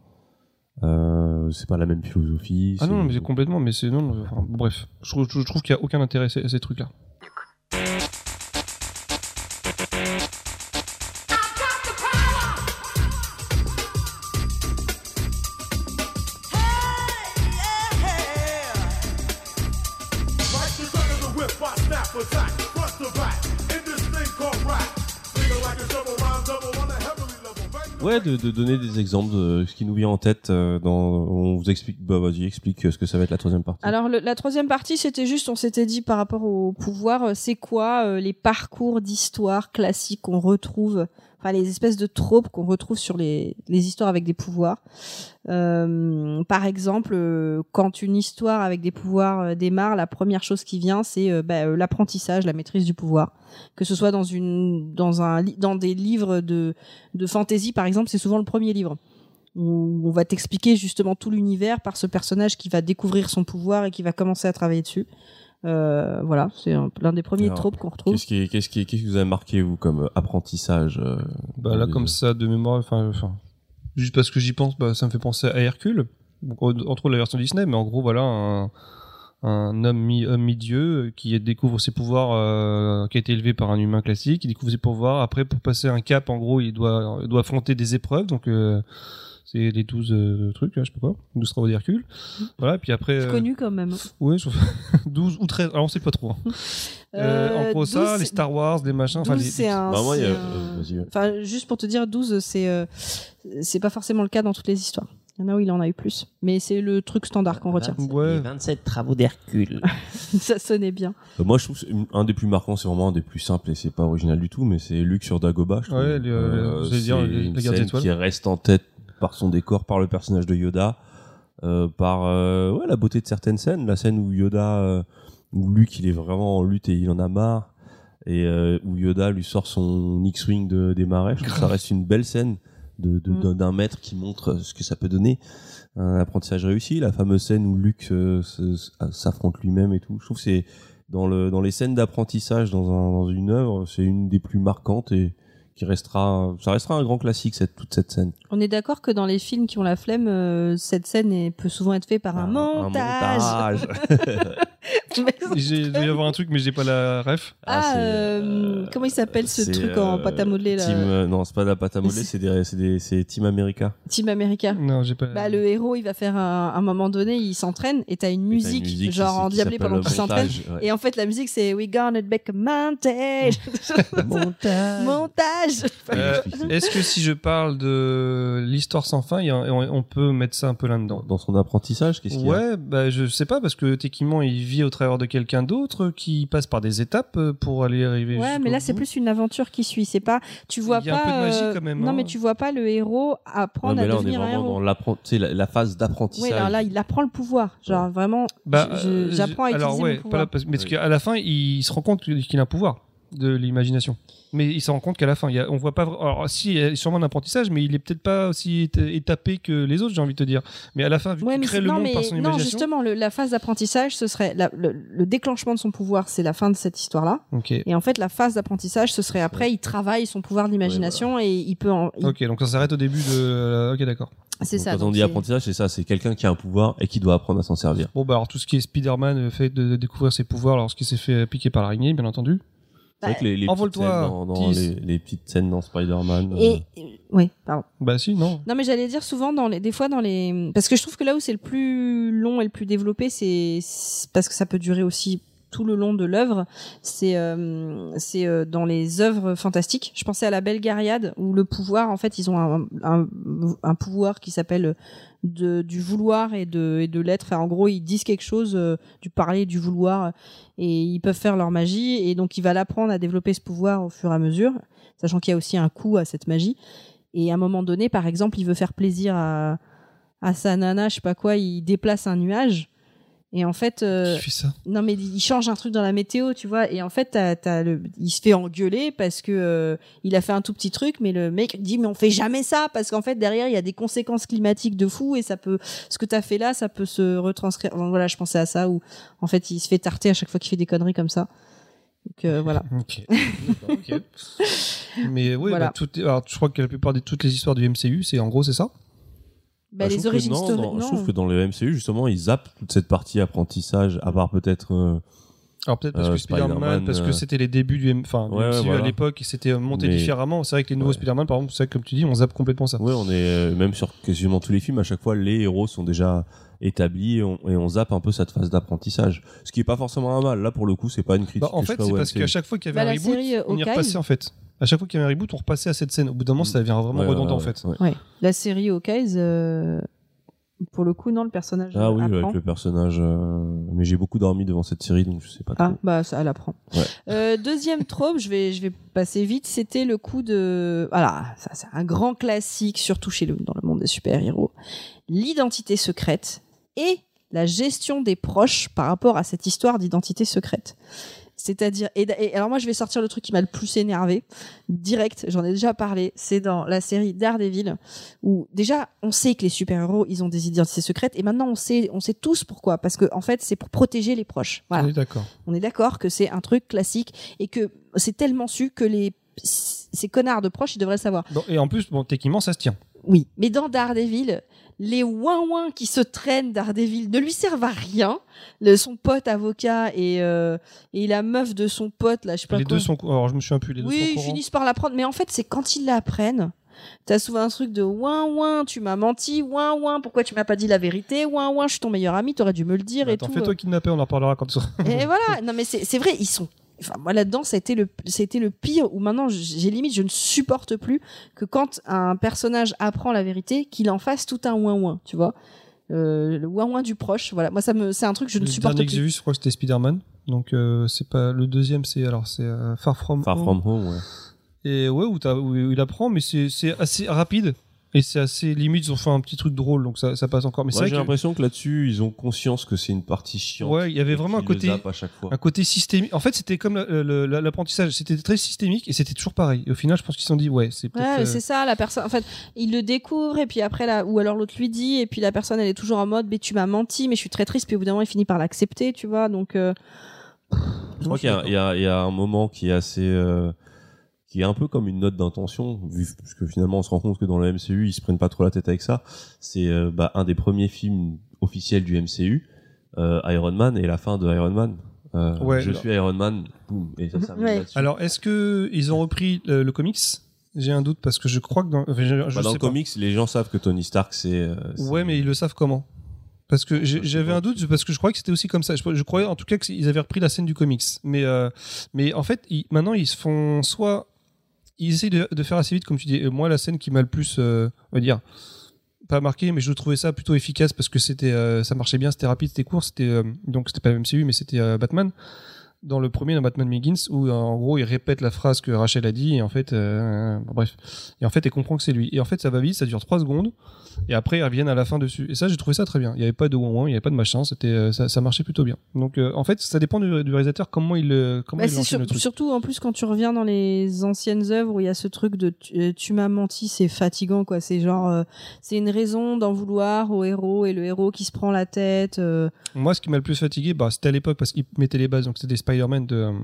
Euh, c'est pas la même philosophie. Ah c'est- non, mais c'est complètement, mais c'est non, non, enfin, bref, je trouve, je trouve qu'il y a aucun intérêt à ces, à ces trucs-là. Ouais, de, de donner des exemples de ce qui nous vient en tête. euh, dans, on vous explique. Bah vas-y, explique euh, ce que ça va être la troisième partie. Alors le- la troisième partie, c'était juste, on s'était dit par rapport au pouvoir, euh, c'est quoi euh, les parcours d'histoire classiques qu'on retrouve, enfin les espèces de tropes qu'on retrouve sur les, les histoires avec des pouvoirs. Euh, par exemple, euh, quand une histoire avec des pouvoirs euh, démarre, la première chose qui vient, c'est euh, bah, euh, l'apprentissage, la maîtrise du pouvoir. Que ce soit dans une, dans un, li- dans des livres de, de fantasy, par exemple, c'est souvent le premier livre où on va t'expliquer justement tout l'univers par ce personnage qui va découvrir son pouvoir et qui va commencer à travailler dessus. Euh, voilà, c'est un- l'un des premiers Alors, tropes qu'on retrouve. Qu'est-ce qui, qu'est-ce qui, qu'est-ce qui vous a marqué vous comme euh, apprentissage euh, Bah dans là, les- comme ça, de mémoire, enfin, enfin, juste parce que j'y pense, bah, ça me fait penser à Hercule, donc, entre autres la version Disney, mais en gros, voilà, un, un homme mi-homme mi-dieu qui découvre ses pouvoirs, euh, qui a été élevé par un humain classique, il découvre ses pouvoirs. Après, pour passer un cap, en gros, il doit, il doit affronter des épreuves, donc euh, c'est les douze euh, trucs, là, je sais pas quoi, douze travaux d'Hercule. Voilà, puis après. C'est euh, connu quand même. Ouais, je- douze ou treize, alors on sait pas trop. hein. Euh, en gros, ça, douze, les Star Wars, les machins, enfin, douze, les- c'est un. Bah, moi, il y a- c'est euh, un- vas-y, ouais. Enfin, juste pour te dire, douze, c'est euh, c'est pas forcément le cas dans toutes les histoires. Il y en a où il en a eu plus. Mais c'est le truc standard qu'on retient. vingt-sept, Ouais. les vingt-sept travaux d'Hercule. Ça sonnait bien. Euh, moi, je trouve que c'est une- un des plus marquants, c'est vraiment un des plus simples et c'est pas original du tout, mais c'est Luke sur Dagobah. Je trouve. Ouais, le- Euh, j'allais dire, c'est le- une la guerre des scène étoiles. qui reste en tête par son décor, par le personnage de Yoda, euh, par euh, ouais, la beauté de certaines scènes. La scène où Yoda, euh, où Luke, il est vraiment en lutte et il en a marre, et euh, où Yoda lui sort son X-Wing de, des marais. Je trouve que ça reste une belle scène de, de, Mm. d'un- d'un maître qui montre ce que ça peut donner. Un apprentissage réussi. La fameuse scène où Luke euh, se- se- s'affronte lui-même et tout. Je trouve que c'est dans le dans les scènes d'apprentissage dans un dans une œuvre, c'est une des plus marquantes et qui restera ça restera un grand classique cette toute cette scène. On est d'accord que dans les films qui ont la flemme, euh, cette scène est- peut souvent être faite par un, montage. J'ai- Il doit y avoir un truc, mais j'ai pas la ref. Ah, c'est, euh, euh, comment il s'appelle ce c'est, truc en euh, pâte à modeler là Team, euh, non, c'est pas de la pâte à modeler, c'est des c'est des c'est Team America. Team America. Non, j'ai pas. Bah, le héros, il va faire un, un moment donné, il s'entraîne et t'as une Et t'as musique, une musique genre qui- en qui diablé s'appelle pendant qu'il s'entraîne. montage, ouais. Et en fait, la musique, c'est We gonna make a montage. Montage. montage. Euh, Est-ce que si je parle de l'histoire sans fin, il y a- on, on peut mettre ça un peu là-dedans? Dans son apprentissage, qu'est-ce qu'il y a? Ouais, bah je sais pas parce que techniquement il vit au travers de quelqu'un d'autre qui passe par des étapes euh, pour aller arriver. Ouais, jusqu'au mais là, c'est bout. plus une aventure qui suit. C'est pas, tu vois Il y a un pas. peu de magie euh, quand même, Non, hein. mais tu vois pas le héros Ouais, apprendre mais à là, on est devenir un vraiment héros. dans l'appren- tu sais, la, la phase d'apprentissage. Oui, alors là, il apprend le pouvoir. Genre vraiment, Bah, je- euh, j'apprends à alors, utiliser ouais, mon pas pouvoir. là, parce- mais parce Oui. qu'à la fin, il se rend compte qu'il a un pouvoir de l'imagination. Mais il se rend compte qu'à la fin, il y a, on voit pas. vra- Alors, si, il y a sûrement un apprentissage, mais il est peut-être pas aussi éta- étapé que les autres, j'ai envie de te dire. Mais à la fin, vu Ouais, qu'il mais crée c'est- le non, monde mais par son non, imagination. justement, le- la phase d'apprentissage, ce serait la- le, le déclenchement de son pouvoir, c'est la fin de cette histoire-là. Ok. Et en fait, la phase d'apprentissage, ce serait après, il travaille son pouvoir d'imagination et il peut. En, il- Ok, donc ça s'arrête au début de. Ok, d'accord. C'est Donc, ça. Quand on donc dit c'est- apprentissage, c'est ça, c'est quelqu'un qui a un pouvoir et qui doit apprendre à s'en servir. Bon, bah alors tout ce qui est Spider-Man, le fait de découvrir ses pouvoirs lorsqu'il s'est fait piquer par l'araignée, bien entendu. C'est vrai que les, les, petites Envole-toi, scènes dans, dans Tis. les, les petites scènes dans Spider-Man. euh, Et oui, pardon. Bah si, non. Non, mais j'allais dire souvent dans les, des fois dans les, parce que je trouve que là où c'est le plus long et le plus développé, c'est c'est parce que ça peut durer aussi tout le long de l'œuvre. C'est euh, c'est euh, dans les œuvres fantastiques. Je pensais à la Belgariade où le pouvoir, en fait, ils ont un, un, un pouvoir qui s'appelle de du vouloir et de et de l'être. Enfin, en gros, ils disent quelque chose, euh, du parler, du vouloir, et ils peuvent faire leur magie. Et donc, il va l'apprendre à développer ce pouvoir au fur et à mesure, sachant qu'il y a aussi un coût à cette magie. Et à un moment donné, par exemple, il veut faire plaisir à, à sa nana, je sais pas quoi, il déplace un nuage. Et en fait, euh, Qui fait ça? non mais il change un truc dans la météo, tu vois. Et en fait, t'as, t'as le, il se fait engueuler parce que euh, il a fait un tout petit truc, mais le mec dit mais on fait jamais ça parce qu'en fait derrière il y a des conséquences climatiques de fou et ça peut, ce que t'as fait là, ça peut se retranscrire. Enfin, voilà, je pensais à ça où en fait il se fait tarter à chaque fois qu'il fait des conneries comme ça. Donc euh, voilà. Ok. D'accord, ok. Mais oui, Voilà. bah, toutes- alors, je crois que la plupart de toutes les histoires du M C U, c'est en gros c'est ça. Bah, Bah, je les trouve que origines non, story, dans- non. Je trouve que dans le M C U, justement, ils zappent toute cette partie apprentissage, à part peut-être. euh, Alors peut-être parce Euh, que Spider-Man, Spider-Man, parce que euh, c'était les débuts du, M... enfin, du Ouais, M C U ouais, voilà. à l'époque, et c'était euh, monté Mais- différemment. C'est vrai que les nouveaux Ouais. Spider-Man, par exemple, c'est vrai que, comme tu dis, on zappe complètement ça. Ouais, on est euh, même sur quasiment tous les films. À chaque fois, les héros sont déjà établis et on, et on zappe un peu cette phase d'apprentissage. Ce qui est pas forcément un mal. Là, pour le coup, c'est pas une critique. Bah, en que je fait, fais c'est au parce M C U. qu'à chaque fois qu'il y Bah, avait la un reboot, série, euh, on y Hawkeye. repassait en fait. À chaque fois qu'il y avait un reboot, on repassait à cette scène. Au bout d'un moment, ça devient vraiment Ouais, redondant ouais, en fait. ouais. Ouais. La série Hawkeye, euh, pour le coup, non, le personnage Ah oui, apprend. avec le personnage. euh, Mais j'ai beaucoup dormi devant cette série, donc je sais pas trop. Ah, bah, ça, elle apprend. Ouais. Euh, deuxième trope, je vais, je vais passer vite, c'était le coup de, voilà, ça, c'est un grand classique, surtout chez le, dans le monde des super-héros. L'identité secrète et la gestion des proches par rapport à cette histoire d'identité secrète. C'est-à-dire, et, et alors moi je vais sortir le truc qui m'a le plus énervé, direct, j'en ai déjà parlé, c'est dans la série Daredevil, où déjà on sait que les super-héros ils ont des identités secrètes, et maintenant on sait, on sait tous pourquoi, parce que en fait c'est pour protéger les proches. Voilà. On est d'accord. On est d'accord que c'est un truc classique et que c'est tellement su que les ces connards de proches ils devraient le savoir. Bon, et en plus, bon, techniquement, ça se tient. Oui, mais dans Daredevil, les ouin-ouin qui se traînent Daredevil ne lui servent à rien. Le, son pote avocat et, euh, et la meuf de son pote, là, je sais pas Les quoi. deux sont. Alors, je me souviens plus. Les deux Oui, sont au ils courant. finissent par l'apprendre. Mais en fait, c'est quand ils l'apprennent. T'as souvent un truc de ouin-ouin, tu m'as menti, ouin-ouin, pourquoi tu m'as pas dit la vérité, ouin-ouin, je suis ton meilleur ami, t'aurais dû me le dire et Attends, tout. fais-toi kidnapper, on en reparlera quand tu seras. Et voilà, non mais c'est c'est vrai, ils sont enfin moi là-dedans ça a été le ça a été le pire où maintenant j'ai limite je ne supporte plus que quand un personnage apprend la vérité qu'il en fasse tout un ouin ouin, tu vois. Euh, le ouin ouin du proche, voilà. Moi ça me c'est un truc que je ne le supporte dernier plus. que j'ai vu, je crois que c'était Spider-Man. Donc euh, c'est pas le deuxième, c'est alors c'est euh, Far From Far Home. From Home, ouais. Et ouais, où, t'as, où il apprend, mais c'est, c'est assez rapide. Et c'est assez limite, ils ont fait un petit truc drôle, donc ça, ça passe encore. Mais Ouais, c'est vrai j'ai que, l'impression que là-dessus, ils ont conscience que c'est une partie chiante. ouais, il y avait et vraiment un qu'ils le côté, zappent à chaque fois. un côté systémique. En fait, c'était comme le- le- le- l'apprentissage, c'était très systémique et c'était toujours pareil. Et au final, je pense qu'ils se sont dit, ouais, c'est peut-être. Ouais, euh, c'est ça, la personne. En fait, il le découvre et puis après là, ou alors l'autre lui dit et puis la personne elle est toujours en mode, mais tu m'as menti, mais je suis très triste. Puis au bout d'un moment, il finit par l'accepter, tu vois. Donc, euh... Je crois qu'il y a, il y, a, il y a un moment qui est assez, euh, qui est un peu comme une note d'intention, vu parce que finalement on se rend compte que dans le M C U ils se prennent pas trop la tête avec ça. C'est euh, bah, un des premiers films officiels du M C U, euh, Iron Man, et la fin de Iron Man. Euh, Ouais, je alors- suis Iron Man, boum, et ça s'arrête Ouais. là-dessus. Alors, est-ce que ils ont repris le, le comics? J'ai un doute parce que je crois que dans, enfin, je, je Bah, dans sais le pas. comics, les gens savent que Tony Stark c'est. euh, c'est- Ouais, mais ils le savent comment? Parce que j'ai- Je sais j'avais pas. un doute parce que je croyais que c'était aussi comme ça. Je, je croyais en tout cas qu'ils avaient repris la scène du comics. Mais euh, mais en fait, ils- maintenant ils se font soit ils essayent de, de faire assez vite, comme tu dis. Et moi, la scène qui m'a le plus, euh, on va dire, pas marqué, mais je trouvais ça plutôt efficace parce que c'était, euh, ça marchait bien, c'était rapide, c'était court, c'était euh, donc c'était pas M C U, mais c'était euh, Batman. Dans le premier, dans Batman Begins, où euh, en gros il répète la phrase que Rachel a dit et en fait, euh, bon, bref, et en fait elle comprend que c'est lui. Et en fait ça va vite, ça dure trois secondes et après ils reviennent à la fin dessus. Et ça j'ai trouvé ça très bien. Il y avait pas de ouin ouin, il y avait pas de machin, c'était euh, ça, ça marchait plutôt bien. Donc euh, en fait ça dépend du, du réalisateur comment il euh, comment Bah, il c'est lance sur- le truc. surtout en plus quand tu reviens dans les anciennes œuvres où il y a ce truc de tu, euh, tu m'as menti, c'est fatigant quoi. C'est genre euh, c'est une raison d'en vouloir au héros et le héros qui se prend la tête. euh. Moi ce qui m'a le plus fatigué, bah c'était à l'époque parce qu'ils mettaient les bases, donc c'était des Spider-Man de euh,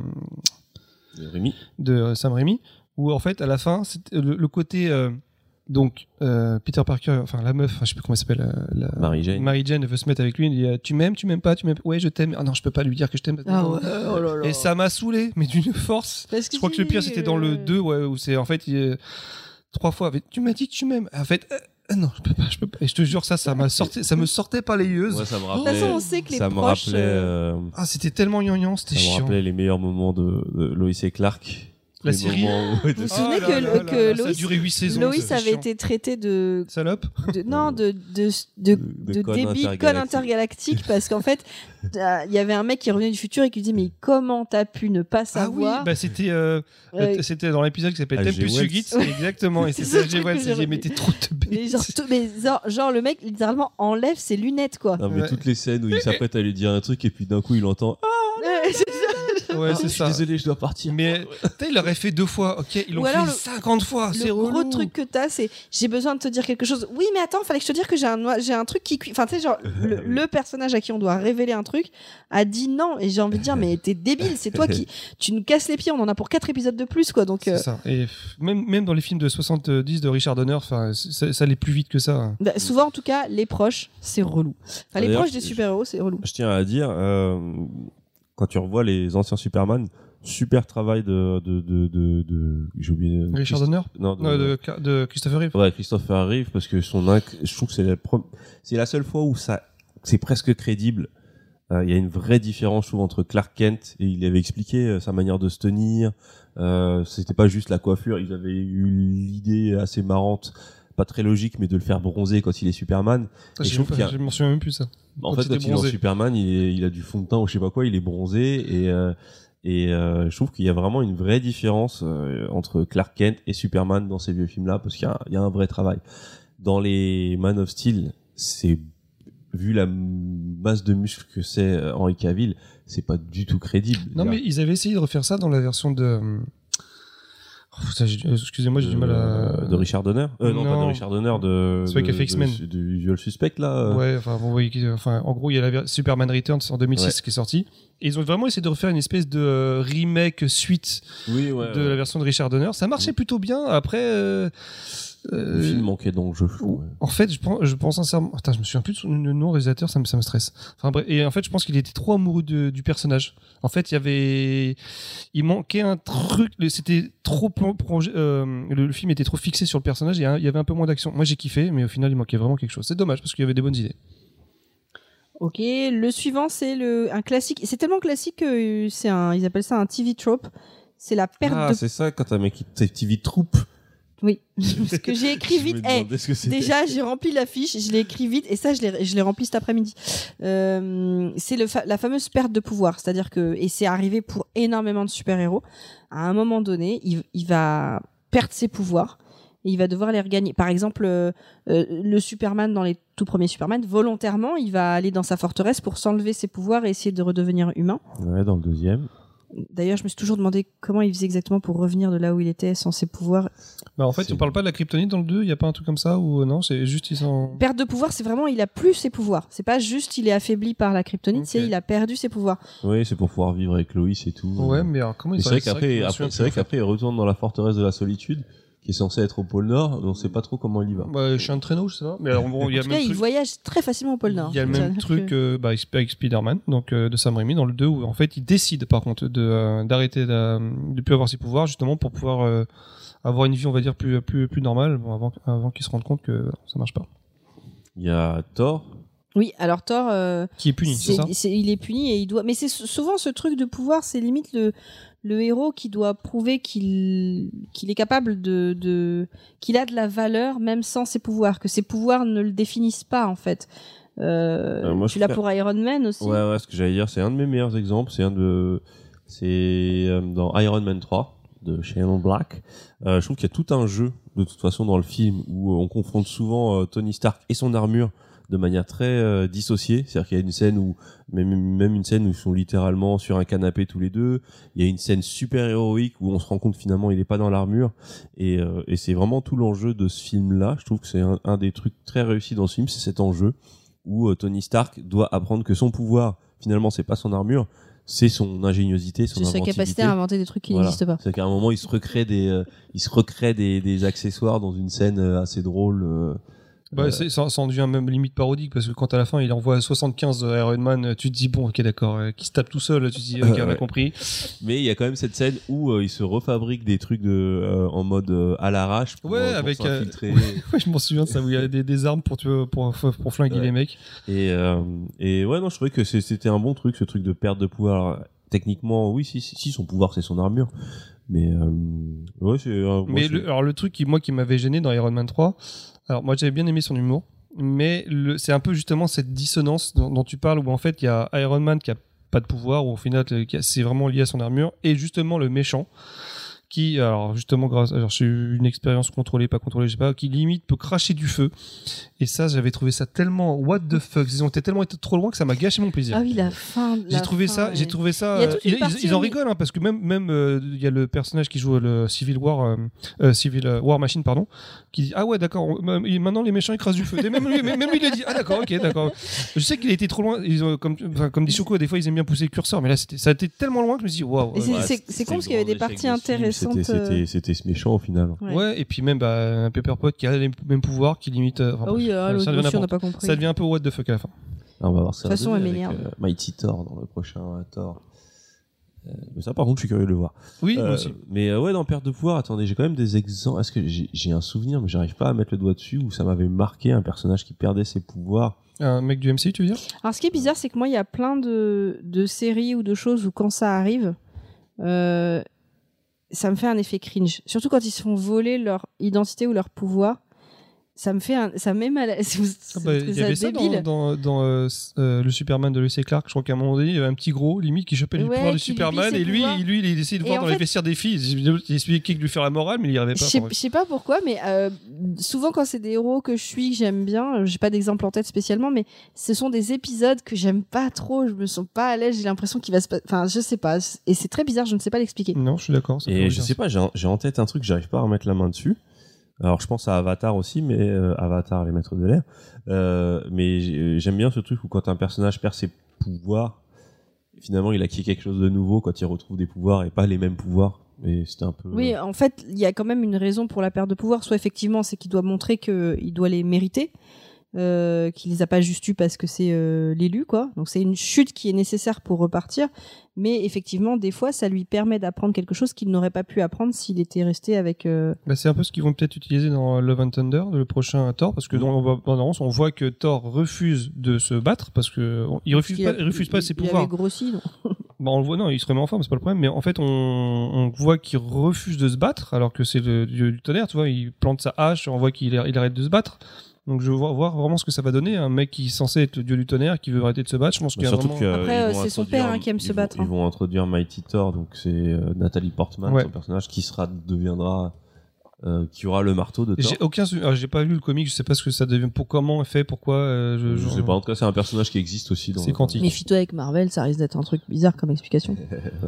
Euh, Rémi. de Sam Raimi, où en fait à la fin c'était le, le côté euh, donc euh, Peter Parker, enfin la meuf, enfin, je sais plus comment elle s'appelle, euh, la, Mary Jane. Mary Jane veut se mettre avec lui, il dit euh, tu m'aimes, tu m'aimes pas, tu m'aimes, ouais je t'aime, ah non je peux pas lui dire que je t'aime. Ah ouais, oh là là. Et ça m'a saoulé, mais d'une force. Parce Je crois que le pire c'était dans le deux, ouais, où c'est en fait il, euh, trois fois, avec, tu m'as dit que tu m'aimes, en fait. Euh, euh, non, je peux pas, je peux pas. Et je te jure, ça, ça m'a sorti, ça me sortait par les yeux. Ouais, ça me De rappelait. toute façon, on sait que les ça me proches. rappelait. euh, euh, Ah, c'était tellement gnangnan, c'était Ça me chiant. rappelait les meilleurs moments de, de Lois et Clark. La Les série. moments où- Vous vous Ah souvenez là que, là le- là que là, ça a Loïs, duré huit saisons. Loïs ça, c'est avait chiant. été traité de, Salope. de non de de de, de de conne débile con intergalactique. intergalactique parce qu'en fait euh, il y avait un mec qui revenait du futur et qui lui disait mais comment t'as pu ne pas Ah oui, savoir bah c'était euh, Euh, euh, c'était dans l'épisode qui s'appelle H G Tempus Wells. Fugit, exactement. Et C'est c'était ce H G truc Wells. que j'ai J'ai dit, mais retenu. t'es trop teubé. mais genre, tout- mais genre, genre, le mec littéralement enlève ses lunettes quoi. Non, mais Ouais. toutes les scènes où il s'apprête à lui dire un truc et puis d'un coup il entend ah, Ouais, c'est ça. Ouais, ah, c'est je suis ça. désolé, je dois partir. Mais tu sais, il l'aurait fait deux fois. Ok, ils l'ont Ou fait alors le- cinquante fois. C'est Le gros relou. truc que t'as, c'est j'ai besoin de te dire quelque chose. Oui, mais attends, fallait que je te dise que j'ai un, noi- j'ai un truc qui cuit. Enfin, tu sais, genre, le, le personnage à qui on doit révéler un truc a dit non. Et j'ai envie de dire, mais t'es débile, c'est toi qui. Tu nous casses les pieds, on en a pour quatre épisodes de plus, quoi. Donc, euh, C'est ça. Et f- même, même dans les films de soixante-dix de Richard Donner, enfin, ça, ça allait plus vite que ça. bah, souvent, en tout cas, les proches, c'est relou. Enfin, les D'ailleurs, proches des je- super-héros, c'est relou. Je tiens à dire, euh, quand tu revois les anciens Superman, super travail de. de, de, de, de- j'ai oublié. Richard Christ- Donner Non, de, Non, de, de Christopher Reeve. Ouais, Christopher Reeve, parce que son inc- je trouve que c'est la, pro- c'est la seule fois où ça, c'est presque crédible. Euh, Il y a une vraie différence, je trouve, entre Clark Kent et il avait expliqué euh, sa manière de se tenir. Euh, c'était pas juste la coiffure. Ils avaient eu l'idée assez marrante, pas très logique, mais de le faire bronzer quand il est Superman. Ah, Et je je trouve qu'il y a- je m'en souviens même plus ça. En Quand fait, il quand était il est en bronzé. Superman, il, est- il a du fond de teint ou je sais pas quoi, il est bronzé et euh, et euh, je trouve qu'il y a vraiment une vraie différence euh, entre Clark Kent et Superman dans ces vieux films-là parce qu'il y a, il y a un vrai travail. Dans les Man of Steel, c'est vu la masse de muscles que c'est euh, Henry Cavill, c'est pas du tout crédible. Non, mais ils avaient essayé de refaire ça dans la version de. Oh, putain, j'ai- excusez-moi, j'ai de, du mal à. de Richard Donner. Euh, non, pas Non. de Richard Donner, de C'est vrai de- qu'il a fait X-Men. de- du Visual Suspect là. euh. Ouais, enfin, vous voyez, qu'il- enfin, en gros, il y a la ver- Superman Returns en deux mille six Ouais. qui est sorti. Et ils ont vraiment essayé de refaire une espèce de euh, remake suite Oui, ouais. de ouais. la version de Richard Donner. Ça marchait plutôt bien. Après, euh, euh, Le film manquait d'enjeu. je trouve, ouais. en fait, je pense, je pense sincèrement. Attends, je me souviens plus de son le nom réalisateur, ça me, ça me stresse. Enfin bref, et en fait, je pense qu'il était trop amoureux de- du personnage. En fait, il y avait, il manquait un truc. le- C'était trop plan- projet- euh, le, le film était trop fixé sur le personnage. Et un- il y avait un peu moins d'action. Moi, j'ai kiffé, mais au final, il manquait vraiment quelque chose. C'est dommage parce qu'il y avait des bonnes idées. Ok, le suivant c'est le un classique. C'est tellement classique que c'est un, ils appellent ça un T V trope. C'est la perte Ah, de. c'est ça, quand un mec qui T V troupe. Oui, parce que j'ai écrit vite. Je me Eh, demandais ce que c'était. déjà, j'ai rempli la fiche, je l'ai écrit vite, et ça, je l'ai, je l'ai rempli cet après-midi. Euh, c'est le fa- la fameuse perte de pouvoir, c'est-à-dire que, et c'est arrivé pour énormément de super-héros. À un moment donné, il, il va perdre ses pouvoirs. Et il va devoir les regagner. Par exemple, euh, euh, le Superman dans les tout premiers Superman, volontairement, il va aller dans sa forteresse pour s'enlever ses pouvoirs et essayer de redevenir humain. Ouais, dans le deuxième. D'ailleurs, je me suis toujours demandé comment il faisait exactement pour revenir de là où il était sans ses pouvoirs. Bah en fait, C'est- on parle pas de la kryptonite dans le deux, il y a pas un truc comme ça ou euh, non, c'est juste ils sont Perte de pouvoir, c'est vraiment il a plus ses pouvoirs. C'est pas juste il est affaibli par la kryptonite, Ok. c'est il a perdu ses pouvoirs. Oui, c'est pour pouvoir vivre avec Loïs et tout. Ouais, mais alors comment Et ils c'est vrai que qu'après, je me après, souviens c'est vrai plus, en qu'après, il retourne dans la forteresse de la solitude, qui est censée être au pôle Nord, mais on sait pas trop comment il y va. fait. Bah, je suis un traîneau, je sais pas. Mais alors bon, il y a En tout le cas, même il truc. voyage très facilement au pôle Nord. Il y a le même C'est-à-dire truc que- euh, bah, avec avec Spider-Man, donc euh, de Sam Raimi dans le deux où en fait il décide par contre de euh, d'arrêter de, de plus avoir ses pouvoirs justement pour pouvoir euh, avoir une vie on va dire plus plus plus normale bon, avant avant qu'il se rende compte que ça marche pas. Il y a Thor. Oui, alors Thor, euh, Qui est puni, c'est, c'est- ça c'est- il est puni et il doit. Mais c'est sou- souvent ce truc de pouvoir, c'est limite le le héros qui doit prouver qu'il qu'il est capable de, de qu'il a de la valeur même sans ses pouvoirs, que ses pouvoirs ne le définissent pas en fait. Euh, Euh, moi, je tu l'as trouve pour Iron Man aussi. Ouais, ouais, ce que j'allais dire, c'est un de mes meilleurs exemples. C'est un de, c'est euh, dans Iron Man trois de Shane Black. Euh, je trouve qu'il y a tout un jeu de toute façon dans le film où euh, on confronte souvent euh, Tony Stark et son armure de manière très euh, dissociée. C'est-à-dire qu'il y a une scène où, même, même une scène où ils sont littéralement sur un canapé tous les deux. Il y a une scène super héroïque où on se rend compte finalement il est pas dans l'armure. Et, euh, et c'est vraiment tout l'enjeu de ce film-là. Je trouve que c'est un, un des trucs très réussis dans ce film, c'est cet enjeu où euh, Tony Stark doit apprendre que son pouvoir, finalement, c'est pas son armure, c'est son ingéniosité, son C'est sa inventivité. capacité à inventer des trucs qui Voilà. n'existent pas. C'est qu'à un moment, il se recrée des, euh, il se recrée des, des accessoires dans une scène euh, assez drôle. euh, Bah, euh, c'est, ça, ça en devient même limite parodique parce que quand à la fin il envoie soixante-quinze Iron Man, tu te dis bon ok d'accord, euh, qui se tape tout seul, tu te dis ok on a Ouais. compris. Mais il y a quand même cette scène où euh, il se refabrique des trucs de, euh, en mode euh, à l'arrache pour, Ouais, euh, pour avec, euh, s'infiltrer. Ouais, je m'en souviens de ça où il y a des, des armes pour tuer, pour, pour flinguer Ouais. les mecs. Et, euh, et ouais, non, je trouvais que c'est- c'était un bon truc, ce truc de perte de pouvoir. Alors, techniquement, oui, si, si, si, son pouvoir, c'est son armure. Mais, euh, ouais, c'est, euh, moi, Mais c'est- le, alors le truc qui moi qui m'avait gêné dans Iron Man trois, alors moi j'avais bien aimé son humour, mais le, c'est un peu justement cette dissonance dont, dont tu parles où en fait il y a Iron Man qui a pas de pouvoir, où au final euh, qui a- c'est vraiment lié à son armure, et justement le méchant qui alors justement grâce alors j'ai eu une expérience contrôlée pas contrôlée je sais pas, qui limite peut cracher du feu, et ça j'avais trouvé ça tellement what the fuck, ils ont été tellement été trop loin que ça m'a gâché mon plaisir. Ah oui, la fin. J'ai la trouvé fin, ça, ouais. j'ai trouvé ça. Il y a euh, toute une ils, partie ils en où- rigolent hein, parce que même même euh, il y a le personnage qui joue le Civil War, euh, euh, Civil euh, War Machine pardon, qui dit ah ouais d'accord, on- euh, maintenant les méchants écrasent du feu. Et même lui, même, même lui il a dit ah d'accord ok d'accord. Je sais qu'il a été trop loin. Ils ont, comme enfin, comme dit Choco, des fois ils aiment bien pousser le curseur, mais là c'était ça a été tellement loin que je me suis dit waouh. Et c'est- ouais. Ouais, c'est- c'était c'est con le parce qu'il y avait grand des parties échec de ce film, intéressantes, C'était, euh. c'était, c'était ce méchant au final. Ouais. Ouais, et puis même bah, un Pepper Pot qui a les mêmes pouvoirs, qui limite. euh, enfin, Ah oui, bref, ah, ça l'autre devient aussi, on n'a n'importe- pas compris. Ça devient un peu what the fuck à la fin. Ah, on va voir ça. De toute façon, donner elle avec, m'énerve. euh, Mighty Thor dans le prochain euh, Thor. Euh, mais ça, par contre, je suis curieux de le voir. Oui, moi Euh, aussi. mais euh, ouais, dans perte de pouvoir, attendez, j'ai quand même des exemples. Est-ce que j'ai, j'ai un souvenir, mais j'arrive pas à mettre le doigt dessus, où ça m'avait marqué un personnage qui perdait ses pouvoirs. Un mec du M C U, tu veux dire? Alors, ce qui est bizarre, c'est que moi, il y a plein de, de séries ou de choses où quand ça arrive, euh, ça me fait un effet cringe. Surtout quand ils se font voler leur identité ou leur pouvoir. Ça me fait un, ça me met mal à l'aise. Ah bah, il y avait ça dans, débile. dans, dans euh, euh, le Superman de Lois et Clark. Je crois qu'à un moment donné, il y avait un petit gros, limite, qui chopait le Ouais, pouvoir du qui lui Superman, pique ses et lui, pouvoirs. il- lui, il essayait de Et voir en dans les fait- vestiaires des filles. Il il expliquait de lui faire la morale, mais il n'y arrivait Je pas. sais, Enfin, je sais pas pourquoi, mais euh, souvent quand c'est des héros que je suis, que j'aime bien, euh, j'ai pas d'exemple en tête spécialement, mais ce sont des épisodes que j'aime pas trop, je me sens pas à l'aise, j'ai l'impression qu'il va se passer. Enfin, je sais pas, et c'est très bizarre, je ne sais pas l'expliquer. Non, je suis d'accord. ça peut Et je dire sais ça. pas, j'ai, en- j'ai en tête un truc, j'arrive pas à remettre la main dessus. Alors je pense à Avatar aussi, mais euh, Avatar, les maîtres de l'air. Euh, mais j'ai- j'aime bien ce truc où quand un personnage perd ses pouvoirs, finalement il acquiert quelque chose de nouveau quand il retrouve des pouvoirs et pas les mêmes pouvoirs. Et c'était un peu. Oui, en fait, il y a quand même une raison pour la perte de pouvoir. Soit effectivement, c'est qu'il doit montrer qu'il doit les mériter. euh, qu'il les a pas juste eu parce que c'est euh, l'élu, quoi. Donc c'est une chute qui est nécessaire pour repartir. Mais effectivement, des fois, ça lui permet d'apprendre quelque chose qu'il n'aurait pas pu apprendre s'il était resté avec. Euh... Bah, c'est un peu ce qu'ils vont peut-être utiliser dans Love and Thunder, le prochain Thor, parce que dans la bande-annonce, on voit que Thor refuse de se battre parce que on- il refuse il pas, a- il refuse pas il- ses il pouvoirs. avait grossi, donc. Bah, on le voit, non, il se remet en forme, c'est pas le problème, mais en fait, on, on voit qu'il refuse de se battre, alors que c'est le dieu du tonnerre, tu vois, il plante sa hache, on voit qu'il il arrête de se battre. Donc je veux voir, voir vraiment ce que ça va donner, un mec qui est censé être le dieu du tonnerre, qui veut arrêter de se battre, je pense qu'il y a Surtout vraiment... que, Après, euh, euh, ils vont c'est son introduire- père, hein, qui aime ils se vont- battre, Ils hein. vont introduire Mighty Thor, donc c'est euh, Nathalie Portman, Ouais. son personnage, qui sera deviendra, euh, qui aura le marteau de Thor. J'ai aucun sou- alors, j'ai pas lu le comic, je sais pas ce que ça devient, pour comment elle fait, pourquoi... euh, je, Je sais pas, en tout cas, c'est un personnage qui existe aussi dans. C'est quantique. Méfie-toi avec Marvel, ça risque d'être un truc bizarre comme explication. Pourquoi ?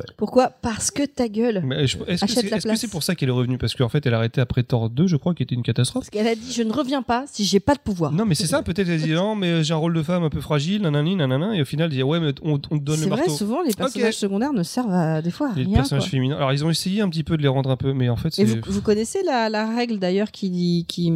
Parce que ta gueule. Mais je- est-ce que Achète c'est la est-ce que place. c'est pour ça qu'elle est revenue? Parce qu'en fait, elle a arrêté après Thor deux, je crois, qui était une catastrophe. Parce qu'elle a dit je ne reviens pas si j'ai pas de pouvoir. Non, mais c'est ça, peut-être elle dit non, mais j'ai un rôle de femme un peu fragile, nanani, nanana, et au final, elle dit ouais, mais on, on te donne C'est le vrai, marteau. souvent les personnages Ok. secondaires ne servent à, des fois à Les rien. personnages Quoi. féminins. Alors, ils ont essayé un petit peu de les rendre un peu, mais en fait, c'est. Et vous, vous connaissez la, la règle d'ailleurs qui, qui,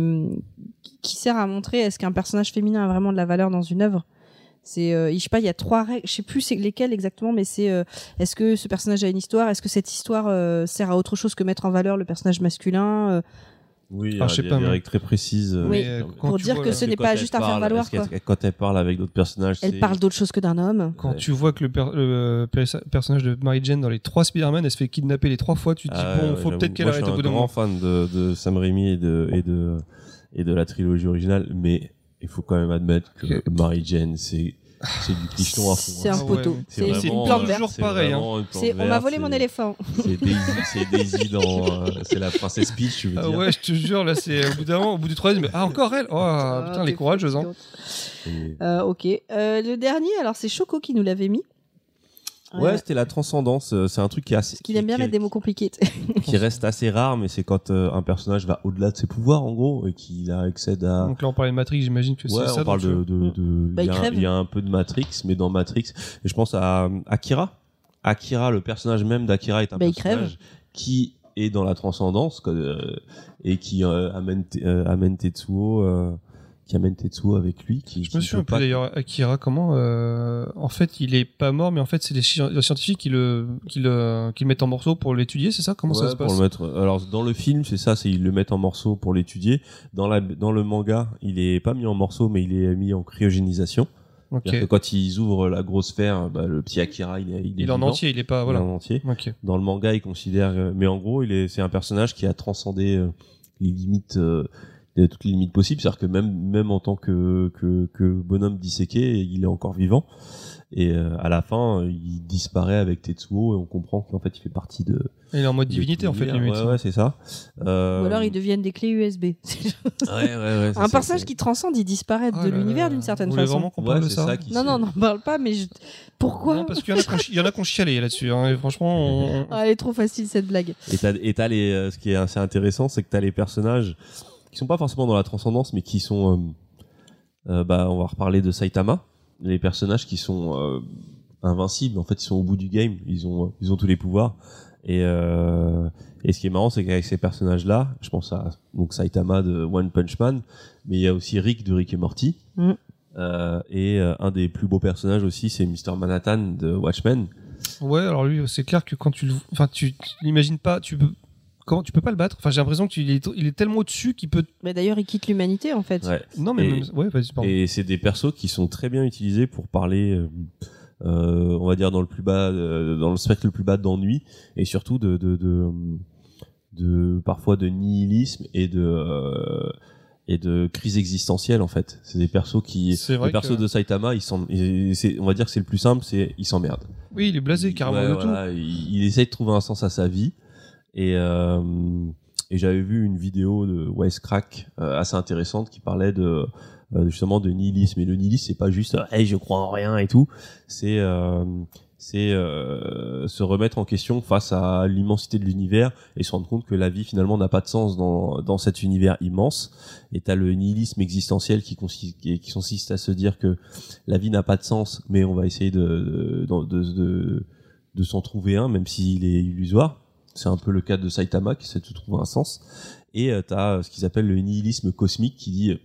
qui sert à montrer est-ce qu'un personnage féminin a vraiment de la valeur dans une œuvre ? C'est, euh, je sais pas, il y a trois règles, je sais plus c'est lesquelles exactement, mais c'est euh, est-ce que ce personnage a une histoire ? Est-ce que cette histoire euh, sert à autre chose que mettre en valeur le personnage masculin euh, Oui, il y Ah, a je sais des, pas, des mais- règles très précises. euh, Oui, comme- quand pour tu dire vois, que là, ce que n'est quand pas elle juste à faire parle, valoir, est-ce qu'elle- quoi. Quand elle parle avec d'autres personnages, Elle c'est- parle d'autre chose que d'un homme. Quand Ouais. tu vois que le, per- le perso- personnage de Mary Jane dans les trois Spider-Man, elle se fait kidnapper les trois fois, tu te dis Ah, bon, ouais, faut j'avoue. peut-être qu'elle Moi, arrête au bout Je d'un suis un grand moment. fan de, de Sam Raimi et de, et de, et de la trilogie originale, mais il faut quand même admettre que Que- Mary Jane, c'est, c'est du clicheton à fond. C'est hein. un Ah ouais, poteau. mais C'est c'est une vraiment, plante euh, verte. toujours c'est pareil, hein. vraiment une plante C'est on m'a verte, volé mon c'est- éléphant. C'est Daisy, c'est Daisy dans, euh, c'est la princesse Peach, je veux Ah dire. ouais, je te jure, là, c'est au bout d'un moment, au bout du troisième, ah, encore elle! Oh, putain, elle est t'es courageuse, hein. fatigante. Et- Euh, ok. Euh, le dernier, alors c'est Choco qui nous l'avait mis. Ouais, Euh, c'était la transcendance. euh, C'est un truc qui est assez. parce qu'il aime bien qui, mettre des mots compliqués. qui reste assez rare, mais c'est quand euh, un personnage va au-delà de ses pouvoirs, en gros, et qu'il a accède à. Donc là, on parlait de Matrix, j'imagine que Ouais, c'est ça. on parle donc, de, euh, de, de- Bah, il, il y a un, crève. il y a un peu de Matrix, mais dans Matrix, et je pense à Akira. Akira, le personnage même d'Akira est un Bah, il personnage qui est dans la transcendance quoi, euh, et qui euh, amène, euh, amène Tetsuo, euh, qui amène Tetsuo avec lui. Qui, Je qui me ne souviens peut plus pas- d'ailleurs, Akira, comment euh, en fait il est pas mort, mais en fait c'est les, chi- les scientifiques qui le, qui, le, qui le mettent en morceaux pour l'étudier, c'est ça? Comment Ouais, ça se pour passe? le mettre. Alors dans le film, c'est ça, c'est ils le mettent en morceaux pour l'étudier. Dans la dans le manga, il est pas mis en morceaux, mais il est mis en cryogénisation. Ok. C'est-à-dire que quand ils ouvrent la grosse sphère, bah, le petit Akira, il est, il est Il est en vivant. entier, il est pas. Il est Voilà. en entier. Ok. Dans le manga, il considère, euh, mais en gros, il est, c'est un personnage qui a transcendé euh, les limites, euh, de toutes les limites possibles. C'est-à-dire que même, même en tant que, que, que bonhomme disséqué, il est encore vivant. Et euh, à la fin, il disparaît avec Tetsuo et on comprend qu'en fait, il fait partie de. Il est en mode de divinité tout en fait, l'univers. limite. Ouais, ouais, c'est ça. Euh, Ou alors ils deviennent des clés U S B. Ouais, ouais, ouais. Un personnage qui transcende, il disparaît Ah de là l'univers là. d'une certaine Vous voulez façon. vraiment qu'on Ouais, parle de c'est ça? ça qui Non, se- non, n'en parle pas, mais je... pourquoi Non, parce qu'il y en a qui ont chi- il y en a qui ont chialé là-dessus. Hein, et franchement, on- Ah, elle est trop facile cette blague. Et t'as, et t'as les, euh, ce qui est assez intéressant, c'est que t'as les personnages qui sont pas forcément dans la transcendance, mais qui sont, euh, euh, bah, on va reparler de Saitama. Les personnages qui sont euh, invincibles, en fait, ils sont au bout du game, ils ont, euh, ils ont tous les pouvoirs. Et, euh, et ce qui est marrant, c'est qu'avec ces personnages-là, je pense à donc Saitama de One Punch Man, mais il y a aussi Rick de Rick et Morty. Mm. Euh, et euh, un des plus beaux personnages aussi, c'est Mister Manhattan de Watchmen. ouais, alors lui, c'est clair que quand tu le, enfin, tu, tu l'imagines pas, tu peux, comment, tu peux pas le battre. Enfin, j'ai l'impression qu'il est, il est tellement au-dessus qu'il peut. Mais d'ailleurs, il quitte l'humanité en fait. Ouais. Non, mais Et- même- ouais, vas-y, pardon. Et c'est des persos qui sont très bien utilisés pour parler, euh, euh, on va dire dans le plus bas, euh, dans le spectre le plus bas d'ennui, et surtout de, de, de, de parfois de nihilisme et de euh, et de crise existentielle en fait. C'est des persos qui, C'est vrai les persos que- de Saitama, ils sont, et c'est, on va dire que c'est le plus simple, c'est ils s'emmerdent. Oui, il est blasé carrément Ouais, de voilà, il, il essaie de trouver un sens à sa vie et euh, et j'avais vu une vidéo de Wisecrack euh, assez intéressante qui parlait de euh, justement de nihilisme. Et le nihilisme, c'est pas juste euh, hey, je crois en rien et tout, c'est euh, c'est euh, se remettre en question face à l'immensité de l'univers et se rendre compte que la vie finalement n'a pas de sens dans dans cet univers immense. Et t'as le nihilisme existentiel qui consiste qui, qui consiste à se dire que la vie n'a pas de sens, mais on va essayer de de de, de, de s'en trouver un, même s'il est illusoire. C'est un peu le cas de Saitama qui essaie de trouver un sens. Et euh, t'as euh, ce qu'ils appellent le nihilisme cosmique qui dit euh,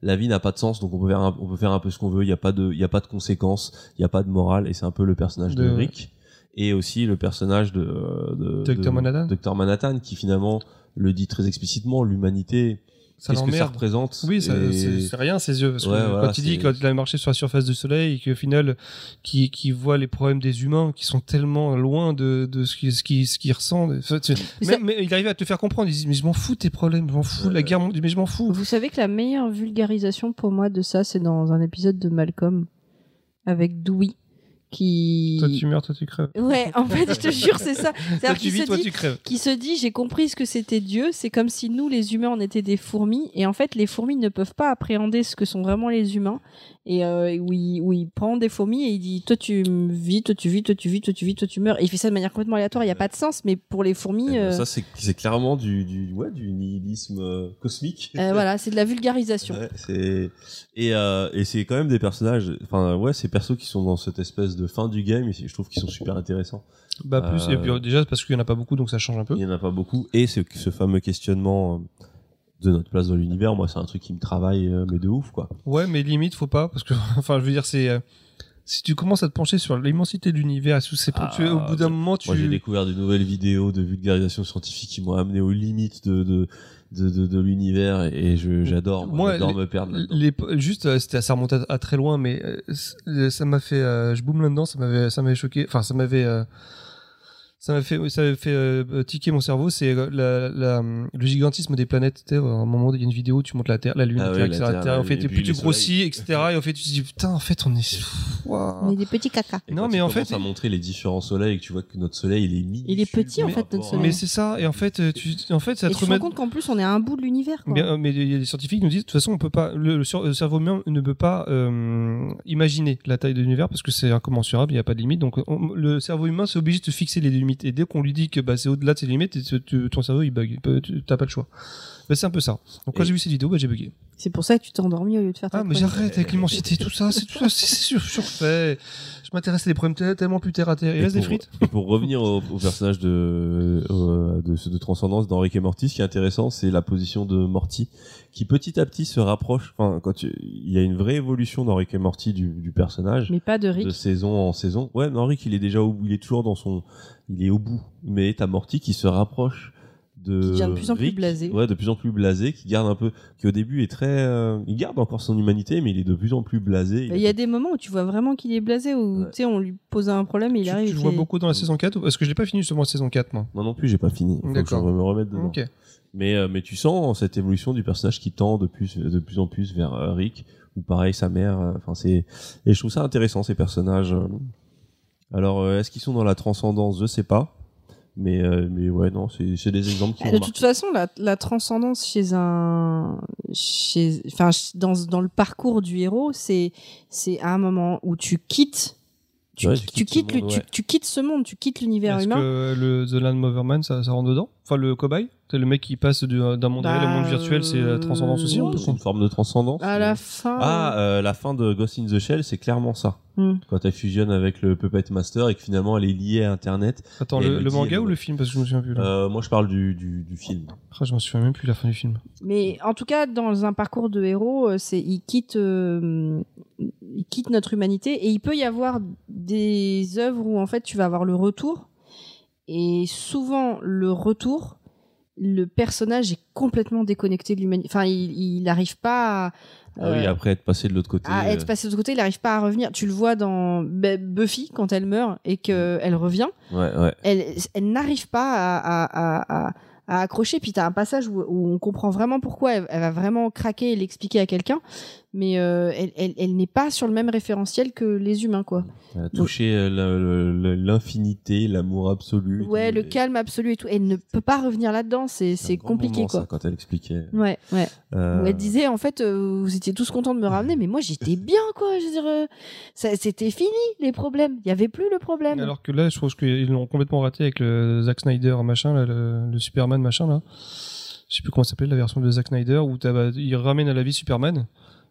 la vie n'a pas de sens, donc on peut faire un, on peut faire un peu ce qu'on veut. Il y a pas de, il y a pas de conséquences, il y a pas de morale, et c'est un peu le personnage de, de Rick, et aussi le personnage de, de Docteur Manhattan. Docteur Manhattan, qui finalement le dit très explicitement, l'humanité. Ça Qu'est-ce que ça l'emmerde. représente? Oui, ça, et... c'est, c'est rien ses yeux. Parce que Ouais, quand voilà, il dit c'est- quand il a marché sur la surface du soleil et qu'au final, qui qui voit les problèmes des humains qui sont tellement loin de de ce qui ce qui ce qu'ils ressentent. Enfin, tu- Mais mais, ça- mais il arrive à te faire comprendre. Il dit mais je m'en fous de tes problèmes, je m'en fous de la guerre, mondiale, mais je m'en fous. Vous savez que la meilleure vulgarisation pour moi de ça, c'est dans un épisode de Malcolm avec Dewey qui. Toi tu meurs, toi tu crèves. Ouais, en fait, je te jure, c'est ça. Toi C'est-à-dire tu qu'il vis, se toi dit, tu crèves. qui se dit, j'ai compris ce que c'était Dieu. C'est comme si nous, les humains, on était des fourmis. Et en fait, les fourmis ne peuvent pas appréhender ce que sont vraiment les humains. Et euh, où, il, où il prend des fourmis et il dit, toi tu vis, toi tu vis, toi tu vis, toi tu vis, toi tu meurs. Et il fait ça de manière complètement aléatoire. Il n'y a pas de sens. Mais pour les fourmis, Eh ben, euh, ça c'est, c'est clairement du, du, ouais, du nihilisme euh, cosmique. euh, voilà, c'est de la vulgarisation. Ouais, c'est et euh, et c'est quand même des personnages, enfin ouais, ces persos qui sont dans cette espèce de fin du game, et je trouve qu'ils sont super intéressants. Bah plus Euh, et puis déjà parce qu'il y en a pas beaucoup donc ça change un peu. Il y en a pas beaucoup, et ce, ce fameux questionnement euh, de notre place dans l'univers, moi c'est un truc qui me travaille euh, mais de ouf quoi. Ouais, mais limite faut pas parce que enfin je veux dire c'est euh, si tu commences à te pencher sur l'immensité de l'univers, sous ces Ah, tu- au bout d'un bah, moment tu Moi j'ai découvert de nouvelles vidéos de vulgarisation scientifique qui m'ont amené aux limites de de de, de, de l'univers, et je j'adore moi, Moi, j'adore les- me perdre là-dedans. Les, juste, euh, c'était, ça remonte à, à très loin, mais euh, c'est- ça m'a fait, euh, je boum là-dedans, ça m'avait, ça m'avait choqué. Enfin, ça m'avait, euh, ça m'a fait, ça m'avait fait euh, tiquer mon cerveau. C'est euh, la, la, le gigantisme des planètes. Tu sais, à un moment, il y a une vidéo où tu montes la Terre, la Lune, Ah la ouais, Terre, la et cetera. Terre, Terre, en la fait, Lune, et et plus puis tu les grossis, soleils. et cetera. Et en fait, tu te dis putain, en fait, on est. Waouh. On est des petits caca. Et non, quand mais tu en commences fait- à montrer les différents soleils et que tu vois que notre soleil il est minuscule. Il est petit, en par fait, rapport notre à- soleil. Mais c'est ça. Et en fait, euh, tu, en fait, ça Et te tu te remet. rends compte qu'en plus, on est à un bout de l'univers. quoi. Bien, mais il y a des scientifiques qui nous disent de toute façon on peut pas le, le, sur- le cerveau humain ne peut pas euh, imaginer la taille de l'univers parce que c'est incommensurable, il n'y a pas de limite, donc on- le cerveau humain c'est obligé de fixer les limites, et dès qu'on lui dit que bah, c'est au-delà de ses limites, tu- tu- ton cerveau il bug, tu t'as pas le choix. Bah, c'est un peu ça. Donc quand Et- j'ai vu cette vidéo, bah, j'ai bugué. C'est pour ça que tu t'es endormi au lieu de faire ta Ah mais chronique. j'arrête avec l'immensité, tout ça, c'est tout ça, c'est c'est sur, surfait. Je m'intéresse à des problèmes tel- tellement plus terre à terre. Il Et reste des pour- frites. et pour revenir au, au personnage de, au- de, de Transcendance dans Rick et Morty, ce qui est intéressant, c'est la position de Morty, qui petit à petit se rapproche. Enfin, quand tu- il y a une vraie évolution dans Rick et Morty du, du personnage, Mais pas de Rick. de saison en saison. Ouais, non, Rick, il est déjà au bout, il est toujours dans son, il est au bout. Mais t'as Morty qui se rapproche de Qui devient de plus en plus Rick. blasé. Ouais, de plus en plus blasé, qui garde un peu, qui au début est très, euh, il garde encore son humanité, mais il est de plus en plus blasé. Il y a des moments où tu vois vraiment qu'il est blasé, où Ouais. tu sais, on lui pose un problème et il Tu, arrive. tu le il vois fait- beaucoup dans la saison quatre, parce que je l'ai pas fini justement la saison quatre moi. Moi non plus, j'ai pas fini. Faut que je D'accord. me remette dedans. Ok. Mais, euh, mais tu sens cette évolution du personnage qui tend de plus, de plus en plus vers euh, Rick, ou pareil sa mère. euh, Enfin, c'est, et je trouve ça intéressant ces personnages. euh. Alors, euh, est-ce qu'ils sont dans la transcendance? Je sais pas. Mais, euh, mais ouais, non, c'est, c'est des exemples qui Ah, ont de marqué. toute façon, la, la transcendance chez un, chez, enfin, ch- dans, dans le parcours du héros, c'est, c'est à un moment où tu quittes, tu, Ouais, tu, tu quittes quittes, ce le- monde, tu, ouais. tu quittes ce monde, tu quittes l'univers Est-ce humain. que le The Land Moverman ça, ça rentre dedans? Enfin le cobaye, c'est le mec qui passe du- d'un monde Bah, réel au monde virtuel, c'est la transcendance aussi. On peut C'est une forme de transcendance. À la fin. Ah, euh, la fin de Ghost in the Shell, c'est clairement ça. Hmm. Quand elle fusionne avec le Puppet Master et que finalement elle est liée à Internet. Attends, Et le, elle le dit, manga elle- ou le film? Parce que je me souviens plus. Là. Euh, moi, je parle du, du, du film. Ah, je me souviens même plus la fin du film. Mais en tout cas, dans un parcours de héros, euh, c'est il quitte, euh, il quitte notre humanité et il peut y avoir des œuvres où en fait tu vas avoir le retour et souvent le retour, le personnage est complètement déconnecté de l'humanité. Enfin, il n'arrive pas à, Ah oui, euh, après être passé de l'autre côté. à être euh, passé de l'autre côté, il n'arrive pas à revenir. Tu le vois dans B- Buffy quand elle meurt et qu'elle revient. Ouais, ouais. Elle, elle n'arrive pas à, à, à, à, à accrocher. Puis t'as un passage où, où on comprend vraiment pourquoi elle, elle va vraiment craquer et l'expliquer à quelqu'un. Mais euh, elle, elle, elle n'est pas sur le même référentiel que les humains, quoi. Elle a touché euh, le- le- l'infinité, l'amour absolu. et Ouais, tout, le et calme absolu et tout. Elle ne peut pas revenir là-dedans. C'est, c'est un c'est grand compliqué, moment, quoi. ça, quand elle expliquait. Ouais, ouais. Euh, Où elle disait, en fait, euh, vous étiez tous contents de me ramener, mais moi, j'étais bien, quoi. Je veux dire, euh, ça, c'était fini, les problèmes. Il y avait plus le problème. Alors que là, je trouve qu'ils l'ont complètement raté avec le Zack Snyder machin, là, le, le Superman machin là. Je sais plus comment ça s'appelait la version de Zack Snyder où t'as- bah, il ramène à la vie Superman.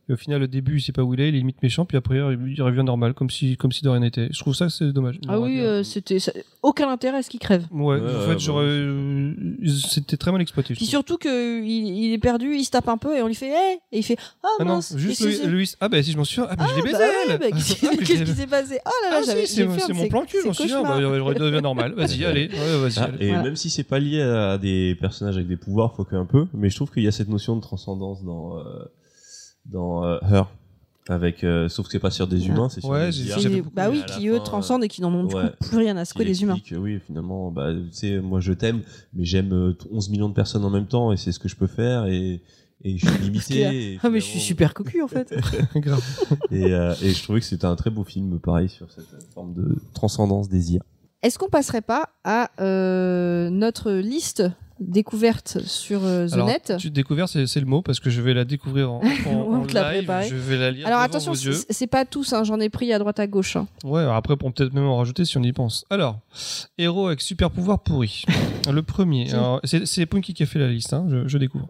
Et au final, le début, il sait pas où il est, il est limite méchant, puis après, il revient normal, comme si, comme si de rien n'était. Je trouve ça, c'est dommage. Ah oui, euh, c'était ça- aucun intérêt à ce qu'il crève. Ouais, Ouais, en ouais, fait, bah, j'aurais, euh, c'était très mal exploité. je Puis trouve. surtout que il, il est perdu, il se tape un peu et on lui fait hey! Et il fait ah Ah non, mince. juste qu'est-ce que Louis, c'est Louis- Ah bah si, je m'en souviens. Ah, mais je l'ai bah baisé, ouais, elle. bah, qu'est-ce Ah, mais je qu'est-ce l'ai- qui s'est passé? Oh là là, Ah, j'avais si, c'est j'ai fait c'est un- mon plan cul, c'est j'en souviens. cauchemar. Bah, il devient normal. Vas-y, allez. Ouais, vas-y, Ah, allez. et Voilà. même si c'est pas lié à des personnages avec des pouvoirs, faut qu'un peu, mais je trouve qu'il y a cette notion de transcendance dans euh, dans euh, Her, avec euh, sauf que c'est pas sur des humains, c'est sur Ouais, des j'ai- I A. Et- j'avais beaucoup bah oui, aimé. À qui la eux fin, transcendent et qui n'en ont du ouais. coup plus rien à secouer Il des humains. explique, oui, finalement, bah, tu sais, moi je t'aime, mais j'aime euh, onze millions de personnes en même temps et c'est ce que je peux faire et, et je suis limité. et Ah mais je suis finalement- super cocu en fait. Grave. Et, euh, et je trouvais que c'était un très beau film, pareil, sur cette forme de transcendance des I A. Est-ce qu'on passerait pas à euh, notre liste découverte sur euh, The Alors, Net? tu découvert, c'est c'est le mot, parce que je vais la découvrir en, en, On en te l'a live. préparé. Je vais la lire Alors devant attention, vos yeux. c'est c'est pas tous, hein, j'en ai pris à droite à gauche. hein. Ouais, alors après, pour peut-être même en rajouter si on y pense. Alors, héros avec super pouvoir pourri. Le premier, Qui alors, c'est c'est Punky qui a fait la liste, hein, je, je découvre.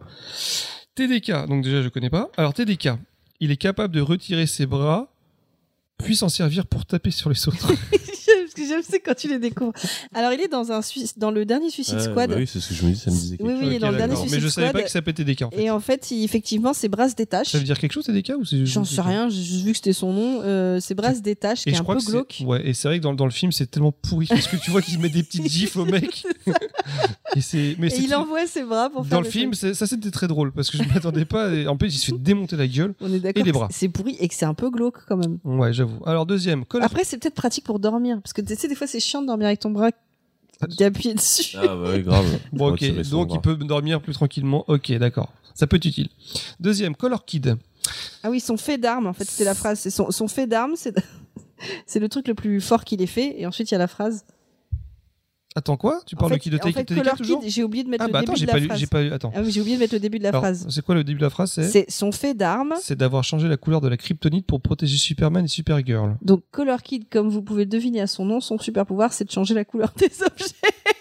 T D K, donc déjà je connais pas. Alors T D K, il est capable de retirer ses bras, puis s'en servir pour taper sur les autres. Parce que j'aime c'est quand tu les découvres. Alors il est dans un Sui- dans le dernier Suicide Ouais, Squad. bah oui, c'est ce que je me dis, ça me disait quelque Oui, oui, il est Ok, dans le dernier d'accord. Suicide Mais je savais Squad. pas qu'il s'appelait T D K en fait. Et en fait, il- effectivement, ses bras se détachent. Ça veut dire quelque chose T D K ou c'est J'en sais rien, j'ai juste vu que c'était son nom. Euh, ses bras se détachent, qui Et est je un crois peu que c'est- glauque. ouais, et c'est vrai que dans, dans le film c'est tellement pourri parce que tu vois qu'il met des petites gifs au mec. et c'est mais Et c'est il envoie ses bras pour faire dans le des film, trucs. c'est- ça c'était très drôle parce que je m'attendais pas. Et en plus, il se fait démonter la gueule. On est d'accord. et les que bras. C'est pourri et que c'est un peu glauque quand même. Ouais, j'avoue. Alors deuxième, Call of- Après, c'est peut-être pratique pour dormir. Parce que tu sais, des fois, c'est chiant de dormir avec ton bras d'appuyer dessus. Ah bah oui, grave. Bon, Retirer ok, son donc bras. il peut dormir plus tranquillement. Ok, d'accord. Ça peut être utile. Deuxième, Color Kid. Ah oui, son fait d'armes, en fait, c'était la phrase. C'est son, son fait d'armes, c'est c'est le truc le plus fort qu'il ait fait. Et ensuite, il y a la phrase. Attends quoi Tu En parles fait, de qui de en T D K fait, toujours Color Kid, j'ai oublié de mettre Ah le bah début attends, j'ai de pas la lu. phrase. J'ai pas lu. Attends. Ah oui, j'ai oublié de mettre le début de la Alors, phrase. c'est quoi le début de la phrase C'est C'est son fait d'armes. c'est d'avoir changé la couleur de la kryptonite pour protéger Superman et Supergirl. Donc, Color Kid, comme vous pouvez le deviner à son nom, son super pouvoir, c'est de changer la couleur des objets.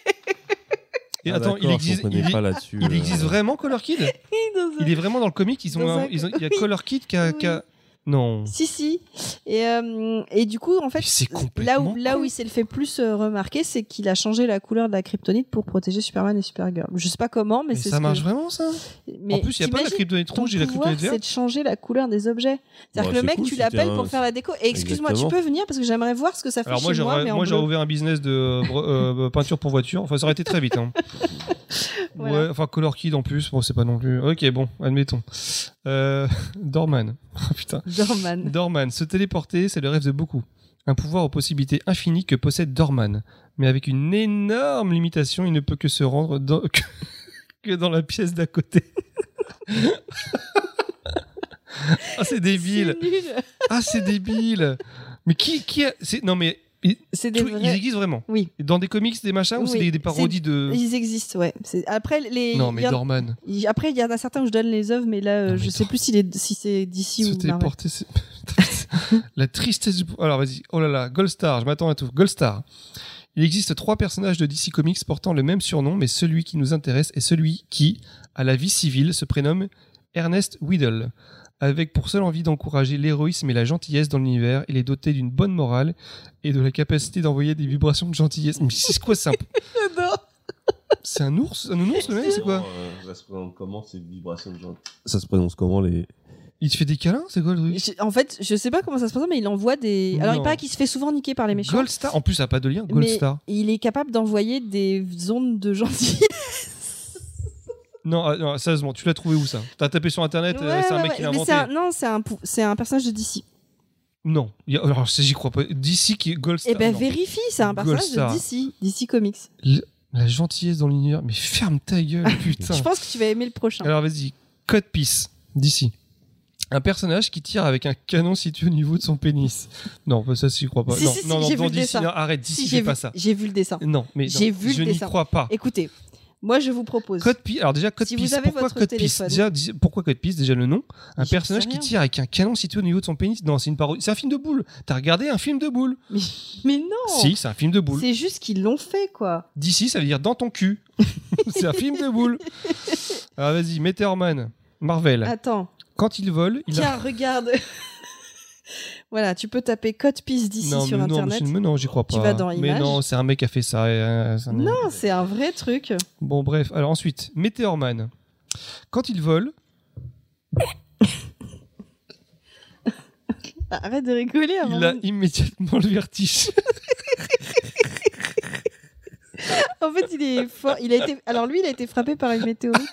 Et Ah, attends, d'accord, il je existe, comprenais il, pas là-dessus. il euh. existe vraiment Color Kid Dans un- Il est vraiment dans le comic. Ils ont, Dans un- un- ils ont- il y a oui. Color Kid qui a, Oui. qui a- non. Si, si. Et, euh, et du coup, en fait, Mais c'est là complètement où, là où il s'est le fait plus euh, remarquer, c'est qu'il a changé la couleur de la kryptonite pour protéger Superman et Supergirl. Je sais pas comment, mais, Mais c'est ça ce marche que... vraiment ça Mais En plus, il y a pas la t'imagines, kryptonite ton rouge et la pouvoir, kryptonite c'est verte. de changer la couleur des objets. C'est-à-dire Ouais, que le c'est mec, cool, tu si l'appelles t'es pour un- faire la déco. Et excuse-moi, tu Exactement. peux venir parce que j'aimerais voir ce que ça fait Alors moi chez moi, j'aurais mais en moi j'aurais bleu. ouvert un business de euh, euh, peinture pour voiture. Enfin ça aurait été très vite. Hein. Voilà. Ouais, enfin Color Kid en plus. Bon c'est pas non plus. Ok bon, admettons. Euh, Dorman. Oh, putain. Dorman. Dorman. Se téléporter, c'est le rêve de beaucoup. Un pouvoir aux possibilités infinies que possède Dorman, mais avec une énorme limitation, il ne peut que se rendre dans, que, que dans la pièce d'à côté. Ah c'est débile. C'est nul. Ah c'est débile. Mais qui qui a... c'est non mais ils, C'est des tout- ils vrais... existent vraiment. Oui, Dans des comics, des machins, ou c'est Oui, des, des parodies de. ils existent, ouais. C'est- Après, les... Non, il mais y en- Dorman. il- Après, il y en a certains où je donne les œuvres, mais là, euh, Non, mais je sais Dor- plus s'il est... si c'est d'ici Se ou Marvel. téléporter, c'est. La tristesse du. Alors vas-y. Oh là là, Gold Star, je m'attends à tout. Gold Star. Il existe trois personnages de D C Comics portant le même surnom, mais celui qui nous intéresse est celui qui, à la vie civile, se prénomme Ernest Weedle. Avec pour seule envie d'encourager l'héroïsme et la gentillesse dans l'univers, il est doté d'une bonne morale et de la capacité d'envoyer des vibrations de gentillesse. Mais c'est quoi ça J'adore. C'est un ours Un nounours le mec, c'est quoi Euh, ça se prononce comment ces vibrations de gens Ça se prononce comment les Il te fait des câlins C'est quoi le truc Je- En fait, je sais pas comment ça se passe, mais il envoie des. Alors, Non. il paraît qu'il se fait souvent niquer par les méchants. Gold Star En plus, ça n'a pas de lien. Gold mais Star. il est capable d'envoyer des ondes de gentillesse. Non, ah, non, sérieusement, tu l'as trouvé où ça T'as tapé sur internet, euh, Ouais, c'est un ouais, mec ouais. qui l'a Mais inventé. c'est un- Non, c'est un, pou- c'est un personnage de D C. Non, Il y a- alors ça, j'y crois pas. D C qui est Gold Star. Eh ben, non. vérifie, c'est un personnage Star. de D C. D C Comics. Le- La gentillesse dans l'univers. Mais ferme ta gueule, putain. Je pense que tu vas aimer le prochain. Alors vas-y, Code Peace, D C. Un personnage qui tire avec un canon situé au niveau de son pénis. Non, bah, ça, j'y crois pas. Si, non, si, si, non, non, j'ai dans vu le D C, dessin. non, arrête, Si, D C, j'ai fais vu, pas ça. j'ai vu le dessin. Non, mais J'ai non, vu le je n'y dessin. crois pas. Écoutez, moi, je vous propose. Code Peace. Alors déjà Code Si vous Peace. avez Pourquoi votre Code Peace téléphone. déjà, dis- pourquoi Code Peace déjà le nom Un J'en personnage sais qui rien. tire avec un canon situé au niveau de son pénis. Non, c'est une parodie. C'est un film de boule. T'as regardé un film de boule Mais, mais non. Si, c'est un film de boule. C'est juste qu'ils l'ont fait, quoi. D C, ça veut dire dans ton cul. C'est un film de boule. Alors vas-y, Meteor Man, Marvel. Attends. Quand il vole, il a... Tiens, regarde. Voilà, tu peux taper code pisse d'ici non, sur mais non, internet. mais, mais non, j'y crois pas. Tu vas dans mais Images. non, c'est un mec qui a fait ça. euh, c'est un- Non, c'est un vrai truc. Bon, bref. Alors ensuite, Meteorman. Quand il vole, Arrête de rigoler avant. il a immédiatement le vertige. En fait, il est fort. Il a été. Alors lui, il a été frappé par une météorite.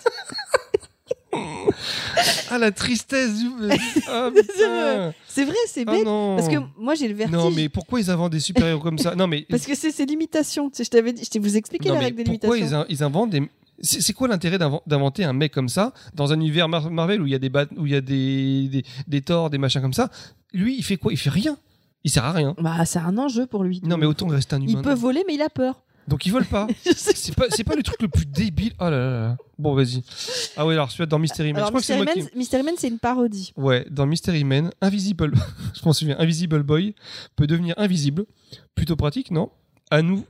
Ah, la tristesse du... Ah, putain. C'est vrai, c'est Ah, bête. non. Parce que moi, j'ai le vertige. Non, mais pourquoi ils inventent des super-héros comme ça? Non, mais... Parce que c'est c'est l'imitation. Tu sais, je t'avais dit, je t'ai vous expliqué non, la mais règle de pourquoi ils, l'imitation. in- ils inventent des... C'est c'est quoi l'intérêt d'inven- d'inventer un mec comme ça dans un univers Mar- Marvel où il y a des bat- où il y a des, des des Thor, des machins comme ça? Lui, il fait quoi? Il fait rien. Il sert à rien. Bah, c'est un enjeu pour lui. Non, mais autant rester un humain. Il peut voler, mais il a peur. Donc il vole pas. Je sais. C'est pas, c'est pas le truc le plus débile. Oh là là là. Bon, vas-y. Ah oui, alors celui-là dans Mystery Man. Alors, Je crois que c'est Mystery moi Man, qui... Mystery Man, c'est une parodie. Ouais, dans Mystery Man, Invisible. Je m'en souviens. Invisible Boy peut devenir invisible. Plutôt pratique, non? À nous.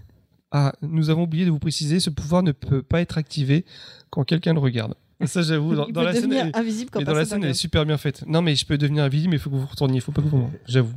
Ah, nous avons oublié de vous préciser, ce pouvoir ne peut pas être activé quand quelqu'un le regarde. Ça, j'avoue, dans, il dans peut la scène, devenir elle, invisible quand mais dans la personne scène, elle est regarde. super bien faite. Non, mais je peux devenir invisible, mais il faut que vous retourniez. Il faut pas que vous. J'avoue.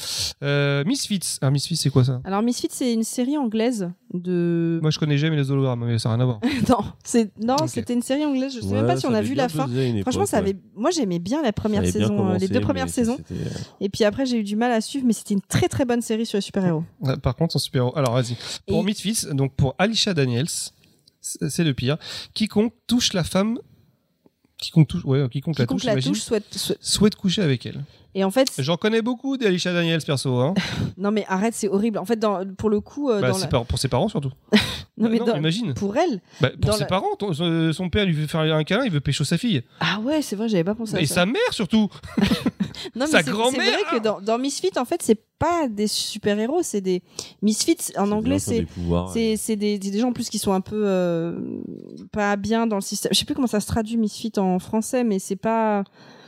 Euh, Misfits. Ah, Misfits, c'est quoi ça? Alors, Misfits, c'est une série anglaise de. Moi, je connais jamais les hologrammes, mais ça n'a rien à voir. non, c'est non, Ok. c'était une série anglaise. Je sais Ouais, même pas si ça on a avait vu bien la fin. buzzé à une Franchement, époque, ça ouais. avait. Moi, j'aimais bien la première Ça avait bien saison, euh, les commencé, deux premières mais saisons. c'était- Et puis après, j'ai eu du mal à suivre, mais c'était une très très bonne série sur les super-héros. Ah, Par contre, son super-héros. Alors, vas-y. Pour Et- Misfits, donc pour Alicia Daniels, c'est c'est le pire. Quiconque touche la femme. Quiconque touche. Ouais, quiconque, la Quiconque touche, la j'imagine, touche souhaite. souhaite- souhaite coucher avec elle. Et en fait, J'en connais beaucoup des Alicia Daniels perso. Hein. non mais arrête, c'est horrible. En fait, dans, pour le coup, euh, Bah, dans c'est la- par- pour ses parents surtout. non mais non, dans- imagine. pour elle. Bah, pour dans ses la- parents, ton- son son père lui veut faire un câlin, il veut pécho sa fille. Ah ouais, c'est vrai, j'avais pas pensé à Et ça. sa mère surtout. Non, mais sa c'est- c'est grand-mère. vrai que dans, dans Misfits, en fait, c'est pas des super-héros, c'est des Misfits. En C'est anglais, bien sur c'est des pouvoirs, c'est c'est des, des gens en plus qui sont un peu euh, pas bien dans le système. Je sais plus comment ça se traduit Misfits en français, mais c'est pas.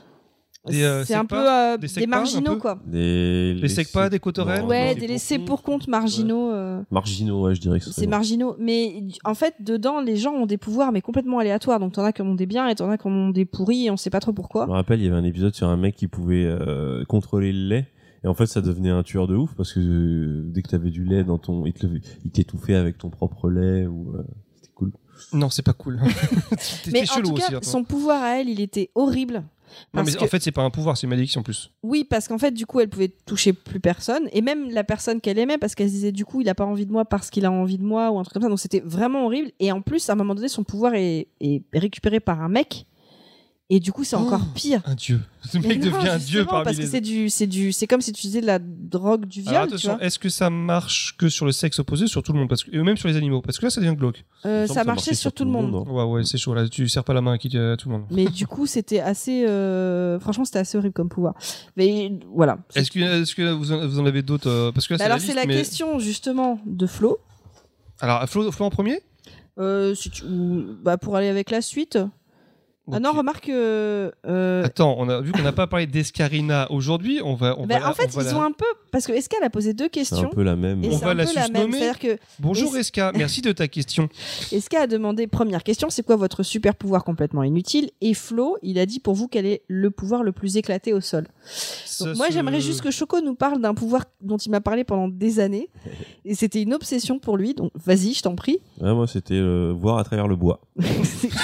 Des, euh, c'est un peu secpas, euh, des des, secpas, un marginaux peu. quoi. Des, Les secpas, des cotorelles. non, Ouais, non, des c'est laissés pour pour compte marginaux. euh, marginaux, ouais, je dirais que ce C'est serait marginaux, mais en fait, dedans, les gens ont des pouvoirs, mais complètement aléatoires. Donc, t'en as qui ont des biens et t'en as qui ont des pourris et on sait pas trop bon. pourquoi. Je me rappelle, il y avait un épisode sur un mec qui pouvait euh, contrôler le lait. Et en fait, ça devenait un tueur de ouf parce que euh, dès que t'avais du lait dans ton, il te le- il t'étouffait avec ton propre lait ou euh, c'était cool. Non, c'est pas cool. Mais T'es en chelou tout cas, aussi. hein, toi. son pouvoir à elle, il était horrible. Non, Parce mais que- en fait, c'est pas un pouvoir, c'est une malédiction en plus. Oui, parce qu'en fait, du coup, elle pouvait toucher plus personne. Et même la personne qu'elle aimait, parce qu'elle se disait, du coup, il a pas envie de moi parce qu'il a envie de moi, ou un truc comme ça. Donc, c'était vraiment horrible. Et en plus, à un moment donné, son pouvoir est, est récupéré par un mec. Et du coup, c'est encore pire. Un dieu. Ce Mais mec non, devient un dieu justement, parmi parce que les. c'est du, c'est du, c'est comme si tu disais de la drogue du viol, Alors tu attention, vois. est-ce que ça marche que sur le sexe opposé, sur tout le monde, parce que et même sur les animaux, parce que là, ça devient glauque. Euh, Il me semble ça que marchait sur tout le monde. hein. Ouais, ouais, c'est chaud là. Tu serres pas la main à, qui, à tout le monde. Mais du coup, c'était assez, euh, franchement, c'était assez horrible comme pouvoir. Mais voilà. Est-ce que, est-ce que vous, en, vous en avez d'autres euh, Parce que là, Bah c'est alors, la c'est liste, la mais- question, justement, de Flo. Alors, Flo, Flo en premier. Euh, si tu... ou- bah, pour aller avec la suite. Ah non, Ok. remarque. Euh, euh, Attends, on a vu qu'on n'a pas parlé d'Escarina aujourd'hui. On va, on bah, va la- en fait, on va ils la- ont un peu. Parce que Esca, elle a posé deux C'est un questions. peu la même. Et On c'est va un la peu la même. susnommer. C'est-à-dire que Bonjour Es- Esca, merci de ta question. Esca a demandé première question, c'est quoi votre super pouvoir complètement inutile? Et Flo, il a dit pour vous quel est le pouvoir le plus éclaté au sol. Donc Ça moi, se- j'aimerais juste que Choco nous parle d'un pouvoir dont il m'a parlé pendant des années. Et c'était une obsession pour lui. Donc vas-y, je t'en prie. Ouais, moi, c'était euh, voir à travers le bois. C'était-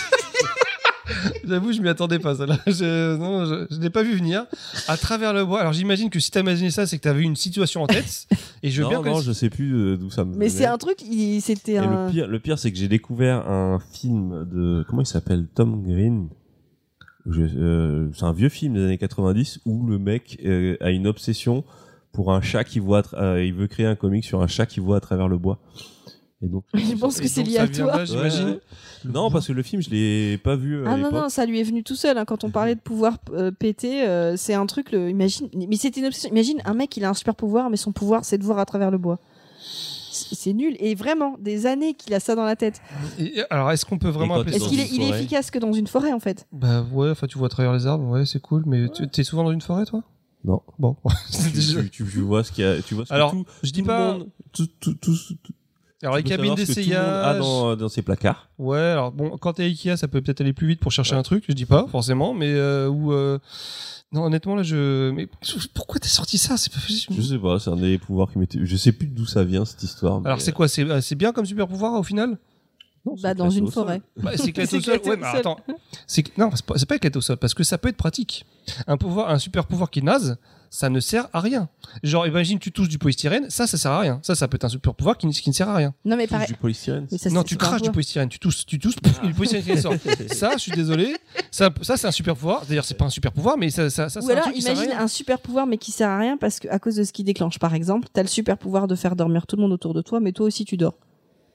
J'avoue, je m'y attendais pas, ça là. Je, non, je, je l'ai pas vu venir. À travers le bois. Alors j'imagine que si t'as imaginé ça, c'est que t'avais une situation en tête. Et je veux non, bien non, connaître- je sais plus euh, d'où ça me Mais venait. c'est un truc, il- c'était Et un. le pire, le pire, c'est que j'ai découvert un film de comment il s'appelle, Tom Green. Je- euh, c'est un vieux film des années quatre-vingt-dix où le mec euh, a une obsession pour un chat qui voit. à tra- euh, il veut créer un comic sur un chat qui voit à travers le bois. Et donc. Je pense que Et c'est donc, lié ça à vient toi. là, j'imagine. Ouais. Non, parce que le film, je l'ai pas vu euh, à Ah non, l'époque. non, ça lui est venu tout seul. Hein, quand on parlait de pouvoir euh, péter, euh, c'est un truc, le, imagine, mais c'était une obsession. Imagine un mec, il a un super pouvoir, mais son pouvoir, c'est de voir à travers le bois. C'est c'est nul. Et vraiment, des années qu'il a ça dans la tête. Et- alors, est-ce qu'on peut vraiment quand appeler t'es Est-ce ça dans qu'il une est, il est forêt. efficace que dans une forêt, en fait? Bah ouais, enfin tu vois à travers les arbres, ouais, c'est cool. Mais tu t'es souvent dans une forêt, toi? Non. Bon. Tu, tu, tu- tu vois ce qu'il y a. Tu vois ce que Alors, tout, je dis tout pas- le monde, tout, tout, tout, tout- Alors, les Tu peux cabines savoir ce que tout le monde d'essayage. a dans, dans ses placards. Ouais, alors bon, quand t'es Ikea, ça peut peut-être aller plus vite pour chercher un truc, je dis pas forcément, mais euh, ou euh... non, honnêtement là, je. Mais pourquoi t'as sorti ça? C'est pas Je sais pas, c'est un des pouvoirs qui m'était. Je sais plus d'où ça vient cette histoire. Alors mais, c'est quoi? C'est c'est bien comme super pouvoir au final? Non, c'est Bah, dans éclaté une au sol. forêt. Bah, c'est éclaté C'est au sol. éclaté Ouais, au mais sol. attends, c'est que- non, c'est pas, c'est pas éclaté au sol parce que ça peut être pratique. Un pouvoir, un super pouvoir qui est naze, ça ne sert à rien. Genre, imagine tu touches du polystyrène, ça, ça sert à rien. Ça, ça peut être un super pouvoir qui, ne- qui ne sert à rien. Non, mais Touche pareil. du polystyrène. Mais ça, non, c'est tu super craches du pouvoir. polystyrène, tu tousses, tu tousses, pouf, et le polystyrène qui sort. Ça, je suis désolé. Ça, ça c'est un super pouvoir. D'ailleurs, c'est pas un super pouvoir, mais ça, ça, ça Ou c'est un alors, truc qui sert à imagine rien. un super pouvoir mais qui sert à rien parce que à cause de ce qui déclenche. Par exemple, t'as le super pouvoir de faire dormir tout le monde autour de toi, mais toi aussi tu dors.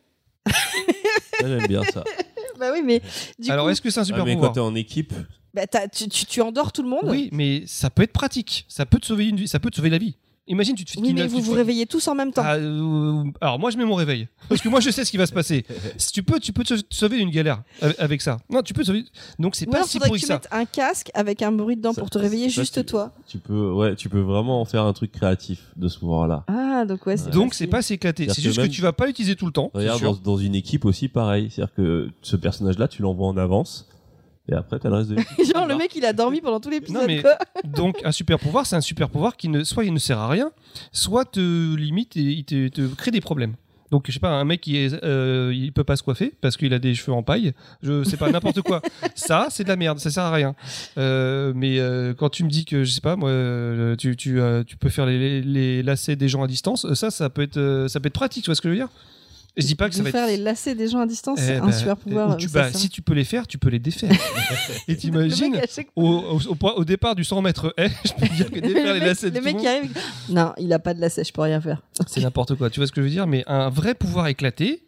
Ça, j'aime bien ça. Bah oui, mais du Alors, coup, est-ce que c'est un super Ouais, mais pouvoir? quand t'es en équipe, bah, t'as- tu, tu, tu endors tout le monde. Oui, mais ça peut être pratique. Ça peut te sauver une vie, ça peut te sauver la vie. Imagine, tu te fais Oui, mais kidnapper, vous tu te vous fais- réveillez tous en même temps. Ah, euh, alors moi je mets mon réveil parce que moi je sais ce qui va se passer. Si tu peux, tu peux te sauver d'une galère avec- avec ça. Non, tu peux te sauver. Donc c'est Ou pas alors, si faudrait que pourri tu que ça. mettes un casque avec un bruit dedans Ça- pour te réveiller ça, juste tu- toi. tu peux, ouais, tu peux vraiment en faire un truc créatif de ce pouvoir-là. Ah, donc ouais, c'est Donc facile. c'est pas si éclaté. C'est-à-dire C'est que juste que même- tu vas pas l'utiliser tout le temps. c'est Regarde, sûr. dans, dans une équipe aussi, pareil. C'est-à-dire que ce personnage-là, tu l'envoies en avance, et après, t'as le reste de l'équipe. Genre, le mec, il a dormi pendant tout l'épisode. Non, mais- quoi. Donc un super pouvoir, c'est un super pouvoir qui ne soit il ne sert à rien, soit te limite et il te, te crée des problèmes. Donc je sais pas, un mec qui est, euh, il peut pas se coiffer parce qu'il a des cheveux en paille. Je sais pas, n'importe quoi. Ça, c'est de la merde, ça sert à rien. Euh, mais euh, quand tu me dis que je sais pas, moi, euh, tu tu euh, tu peux faire les, les, les lacets des gens à distance, ça, ça peut être euh, ça peut être pratique. Tu vois ce que je veux dire? Je dis pas que ça De va faire être les lacets des gens à distance, Eh c'est un ben, super pouvoir. ou tu- mais ça bah, sert- si tu peux les faire, tu peux les défaire. Et Le t'imagines, mec, à chaque- au, au, au point- au départ du cent mètres haies, je peux te dire que défaire les le mec, lacets de le tout mec le qui monde, arrive. Non, il a pas de lacets, je peux rien faire. c'est n'importe quoi. Tu vois ce que je veux dire? Mais un vrai pouvoir éclaté,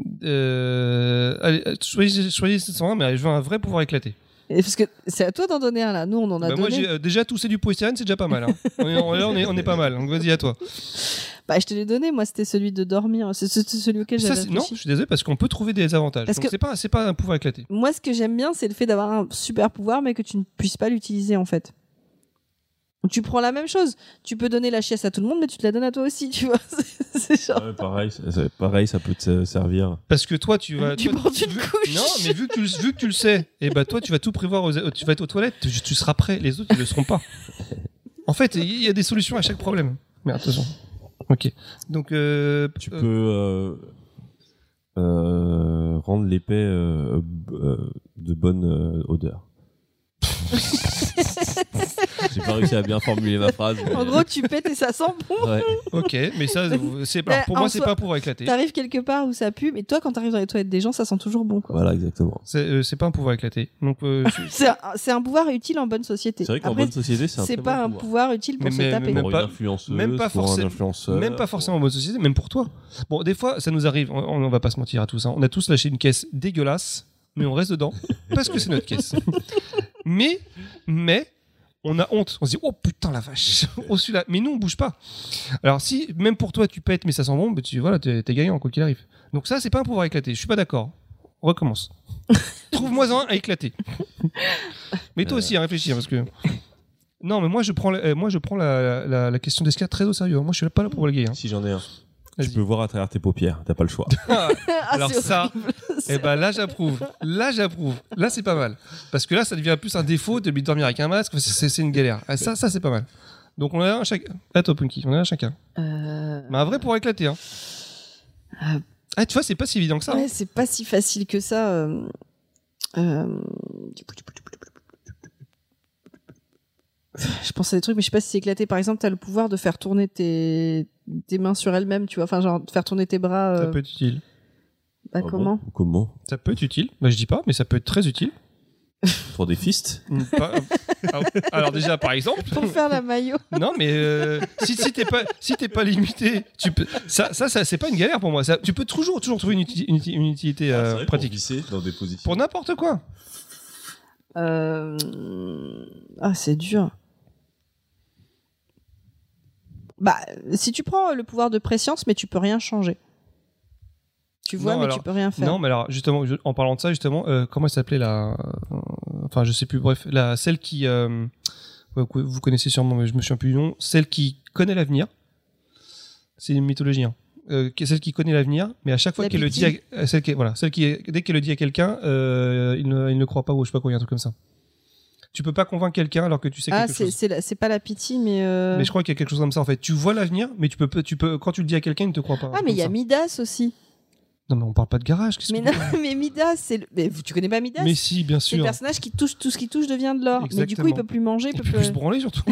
euh, allez, choisissez, choisissez cent un, mais je veux un vrai pouvoir éclaté. Et parce que c'est à toi d'en donner un là. Nous, on en a Bah, moi, donné. j'ai euh, déjà tousser du polystyrène, c'est déjà pas mal. Hein. on, est, on, est, on, est, on est pas mal. Donc vas-y à toi. Bah, je te l'ai donné. Moi, c'était celui de dormir. C'est c'est celui auquel Ça, j'avais c'est- non, je réfléchi. suis désolé parce qu'on peut trouver des avantages. Parce Donc que- c'est pas, c'est pas un pouvoir éclaté. Moi, ce que j'aime bien, c'est le fait d'avoir un super pouvoir, mais que tu ne puisses pas l'utiliser en fait. Tu prends la même chose. Tu peux donner la chiasse à tout le monde, mais tu te la donnes à toi aussi, tu vois. C'est- C'est genre. Ouais, pareil, ça- ça- pareil, ça peut te servir. Parce que toi, tu vas. Tu toi, portes une vu- couche. Non, mais vu que tu, le- vu que tu le sais, et bah toi, tu vas tout prévoir. Aux, tu vas être aux toilettes, tu, tu seras prêt. Les autres, ils le seront pas. En fait, il y a des solutions à chaque problème. Mais attention. Ok. Donc. Euh, Tu euh, peux euh, euh, rendre l'épée euh, b- euh, de bonne euh, odeur. J'ai pas réussi à bien formuler ma phrase. mais- En gros, tu pètes et ça sent bon. ouais. Ok, mais ça, c'est Mais alors, pour en moi, c'est soi- pas un pouvoir éclaté. T'arrives quelque part où ça pue, mais toi, quand t'arrives dans les toilettes des gens, ça sent toujours bon, quoi. Voilà, exactement. C'est euh, c'est pas un pouvoir éclaté. Donc, euh, je- C'est un, c'est un pouvoir utile en bonne société. C'est vrai qu'en Après, bonne société, c'est un c'est très pas bon un pouvoir. pouvoir utile pour Mais- se mais- taper. mais- Pour pas- une influenceuse, même pas pour un forcément- influenceur, même pas pour- forcément en bonne société, même pour toi. Bon, des fois, ça nous arrive. On, on va pas se mentir à tous. hein. On a tous lâché une caisse dégueulasse, mais on reste dedans parce que c'est notre caisse. mais, mais. On a honte, on se dit oh putain la vache, oh celui-là, mais nous on bouge pas. Alors si même pour toi tu pètes mais ça sent bon, bah, tu voilà t'es, t'es gagnant quoi qu'il arrive. Donc ça c'est pas un pouvoir éclaté, je suis pas d'accord. On recommence. Trouve-moi un à éclater. Mais toi aussi hein, réfléchis hein, parce que non mais moi je prends la, euh, moi je prends la, la, la question d'escalade très au sérieux. Moi je suis pas là pour blaguer. Hein. Si j'en ai un. Vas-y. Tu peux voir à travers tes paupières, t'as pas le choix. Ah, Ah, alors c'est ça, horrible. eh ben là j'approuve. Là j'approuve. Là c'est pas mal. Parce que là ça devient plus un défaut de lui dormir avec un masque. C'est, c'est, c'est une galère. Ah, ça ça c'est pas mal. Donc on a un chacun. À toi Punky, on a un chacun. Euh, Mais un vrai pour éclater. Hein. Ah. Ah tu vois c'est pas si évident que ça. Ouais, c'est pas si facile que ça. euh, euh, Je pense à des trucs, mais je sais pas si c'est éclaté. Par exemple, t'as le pouvoir de faire tourner tes, tes mains sur elles-mêmes, tu vois. Enfin, genre, de faire tourner tes bras. Ça euh, peut être utile. bah, Ah bon comment Comment Ça peut être utile. Bah je dis pas, mais ça peut être très utile. Pour des fistes Pas- ah, alors déjà par exemple. Pour faire la maillot. Non mais euh, si, si t'es pas si t'es pas limité, tu peux ça ça, ça c'est pas une galère pour moi. Ça, tu peux toujours toujours trouver une, uti- une, uti- une utilité Ah, euh, c'est vrai, pratique Pour visser dans des positions. pour n'importe quoi. Euh... Ah, c'est dur. Bah, si tu prends le pouvoir de préscience, mais tu peux rien changer. Tu vois, Non, mais alors- tu peux rien faire. Non mais alors justement je- en parlant de ça justement euh, comment elle s'appelait la euh, enfin je sais plus bref la celle qui euh, ouais, que vous connaissez sûrement mais je me souviens plus du nom celle qui connaît l'avenir. C'est une mythologie. Hein. euh, qui est celle qui connaît l'avenir, mais à chaque fois La qu'elle le dit, Piti. à, à celle qui, voilà, celle qui, est, dès qu'elle le dit à quelqu'un, euh, il ne, il ne croit pas ou je sais pas quoi, il y a un truc comme ça. Tu peux pas convaincre quelqu'un alors que tu sais Ah, quelque c'est chose. c'est la- c'est pas la pitié, mais. euh, Mais je crois qu'il y a quelque chose comme ça en fait. Tu vois l'avenir, mais tu peux, tu peux, quand tu le dis à quelqu'un, il ne te croit pas. Ah, mais il y a Midas aussi. Non, mais on parle pas de garage. Qu'est-ce Mais que non, tu- mais Midas, c'est. le- Mais tu connais pas Midas? Mais si, bien C'est le sûr. personnage qui touche tout ce qui touche devient de l'or. Mais du coup, Exactement. il peut plus manger, il Il peut peut plus. plus se branler surtout.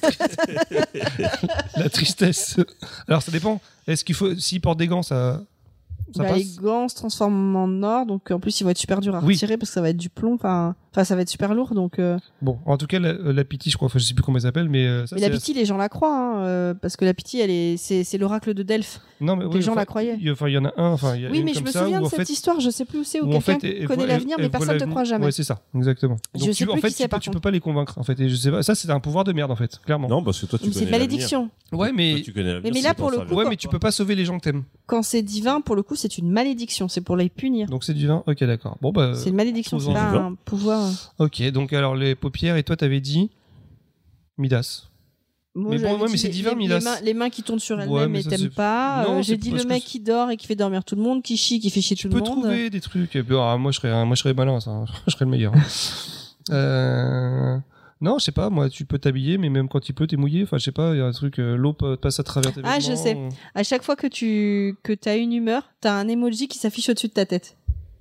La tristesse. Alors ça dépend. Est-ce qu'il faut, s'il porte des gants, ça, ça Bah, les passe gants se transforment en or, donc en plus ils vont être super durs à Oui. retirer parce que ça va être du plomb. Enfin, enfin ça va être super lourd. Donc, euh, Bon, en tout cas, la, la Piti, je crois, enfin, je sais plus comment elle s'appelle, mais euh, ça, mais la c'est- pitié, les gens la croient, hein, euh, parce que la pitié, elle est, c'est, c'est l'oracle de Delphes. Non, mais les oui, gens enfin, la croyaient. il y- Enfin, il y en a un. Enfin, il y a Oui, une mais je comme me ça, souviens où, de en cette fait, histoire. Je sais plus où c'est où, où, en quelqu'un fait, elle connaît voit- l'avenir, elle mais voit personne ne te l'avenir. croit jamais. Ouais, c'est ça, exactement. Je Donc, sais tu, plus en qui fait, c'est, tu, peux, par tu contre. peux pas les convaincre, en fait. Et je sais pas, ça, c'est un pouvoir de merde, en fait, clairement. Non, parce que toi, tu Mais c'est connais une malédiction. Ouais, mais, Toi, tu connais l'avenir, Mais- mais c'est là, pas pour le ça, coup, ouais, je mais sais tu pas. peux pas sauver les gens que t'aimes. Quand c'est divin, pour le coup, c'est une malédiction. C'est pour les punir. Donc c'est du vin. Ok, d'accord. Bon bah. C'est une malédiction, c'est faisons pas du un pouvoir. Ok, donc alors les paupières et toi t'avais dit Midas. Moi, Mais bon, j'avais ouais, mais dit c'est les- divin, les, Midas. les mains, les mains qui tournent sur Ouais, elles-mêmes mais et ça, t'aimes c'est- pas. Non, Euh, c'est J'ai dit parce le que mec c'est- qui dort et qui fait dormir tout le monde, qui chie, qui fait chier Tu tout peux le monde. trouver des trucs. Et puis, ah, moi je serais, moi je serais malin, ça. Je serais le meilleur. euh... Non, je sais pas. Moi, tu peux t'habiller, mais même quand il pleut, t'es mouillé. Enfin, je sais pas. Il y a un truc. euh, L'eau pa- passe à travers tes Ah, je vêtements. sais. À chaque fois que tu que t'as une humeur, t'as un emoji qui s'affiche au-dessus de ta tête.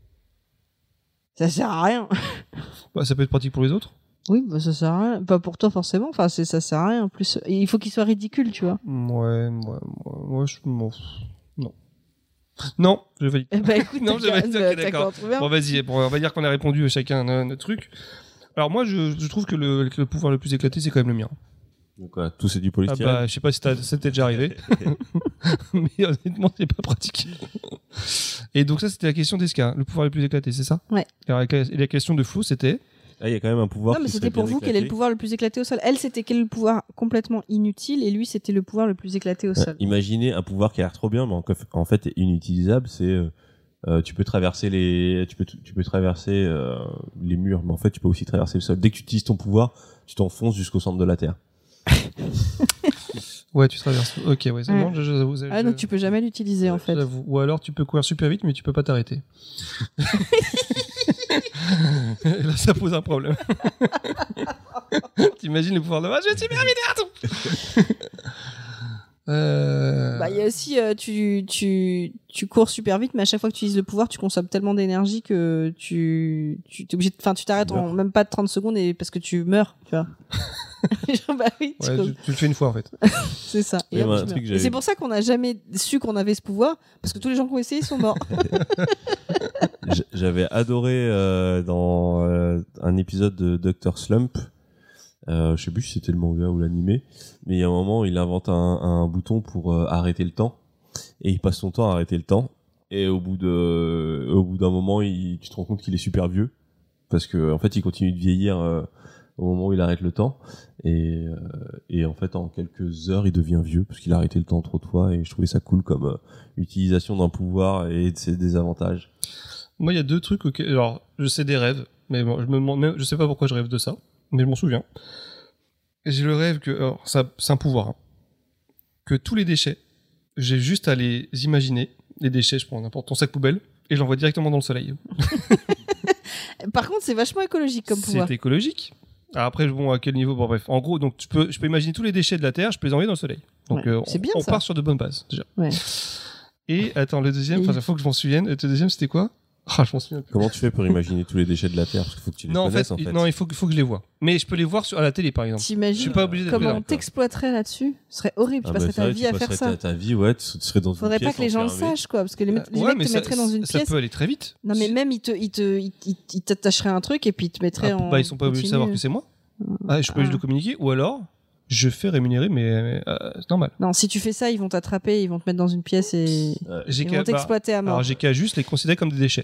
Ça sert à rien. Bah, ça peut être pratique pour les autres. Oui, bah ça sert à rien. Pas pour toi forcément. Enfin, c'est ça sert à rien. En plus, il faut qu'il soit ridicule, tu vois. Ouais, ouais, ouais, ouais, je m'en fous. Non. Non, je valide. Eh bah écoute, Non, t'as je vais qu'à- dire, ok, t'as d'accord. qu'à en trouver un. Bon, vas-y, bon, on va dire qu'on a répondu chacun à notre truc. Alors, moi, je, je trouve que le, que le pouvoir le plus éclaté, c'est quand même le mien. Donc, voilà, tout c'est du Ah polystyrène. bah, je sais pas si t'as- ça t'est déjà arrivé. Mais honnêtement, c'est pas pratique. Et donc, ça, c'était la question d'Eska. Le pouvoir le plus éclaté, c'est ça Ouais. Alors, la, et la question de Flo, c'était. Ah, il y a quand même un pouvoir. Non, mais qui c'était serait pour bien vous quel est le éclaté. pouvoir le plus éclaté au sol. Elle, c'était quel est le pouvoir complètement inutile, et lui, c'était le pouvoir le plus éclaté au Ouais, sol. imaginez un pouvoir qui a l'air trop bien, mais en, en fait est inutilisable. C'est euh, euh, tu peux traverser les, tu peux tu peux traverser euh, les murs, mais en fait tu peux aussi traverser le sol. Dès que tu utilises ton pouvoir, tu t'enfonces jusqu'au centre de la terre. Ouais, tu traverses. Ok, ouais, c'est Ouais. bon, je- j'avoue. Ah, je- donc tu peux jamais l'utiliser en fait. J'avoue. Ou alors, tu peux courir super vite, mais tu peux pas t'arrêter. Et là, ça pose un problème. T'imagines le pouvoir de ah, je vais super vite, attends. euh... Bah, il y a aussi, euh, tu, tu, tu cours super vite, mais à chaque fois que tu utilises le pouvoir, tu consommes tellement d'énergie que tu, tu t'es obligé de, enfin, tu t'arrêtes Tu en meurs. même pas de trente secondes et parce que tu meurs, tu vois. Genre, bah oui, tu Ouais, causes. tu, tu le fais une fois en fait. C'est ça. Oui, Et, hop, moi, tu un meurs. truc que Et j'avais- c'est pour ça qu'on n'a jamais su qu'on avait ce pouvoir, parce que tous les gens qui ont essayé sont morts. J- J'avais adoré euh, dans euh, un épisode de docteur Slump. Euh, je sais plus si c'était le manga ou l'animé, mais il y a un moment, il invente un, un bouton pour euh, arrêter le temps, et il passe son temps à arrêter le temps. Et au bout de, au bout d'un moment, il, tu te rends compte qu'il est super vieux, parce que en fait, il continue de vieillir euh, au moment où il arrête le temps, et, euh, et en fait, en quelques heures, il devient vieux parce qu'il a arrêté le temps trop de fois. Et je trouvais ça cool comme euh, utilisation d'un pouvoir et de ses désavantages. Moi, il y a deux trucs auxquels. Alors, je sais des rêves, mais bon, je me demande même, je sais pas pourquoi je rêve de ça, mais je m'en souviens. Et j'ai le rêve que, alors, ça, c'est un pouvoir, hein, que tous les déchets, j'ai juste à les imaginer. Les déchets, je prends n'importe ton sac poubelle et je l'envoie directement dans le soleil. Par contre, c'est vachement écologique comme pouvoir. C'est écologique. Alors après, bon, à quel niveau? Bon, bref. En gros, donc, tu peux, je peux imaginer tous les déchets de la Terre, je peux les envoyer dans le soleil. Donc, Ouais, euh, c'est on, bien, on ça. part sur de bonnes bases, déjà. Ouais. Et, attends, le deuxième, Et- enfin, il faut que je m'en souvienne. Le deuxième, c'était quoi? Ah, je m'en souviens plus. Comment tu fais pour imaginer tous les déchets de la Terre? Parce qu'il faut que tu les Non, en connaisses, fait, en fait. non, il faut, que- faut que je les vois. Mais je peux les voir sur, à la télé, par exemple. Je T'imagines suis pas obligé d'être comment là. on t'exploiterait là-dessus? Ce serait horrible, tu Ah bah, passerais c'est ta vrai, vie tu à faire passerais ça. Ta, ta vie, ouais, tu serais dans Faudrait une pas pièce que les gens le enfermée. sachent, quoi, parce que les, mecs- les Ouais, mecs mais te ça, mettraient dans une ça pièce. peut aller très vite. Non, mais même ils te, ils te, ils, ils- ils t'attacheraient un truc et puis ils te mettraient Ah, en. bah, ils sont pas obligés de continu. savoir que c'est moi. Ah, je peux juste Ah. le communiquer. Ou alors, je fais rémunérer, mais, mais, euh, c'est normal. Non, si tu fais ça, ils vont t'attraper, ils vont te mettre dans une pièce et J'ai ils qu'à- vont bah, t'exploiter à mort. alors, j'ai qu'à juste les considérer comme des déchets.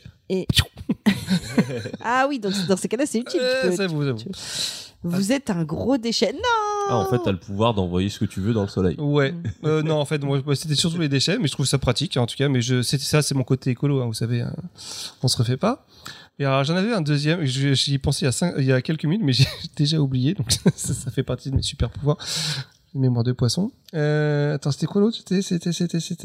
Ah oui, donc dans ces cas-là, c'est utile. Euh, tu peux- ça, vous, ça, vous. tu- Vous êtes un gros déchet. Non. Ah, en fait, t'as le pouvoir d'envoyer ce que tu veux dans le soleil. Ouais. Mm. Euh, non, en fait, moi, moi, c'était surtout les déchets, mais je trouve ça pratique, en tout cas. Mais je, c'est ça, c'est mon côté écolo, hein, vous savez. hein. On se refait pas. Et alors, j'en avais un deuxième. je- J'y ai pensé il y a, cinq, il y a quelques minutes, mais j'ai déjà oublié. Donc, ça, ça fait partie de mes super pouvoirs. Mémoire de poisson. Euh, attends, c'était quoi l'autre? C'était, c'était, c'était, c'était.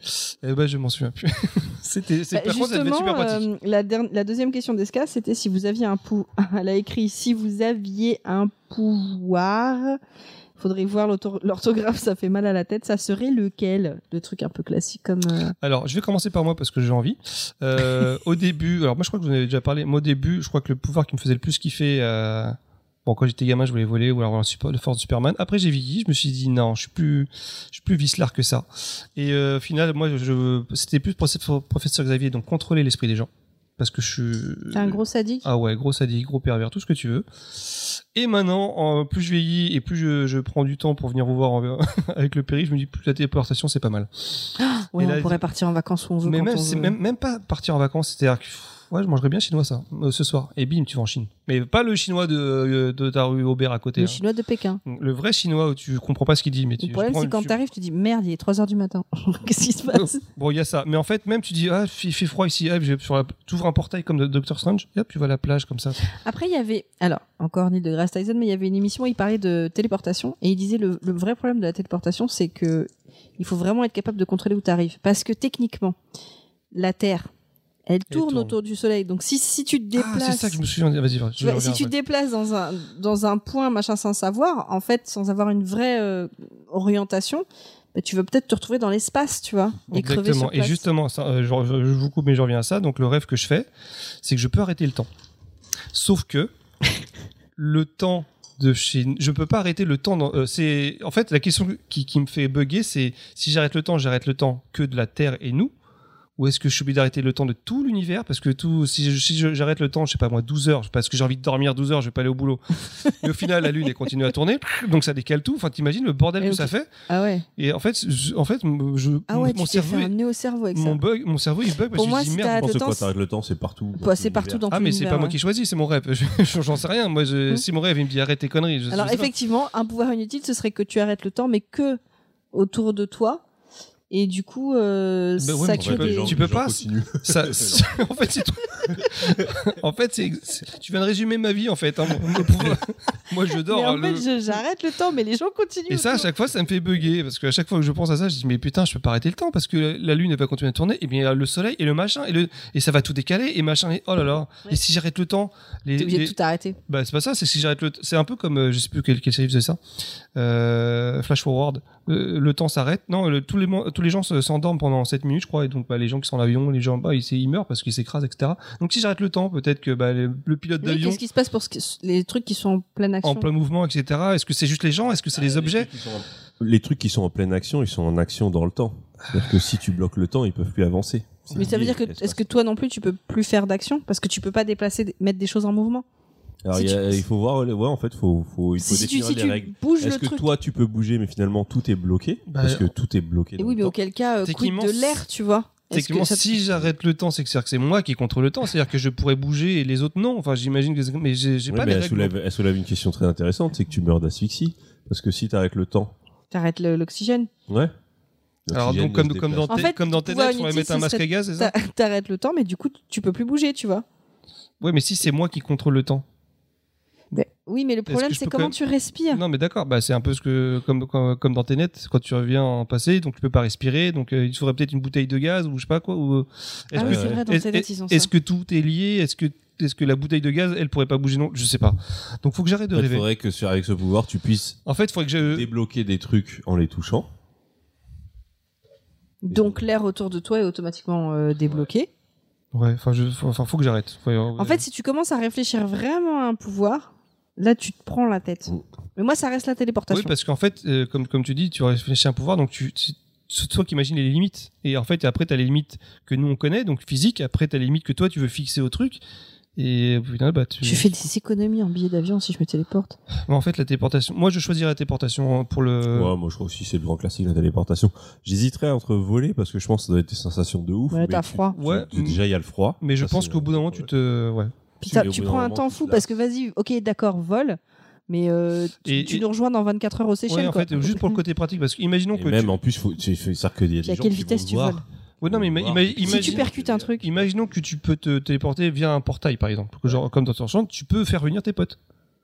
Eh ben, je m'en souviens plus. C'était, c'est, Bah, par contre, ça devait être super justement, pratique. euh, la, der- la deuxième question d'Eska, c'était si vous aviez un pou... Elle a écrit si vous aviez un pouvoir. Faudrait voir l'auto- l'orthographe, ça fait mal à la tête. Ça serait lequel? Le truc un peu classique comme. euh, Alors, je vais commencer par moi parce que j'ai envie. Euh, au début, alors moi, je crois que vous en avez déjà parlé. Moi, au début, je crois que le pouvoir qui me faisait le plus kiffer, euh, bon, quand j'étais gamin, je voulais voler ou alors avoir un support de force de Superman. Après, j'ai vieilli, je me suis dit non, je suis plus, je suis plus vicelard que ça. Et euh, au final, moi, je, c'était plus pour professeur Xavier, donc contrôler l'esprit des gens. Parce que je suis. T'es un gros sadique. Ah ouais, gros sadique, gros pervers, tout ce que tu veux. Et maintenant, en, plus je vieillis et plus je, je prends du temps pour venir vous voir en- avec le péri, je me dis plus la téléportation c'est pas mal. Ouais, Et là, on pourrait partir en vacances où on veut. Mais quand même, on c'est veut. même, même pas partir en vacances, c'est-à-dire que pff, ouais, je mangerais bien chinois ça euh, ce soir. Et bim, tu vas en Chine. Mais pas le chinois de, euh, de ta rue Aubert à côté. Le hein. chinois de Pékin. Le vrai chinois où tu comprends pas ce qu'il dit. Mais tu, Le problème, je prends c'est une- quand tu- t'arrives, tu dis merde, il est trois heures du matin. Qu'est-ce qui se passe? Bon, il y a ça. Mais en fait, même tu dis, ah, il fait froid ici, hop, je vais sur la... t'ouvres un portail comme de Doctor Strange, et hop, tu vas à la plage comme ça. Après, il y avait, alors, encore Neil deGrasse Tyson, mais il y avait une émission où il parlait de téléportation et il disait le, le vrai problème de la téléportation, c'est que il faut vraiment être capable de contrôler où tu arrives. Parce que techniquement, la Terre, elle tourne, tourne. autour du Soleil. Donc, si, si tu te déplaces. Ah, c'est ça que je me souviens. Vas-y, vas-y. Tu vois, si tu te déplaces dans un, dans un point, machin, sans savoir, en fait, sans avoir une vraie euh, orientation, bah, tu veux peut-être te retrouver dans l'espace, tu vois, et crever Exactement. sur Et place. justement, ça, euh, je, je- je vous coupe, mais je reviens à ça. Donc, le rêve que je fais, c'est que je peux arrêter le temps. Sauf que le temps de chez, je peux pas arrêter le temps. Dans, euh, c'est en fait la question qui, qui me fait bugger, c'est si j'arrête le temps, j'arrête le temps que de la Terre et nous. Ou est-ce que je suis obligé d'arrêter le temps de tout l'univers? Parce que tout, si, je- si je- j'arrête le temps, je sais pas moi, douze heures, parce que j'ai envie de dormir douze heures, je vais pas aller au boulot. Et au final, la Lune, elle continue à tourner, donc ça décale tout. Enfin, t'imagines le bordel Et que ok. ça fait. Ah ouais. Et en fait, je, en fait, je, Ah ouais, mon tu t'es cerveau, fait un nœud au cerveau avec mon ça. bug, mon cerveau, il bug parce Pour que moi, je dis si merde. t'arrêtes Je pense le que temps, quand t'arrêtes le temps, c'est partout. dans Bah, tout c'est partout l'univers. dans Ah, tout mais c'est l'univers, pas moi ouais. qui choisis, c'est mon rêve. Je- J'en sais rien. Moi, je- Hmm. si mon rêve, il me dit arrête tes conneries. Je, Alors je sais pas. effectivement, un pouvoir inutile, ce serait que tu arrêtes le temps, mais que autour de toi. Et du coup, euh, Bah ouais, ça mais crée peux- des... tu peux pas- Continue. Ça, c'est- en fait, c'est tout. En fait, c'est, c'est- tu viens de résumer ma vie, en fait. hein. Mon- mon pouvoir- Moi, je dors. Mais en le- fait, je- j'arrête le temps, mais les gens continuent. Et ça, à autour. chaque fois, ça me fait bugger. Parce qu'à chaque fois que je pense à ça, je dis, mais putain, je peux pas arrêter le temps parce que la Lune, elle va continuer à tourner. Et bien, le soleil et le machin. Et, le... et ça va tout décaler. Et machin. Et oh là là. Ouais. Et si j'arrête le temps. Les, T'es obligé les- de tout arrêter. Bah, c'est pas ça. C'est si j'arrête le. C'est un peu comme. euh, je sais plus quelle, quelle série faisait ça. Euh, Flash Forward. Euh, le temps s'arrête. Non, le- tous, les, mo- tous les gens se- s'endorment pendant sept minutes, je crois. Et donc, bah, les gens qui sont en avion, les gens, bah, ils, ils meurent parce qu'ils s'écrasent, et cetera. Donc, si j'arrête le temps, peut-être que bah, le, le pilote Mais d'avion. qu'est-ce qui se passe pour ce que- les trucs qui sont en pleine action? En plein mouvement, et cetera. Est-ce que c'est juste les gens? Est-ce que c'est les objets? Les trucs qui sont en pleine action, ils sont en action dans le temps. C'est-à-dire que si tu bloques le temps, ils peuvent plus avancer. C'est Mais ça veut lié, dire que l'espace. est-ce que toi non plus tu peux plus faire d'action parce que tu peux pas déplacer, mettre des choses en mouvement. Alors, si il, y a- tu- il faut voir, ouais, en fait, faut, faut, il faut Si tu, définir si les tu règles. bouges Est-ce le que truc. toi, tu peux bouger, mais finalement, tout est bloqué? Bah, Parce que tout est bloqué. Et dans oui, le mais temps. auquel cas, euh, quid Techniquement, de l'air, tu vois? Est-ce Techniquement, que ça- si j'arrête le temps, c'est que c'est-à-dire que c'est moi qui contrôle le temps. C'est-à-dire que je pourrais bouger et les autres non. Enfin, j'imagine que c'est... Mais j'ai, j'ai Oui, pas mais les elle règles. soulève, elle soulève une question très intéressante, c'est que tu meurs d'asphyxie. Parce que si t'arrêtes le temps, T'arrêtes le- l'oxygène. ouais. Alors l'oxygène donc, comme, ne se comme, dans déplace. tes, En fait, comme dans tes pouvoir lettres, on va inutile, mettre un ce masque serait- à gaz, c'est ça? T'a- T'arrêtes le temps, mais du coup, tu peux plus bouger, tu vois. Ouais, mais si c'est moi qui contrôle le temps. Mais- oui, mais le problème, que je c'est peux comment quand tu respires. Non, mais d'accord, bah, c'est un peu ce que, comme, comme, comme dans tes nets, quand tu reviens en passé, donc tu peux pas respirer, donc euh, il faudrait peut-être une bouteille de gaz ou je sais pas quoi. Ou, euh, est-ce Ah que, oui, c'est vrai, dans est-ce, tes nets, ils ont est-ce ça. que tout est lié? Est-ce que, est-ce que la bouteille de gaz, elle pourrait pas bouger? Non, je sais pas. Donc faut que j'arrête de En fait, il rêver. faudrait que sur- avec ce pouvoir, tu puisses En fait, il faudrait que je. débloquer des trucs en les touchant. Donc l'air autour de toi est automatiquement euh, débloqué. Ouais, enfin, je... enfin, faut que j'arrête. Faut- En fait, si tu commences à réfléchir vraiment à un pouvoir, là, tu te prends la tête. Mm. Mais moi, ça reste la téléportation. Oui, parce qu'en fait, euh, comme, comme tu dis, tu réfléchis à un pouvoir, donc tu, tu- c'est toi qui imagines les limites. Et en fait, après, tu as les limites que nous, on connaît, donc physique. Après, tu as les limites que toi, tu veux fixer au truc. Et au final, bah, tu... Je fais des économies en billets d'avion si je me téléporte. Mais en fait, la téléportation... Moi, je choisirais la téléportation pour le... Ouais, moi je crois aussi c'est le grand classique la téléportation. J'hésiterais entre voler parce que je pense que ça doit être des sensations de ouf. Ouais, mais t'as tu- froid. tu- Ouais. tu- déjà il y a le froid. Mais je Ça, pense c'est- qu'au bout d'un moment, tu te... Ouais. Puis Si, t'as- mais au tu bout prends d'un un moment, temps tu fou te parce que vas-y, ok, d'accord, vol, mais euh, tu, Et- tu et- nous rejoins dans vingt-quatre heures au Seychelles. Ouais, en quoi. fait, juste pour le côté pratique, parce que imaginons Et que même tu... en plus, faut, tu fais ça qu'il y a des Puis à gens quelle qui vitesse vont tu voir. voles Ouais, non, mais ima- Voir. ima- Si tu imagine... Si tu percutes un truc. Imaginons que tu peux te téléporter via un portail, par exemple. Que genre, comme dans ton champ, tu peux faire venir tes potes.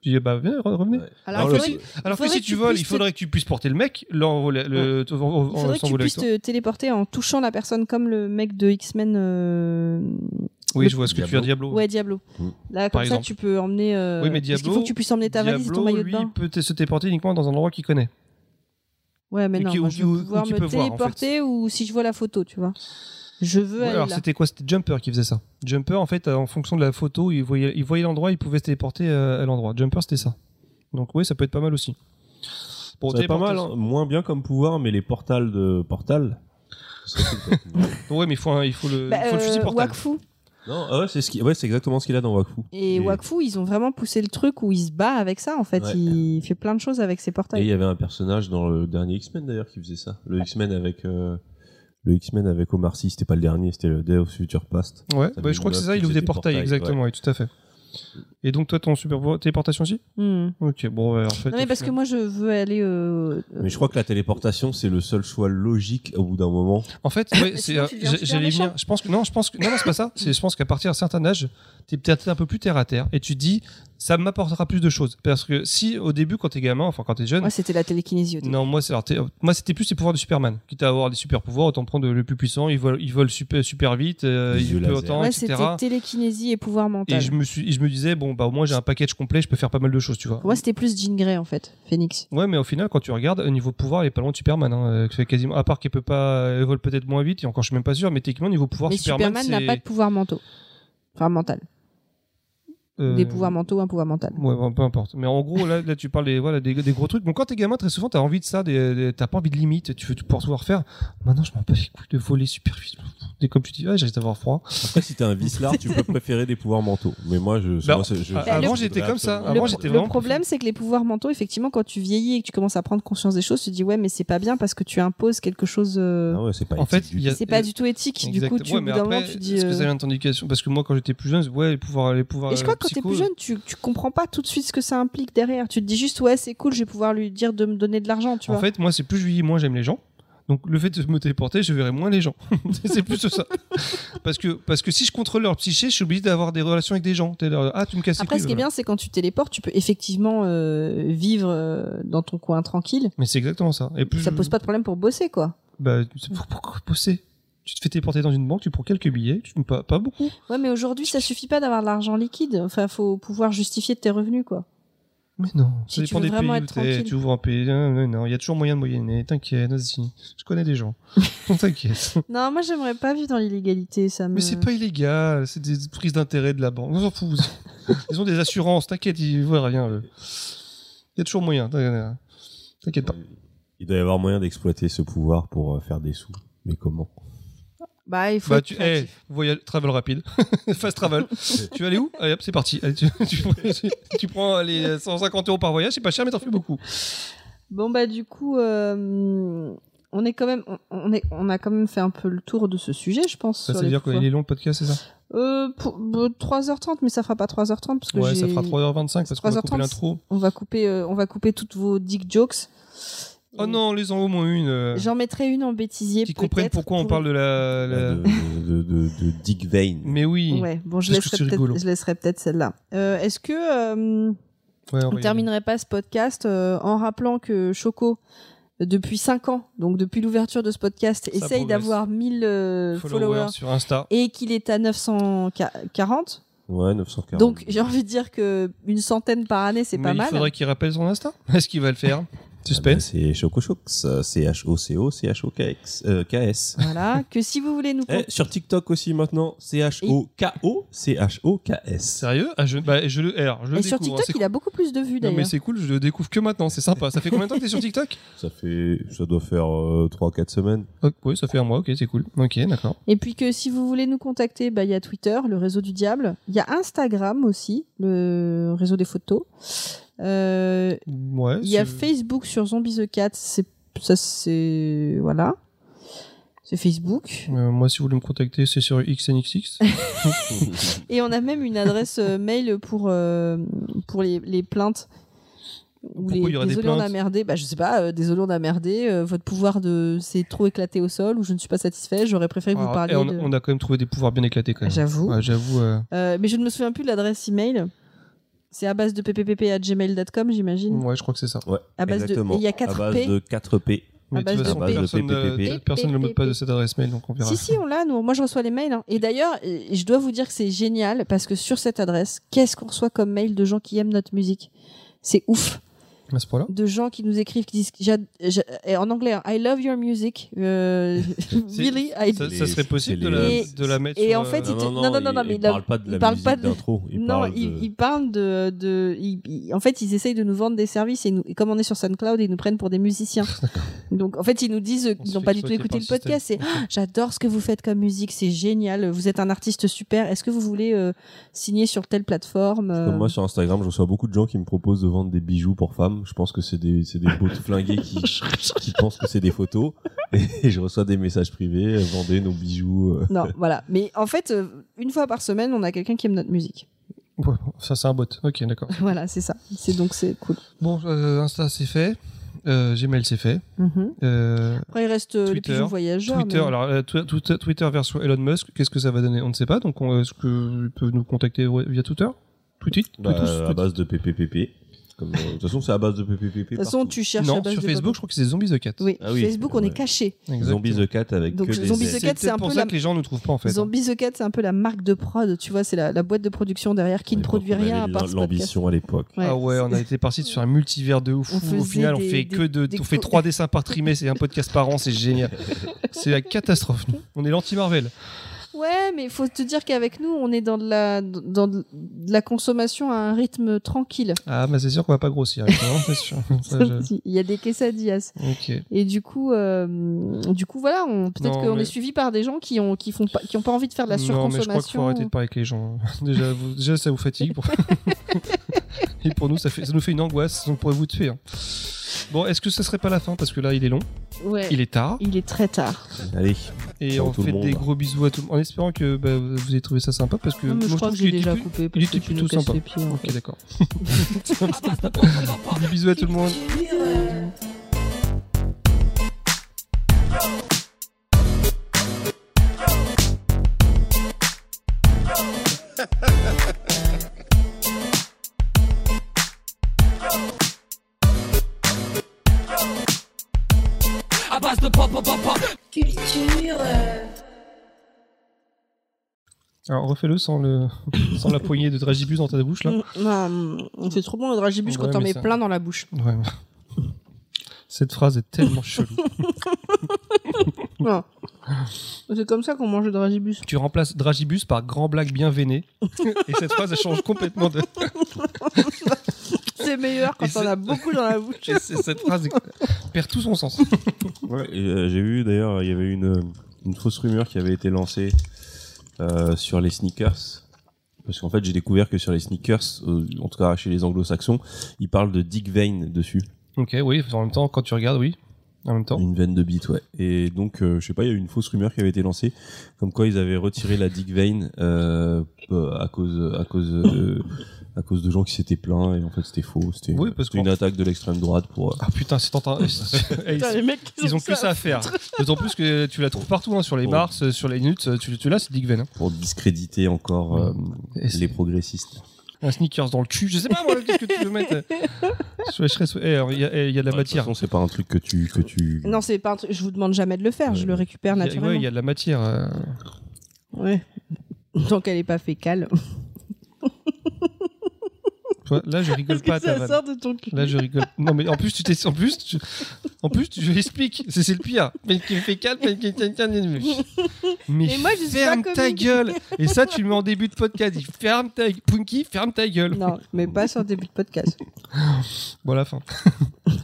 Tu dis, bah, venez, re- revenez. Ouais. Alors, Alors, il le- faudrait, Alors que faudrait si que tu tu voles, puisses il te- faudrait que tu puisses porter le mec, l'envoler, le, te- en- en- il faudrait que tu s'envoler avec puisses toi. te téléporter en touchant la personne comme le mec de X-Men. euh, Oui, le- je vois ce que tu veux dire, Diablo. Ouais, Diablo. Mm. Là, Par comme ça, exemple. tu peux emmener. euh, Oui, mais Parce qu'il Diablo- faut que tu puisses emmener ta valise et ton Diablo, maillot de lui, bain. peut te- se téléporter uniquement dans un endroit qu'il connaît. Ouais, mais Et non, qui- moi, ou je qui- veux ou pouvoir qui me peut voir, en téléporter ou si je vois la photo, tu vois. Je veux Ouais, aller alors là. c'était quoi? C'était Jumper qui faisait ça. Jumper, en fait, en fonction de la photo, il voyait, il voyait l'endroit, il pouvait se téléporter euh, à l'endroit. Jumper, c'était ça. Donc oui, ça peut être pas mal aussi. Bon, C'est pas mal, téléportation- hein. Moins bien comme pouvoir, mais les portals de Portal. ce serait cool, quoi. Ouais, mais il faut, un- il faut le, Bah, il faut le fusil euh, portable. Wakfu. Non, ah ouais, c'est ce qui... ouais, c'est exactement ce qu'il a dans Wakfu. Et Et- Wakfu, ils ont vraiment poussé le truc où il se bat avec ça, en fait. Ouais. Il fait plein de choses avec ses Et il portails. y avait un personnage dans le dernier X-Men d'ailleurs qui faisait ça. Le X-Men avec euh, le X-Men avec Omar Sy, c'était pas le dernier, c'était le Day of Future Past. Ouais, Ça bah, me je crois que c'est dit ça, il que ouvre des c'était portails, portail, exactement, oui, tout à fait. Et donc toi, ton super pouvoir, téléportation aussi? Hmm. Ok, bon, ouais, en fait. Non, mais au parce que final- moi, je veux aller. euh, Mais je crois que la téléportation c'est le seul choix logique au bout d'un moment. En fait, ouais, c'est, Sinon, euh, tu deviens j'ai- super j'allais méchant. venir. Je pense que non, je pense que non, non, c'est pas ça. C'est, je pense qu'à partir d'un certain âge, t'es peut-être un peu plus terre à terre et tu te dis, ça m'apportera plus de choses. Parce que si au début, quand t'es gamin, enfin quand t'es jeune, Moi, c'était la télékinésie au début. non, moi, c'est, alors, t'es- moi, c'était plus les pouvoirs de Superman. Quitte à avoir des super pouvoirs, autant prendre le plus puissant. Il vole, il vole super, super vite, euh, Les il yeux peut laser. autant, Ouais, et cetera. c'était télékinésie et pouvoir mental. Et je me suis, je me disais, bon, bah, au moins, j'ai un package complet, je peux faire pas mal de choses, tu vois. Pour moi, c'était plus Jean Grey, en fait, Phoenix. Ouais, mais au final, quand tu regardes, au niveau pouvoir, il est pas loin de Superman. Hein. Euh, fait quasiment, à part qu'il peut pas, il vole peut-être moins vite, et encore, je suis même pas sûr, mais techniquement, niveau pouvoir, Mais Superman, Superman n'a c'est- pas de pouvoir mentaux. Enfin, mental. euh, Des pouvoirs mentaux ou un pouvoir mental. Ouais, bon, peu importe. Mais en gros, là, là tu parles des, voilà, des, des gros trucs. Donc, quand t'es gamin, très souvent, t'as envie de ça, des, des- t'as pas envie de limite, tu veux tout pouvoir tout faire. Maintenant, je m'en bats les couilles de voler super vite. Et comme tu dis, ouais, j'ai d'avoir froid. Après si t'es un vicelard, tu peux préférer des pouvoirs mentaux. Mais moi je Bah, moi, c'est- je- ah, je- avant, je j'étais voudrais comme ça. absolument- Avant, le, j'étais le vraiment problème, c'est que les pouvoirs mentaux, effectivement, quand tu vieillis et que tu commences à prendre conscience des choses, tu te dis, ouais, mais c'est pas bien parce que tu imposes quelque chose. euh, Ah ouais, c'est pas En fait, éthique du il y a- C'est pas du tout éthique. Du coup, Exact. tu, Ouais, au mais bout d'un moment, après, tu te dis. est-ce que euh, ça vient de ton éducation? Parce que moi, quand j'étais plus jeune, ouais, les pouvoirs, les pouvoirs. Et je crois que quand euh, t'es psycho, plus jeune, tu, tu comprends pas tout de suite ce que ça implique derrière. Tu te dis juste, ouais, c'est cool, je vais pouvoir lui dire de me donner de l'argent, tu En vois. fait, moi, c'est plus je vieillis, moins j'aime les gens. Donc, le fait de me téléporter, je verrai moins les gens. C'est plus ça. Parce que, parce que si je contrôle leur psyché, je suis obligé d'avoir des relations avec des gens. T'es là, ah, tu me casses les Après, couilles, ce qui est voilà. bien, c'est quand tu téléportes, tu peux effectivement euh, vivre euh, dans ton coin tranquille. Mais c'est exactement ça. Et plus Ça pose pas de problème pour bosser, quoi. Bah, c'est pour, pourquoi bosser? Tu te fais téléporter dans une banque, tu prends quelques billets, tu pas, pas beaucoup. Ouais, mais aujourd'hui, ça suffit pas d'avoir de l'argent liquide. Enfin, faut pouvoir justifier de tes revenus, quoi. Mais non, Si ça tu dépend veux des vraiment pays où être t'es. tranquille. Tu ouvres un pays, non, non, non, il y a toujours moyen de moyenner, t'inquiète, vas-y. Je connais des gens. T'inquiète. Non, moi, j'aimerais pas vivre dans l'illégalité, ça me... Mais c'est pas illégal, c'est des prises d'intérêt de la banque. On s'en fout. Ils ont des assurances, t'inquiète, ils voient rien. eux. Il y a toujours moyen, t'inquiète t'inquiète pas. Il doit y avoir moyen d'exploiter ce pouvoir pour euh, faire des sous. Mais comment? Bah, il faut Bah, être tu, eh, créatif. voyage, travel rapide. Fast travel. Tu vas aller où? Allez hop, c'est parti. Allez, tu, tu, tu- tu prends les cent cinquante euros par voyage, c'est pas cher, mais t'en fais beaucoup. Bon, bah, du coup, euh, on est quand même... On, on est, on a quand même fait un peu le tour de ce sujet, je pense. Ça, sur ça veut les dire qu'il pouvoirs. est long le podcast, c'est ça? Euh, pour, bah, trois heures trente, mais ça fera pas trois heures trente parce que Ouais, j'ai... ça fera trois heures vingt-cinq parce qu'on va couper trois heures trente. l'intro. On va couper, euh, on va couper toutes vos dick jokes. Oh non, les en au moins une. euh, J'en mettrai une en bêtisier. qui comprennent peut-être, pourquoi on pour- parle de la. la- De, de, de, de Dick Vane. Mais oui. Ouais, bon, je Parce que laisserai c'est peut-être, rigolo. je laisserai peut-être celle-là. Euh, est-ce que euh, Ouais, on va y terminerait pas ce podcast euh, en rappelant que Choco, euh, depuis cinq ans, donc depuis l'ouverture de ce podcast, Ça essaye progresse. d'avoir mille euh, aller. followers, Followers sur Insta. et qu'il est à neuf cent quarante. Ouais, neuf cent quarante. Donc j'ai envie de dire que une centaine par année, c'est Mais pas il mal. faudrait qu'il rappelle son Insta. Est-ce qu'il va le faire? Ah bah, Suspense. c'est Chocochox, C H O C O C H O K X, euh, K S. Voilà, que si vous voulez nous Eh, sur TikTok aussi maintenant, C H O K O C H O K S. Sérieux? Ah, je, bah, je le, alors, je le et sur découvre. hein, TikTok, c'est il a beaucoup plus de vues Non, mais d'ailleurs. c'est cool, je le découvre que maintenant, c'est sympa. Ça fait combien de temps que t'es sur TikTok? Ça fait, ça doit faire euh, trois quatre semaines. Oh, oui, ça fait un mois, ok, c'est cool. Ok, d'accord. Et puis que si vous voulez nous contacter, bah, il y a Twitter, le réseau du diable. Il y a Instagram aussi, le réseau des photos. Euh, Ouais. Il y a c'est- Facebook sur Zombie the Cat. C'est, ça, c'est, voilà. C'est Facebook. Euh, moi, si vous voulez me contacter, c'est sur X N X X. Et on a même une adresse euh, mail pour, euh, pour les, les plaintes. Ou Pourquoi les, il y aurait des désolé on a plaintes merdé, bah je sais pas, euh, désolé on a merdé, euh, votre pouvoir de c'est trop éclaté au sol ou je ne suis pas satisfait, j'aurais préféré que vous Alors, parliez et on, de... on a quand même trouvé des pouvoirs bien éclatés quand même. J'avoue. Ouais, j'avoue. euh, Euh, mais je ne me souviens plus de l'adresse email. C'est à base de pppp à gmail point com, j'imagine. Ouais, je crois que c'est ça. Ouais, À base de- exactement. et il y a À quatre base P. de quatre P. Mais À de base toute de façon, P. personne P P P. ne personne ne le mot de passe de cette adresse mail, donc on verra. Si, si, on l'a, nous. Moi, je reçois les mails. hein. Et d'ailleurs, euh, je dois vous dire que c'est génial parce que sur cette adresse, qu'est-ce qu'on reçoit comme mail de gens qui aiment notre musique? C'est ouf. À ce point-là. De gens qui nous écrivent, qui disent, j'ad- j'a- et en anglais, hein, I love your music. Euh, really, I Ça, do. ça serait possible de c'est la, les- de la mettre et sur, en fait, euh, il te- Non, non, non, non, non, non, il, mais il la- parle pas de la il parle musique pas de- d'intro. Il non, parle ils, de... ils parlent de, de ils- ils- en fait, ils essayent de nous vendre des services et, nous, et comme on est sur SoundCloud, ils nous prennent pour des musiciens. Donc, en fait, ils nous disent On qu'ils se n'ont fait pas du tout exploiter écouté le par le podcast. C'est, système. Ah, j'adore ce que vous faites comme musique, c'est génial. Vous êtes un artiste super. Est-ce que vous voulez euh, signer sur telle plateforme euh, Comme moi sur Instagram, je reçois beaucoup de gens qui me proposent de vendre des bijoux pour femmes. Je pense que c'est des, c'est des beaux flingués qui, qui pensent que c'est des photos. Et je reçois des messages privés, euh, vendez nos bijoux. euh. Non, voilà. Mais en fait, euh, une fois par semaine, on a quelqu'un qui aime notre musique. Ouais, ça, c'est un bot. Ok, d'accord. Voilà, c'est ça. C'est donc c'est cool. Bon, euh, Insta, c'est fait. Euh, Gmail, c'est fait. Mhm. Euh, Après, il reste euh, les Twitter. pigeons voyageurs. Twitter, mais- alors euh, tw- tw- Twitter version Elon Musk, qu'est-ce que ça va donner? On ne sait pas. Donc, on- est-ce qu'ils peuvent nous contacter ouais, via Twitter? Tweet, Bah, tweetos, à tweet- base de P P P P. Comme, euh, de toute façon, c'est à base de P P P P. De toute façon, tu cherches à Non, base sur de Facebook, je crois que c'est Zombie the Cat. Oui, Ah oui, Facebook, on ouais. est caché. Exactement. Zombie the Cat avec Donc, que des Zombie the Z. Cat, C'est c'est un peut-être pour peu ça la- que les gens ne trouvent pas en fait. Zombie the Cat, c'est un peu la marque de prod, tu vois, c'est la, la boîte de production derrière qui À ne l'époque, produit on rien à avait part ce podcast. l'ambition à l'époque. Ouais. Ah ouais, on a été parti sur un multivers de ouf. On Au faisait final, on des- fait des- que de, des on fait co- trois dessins par trimestre et un podcast par an, c'est génial. C'est la catastrophe. Nous. On est l'anti-Marvel. Ouais, mais il faut te dire qu'avec nous, on est dans de la, dans de la consommation à un rythme tranquille. Ah, mais c'est sûr qu'on va pas grossir. avec ça, hein, c'est sûr. Ça, je- Il y a des quesadillas. Ok. Et du coup, euh, du coup, voilà, on, peut-être Non, qu'on mais- est suivi par des gens qui ont, qui font pas, qui ont pas envie de faire de la Non, mais je crois qu'il faut surconsommation. arrêter de parler avec les gens. Déjà, vous- déjà ça vous fatigue. Pour... et pour nous, ça, fait, ça nous fait une angoisse. On pourrait vous tuer. hein. Bon, est-ce que ça serait pas la fin? Parce que là, il est long, Ouais. il est tard. Il est très tard. Allez. Et Ciao on tout le fait monde. des gros bisous à tout le monde. En espérant que bah, vous ayez trouvé ça sympa. Parce que Non, mais je moi, crois que trouve j'ai qu'il déjà était coupé il parce était que tu nous plutôt casses sympa. les pieds. en Ok, fait. d'accord. Des bisous à tout le monde. À base de pop, pop, pop, pop. Culture. euh, Alors, refais-le sans, le... sans la poignée de dragibus dans ta bouche, là. Non, c'est trop bon le dragibus Ouais, quand t'en mais mets ça- plein dans la bouche. Ouais. Cette phrase est tellement chelou. Non. C'est comme ça qu'on mange le dragibus. Tu remplaces dragibus par grand blague bien veiné. Et cette phrase, elle change complètement de. C'est meilleur quand Et t'en c'est- as beaucoup dans la bouche. Et c'est- cette phrase perd tout son sens. Ouais, et, euh, j'ai vu d'ailleurs, il y avait une, une fausse rumeur qui avait été lancée euh, sur les sneakers. Parce qu'en fait, j'ai découvert que sur les sneakers, euh, en tout cas chez les anglo-saxons, ils parlent de Dick Vein dessus. Ok, oui, en même temps, quand tu regardes, oui. En même temps. Une veine de bite, ouais. Et donc, euh, je sais pas, il y a eu une fausse rumeur qui avait été lancée, comme quoi ils avaient retiré la Dick Vein euh, euh, à cause, à cause, euh, à cause de gens qui s'étaient plaints. Et en fait, c'était faux. C'était Oui, parce c'était une qu'en- attaque de l'extrême droite pour. euh, Ah putain, c'est tentant. Eh, Putain, les mecs, Ils ont que ça à faire. D'autant plus que tu la trouves partout, hein, sur les Bon. Mars, sur les Nuts. Tu, tu l'as, c'est Dick Venn. Hein. pour discréditer encore euh, Et c'est- les progressistes. Un sneakers dans le cul, je sais pas moi, qu'est-ce que tu veux mettre. Je je serais- eh, Il y, a- eh, il y a de la De toute matière. façon, c'est pas un truc que tu, que tu. Non, c'est pas un truc. Je vous demande jamais de le faire. Je Ouais. le récupère Il y a- naturellement. ouais, il y a de la matière. euh. Ouais. Tant qu'elle est pas fécale. Tu vois, là, je rigole Est-ce pas à que ta ça vanne. sort de ton cul? Là, je rigole. Non, mais en plus, tu t'es, en plus, tu, en plus, tu, je l'explique. C'est, c'est le pire. Mais qui me fait calme, mais qui Mais Et moi, je suis ferme pas ta comique. gueule. Et ça, tu le mets en début de podcast. Il ferme ta, Punky, ferme ta gueule. Non, mais pas sur début de podcast. Bon, la fin.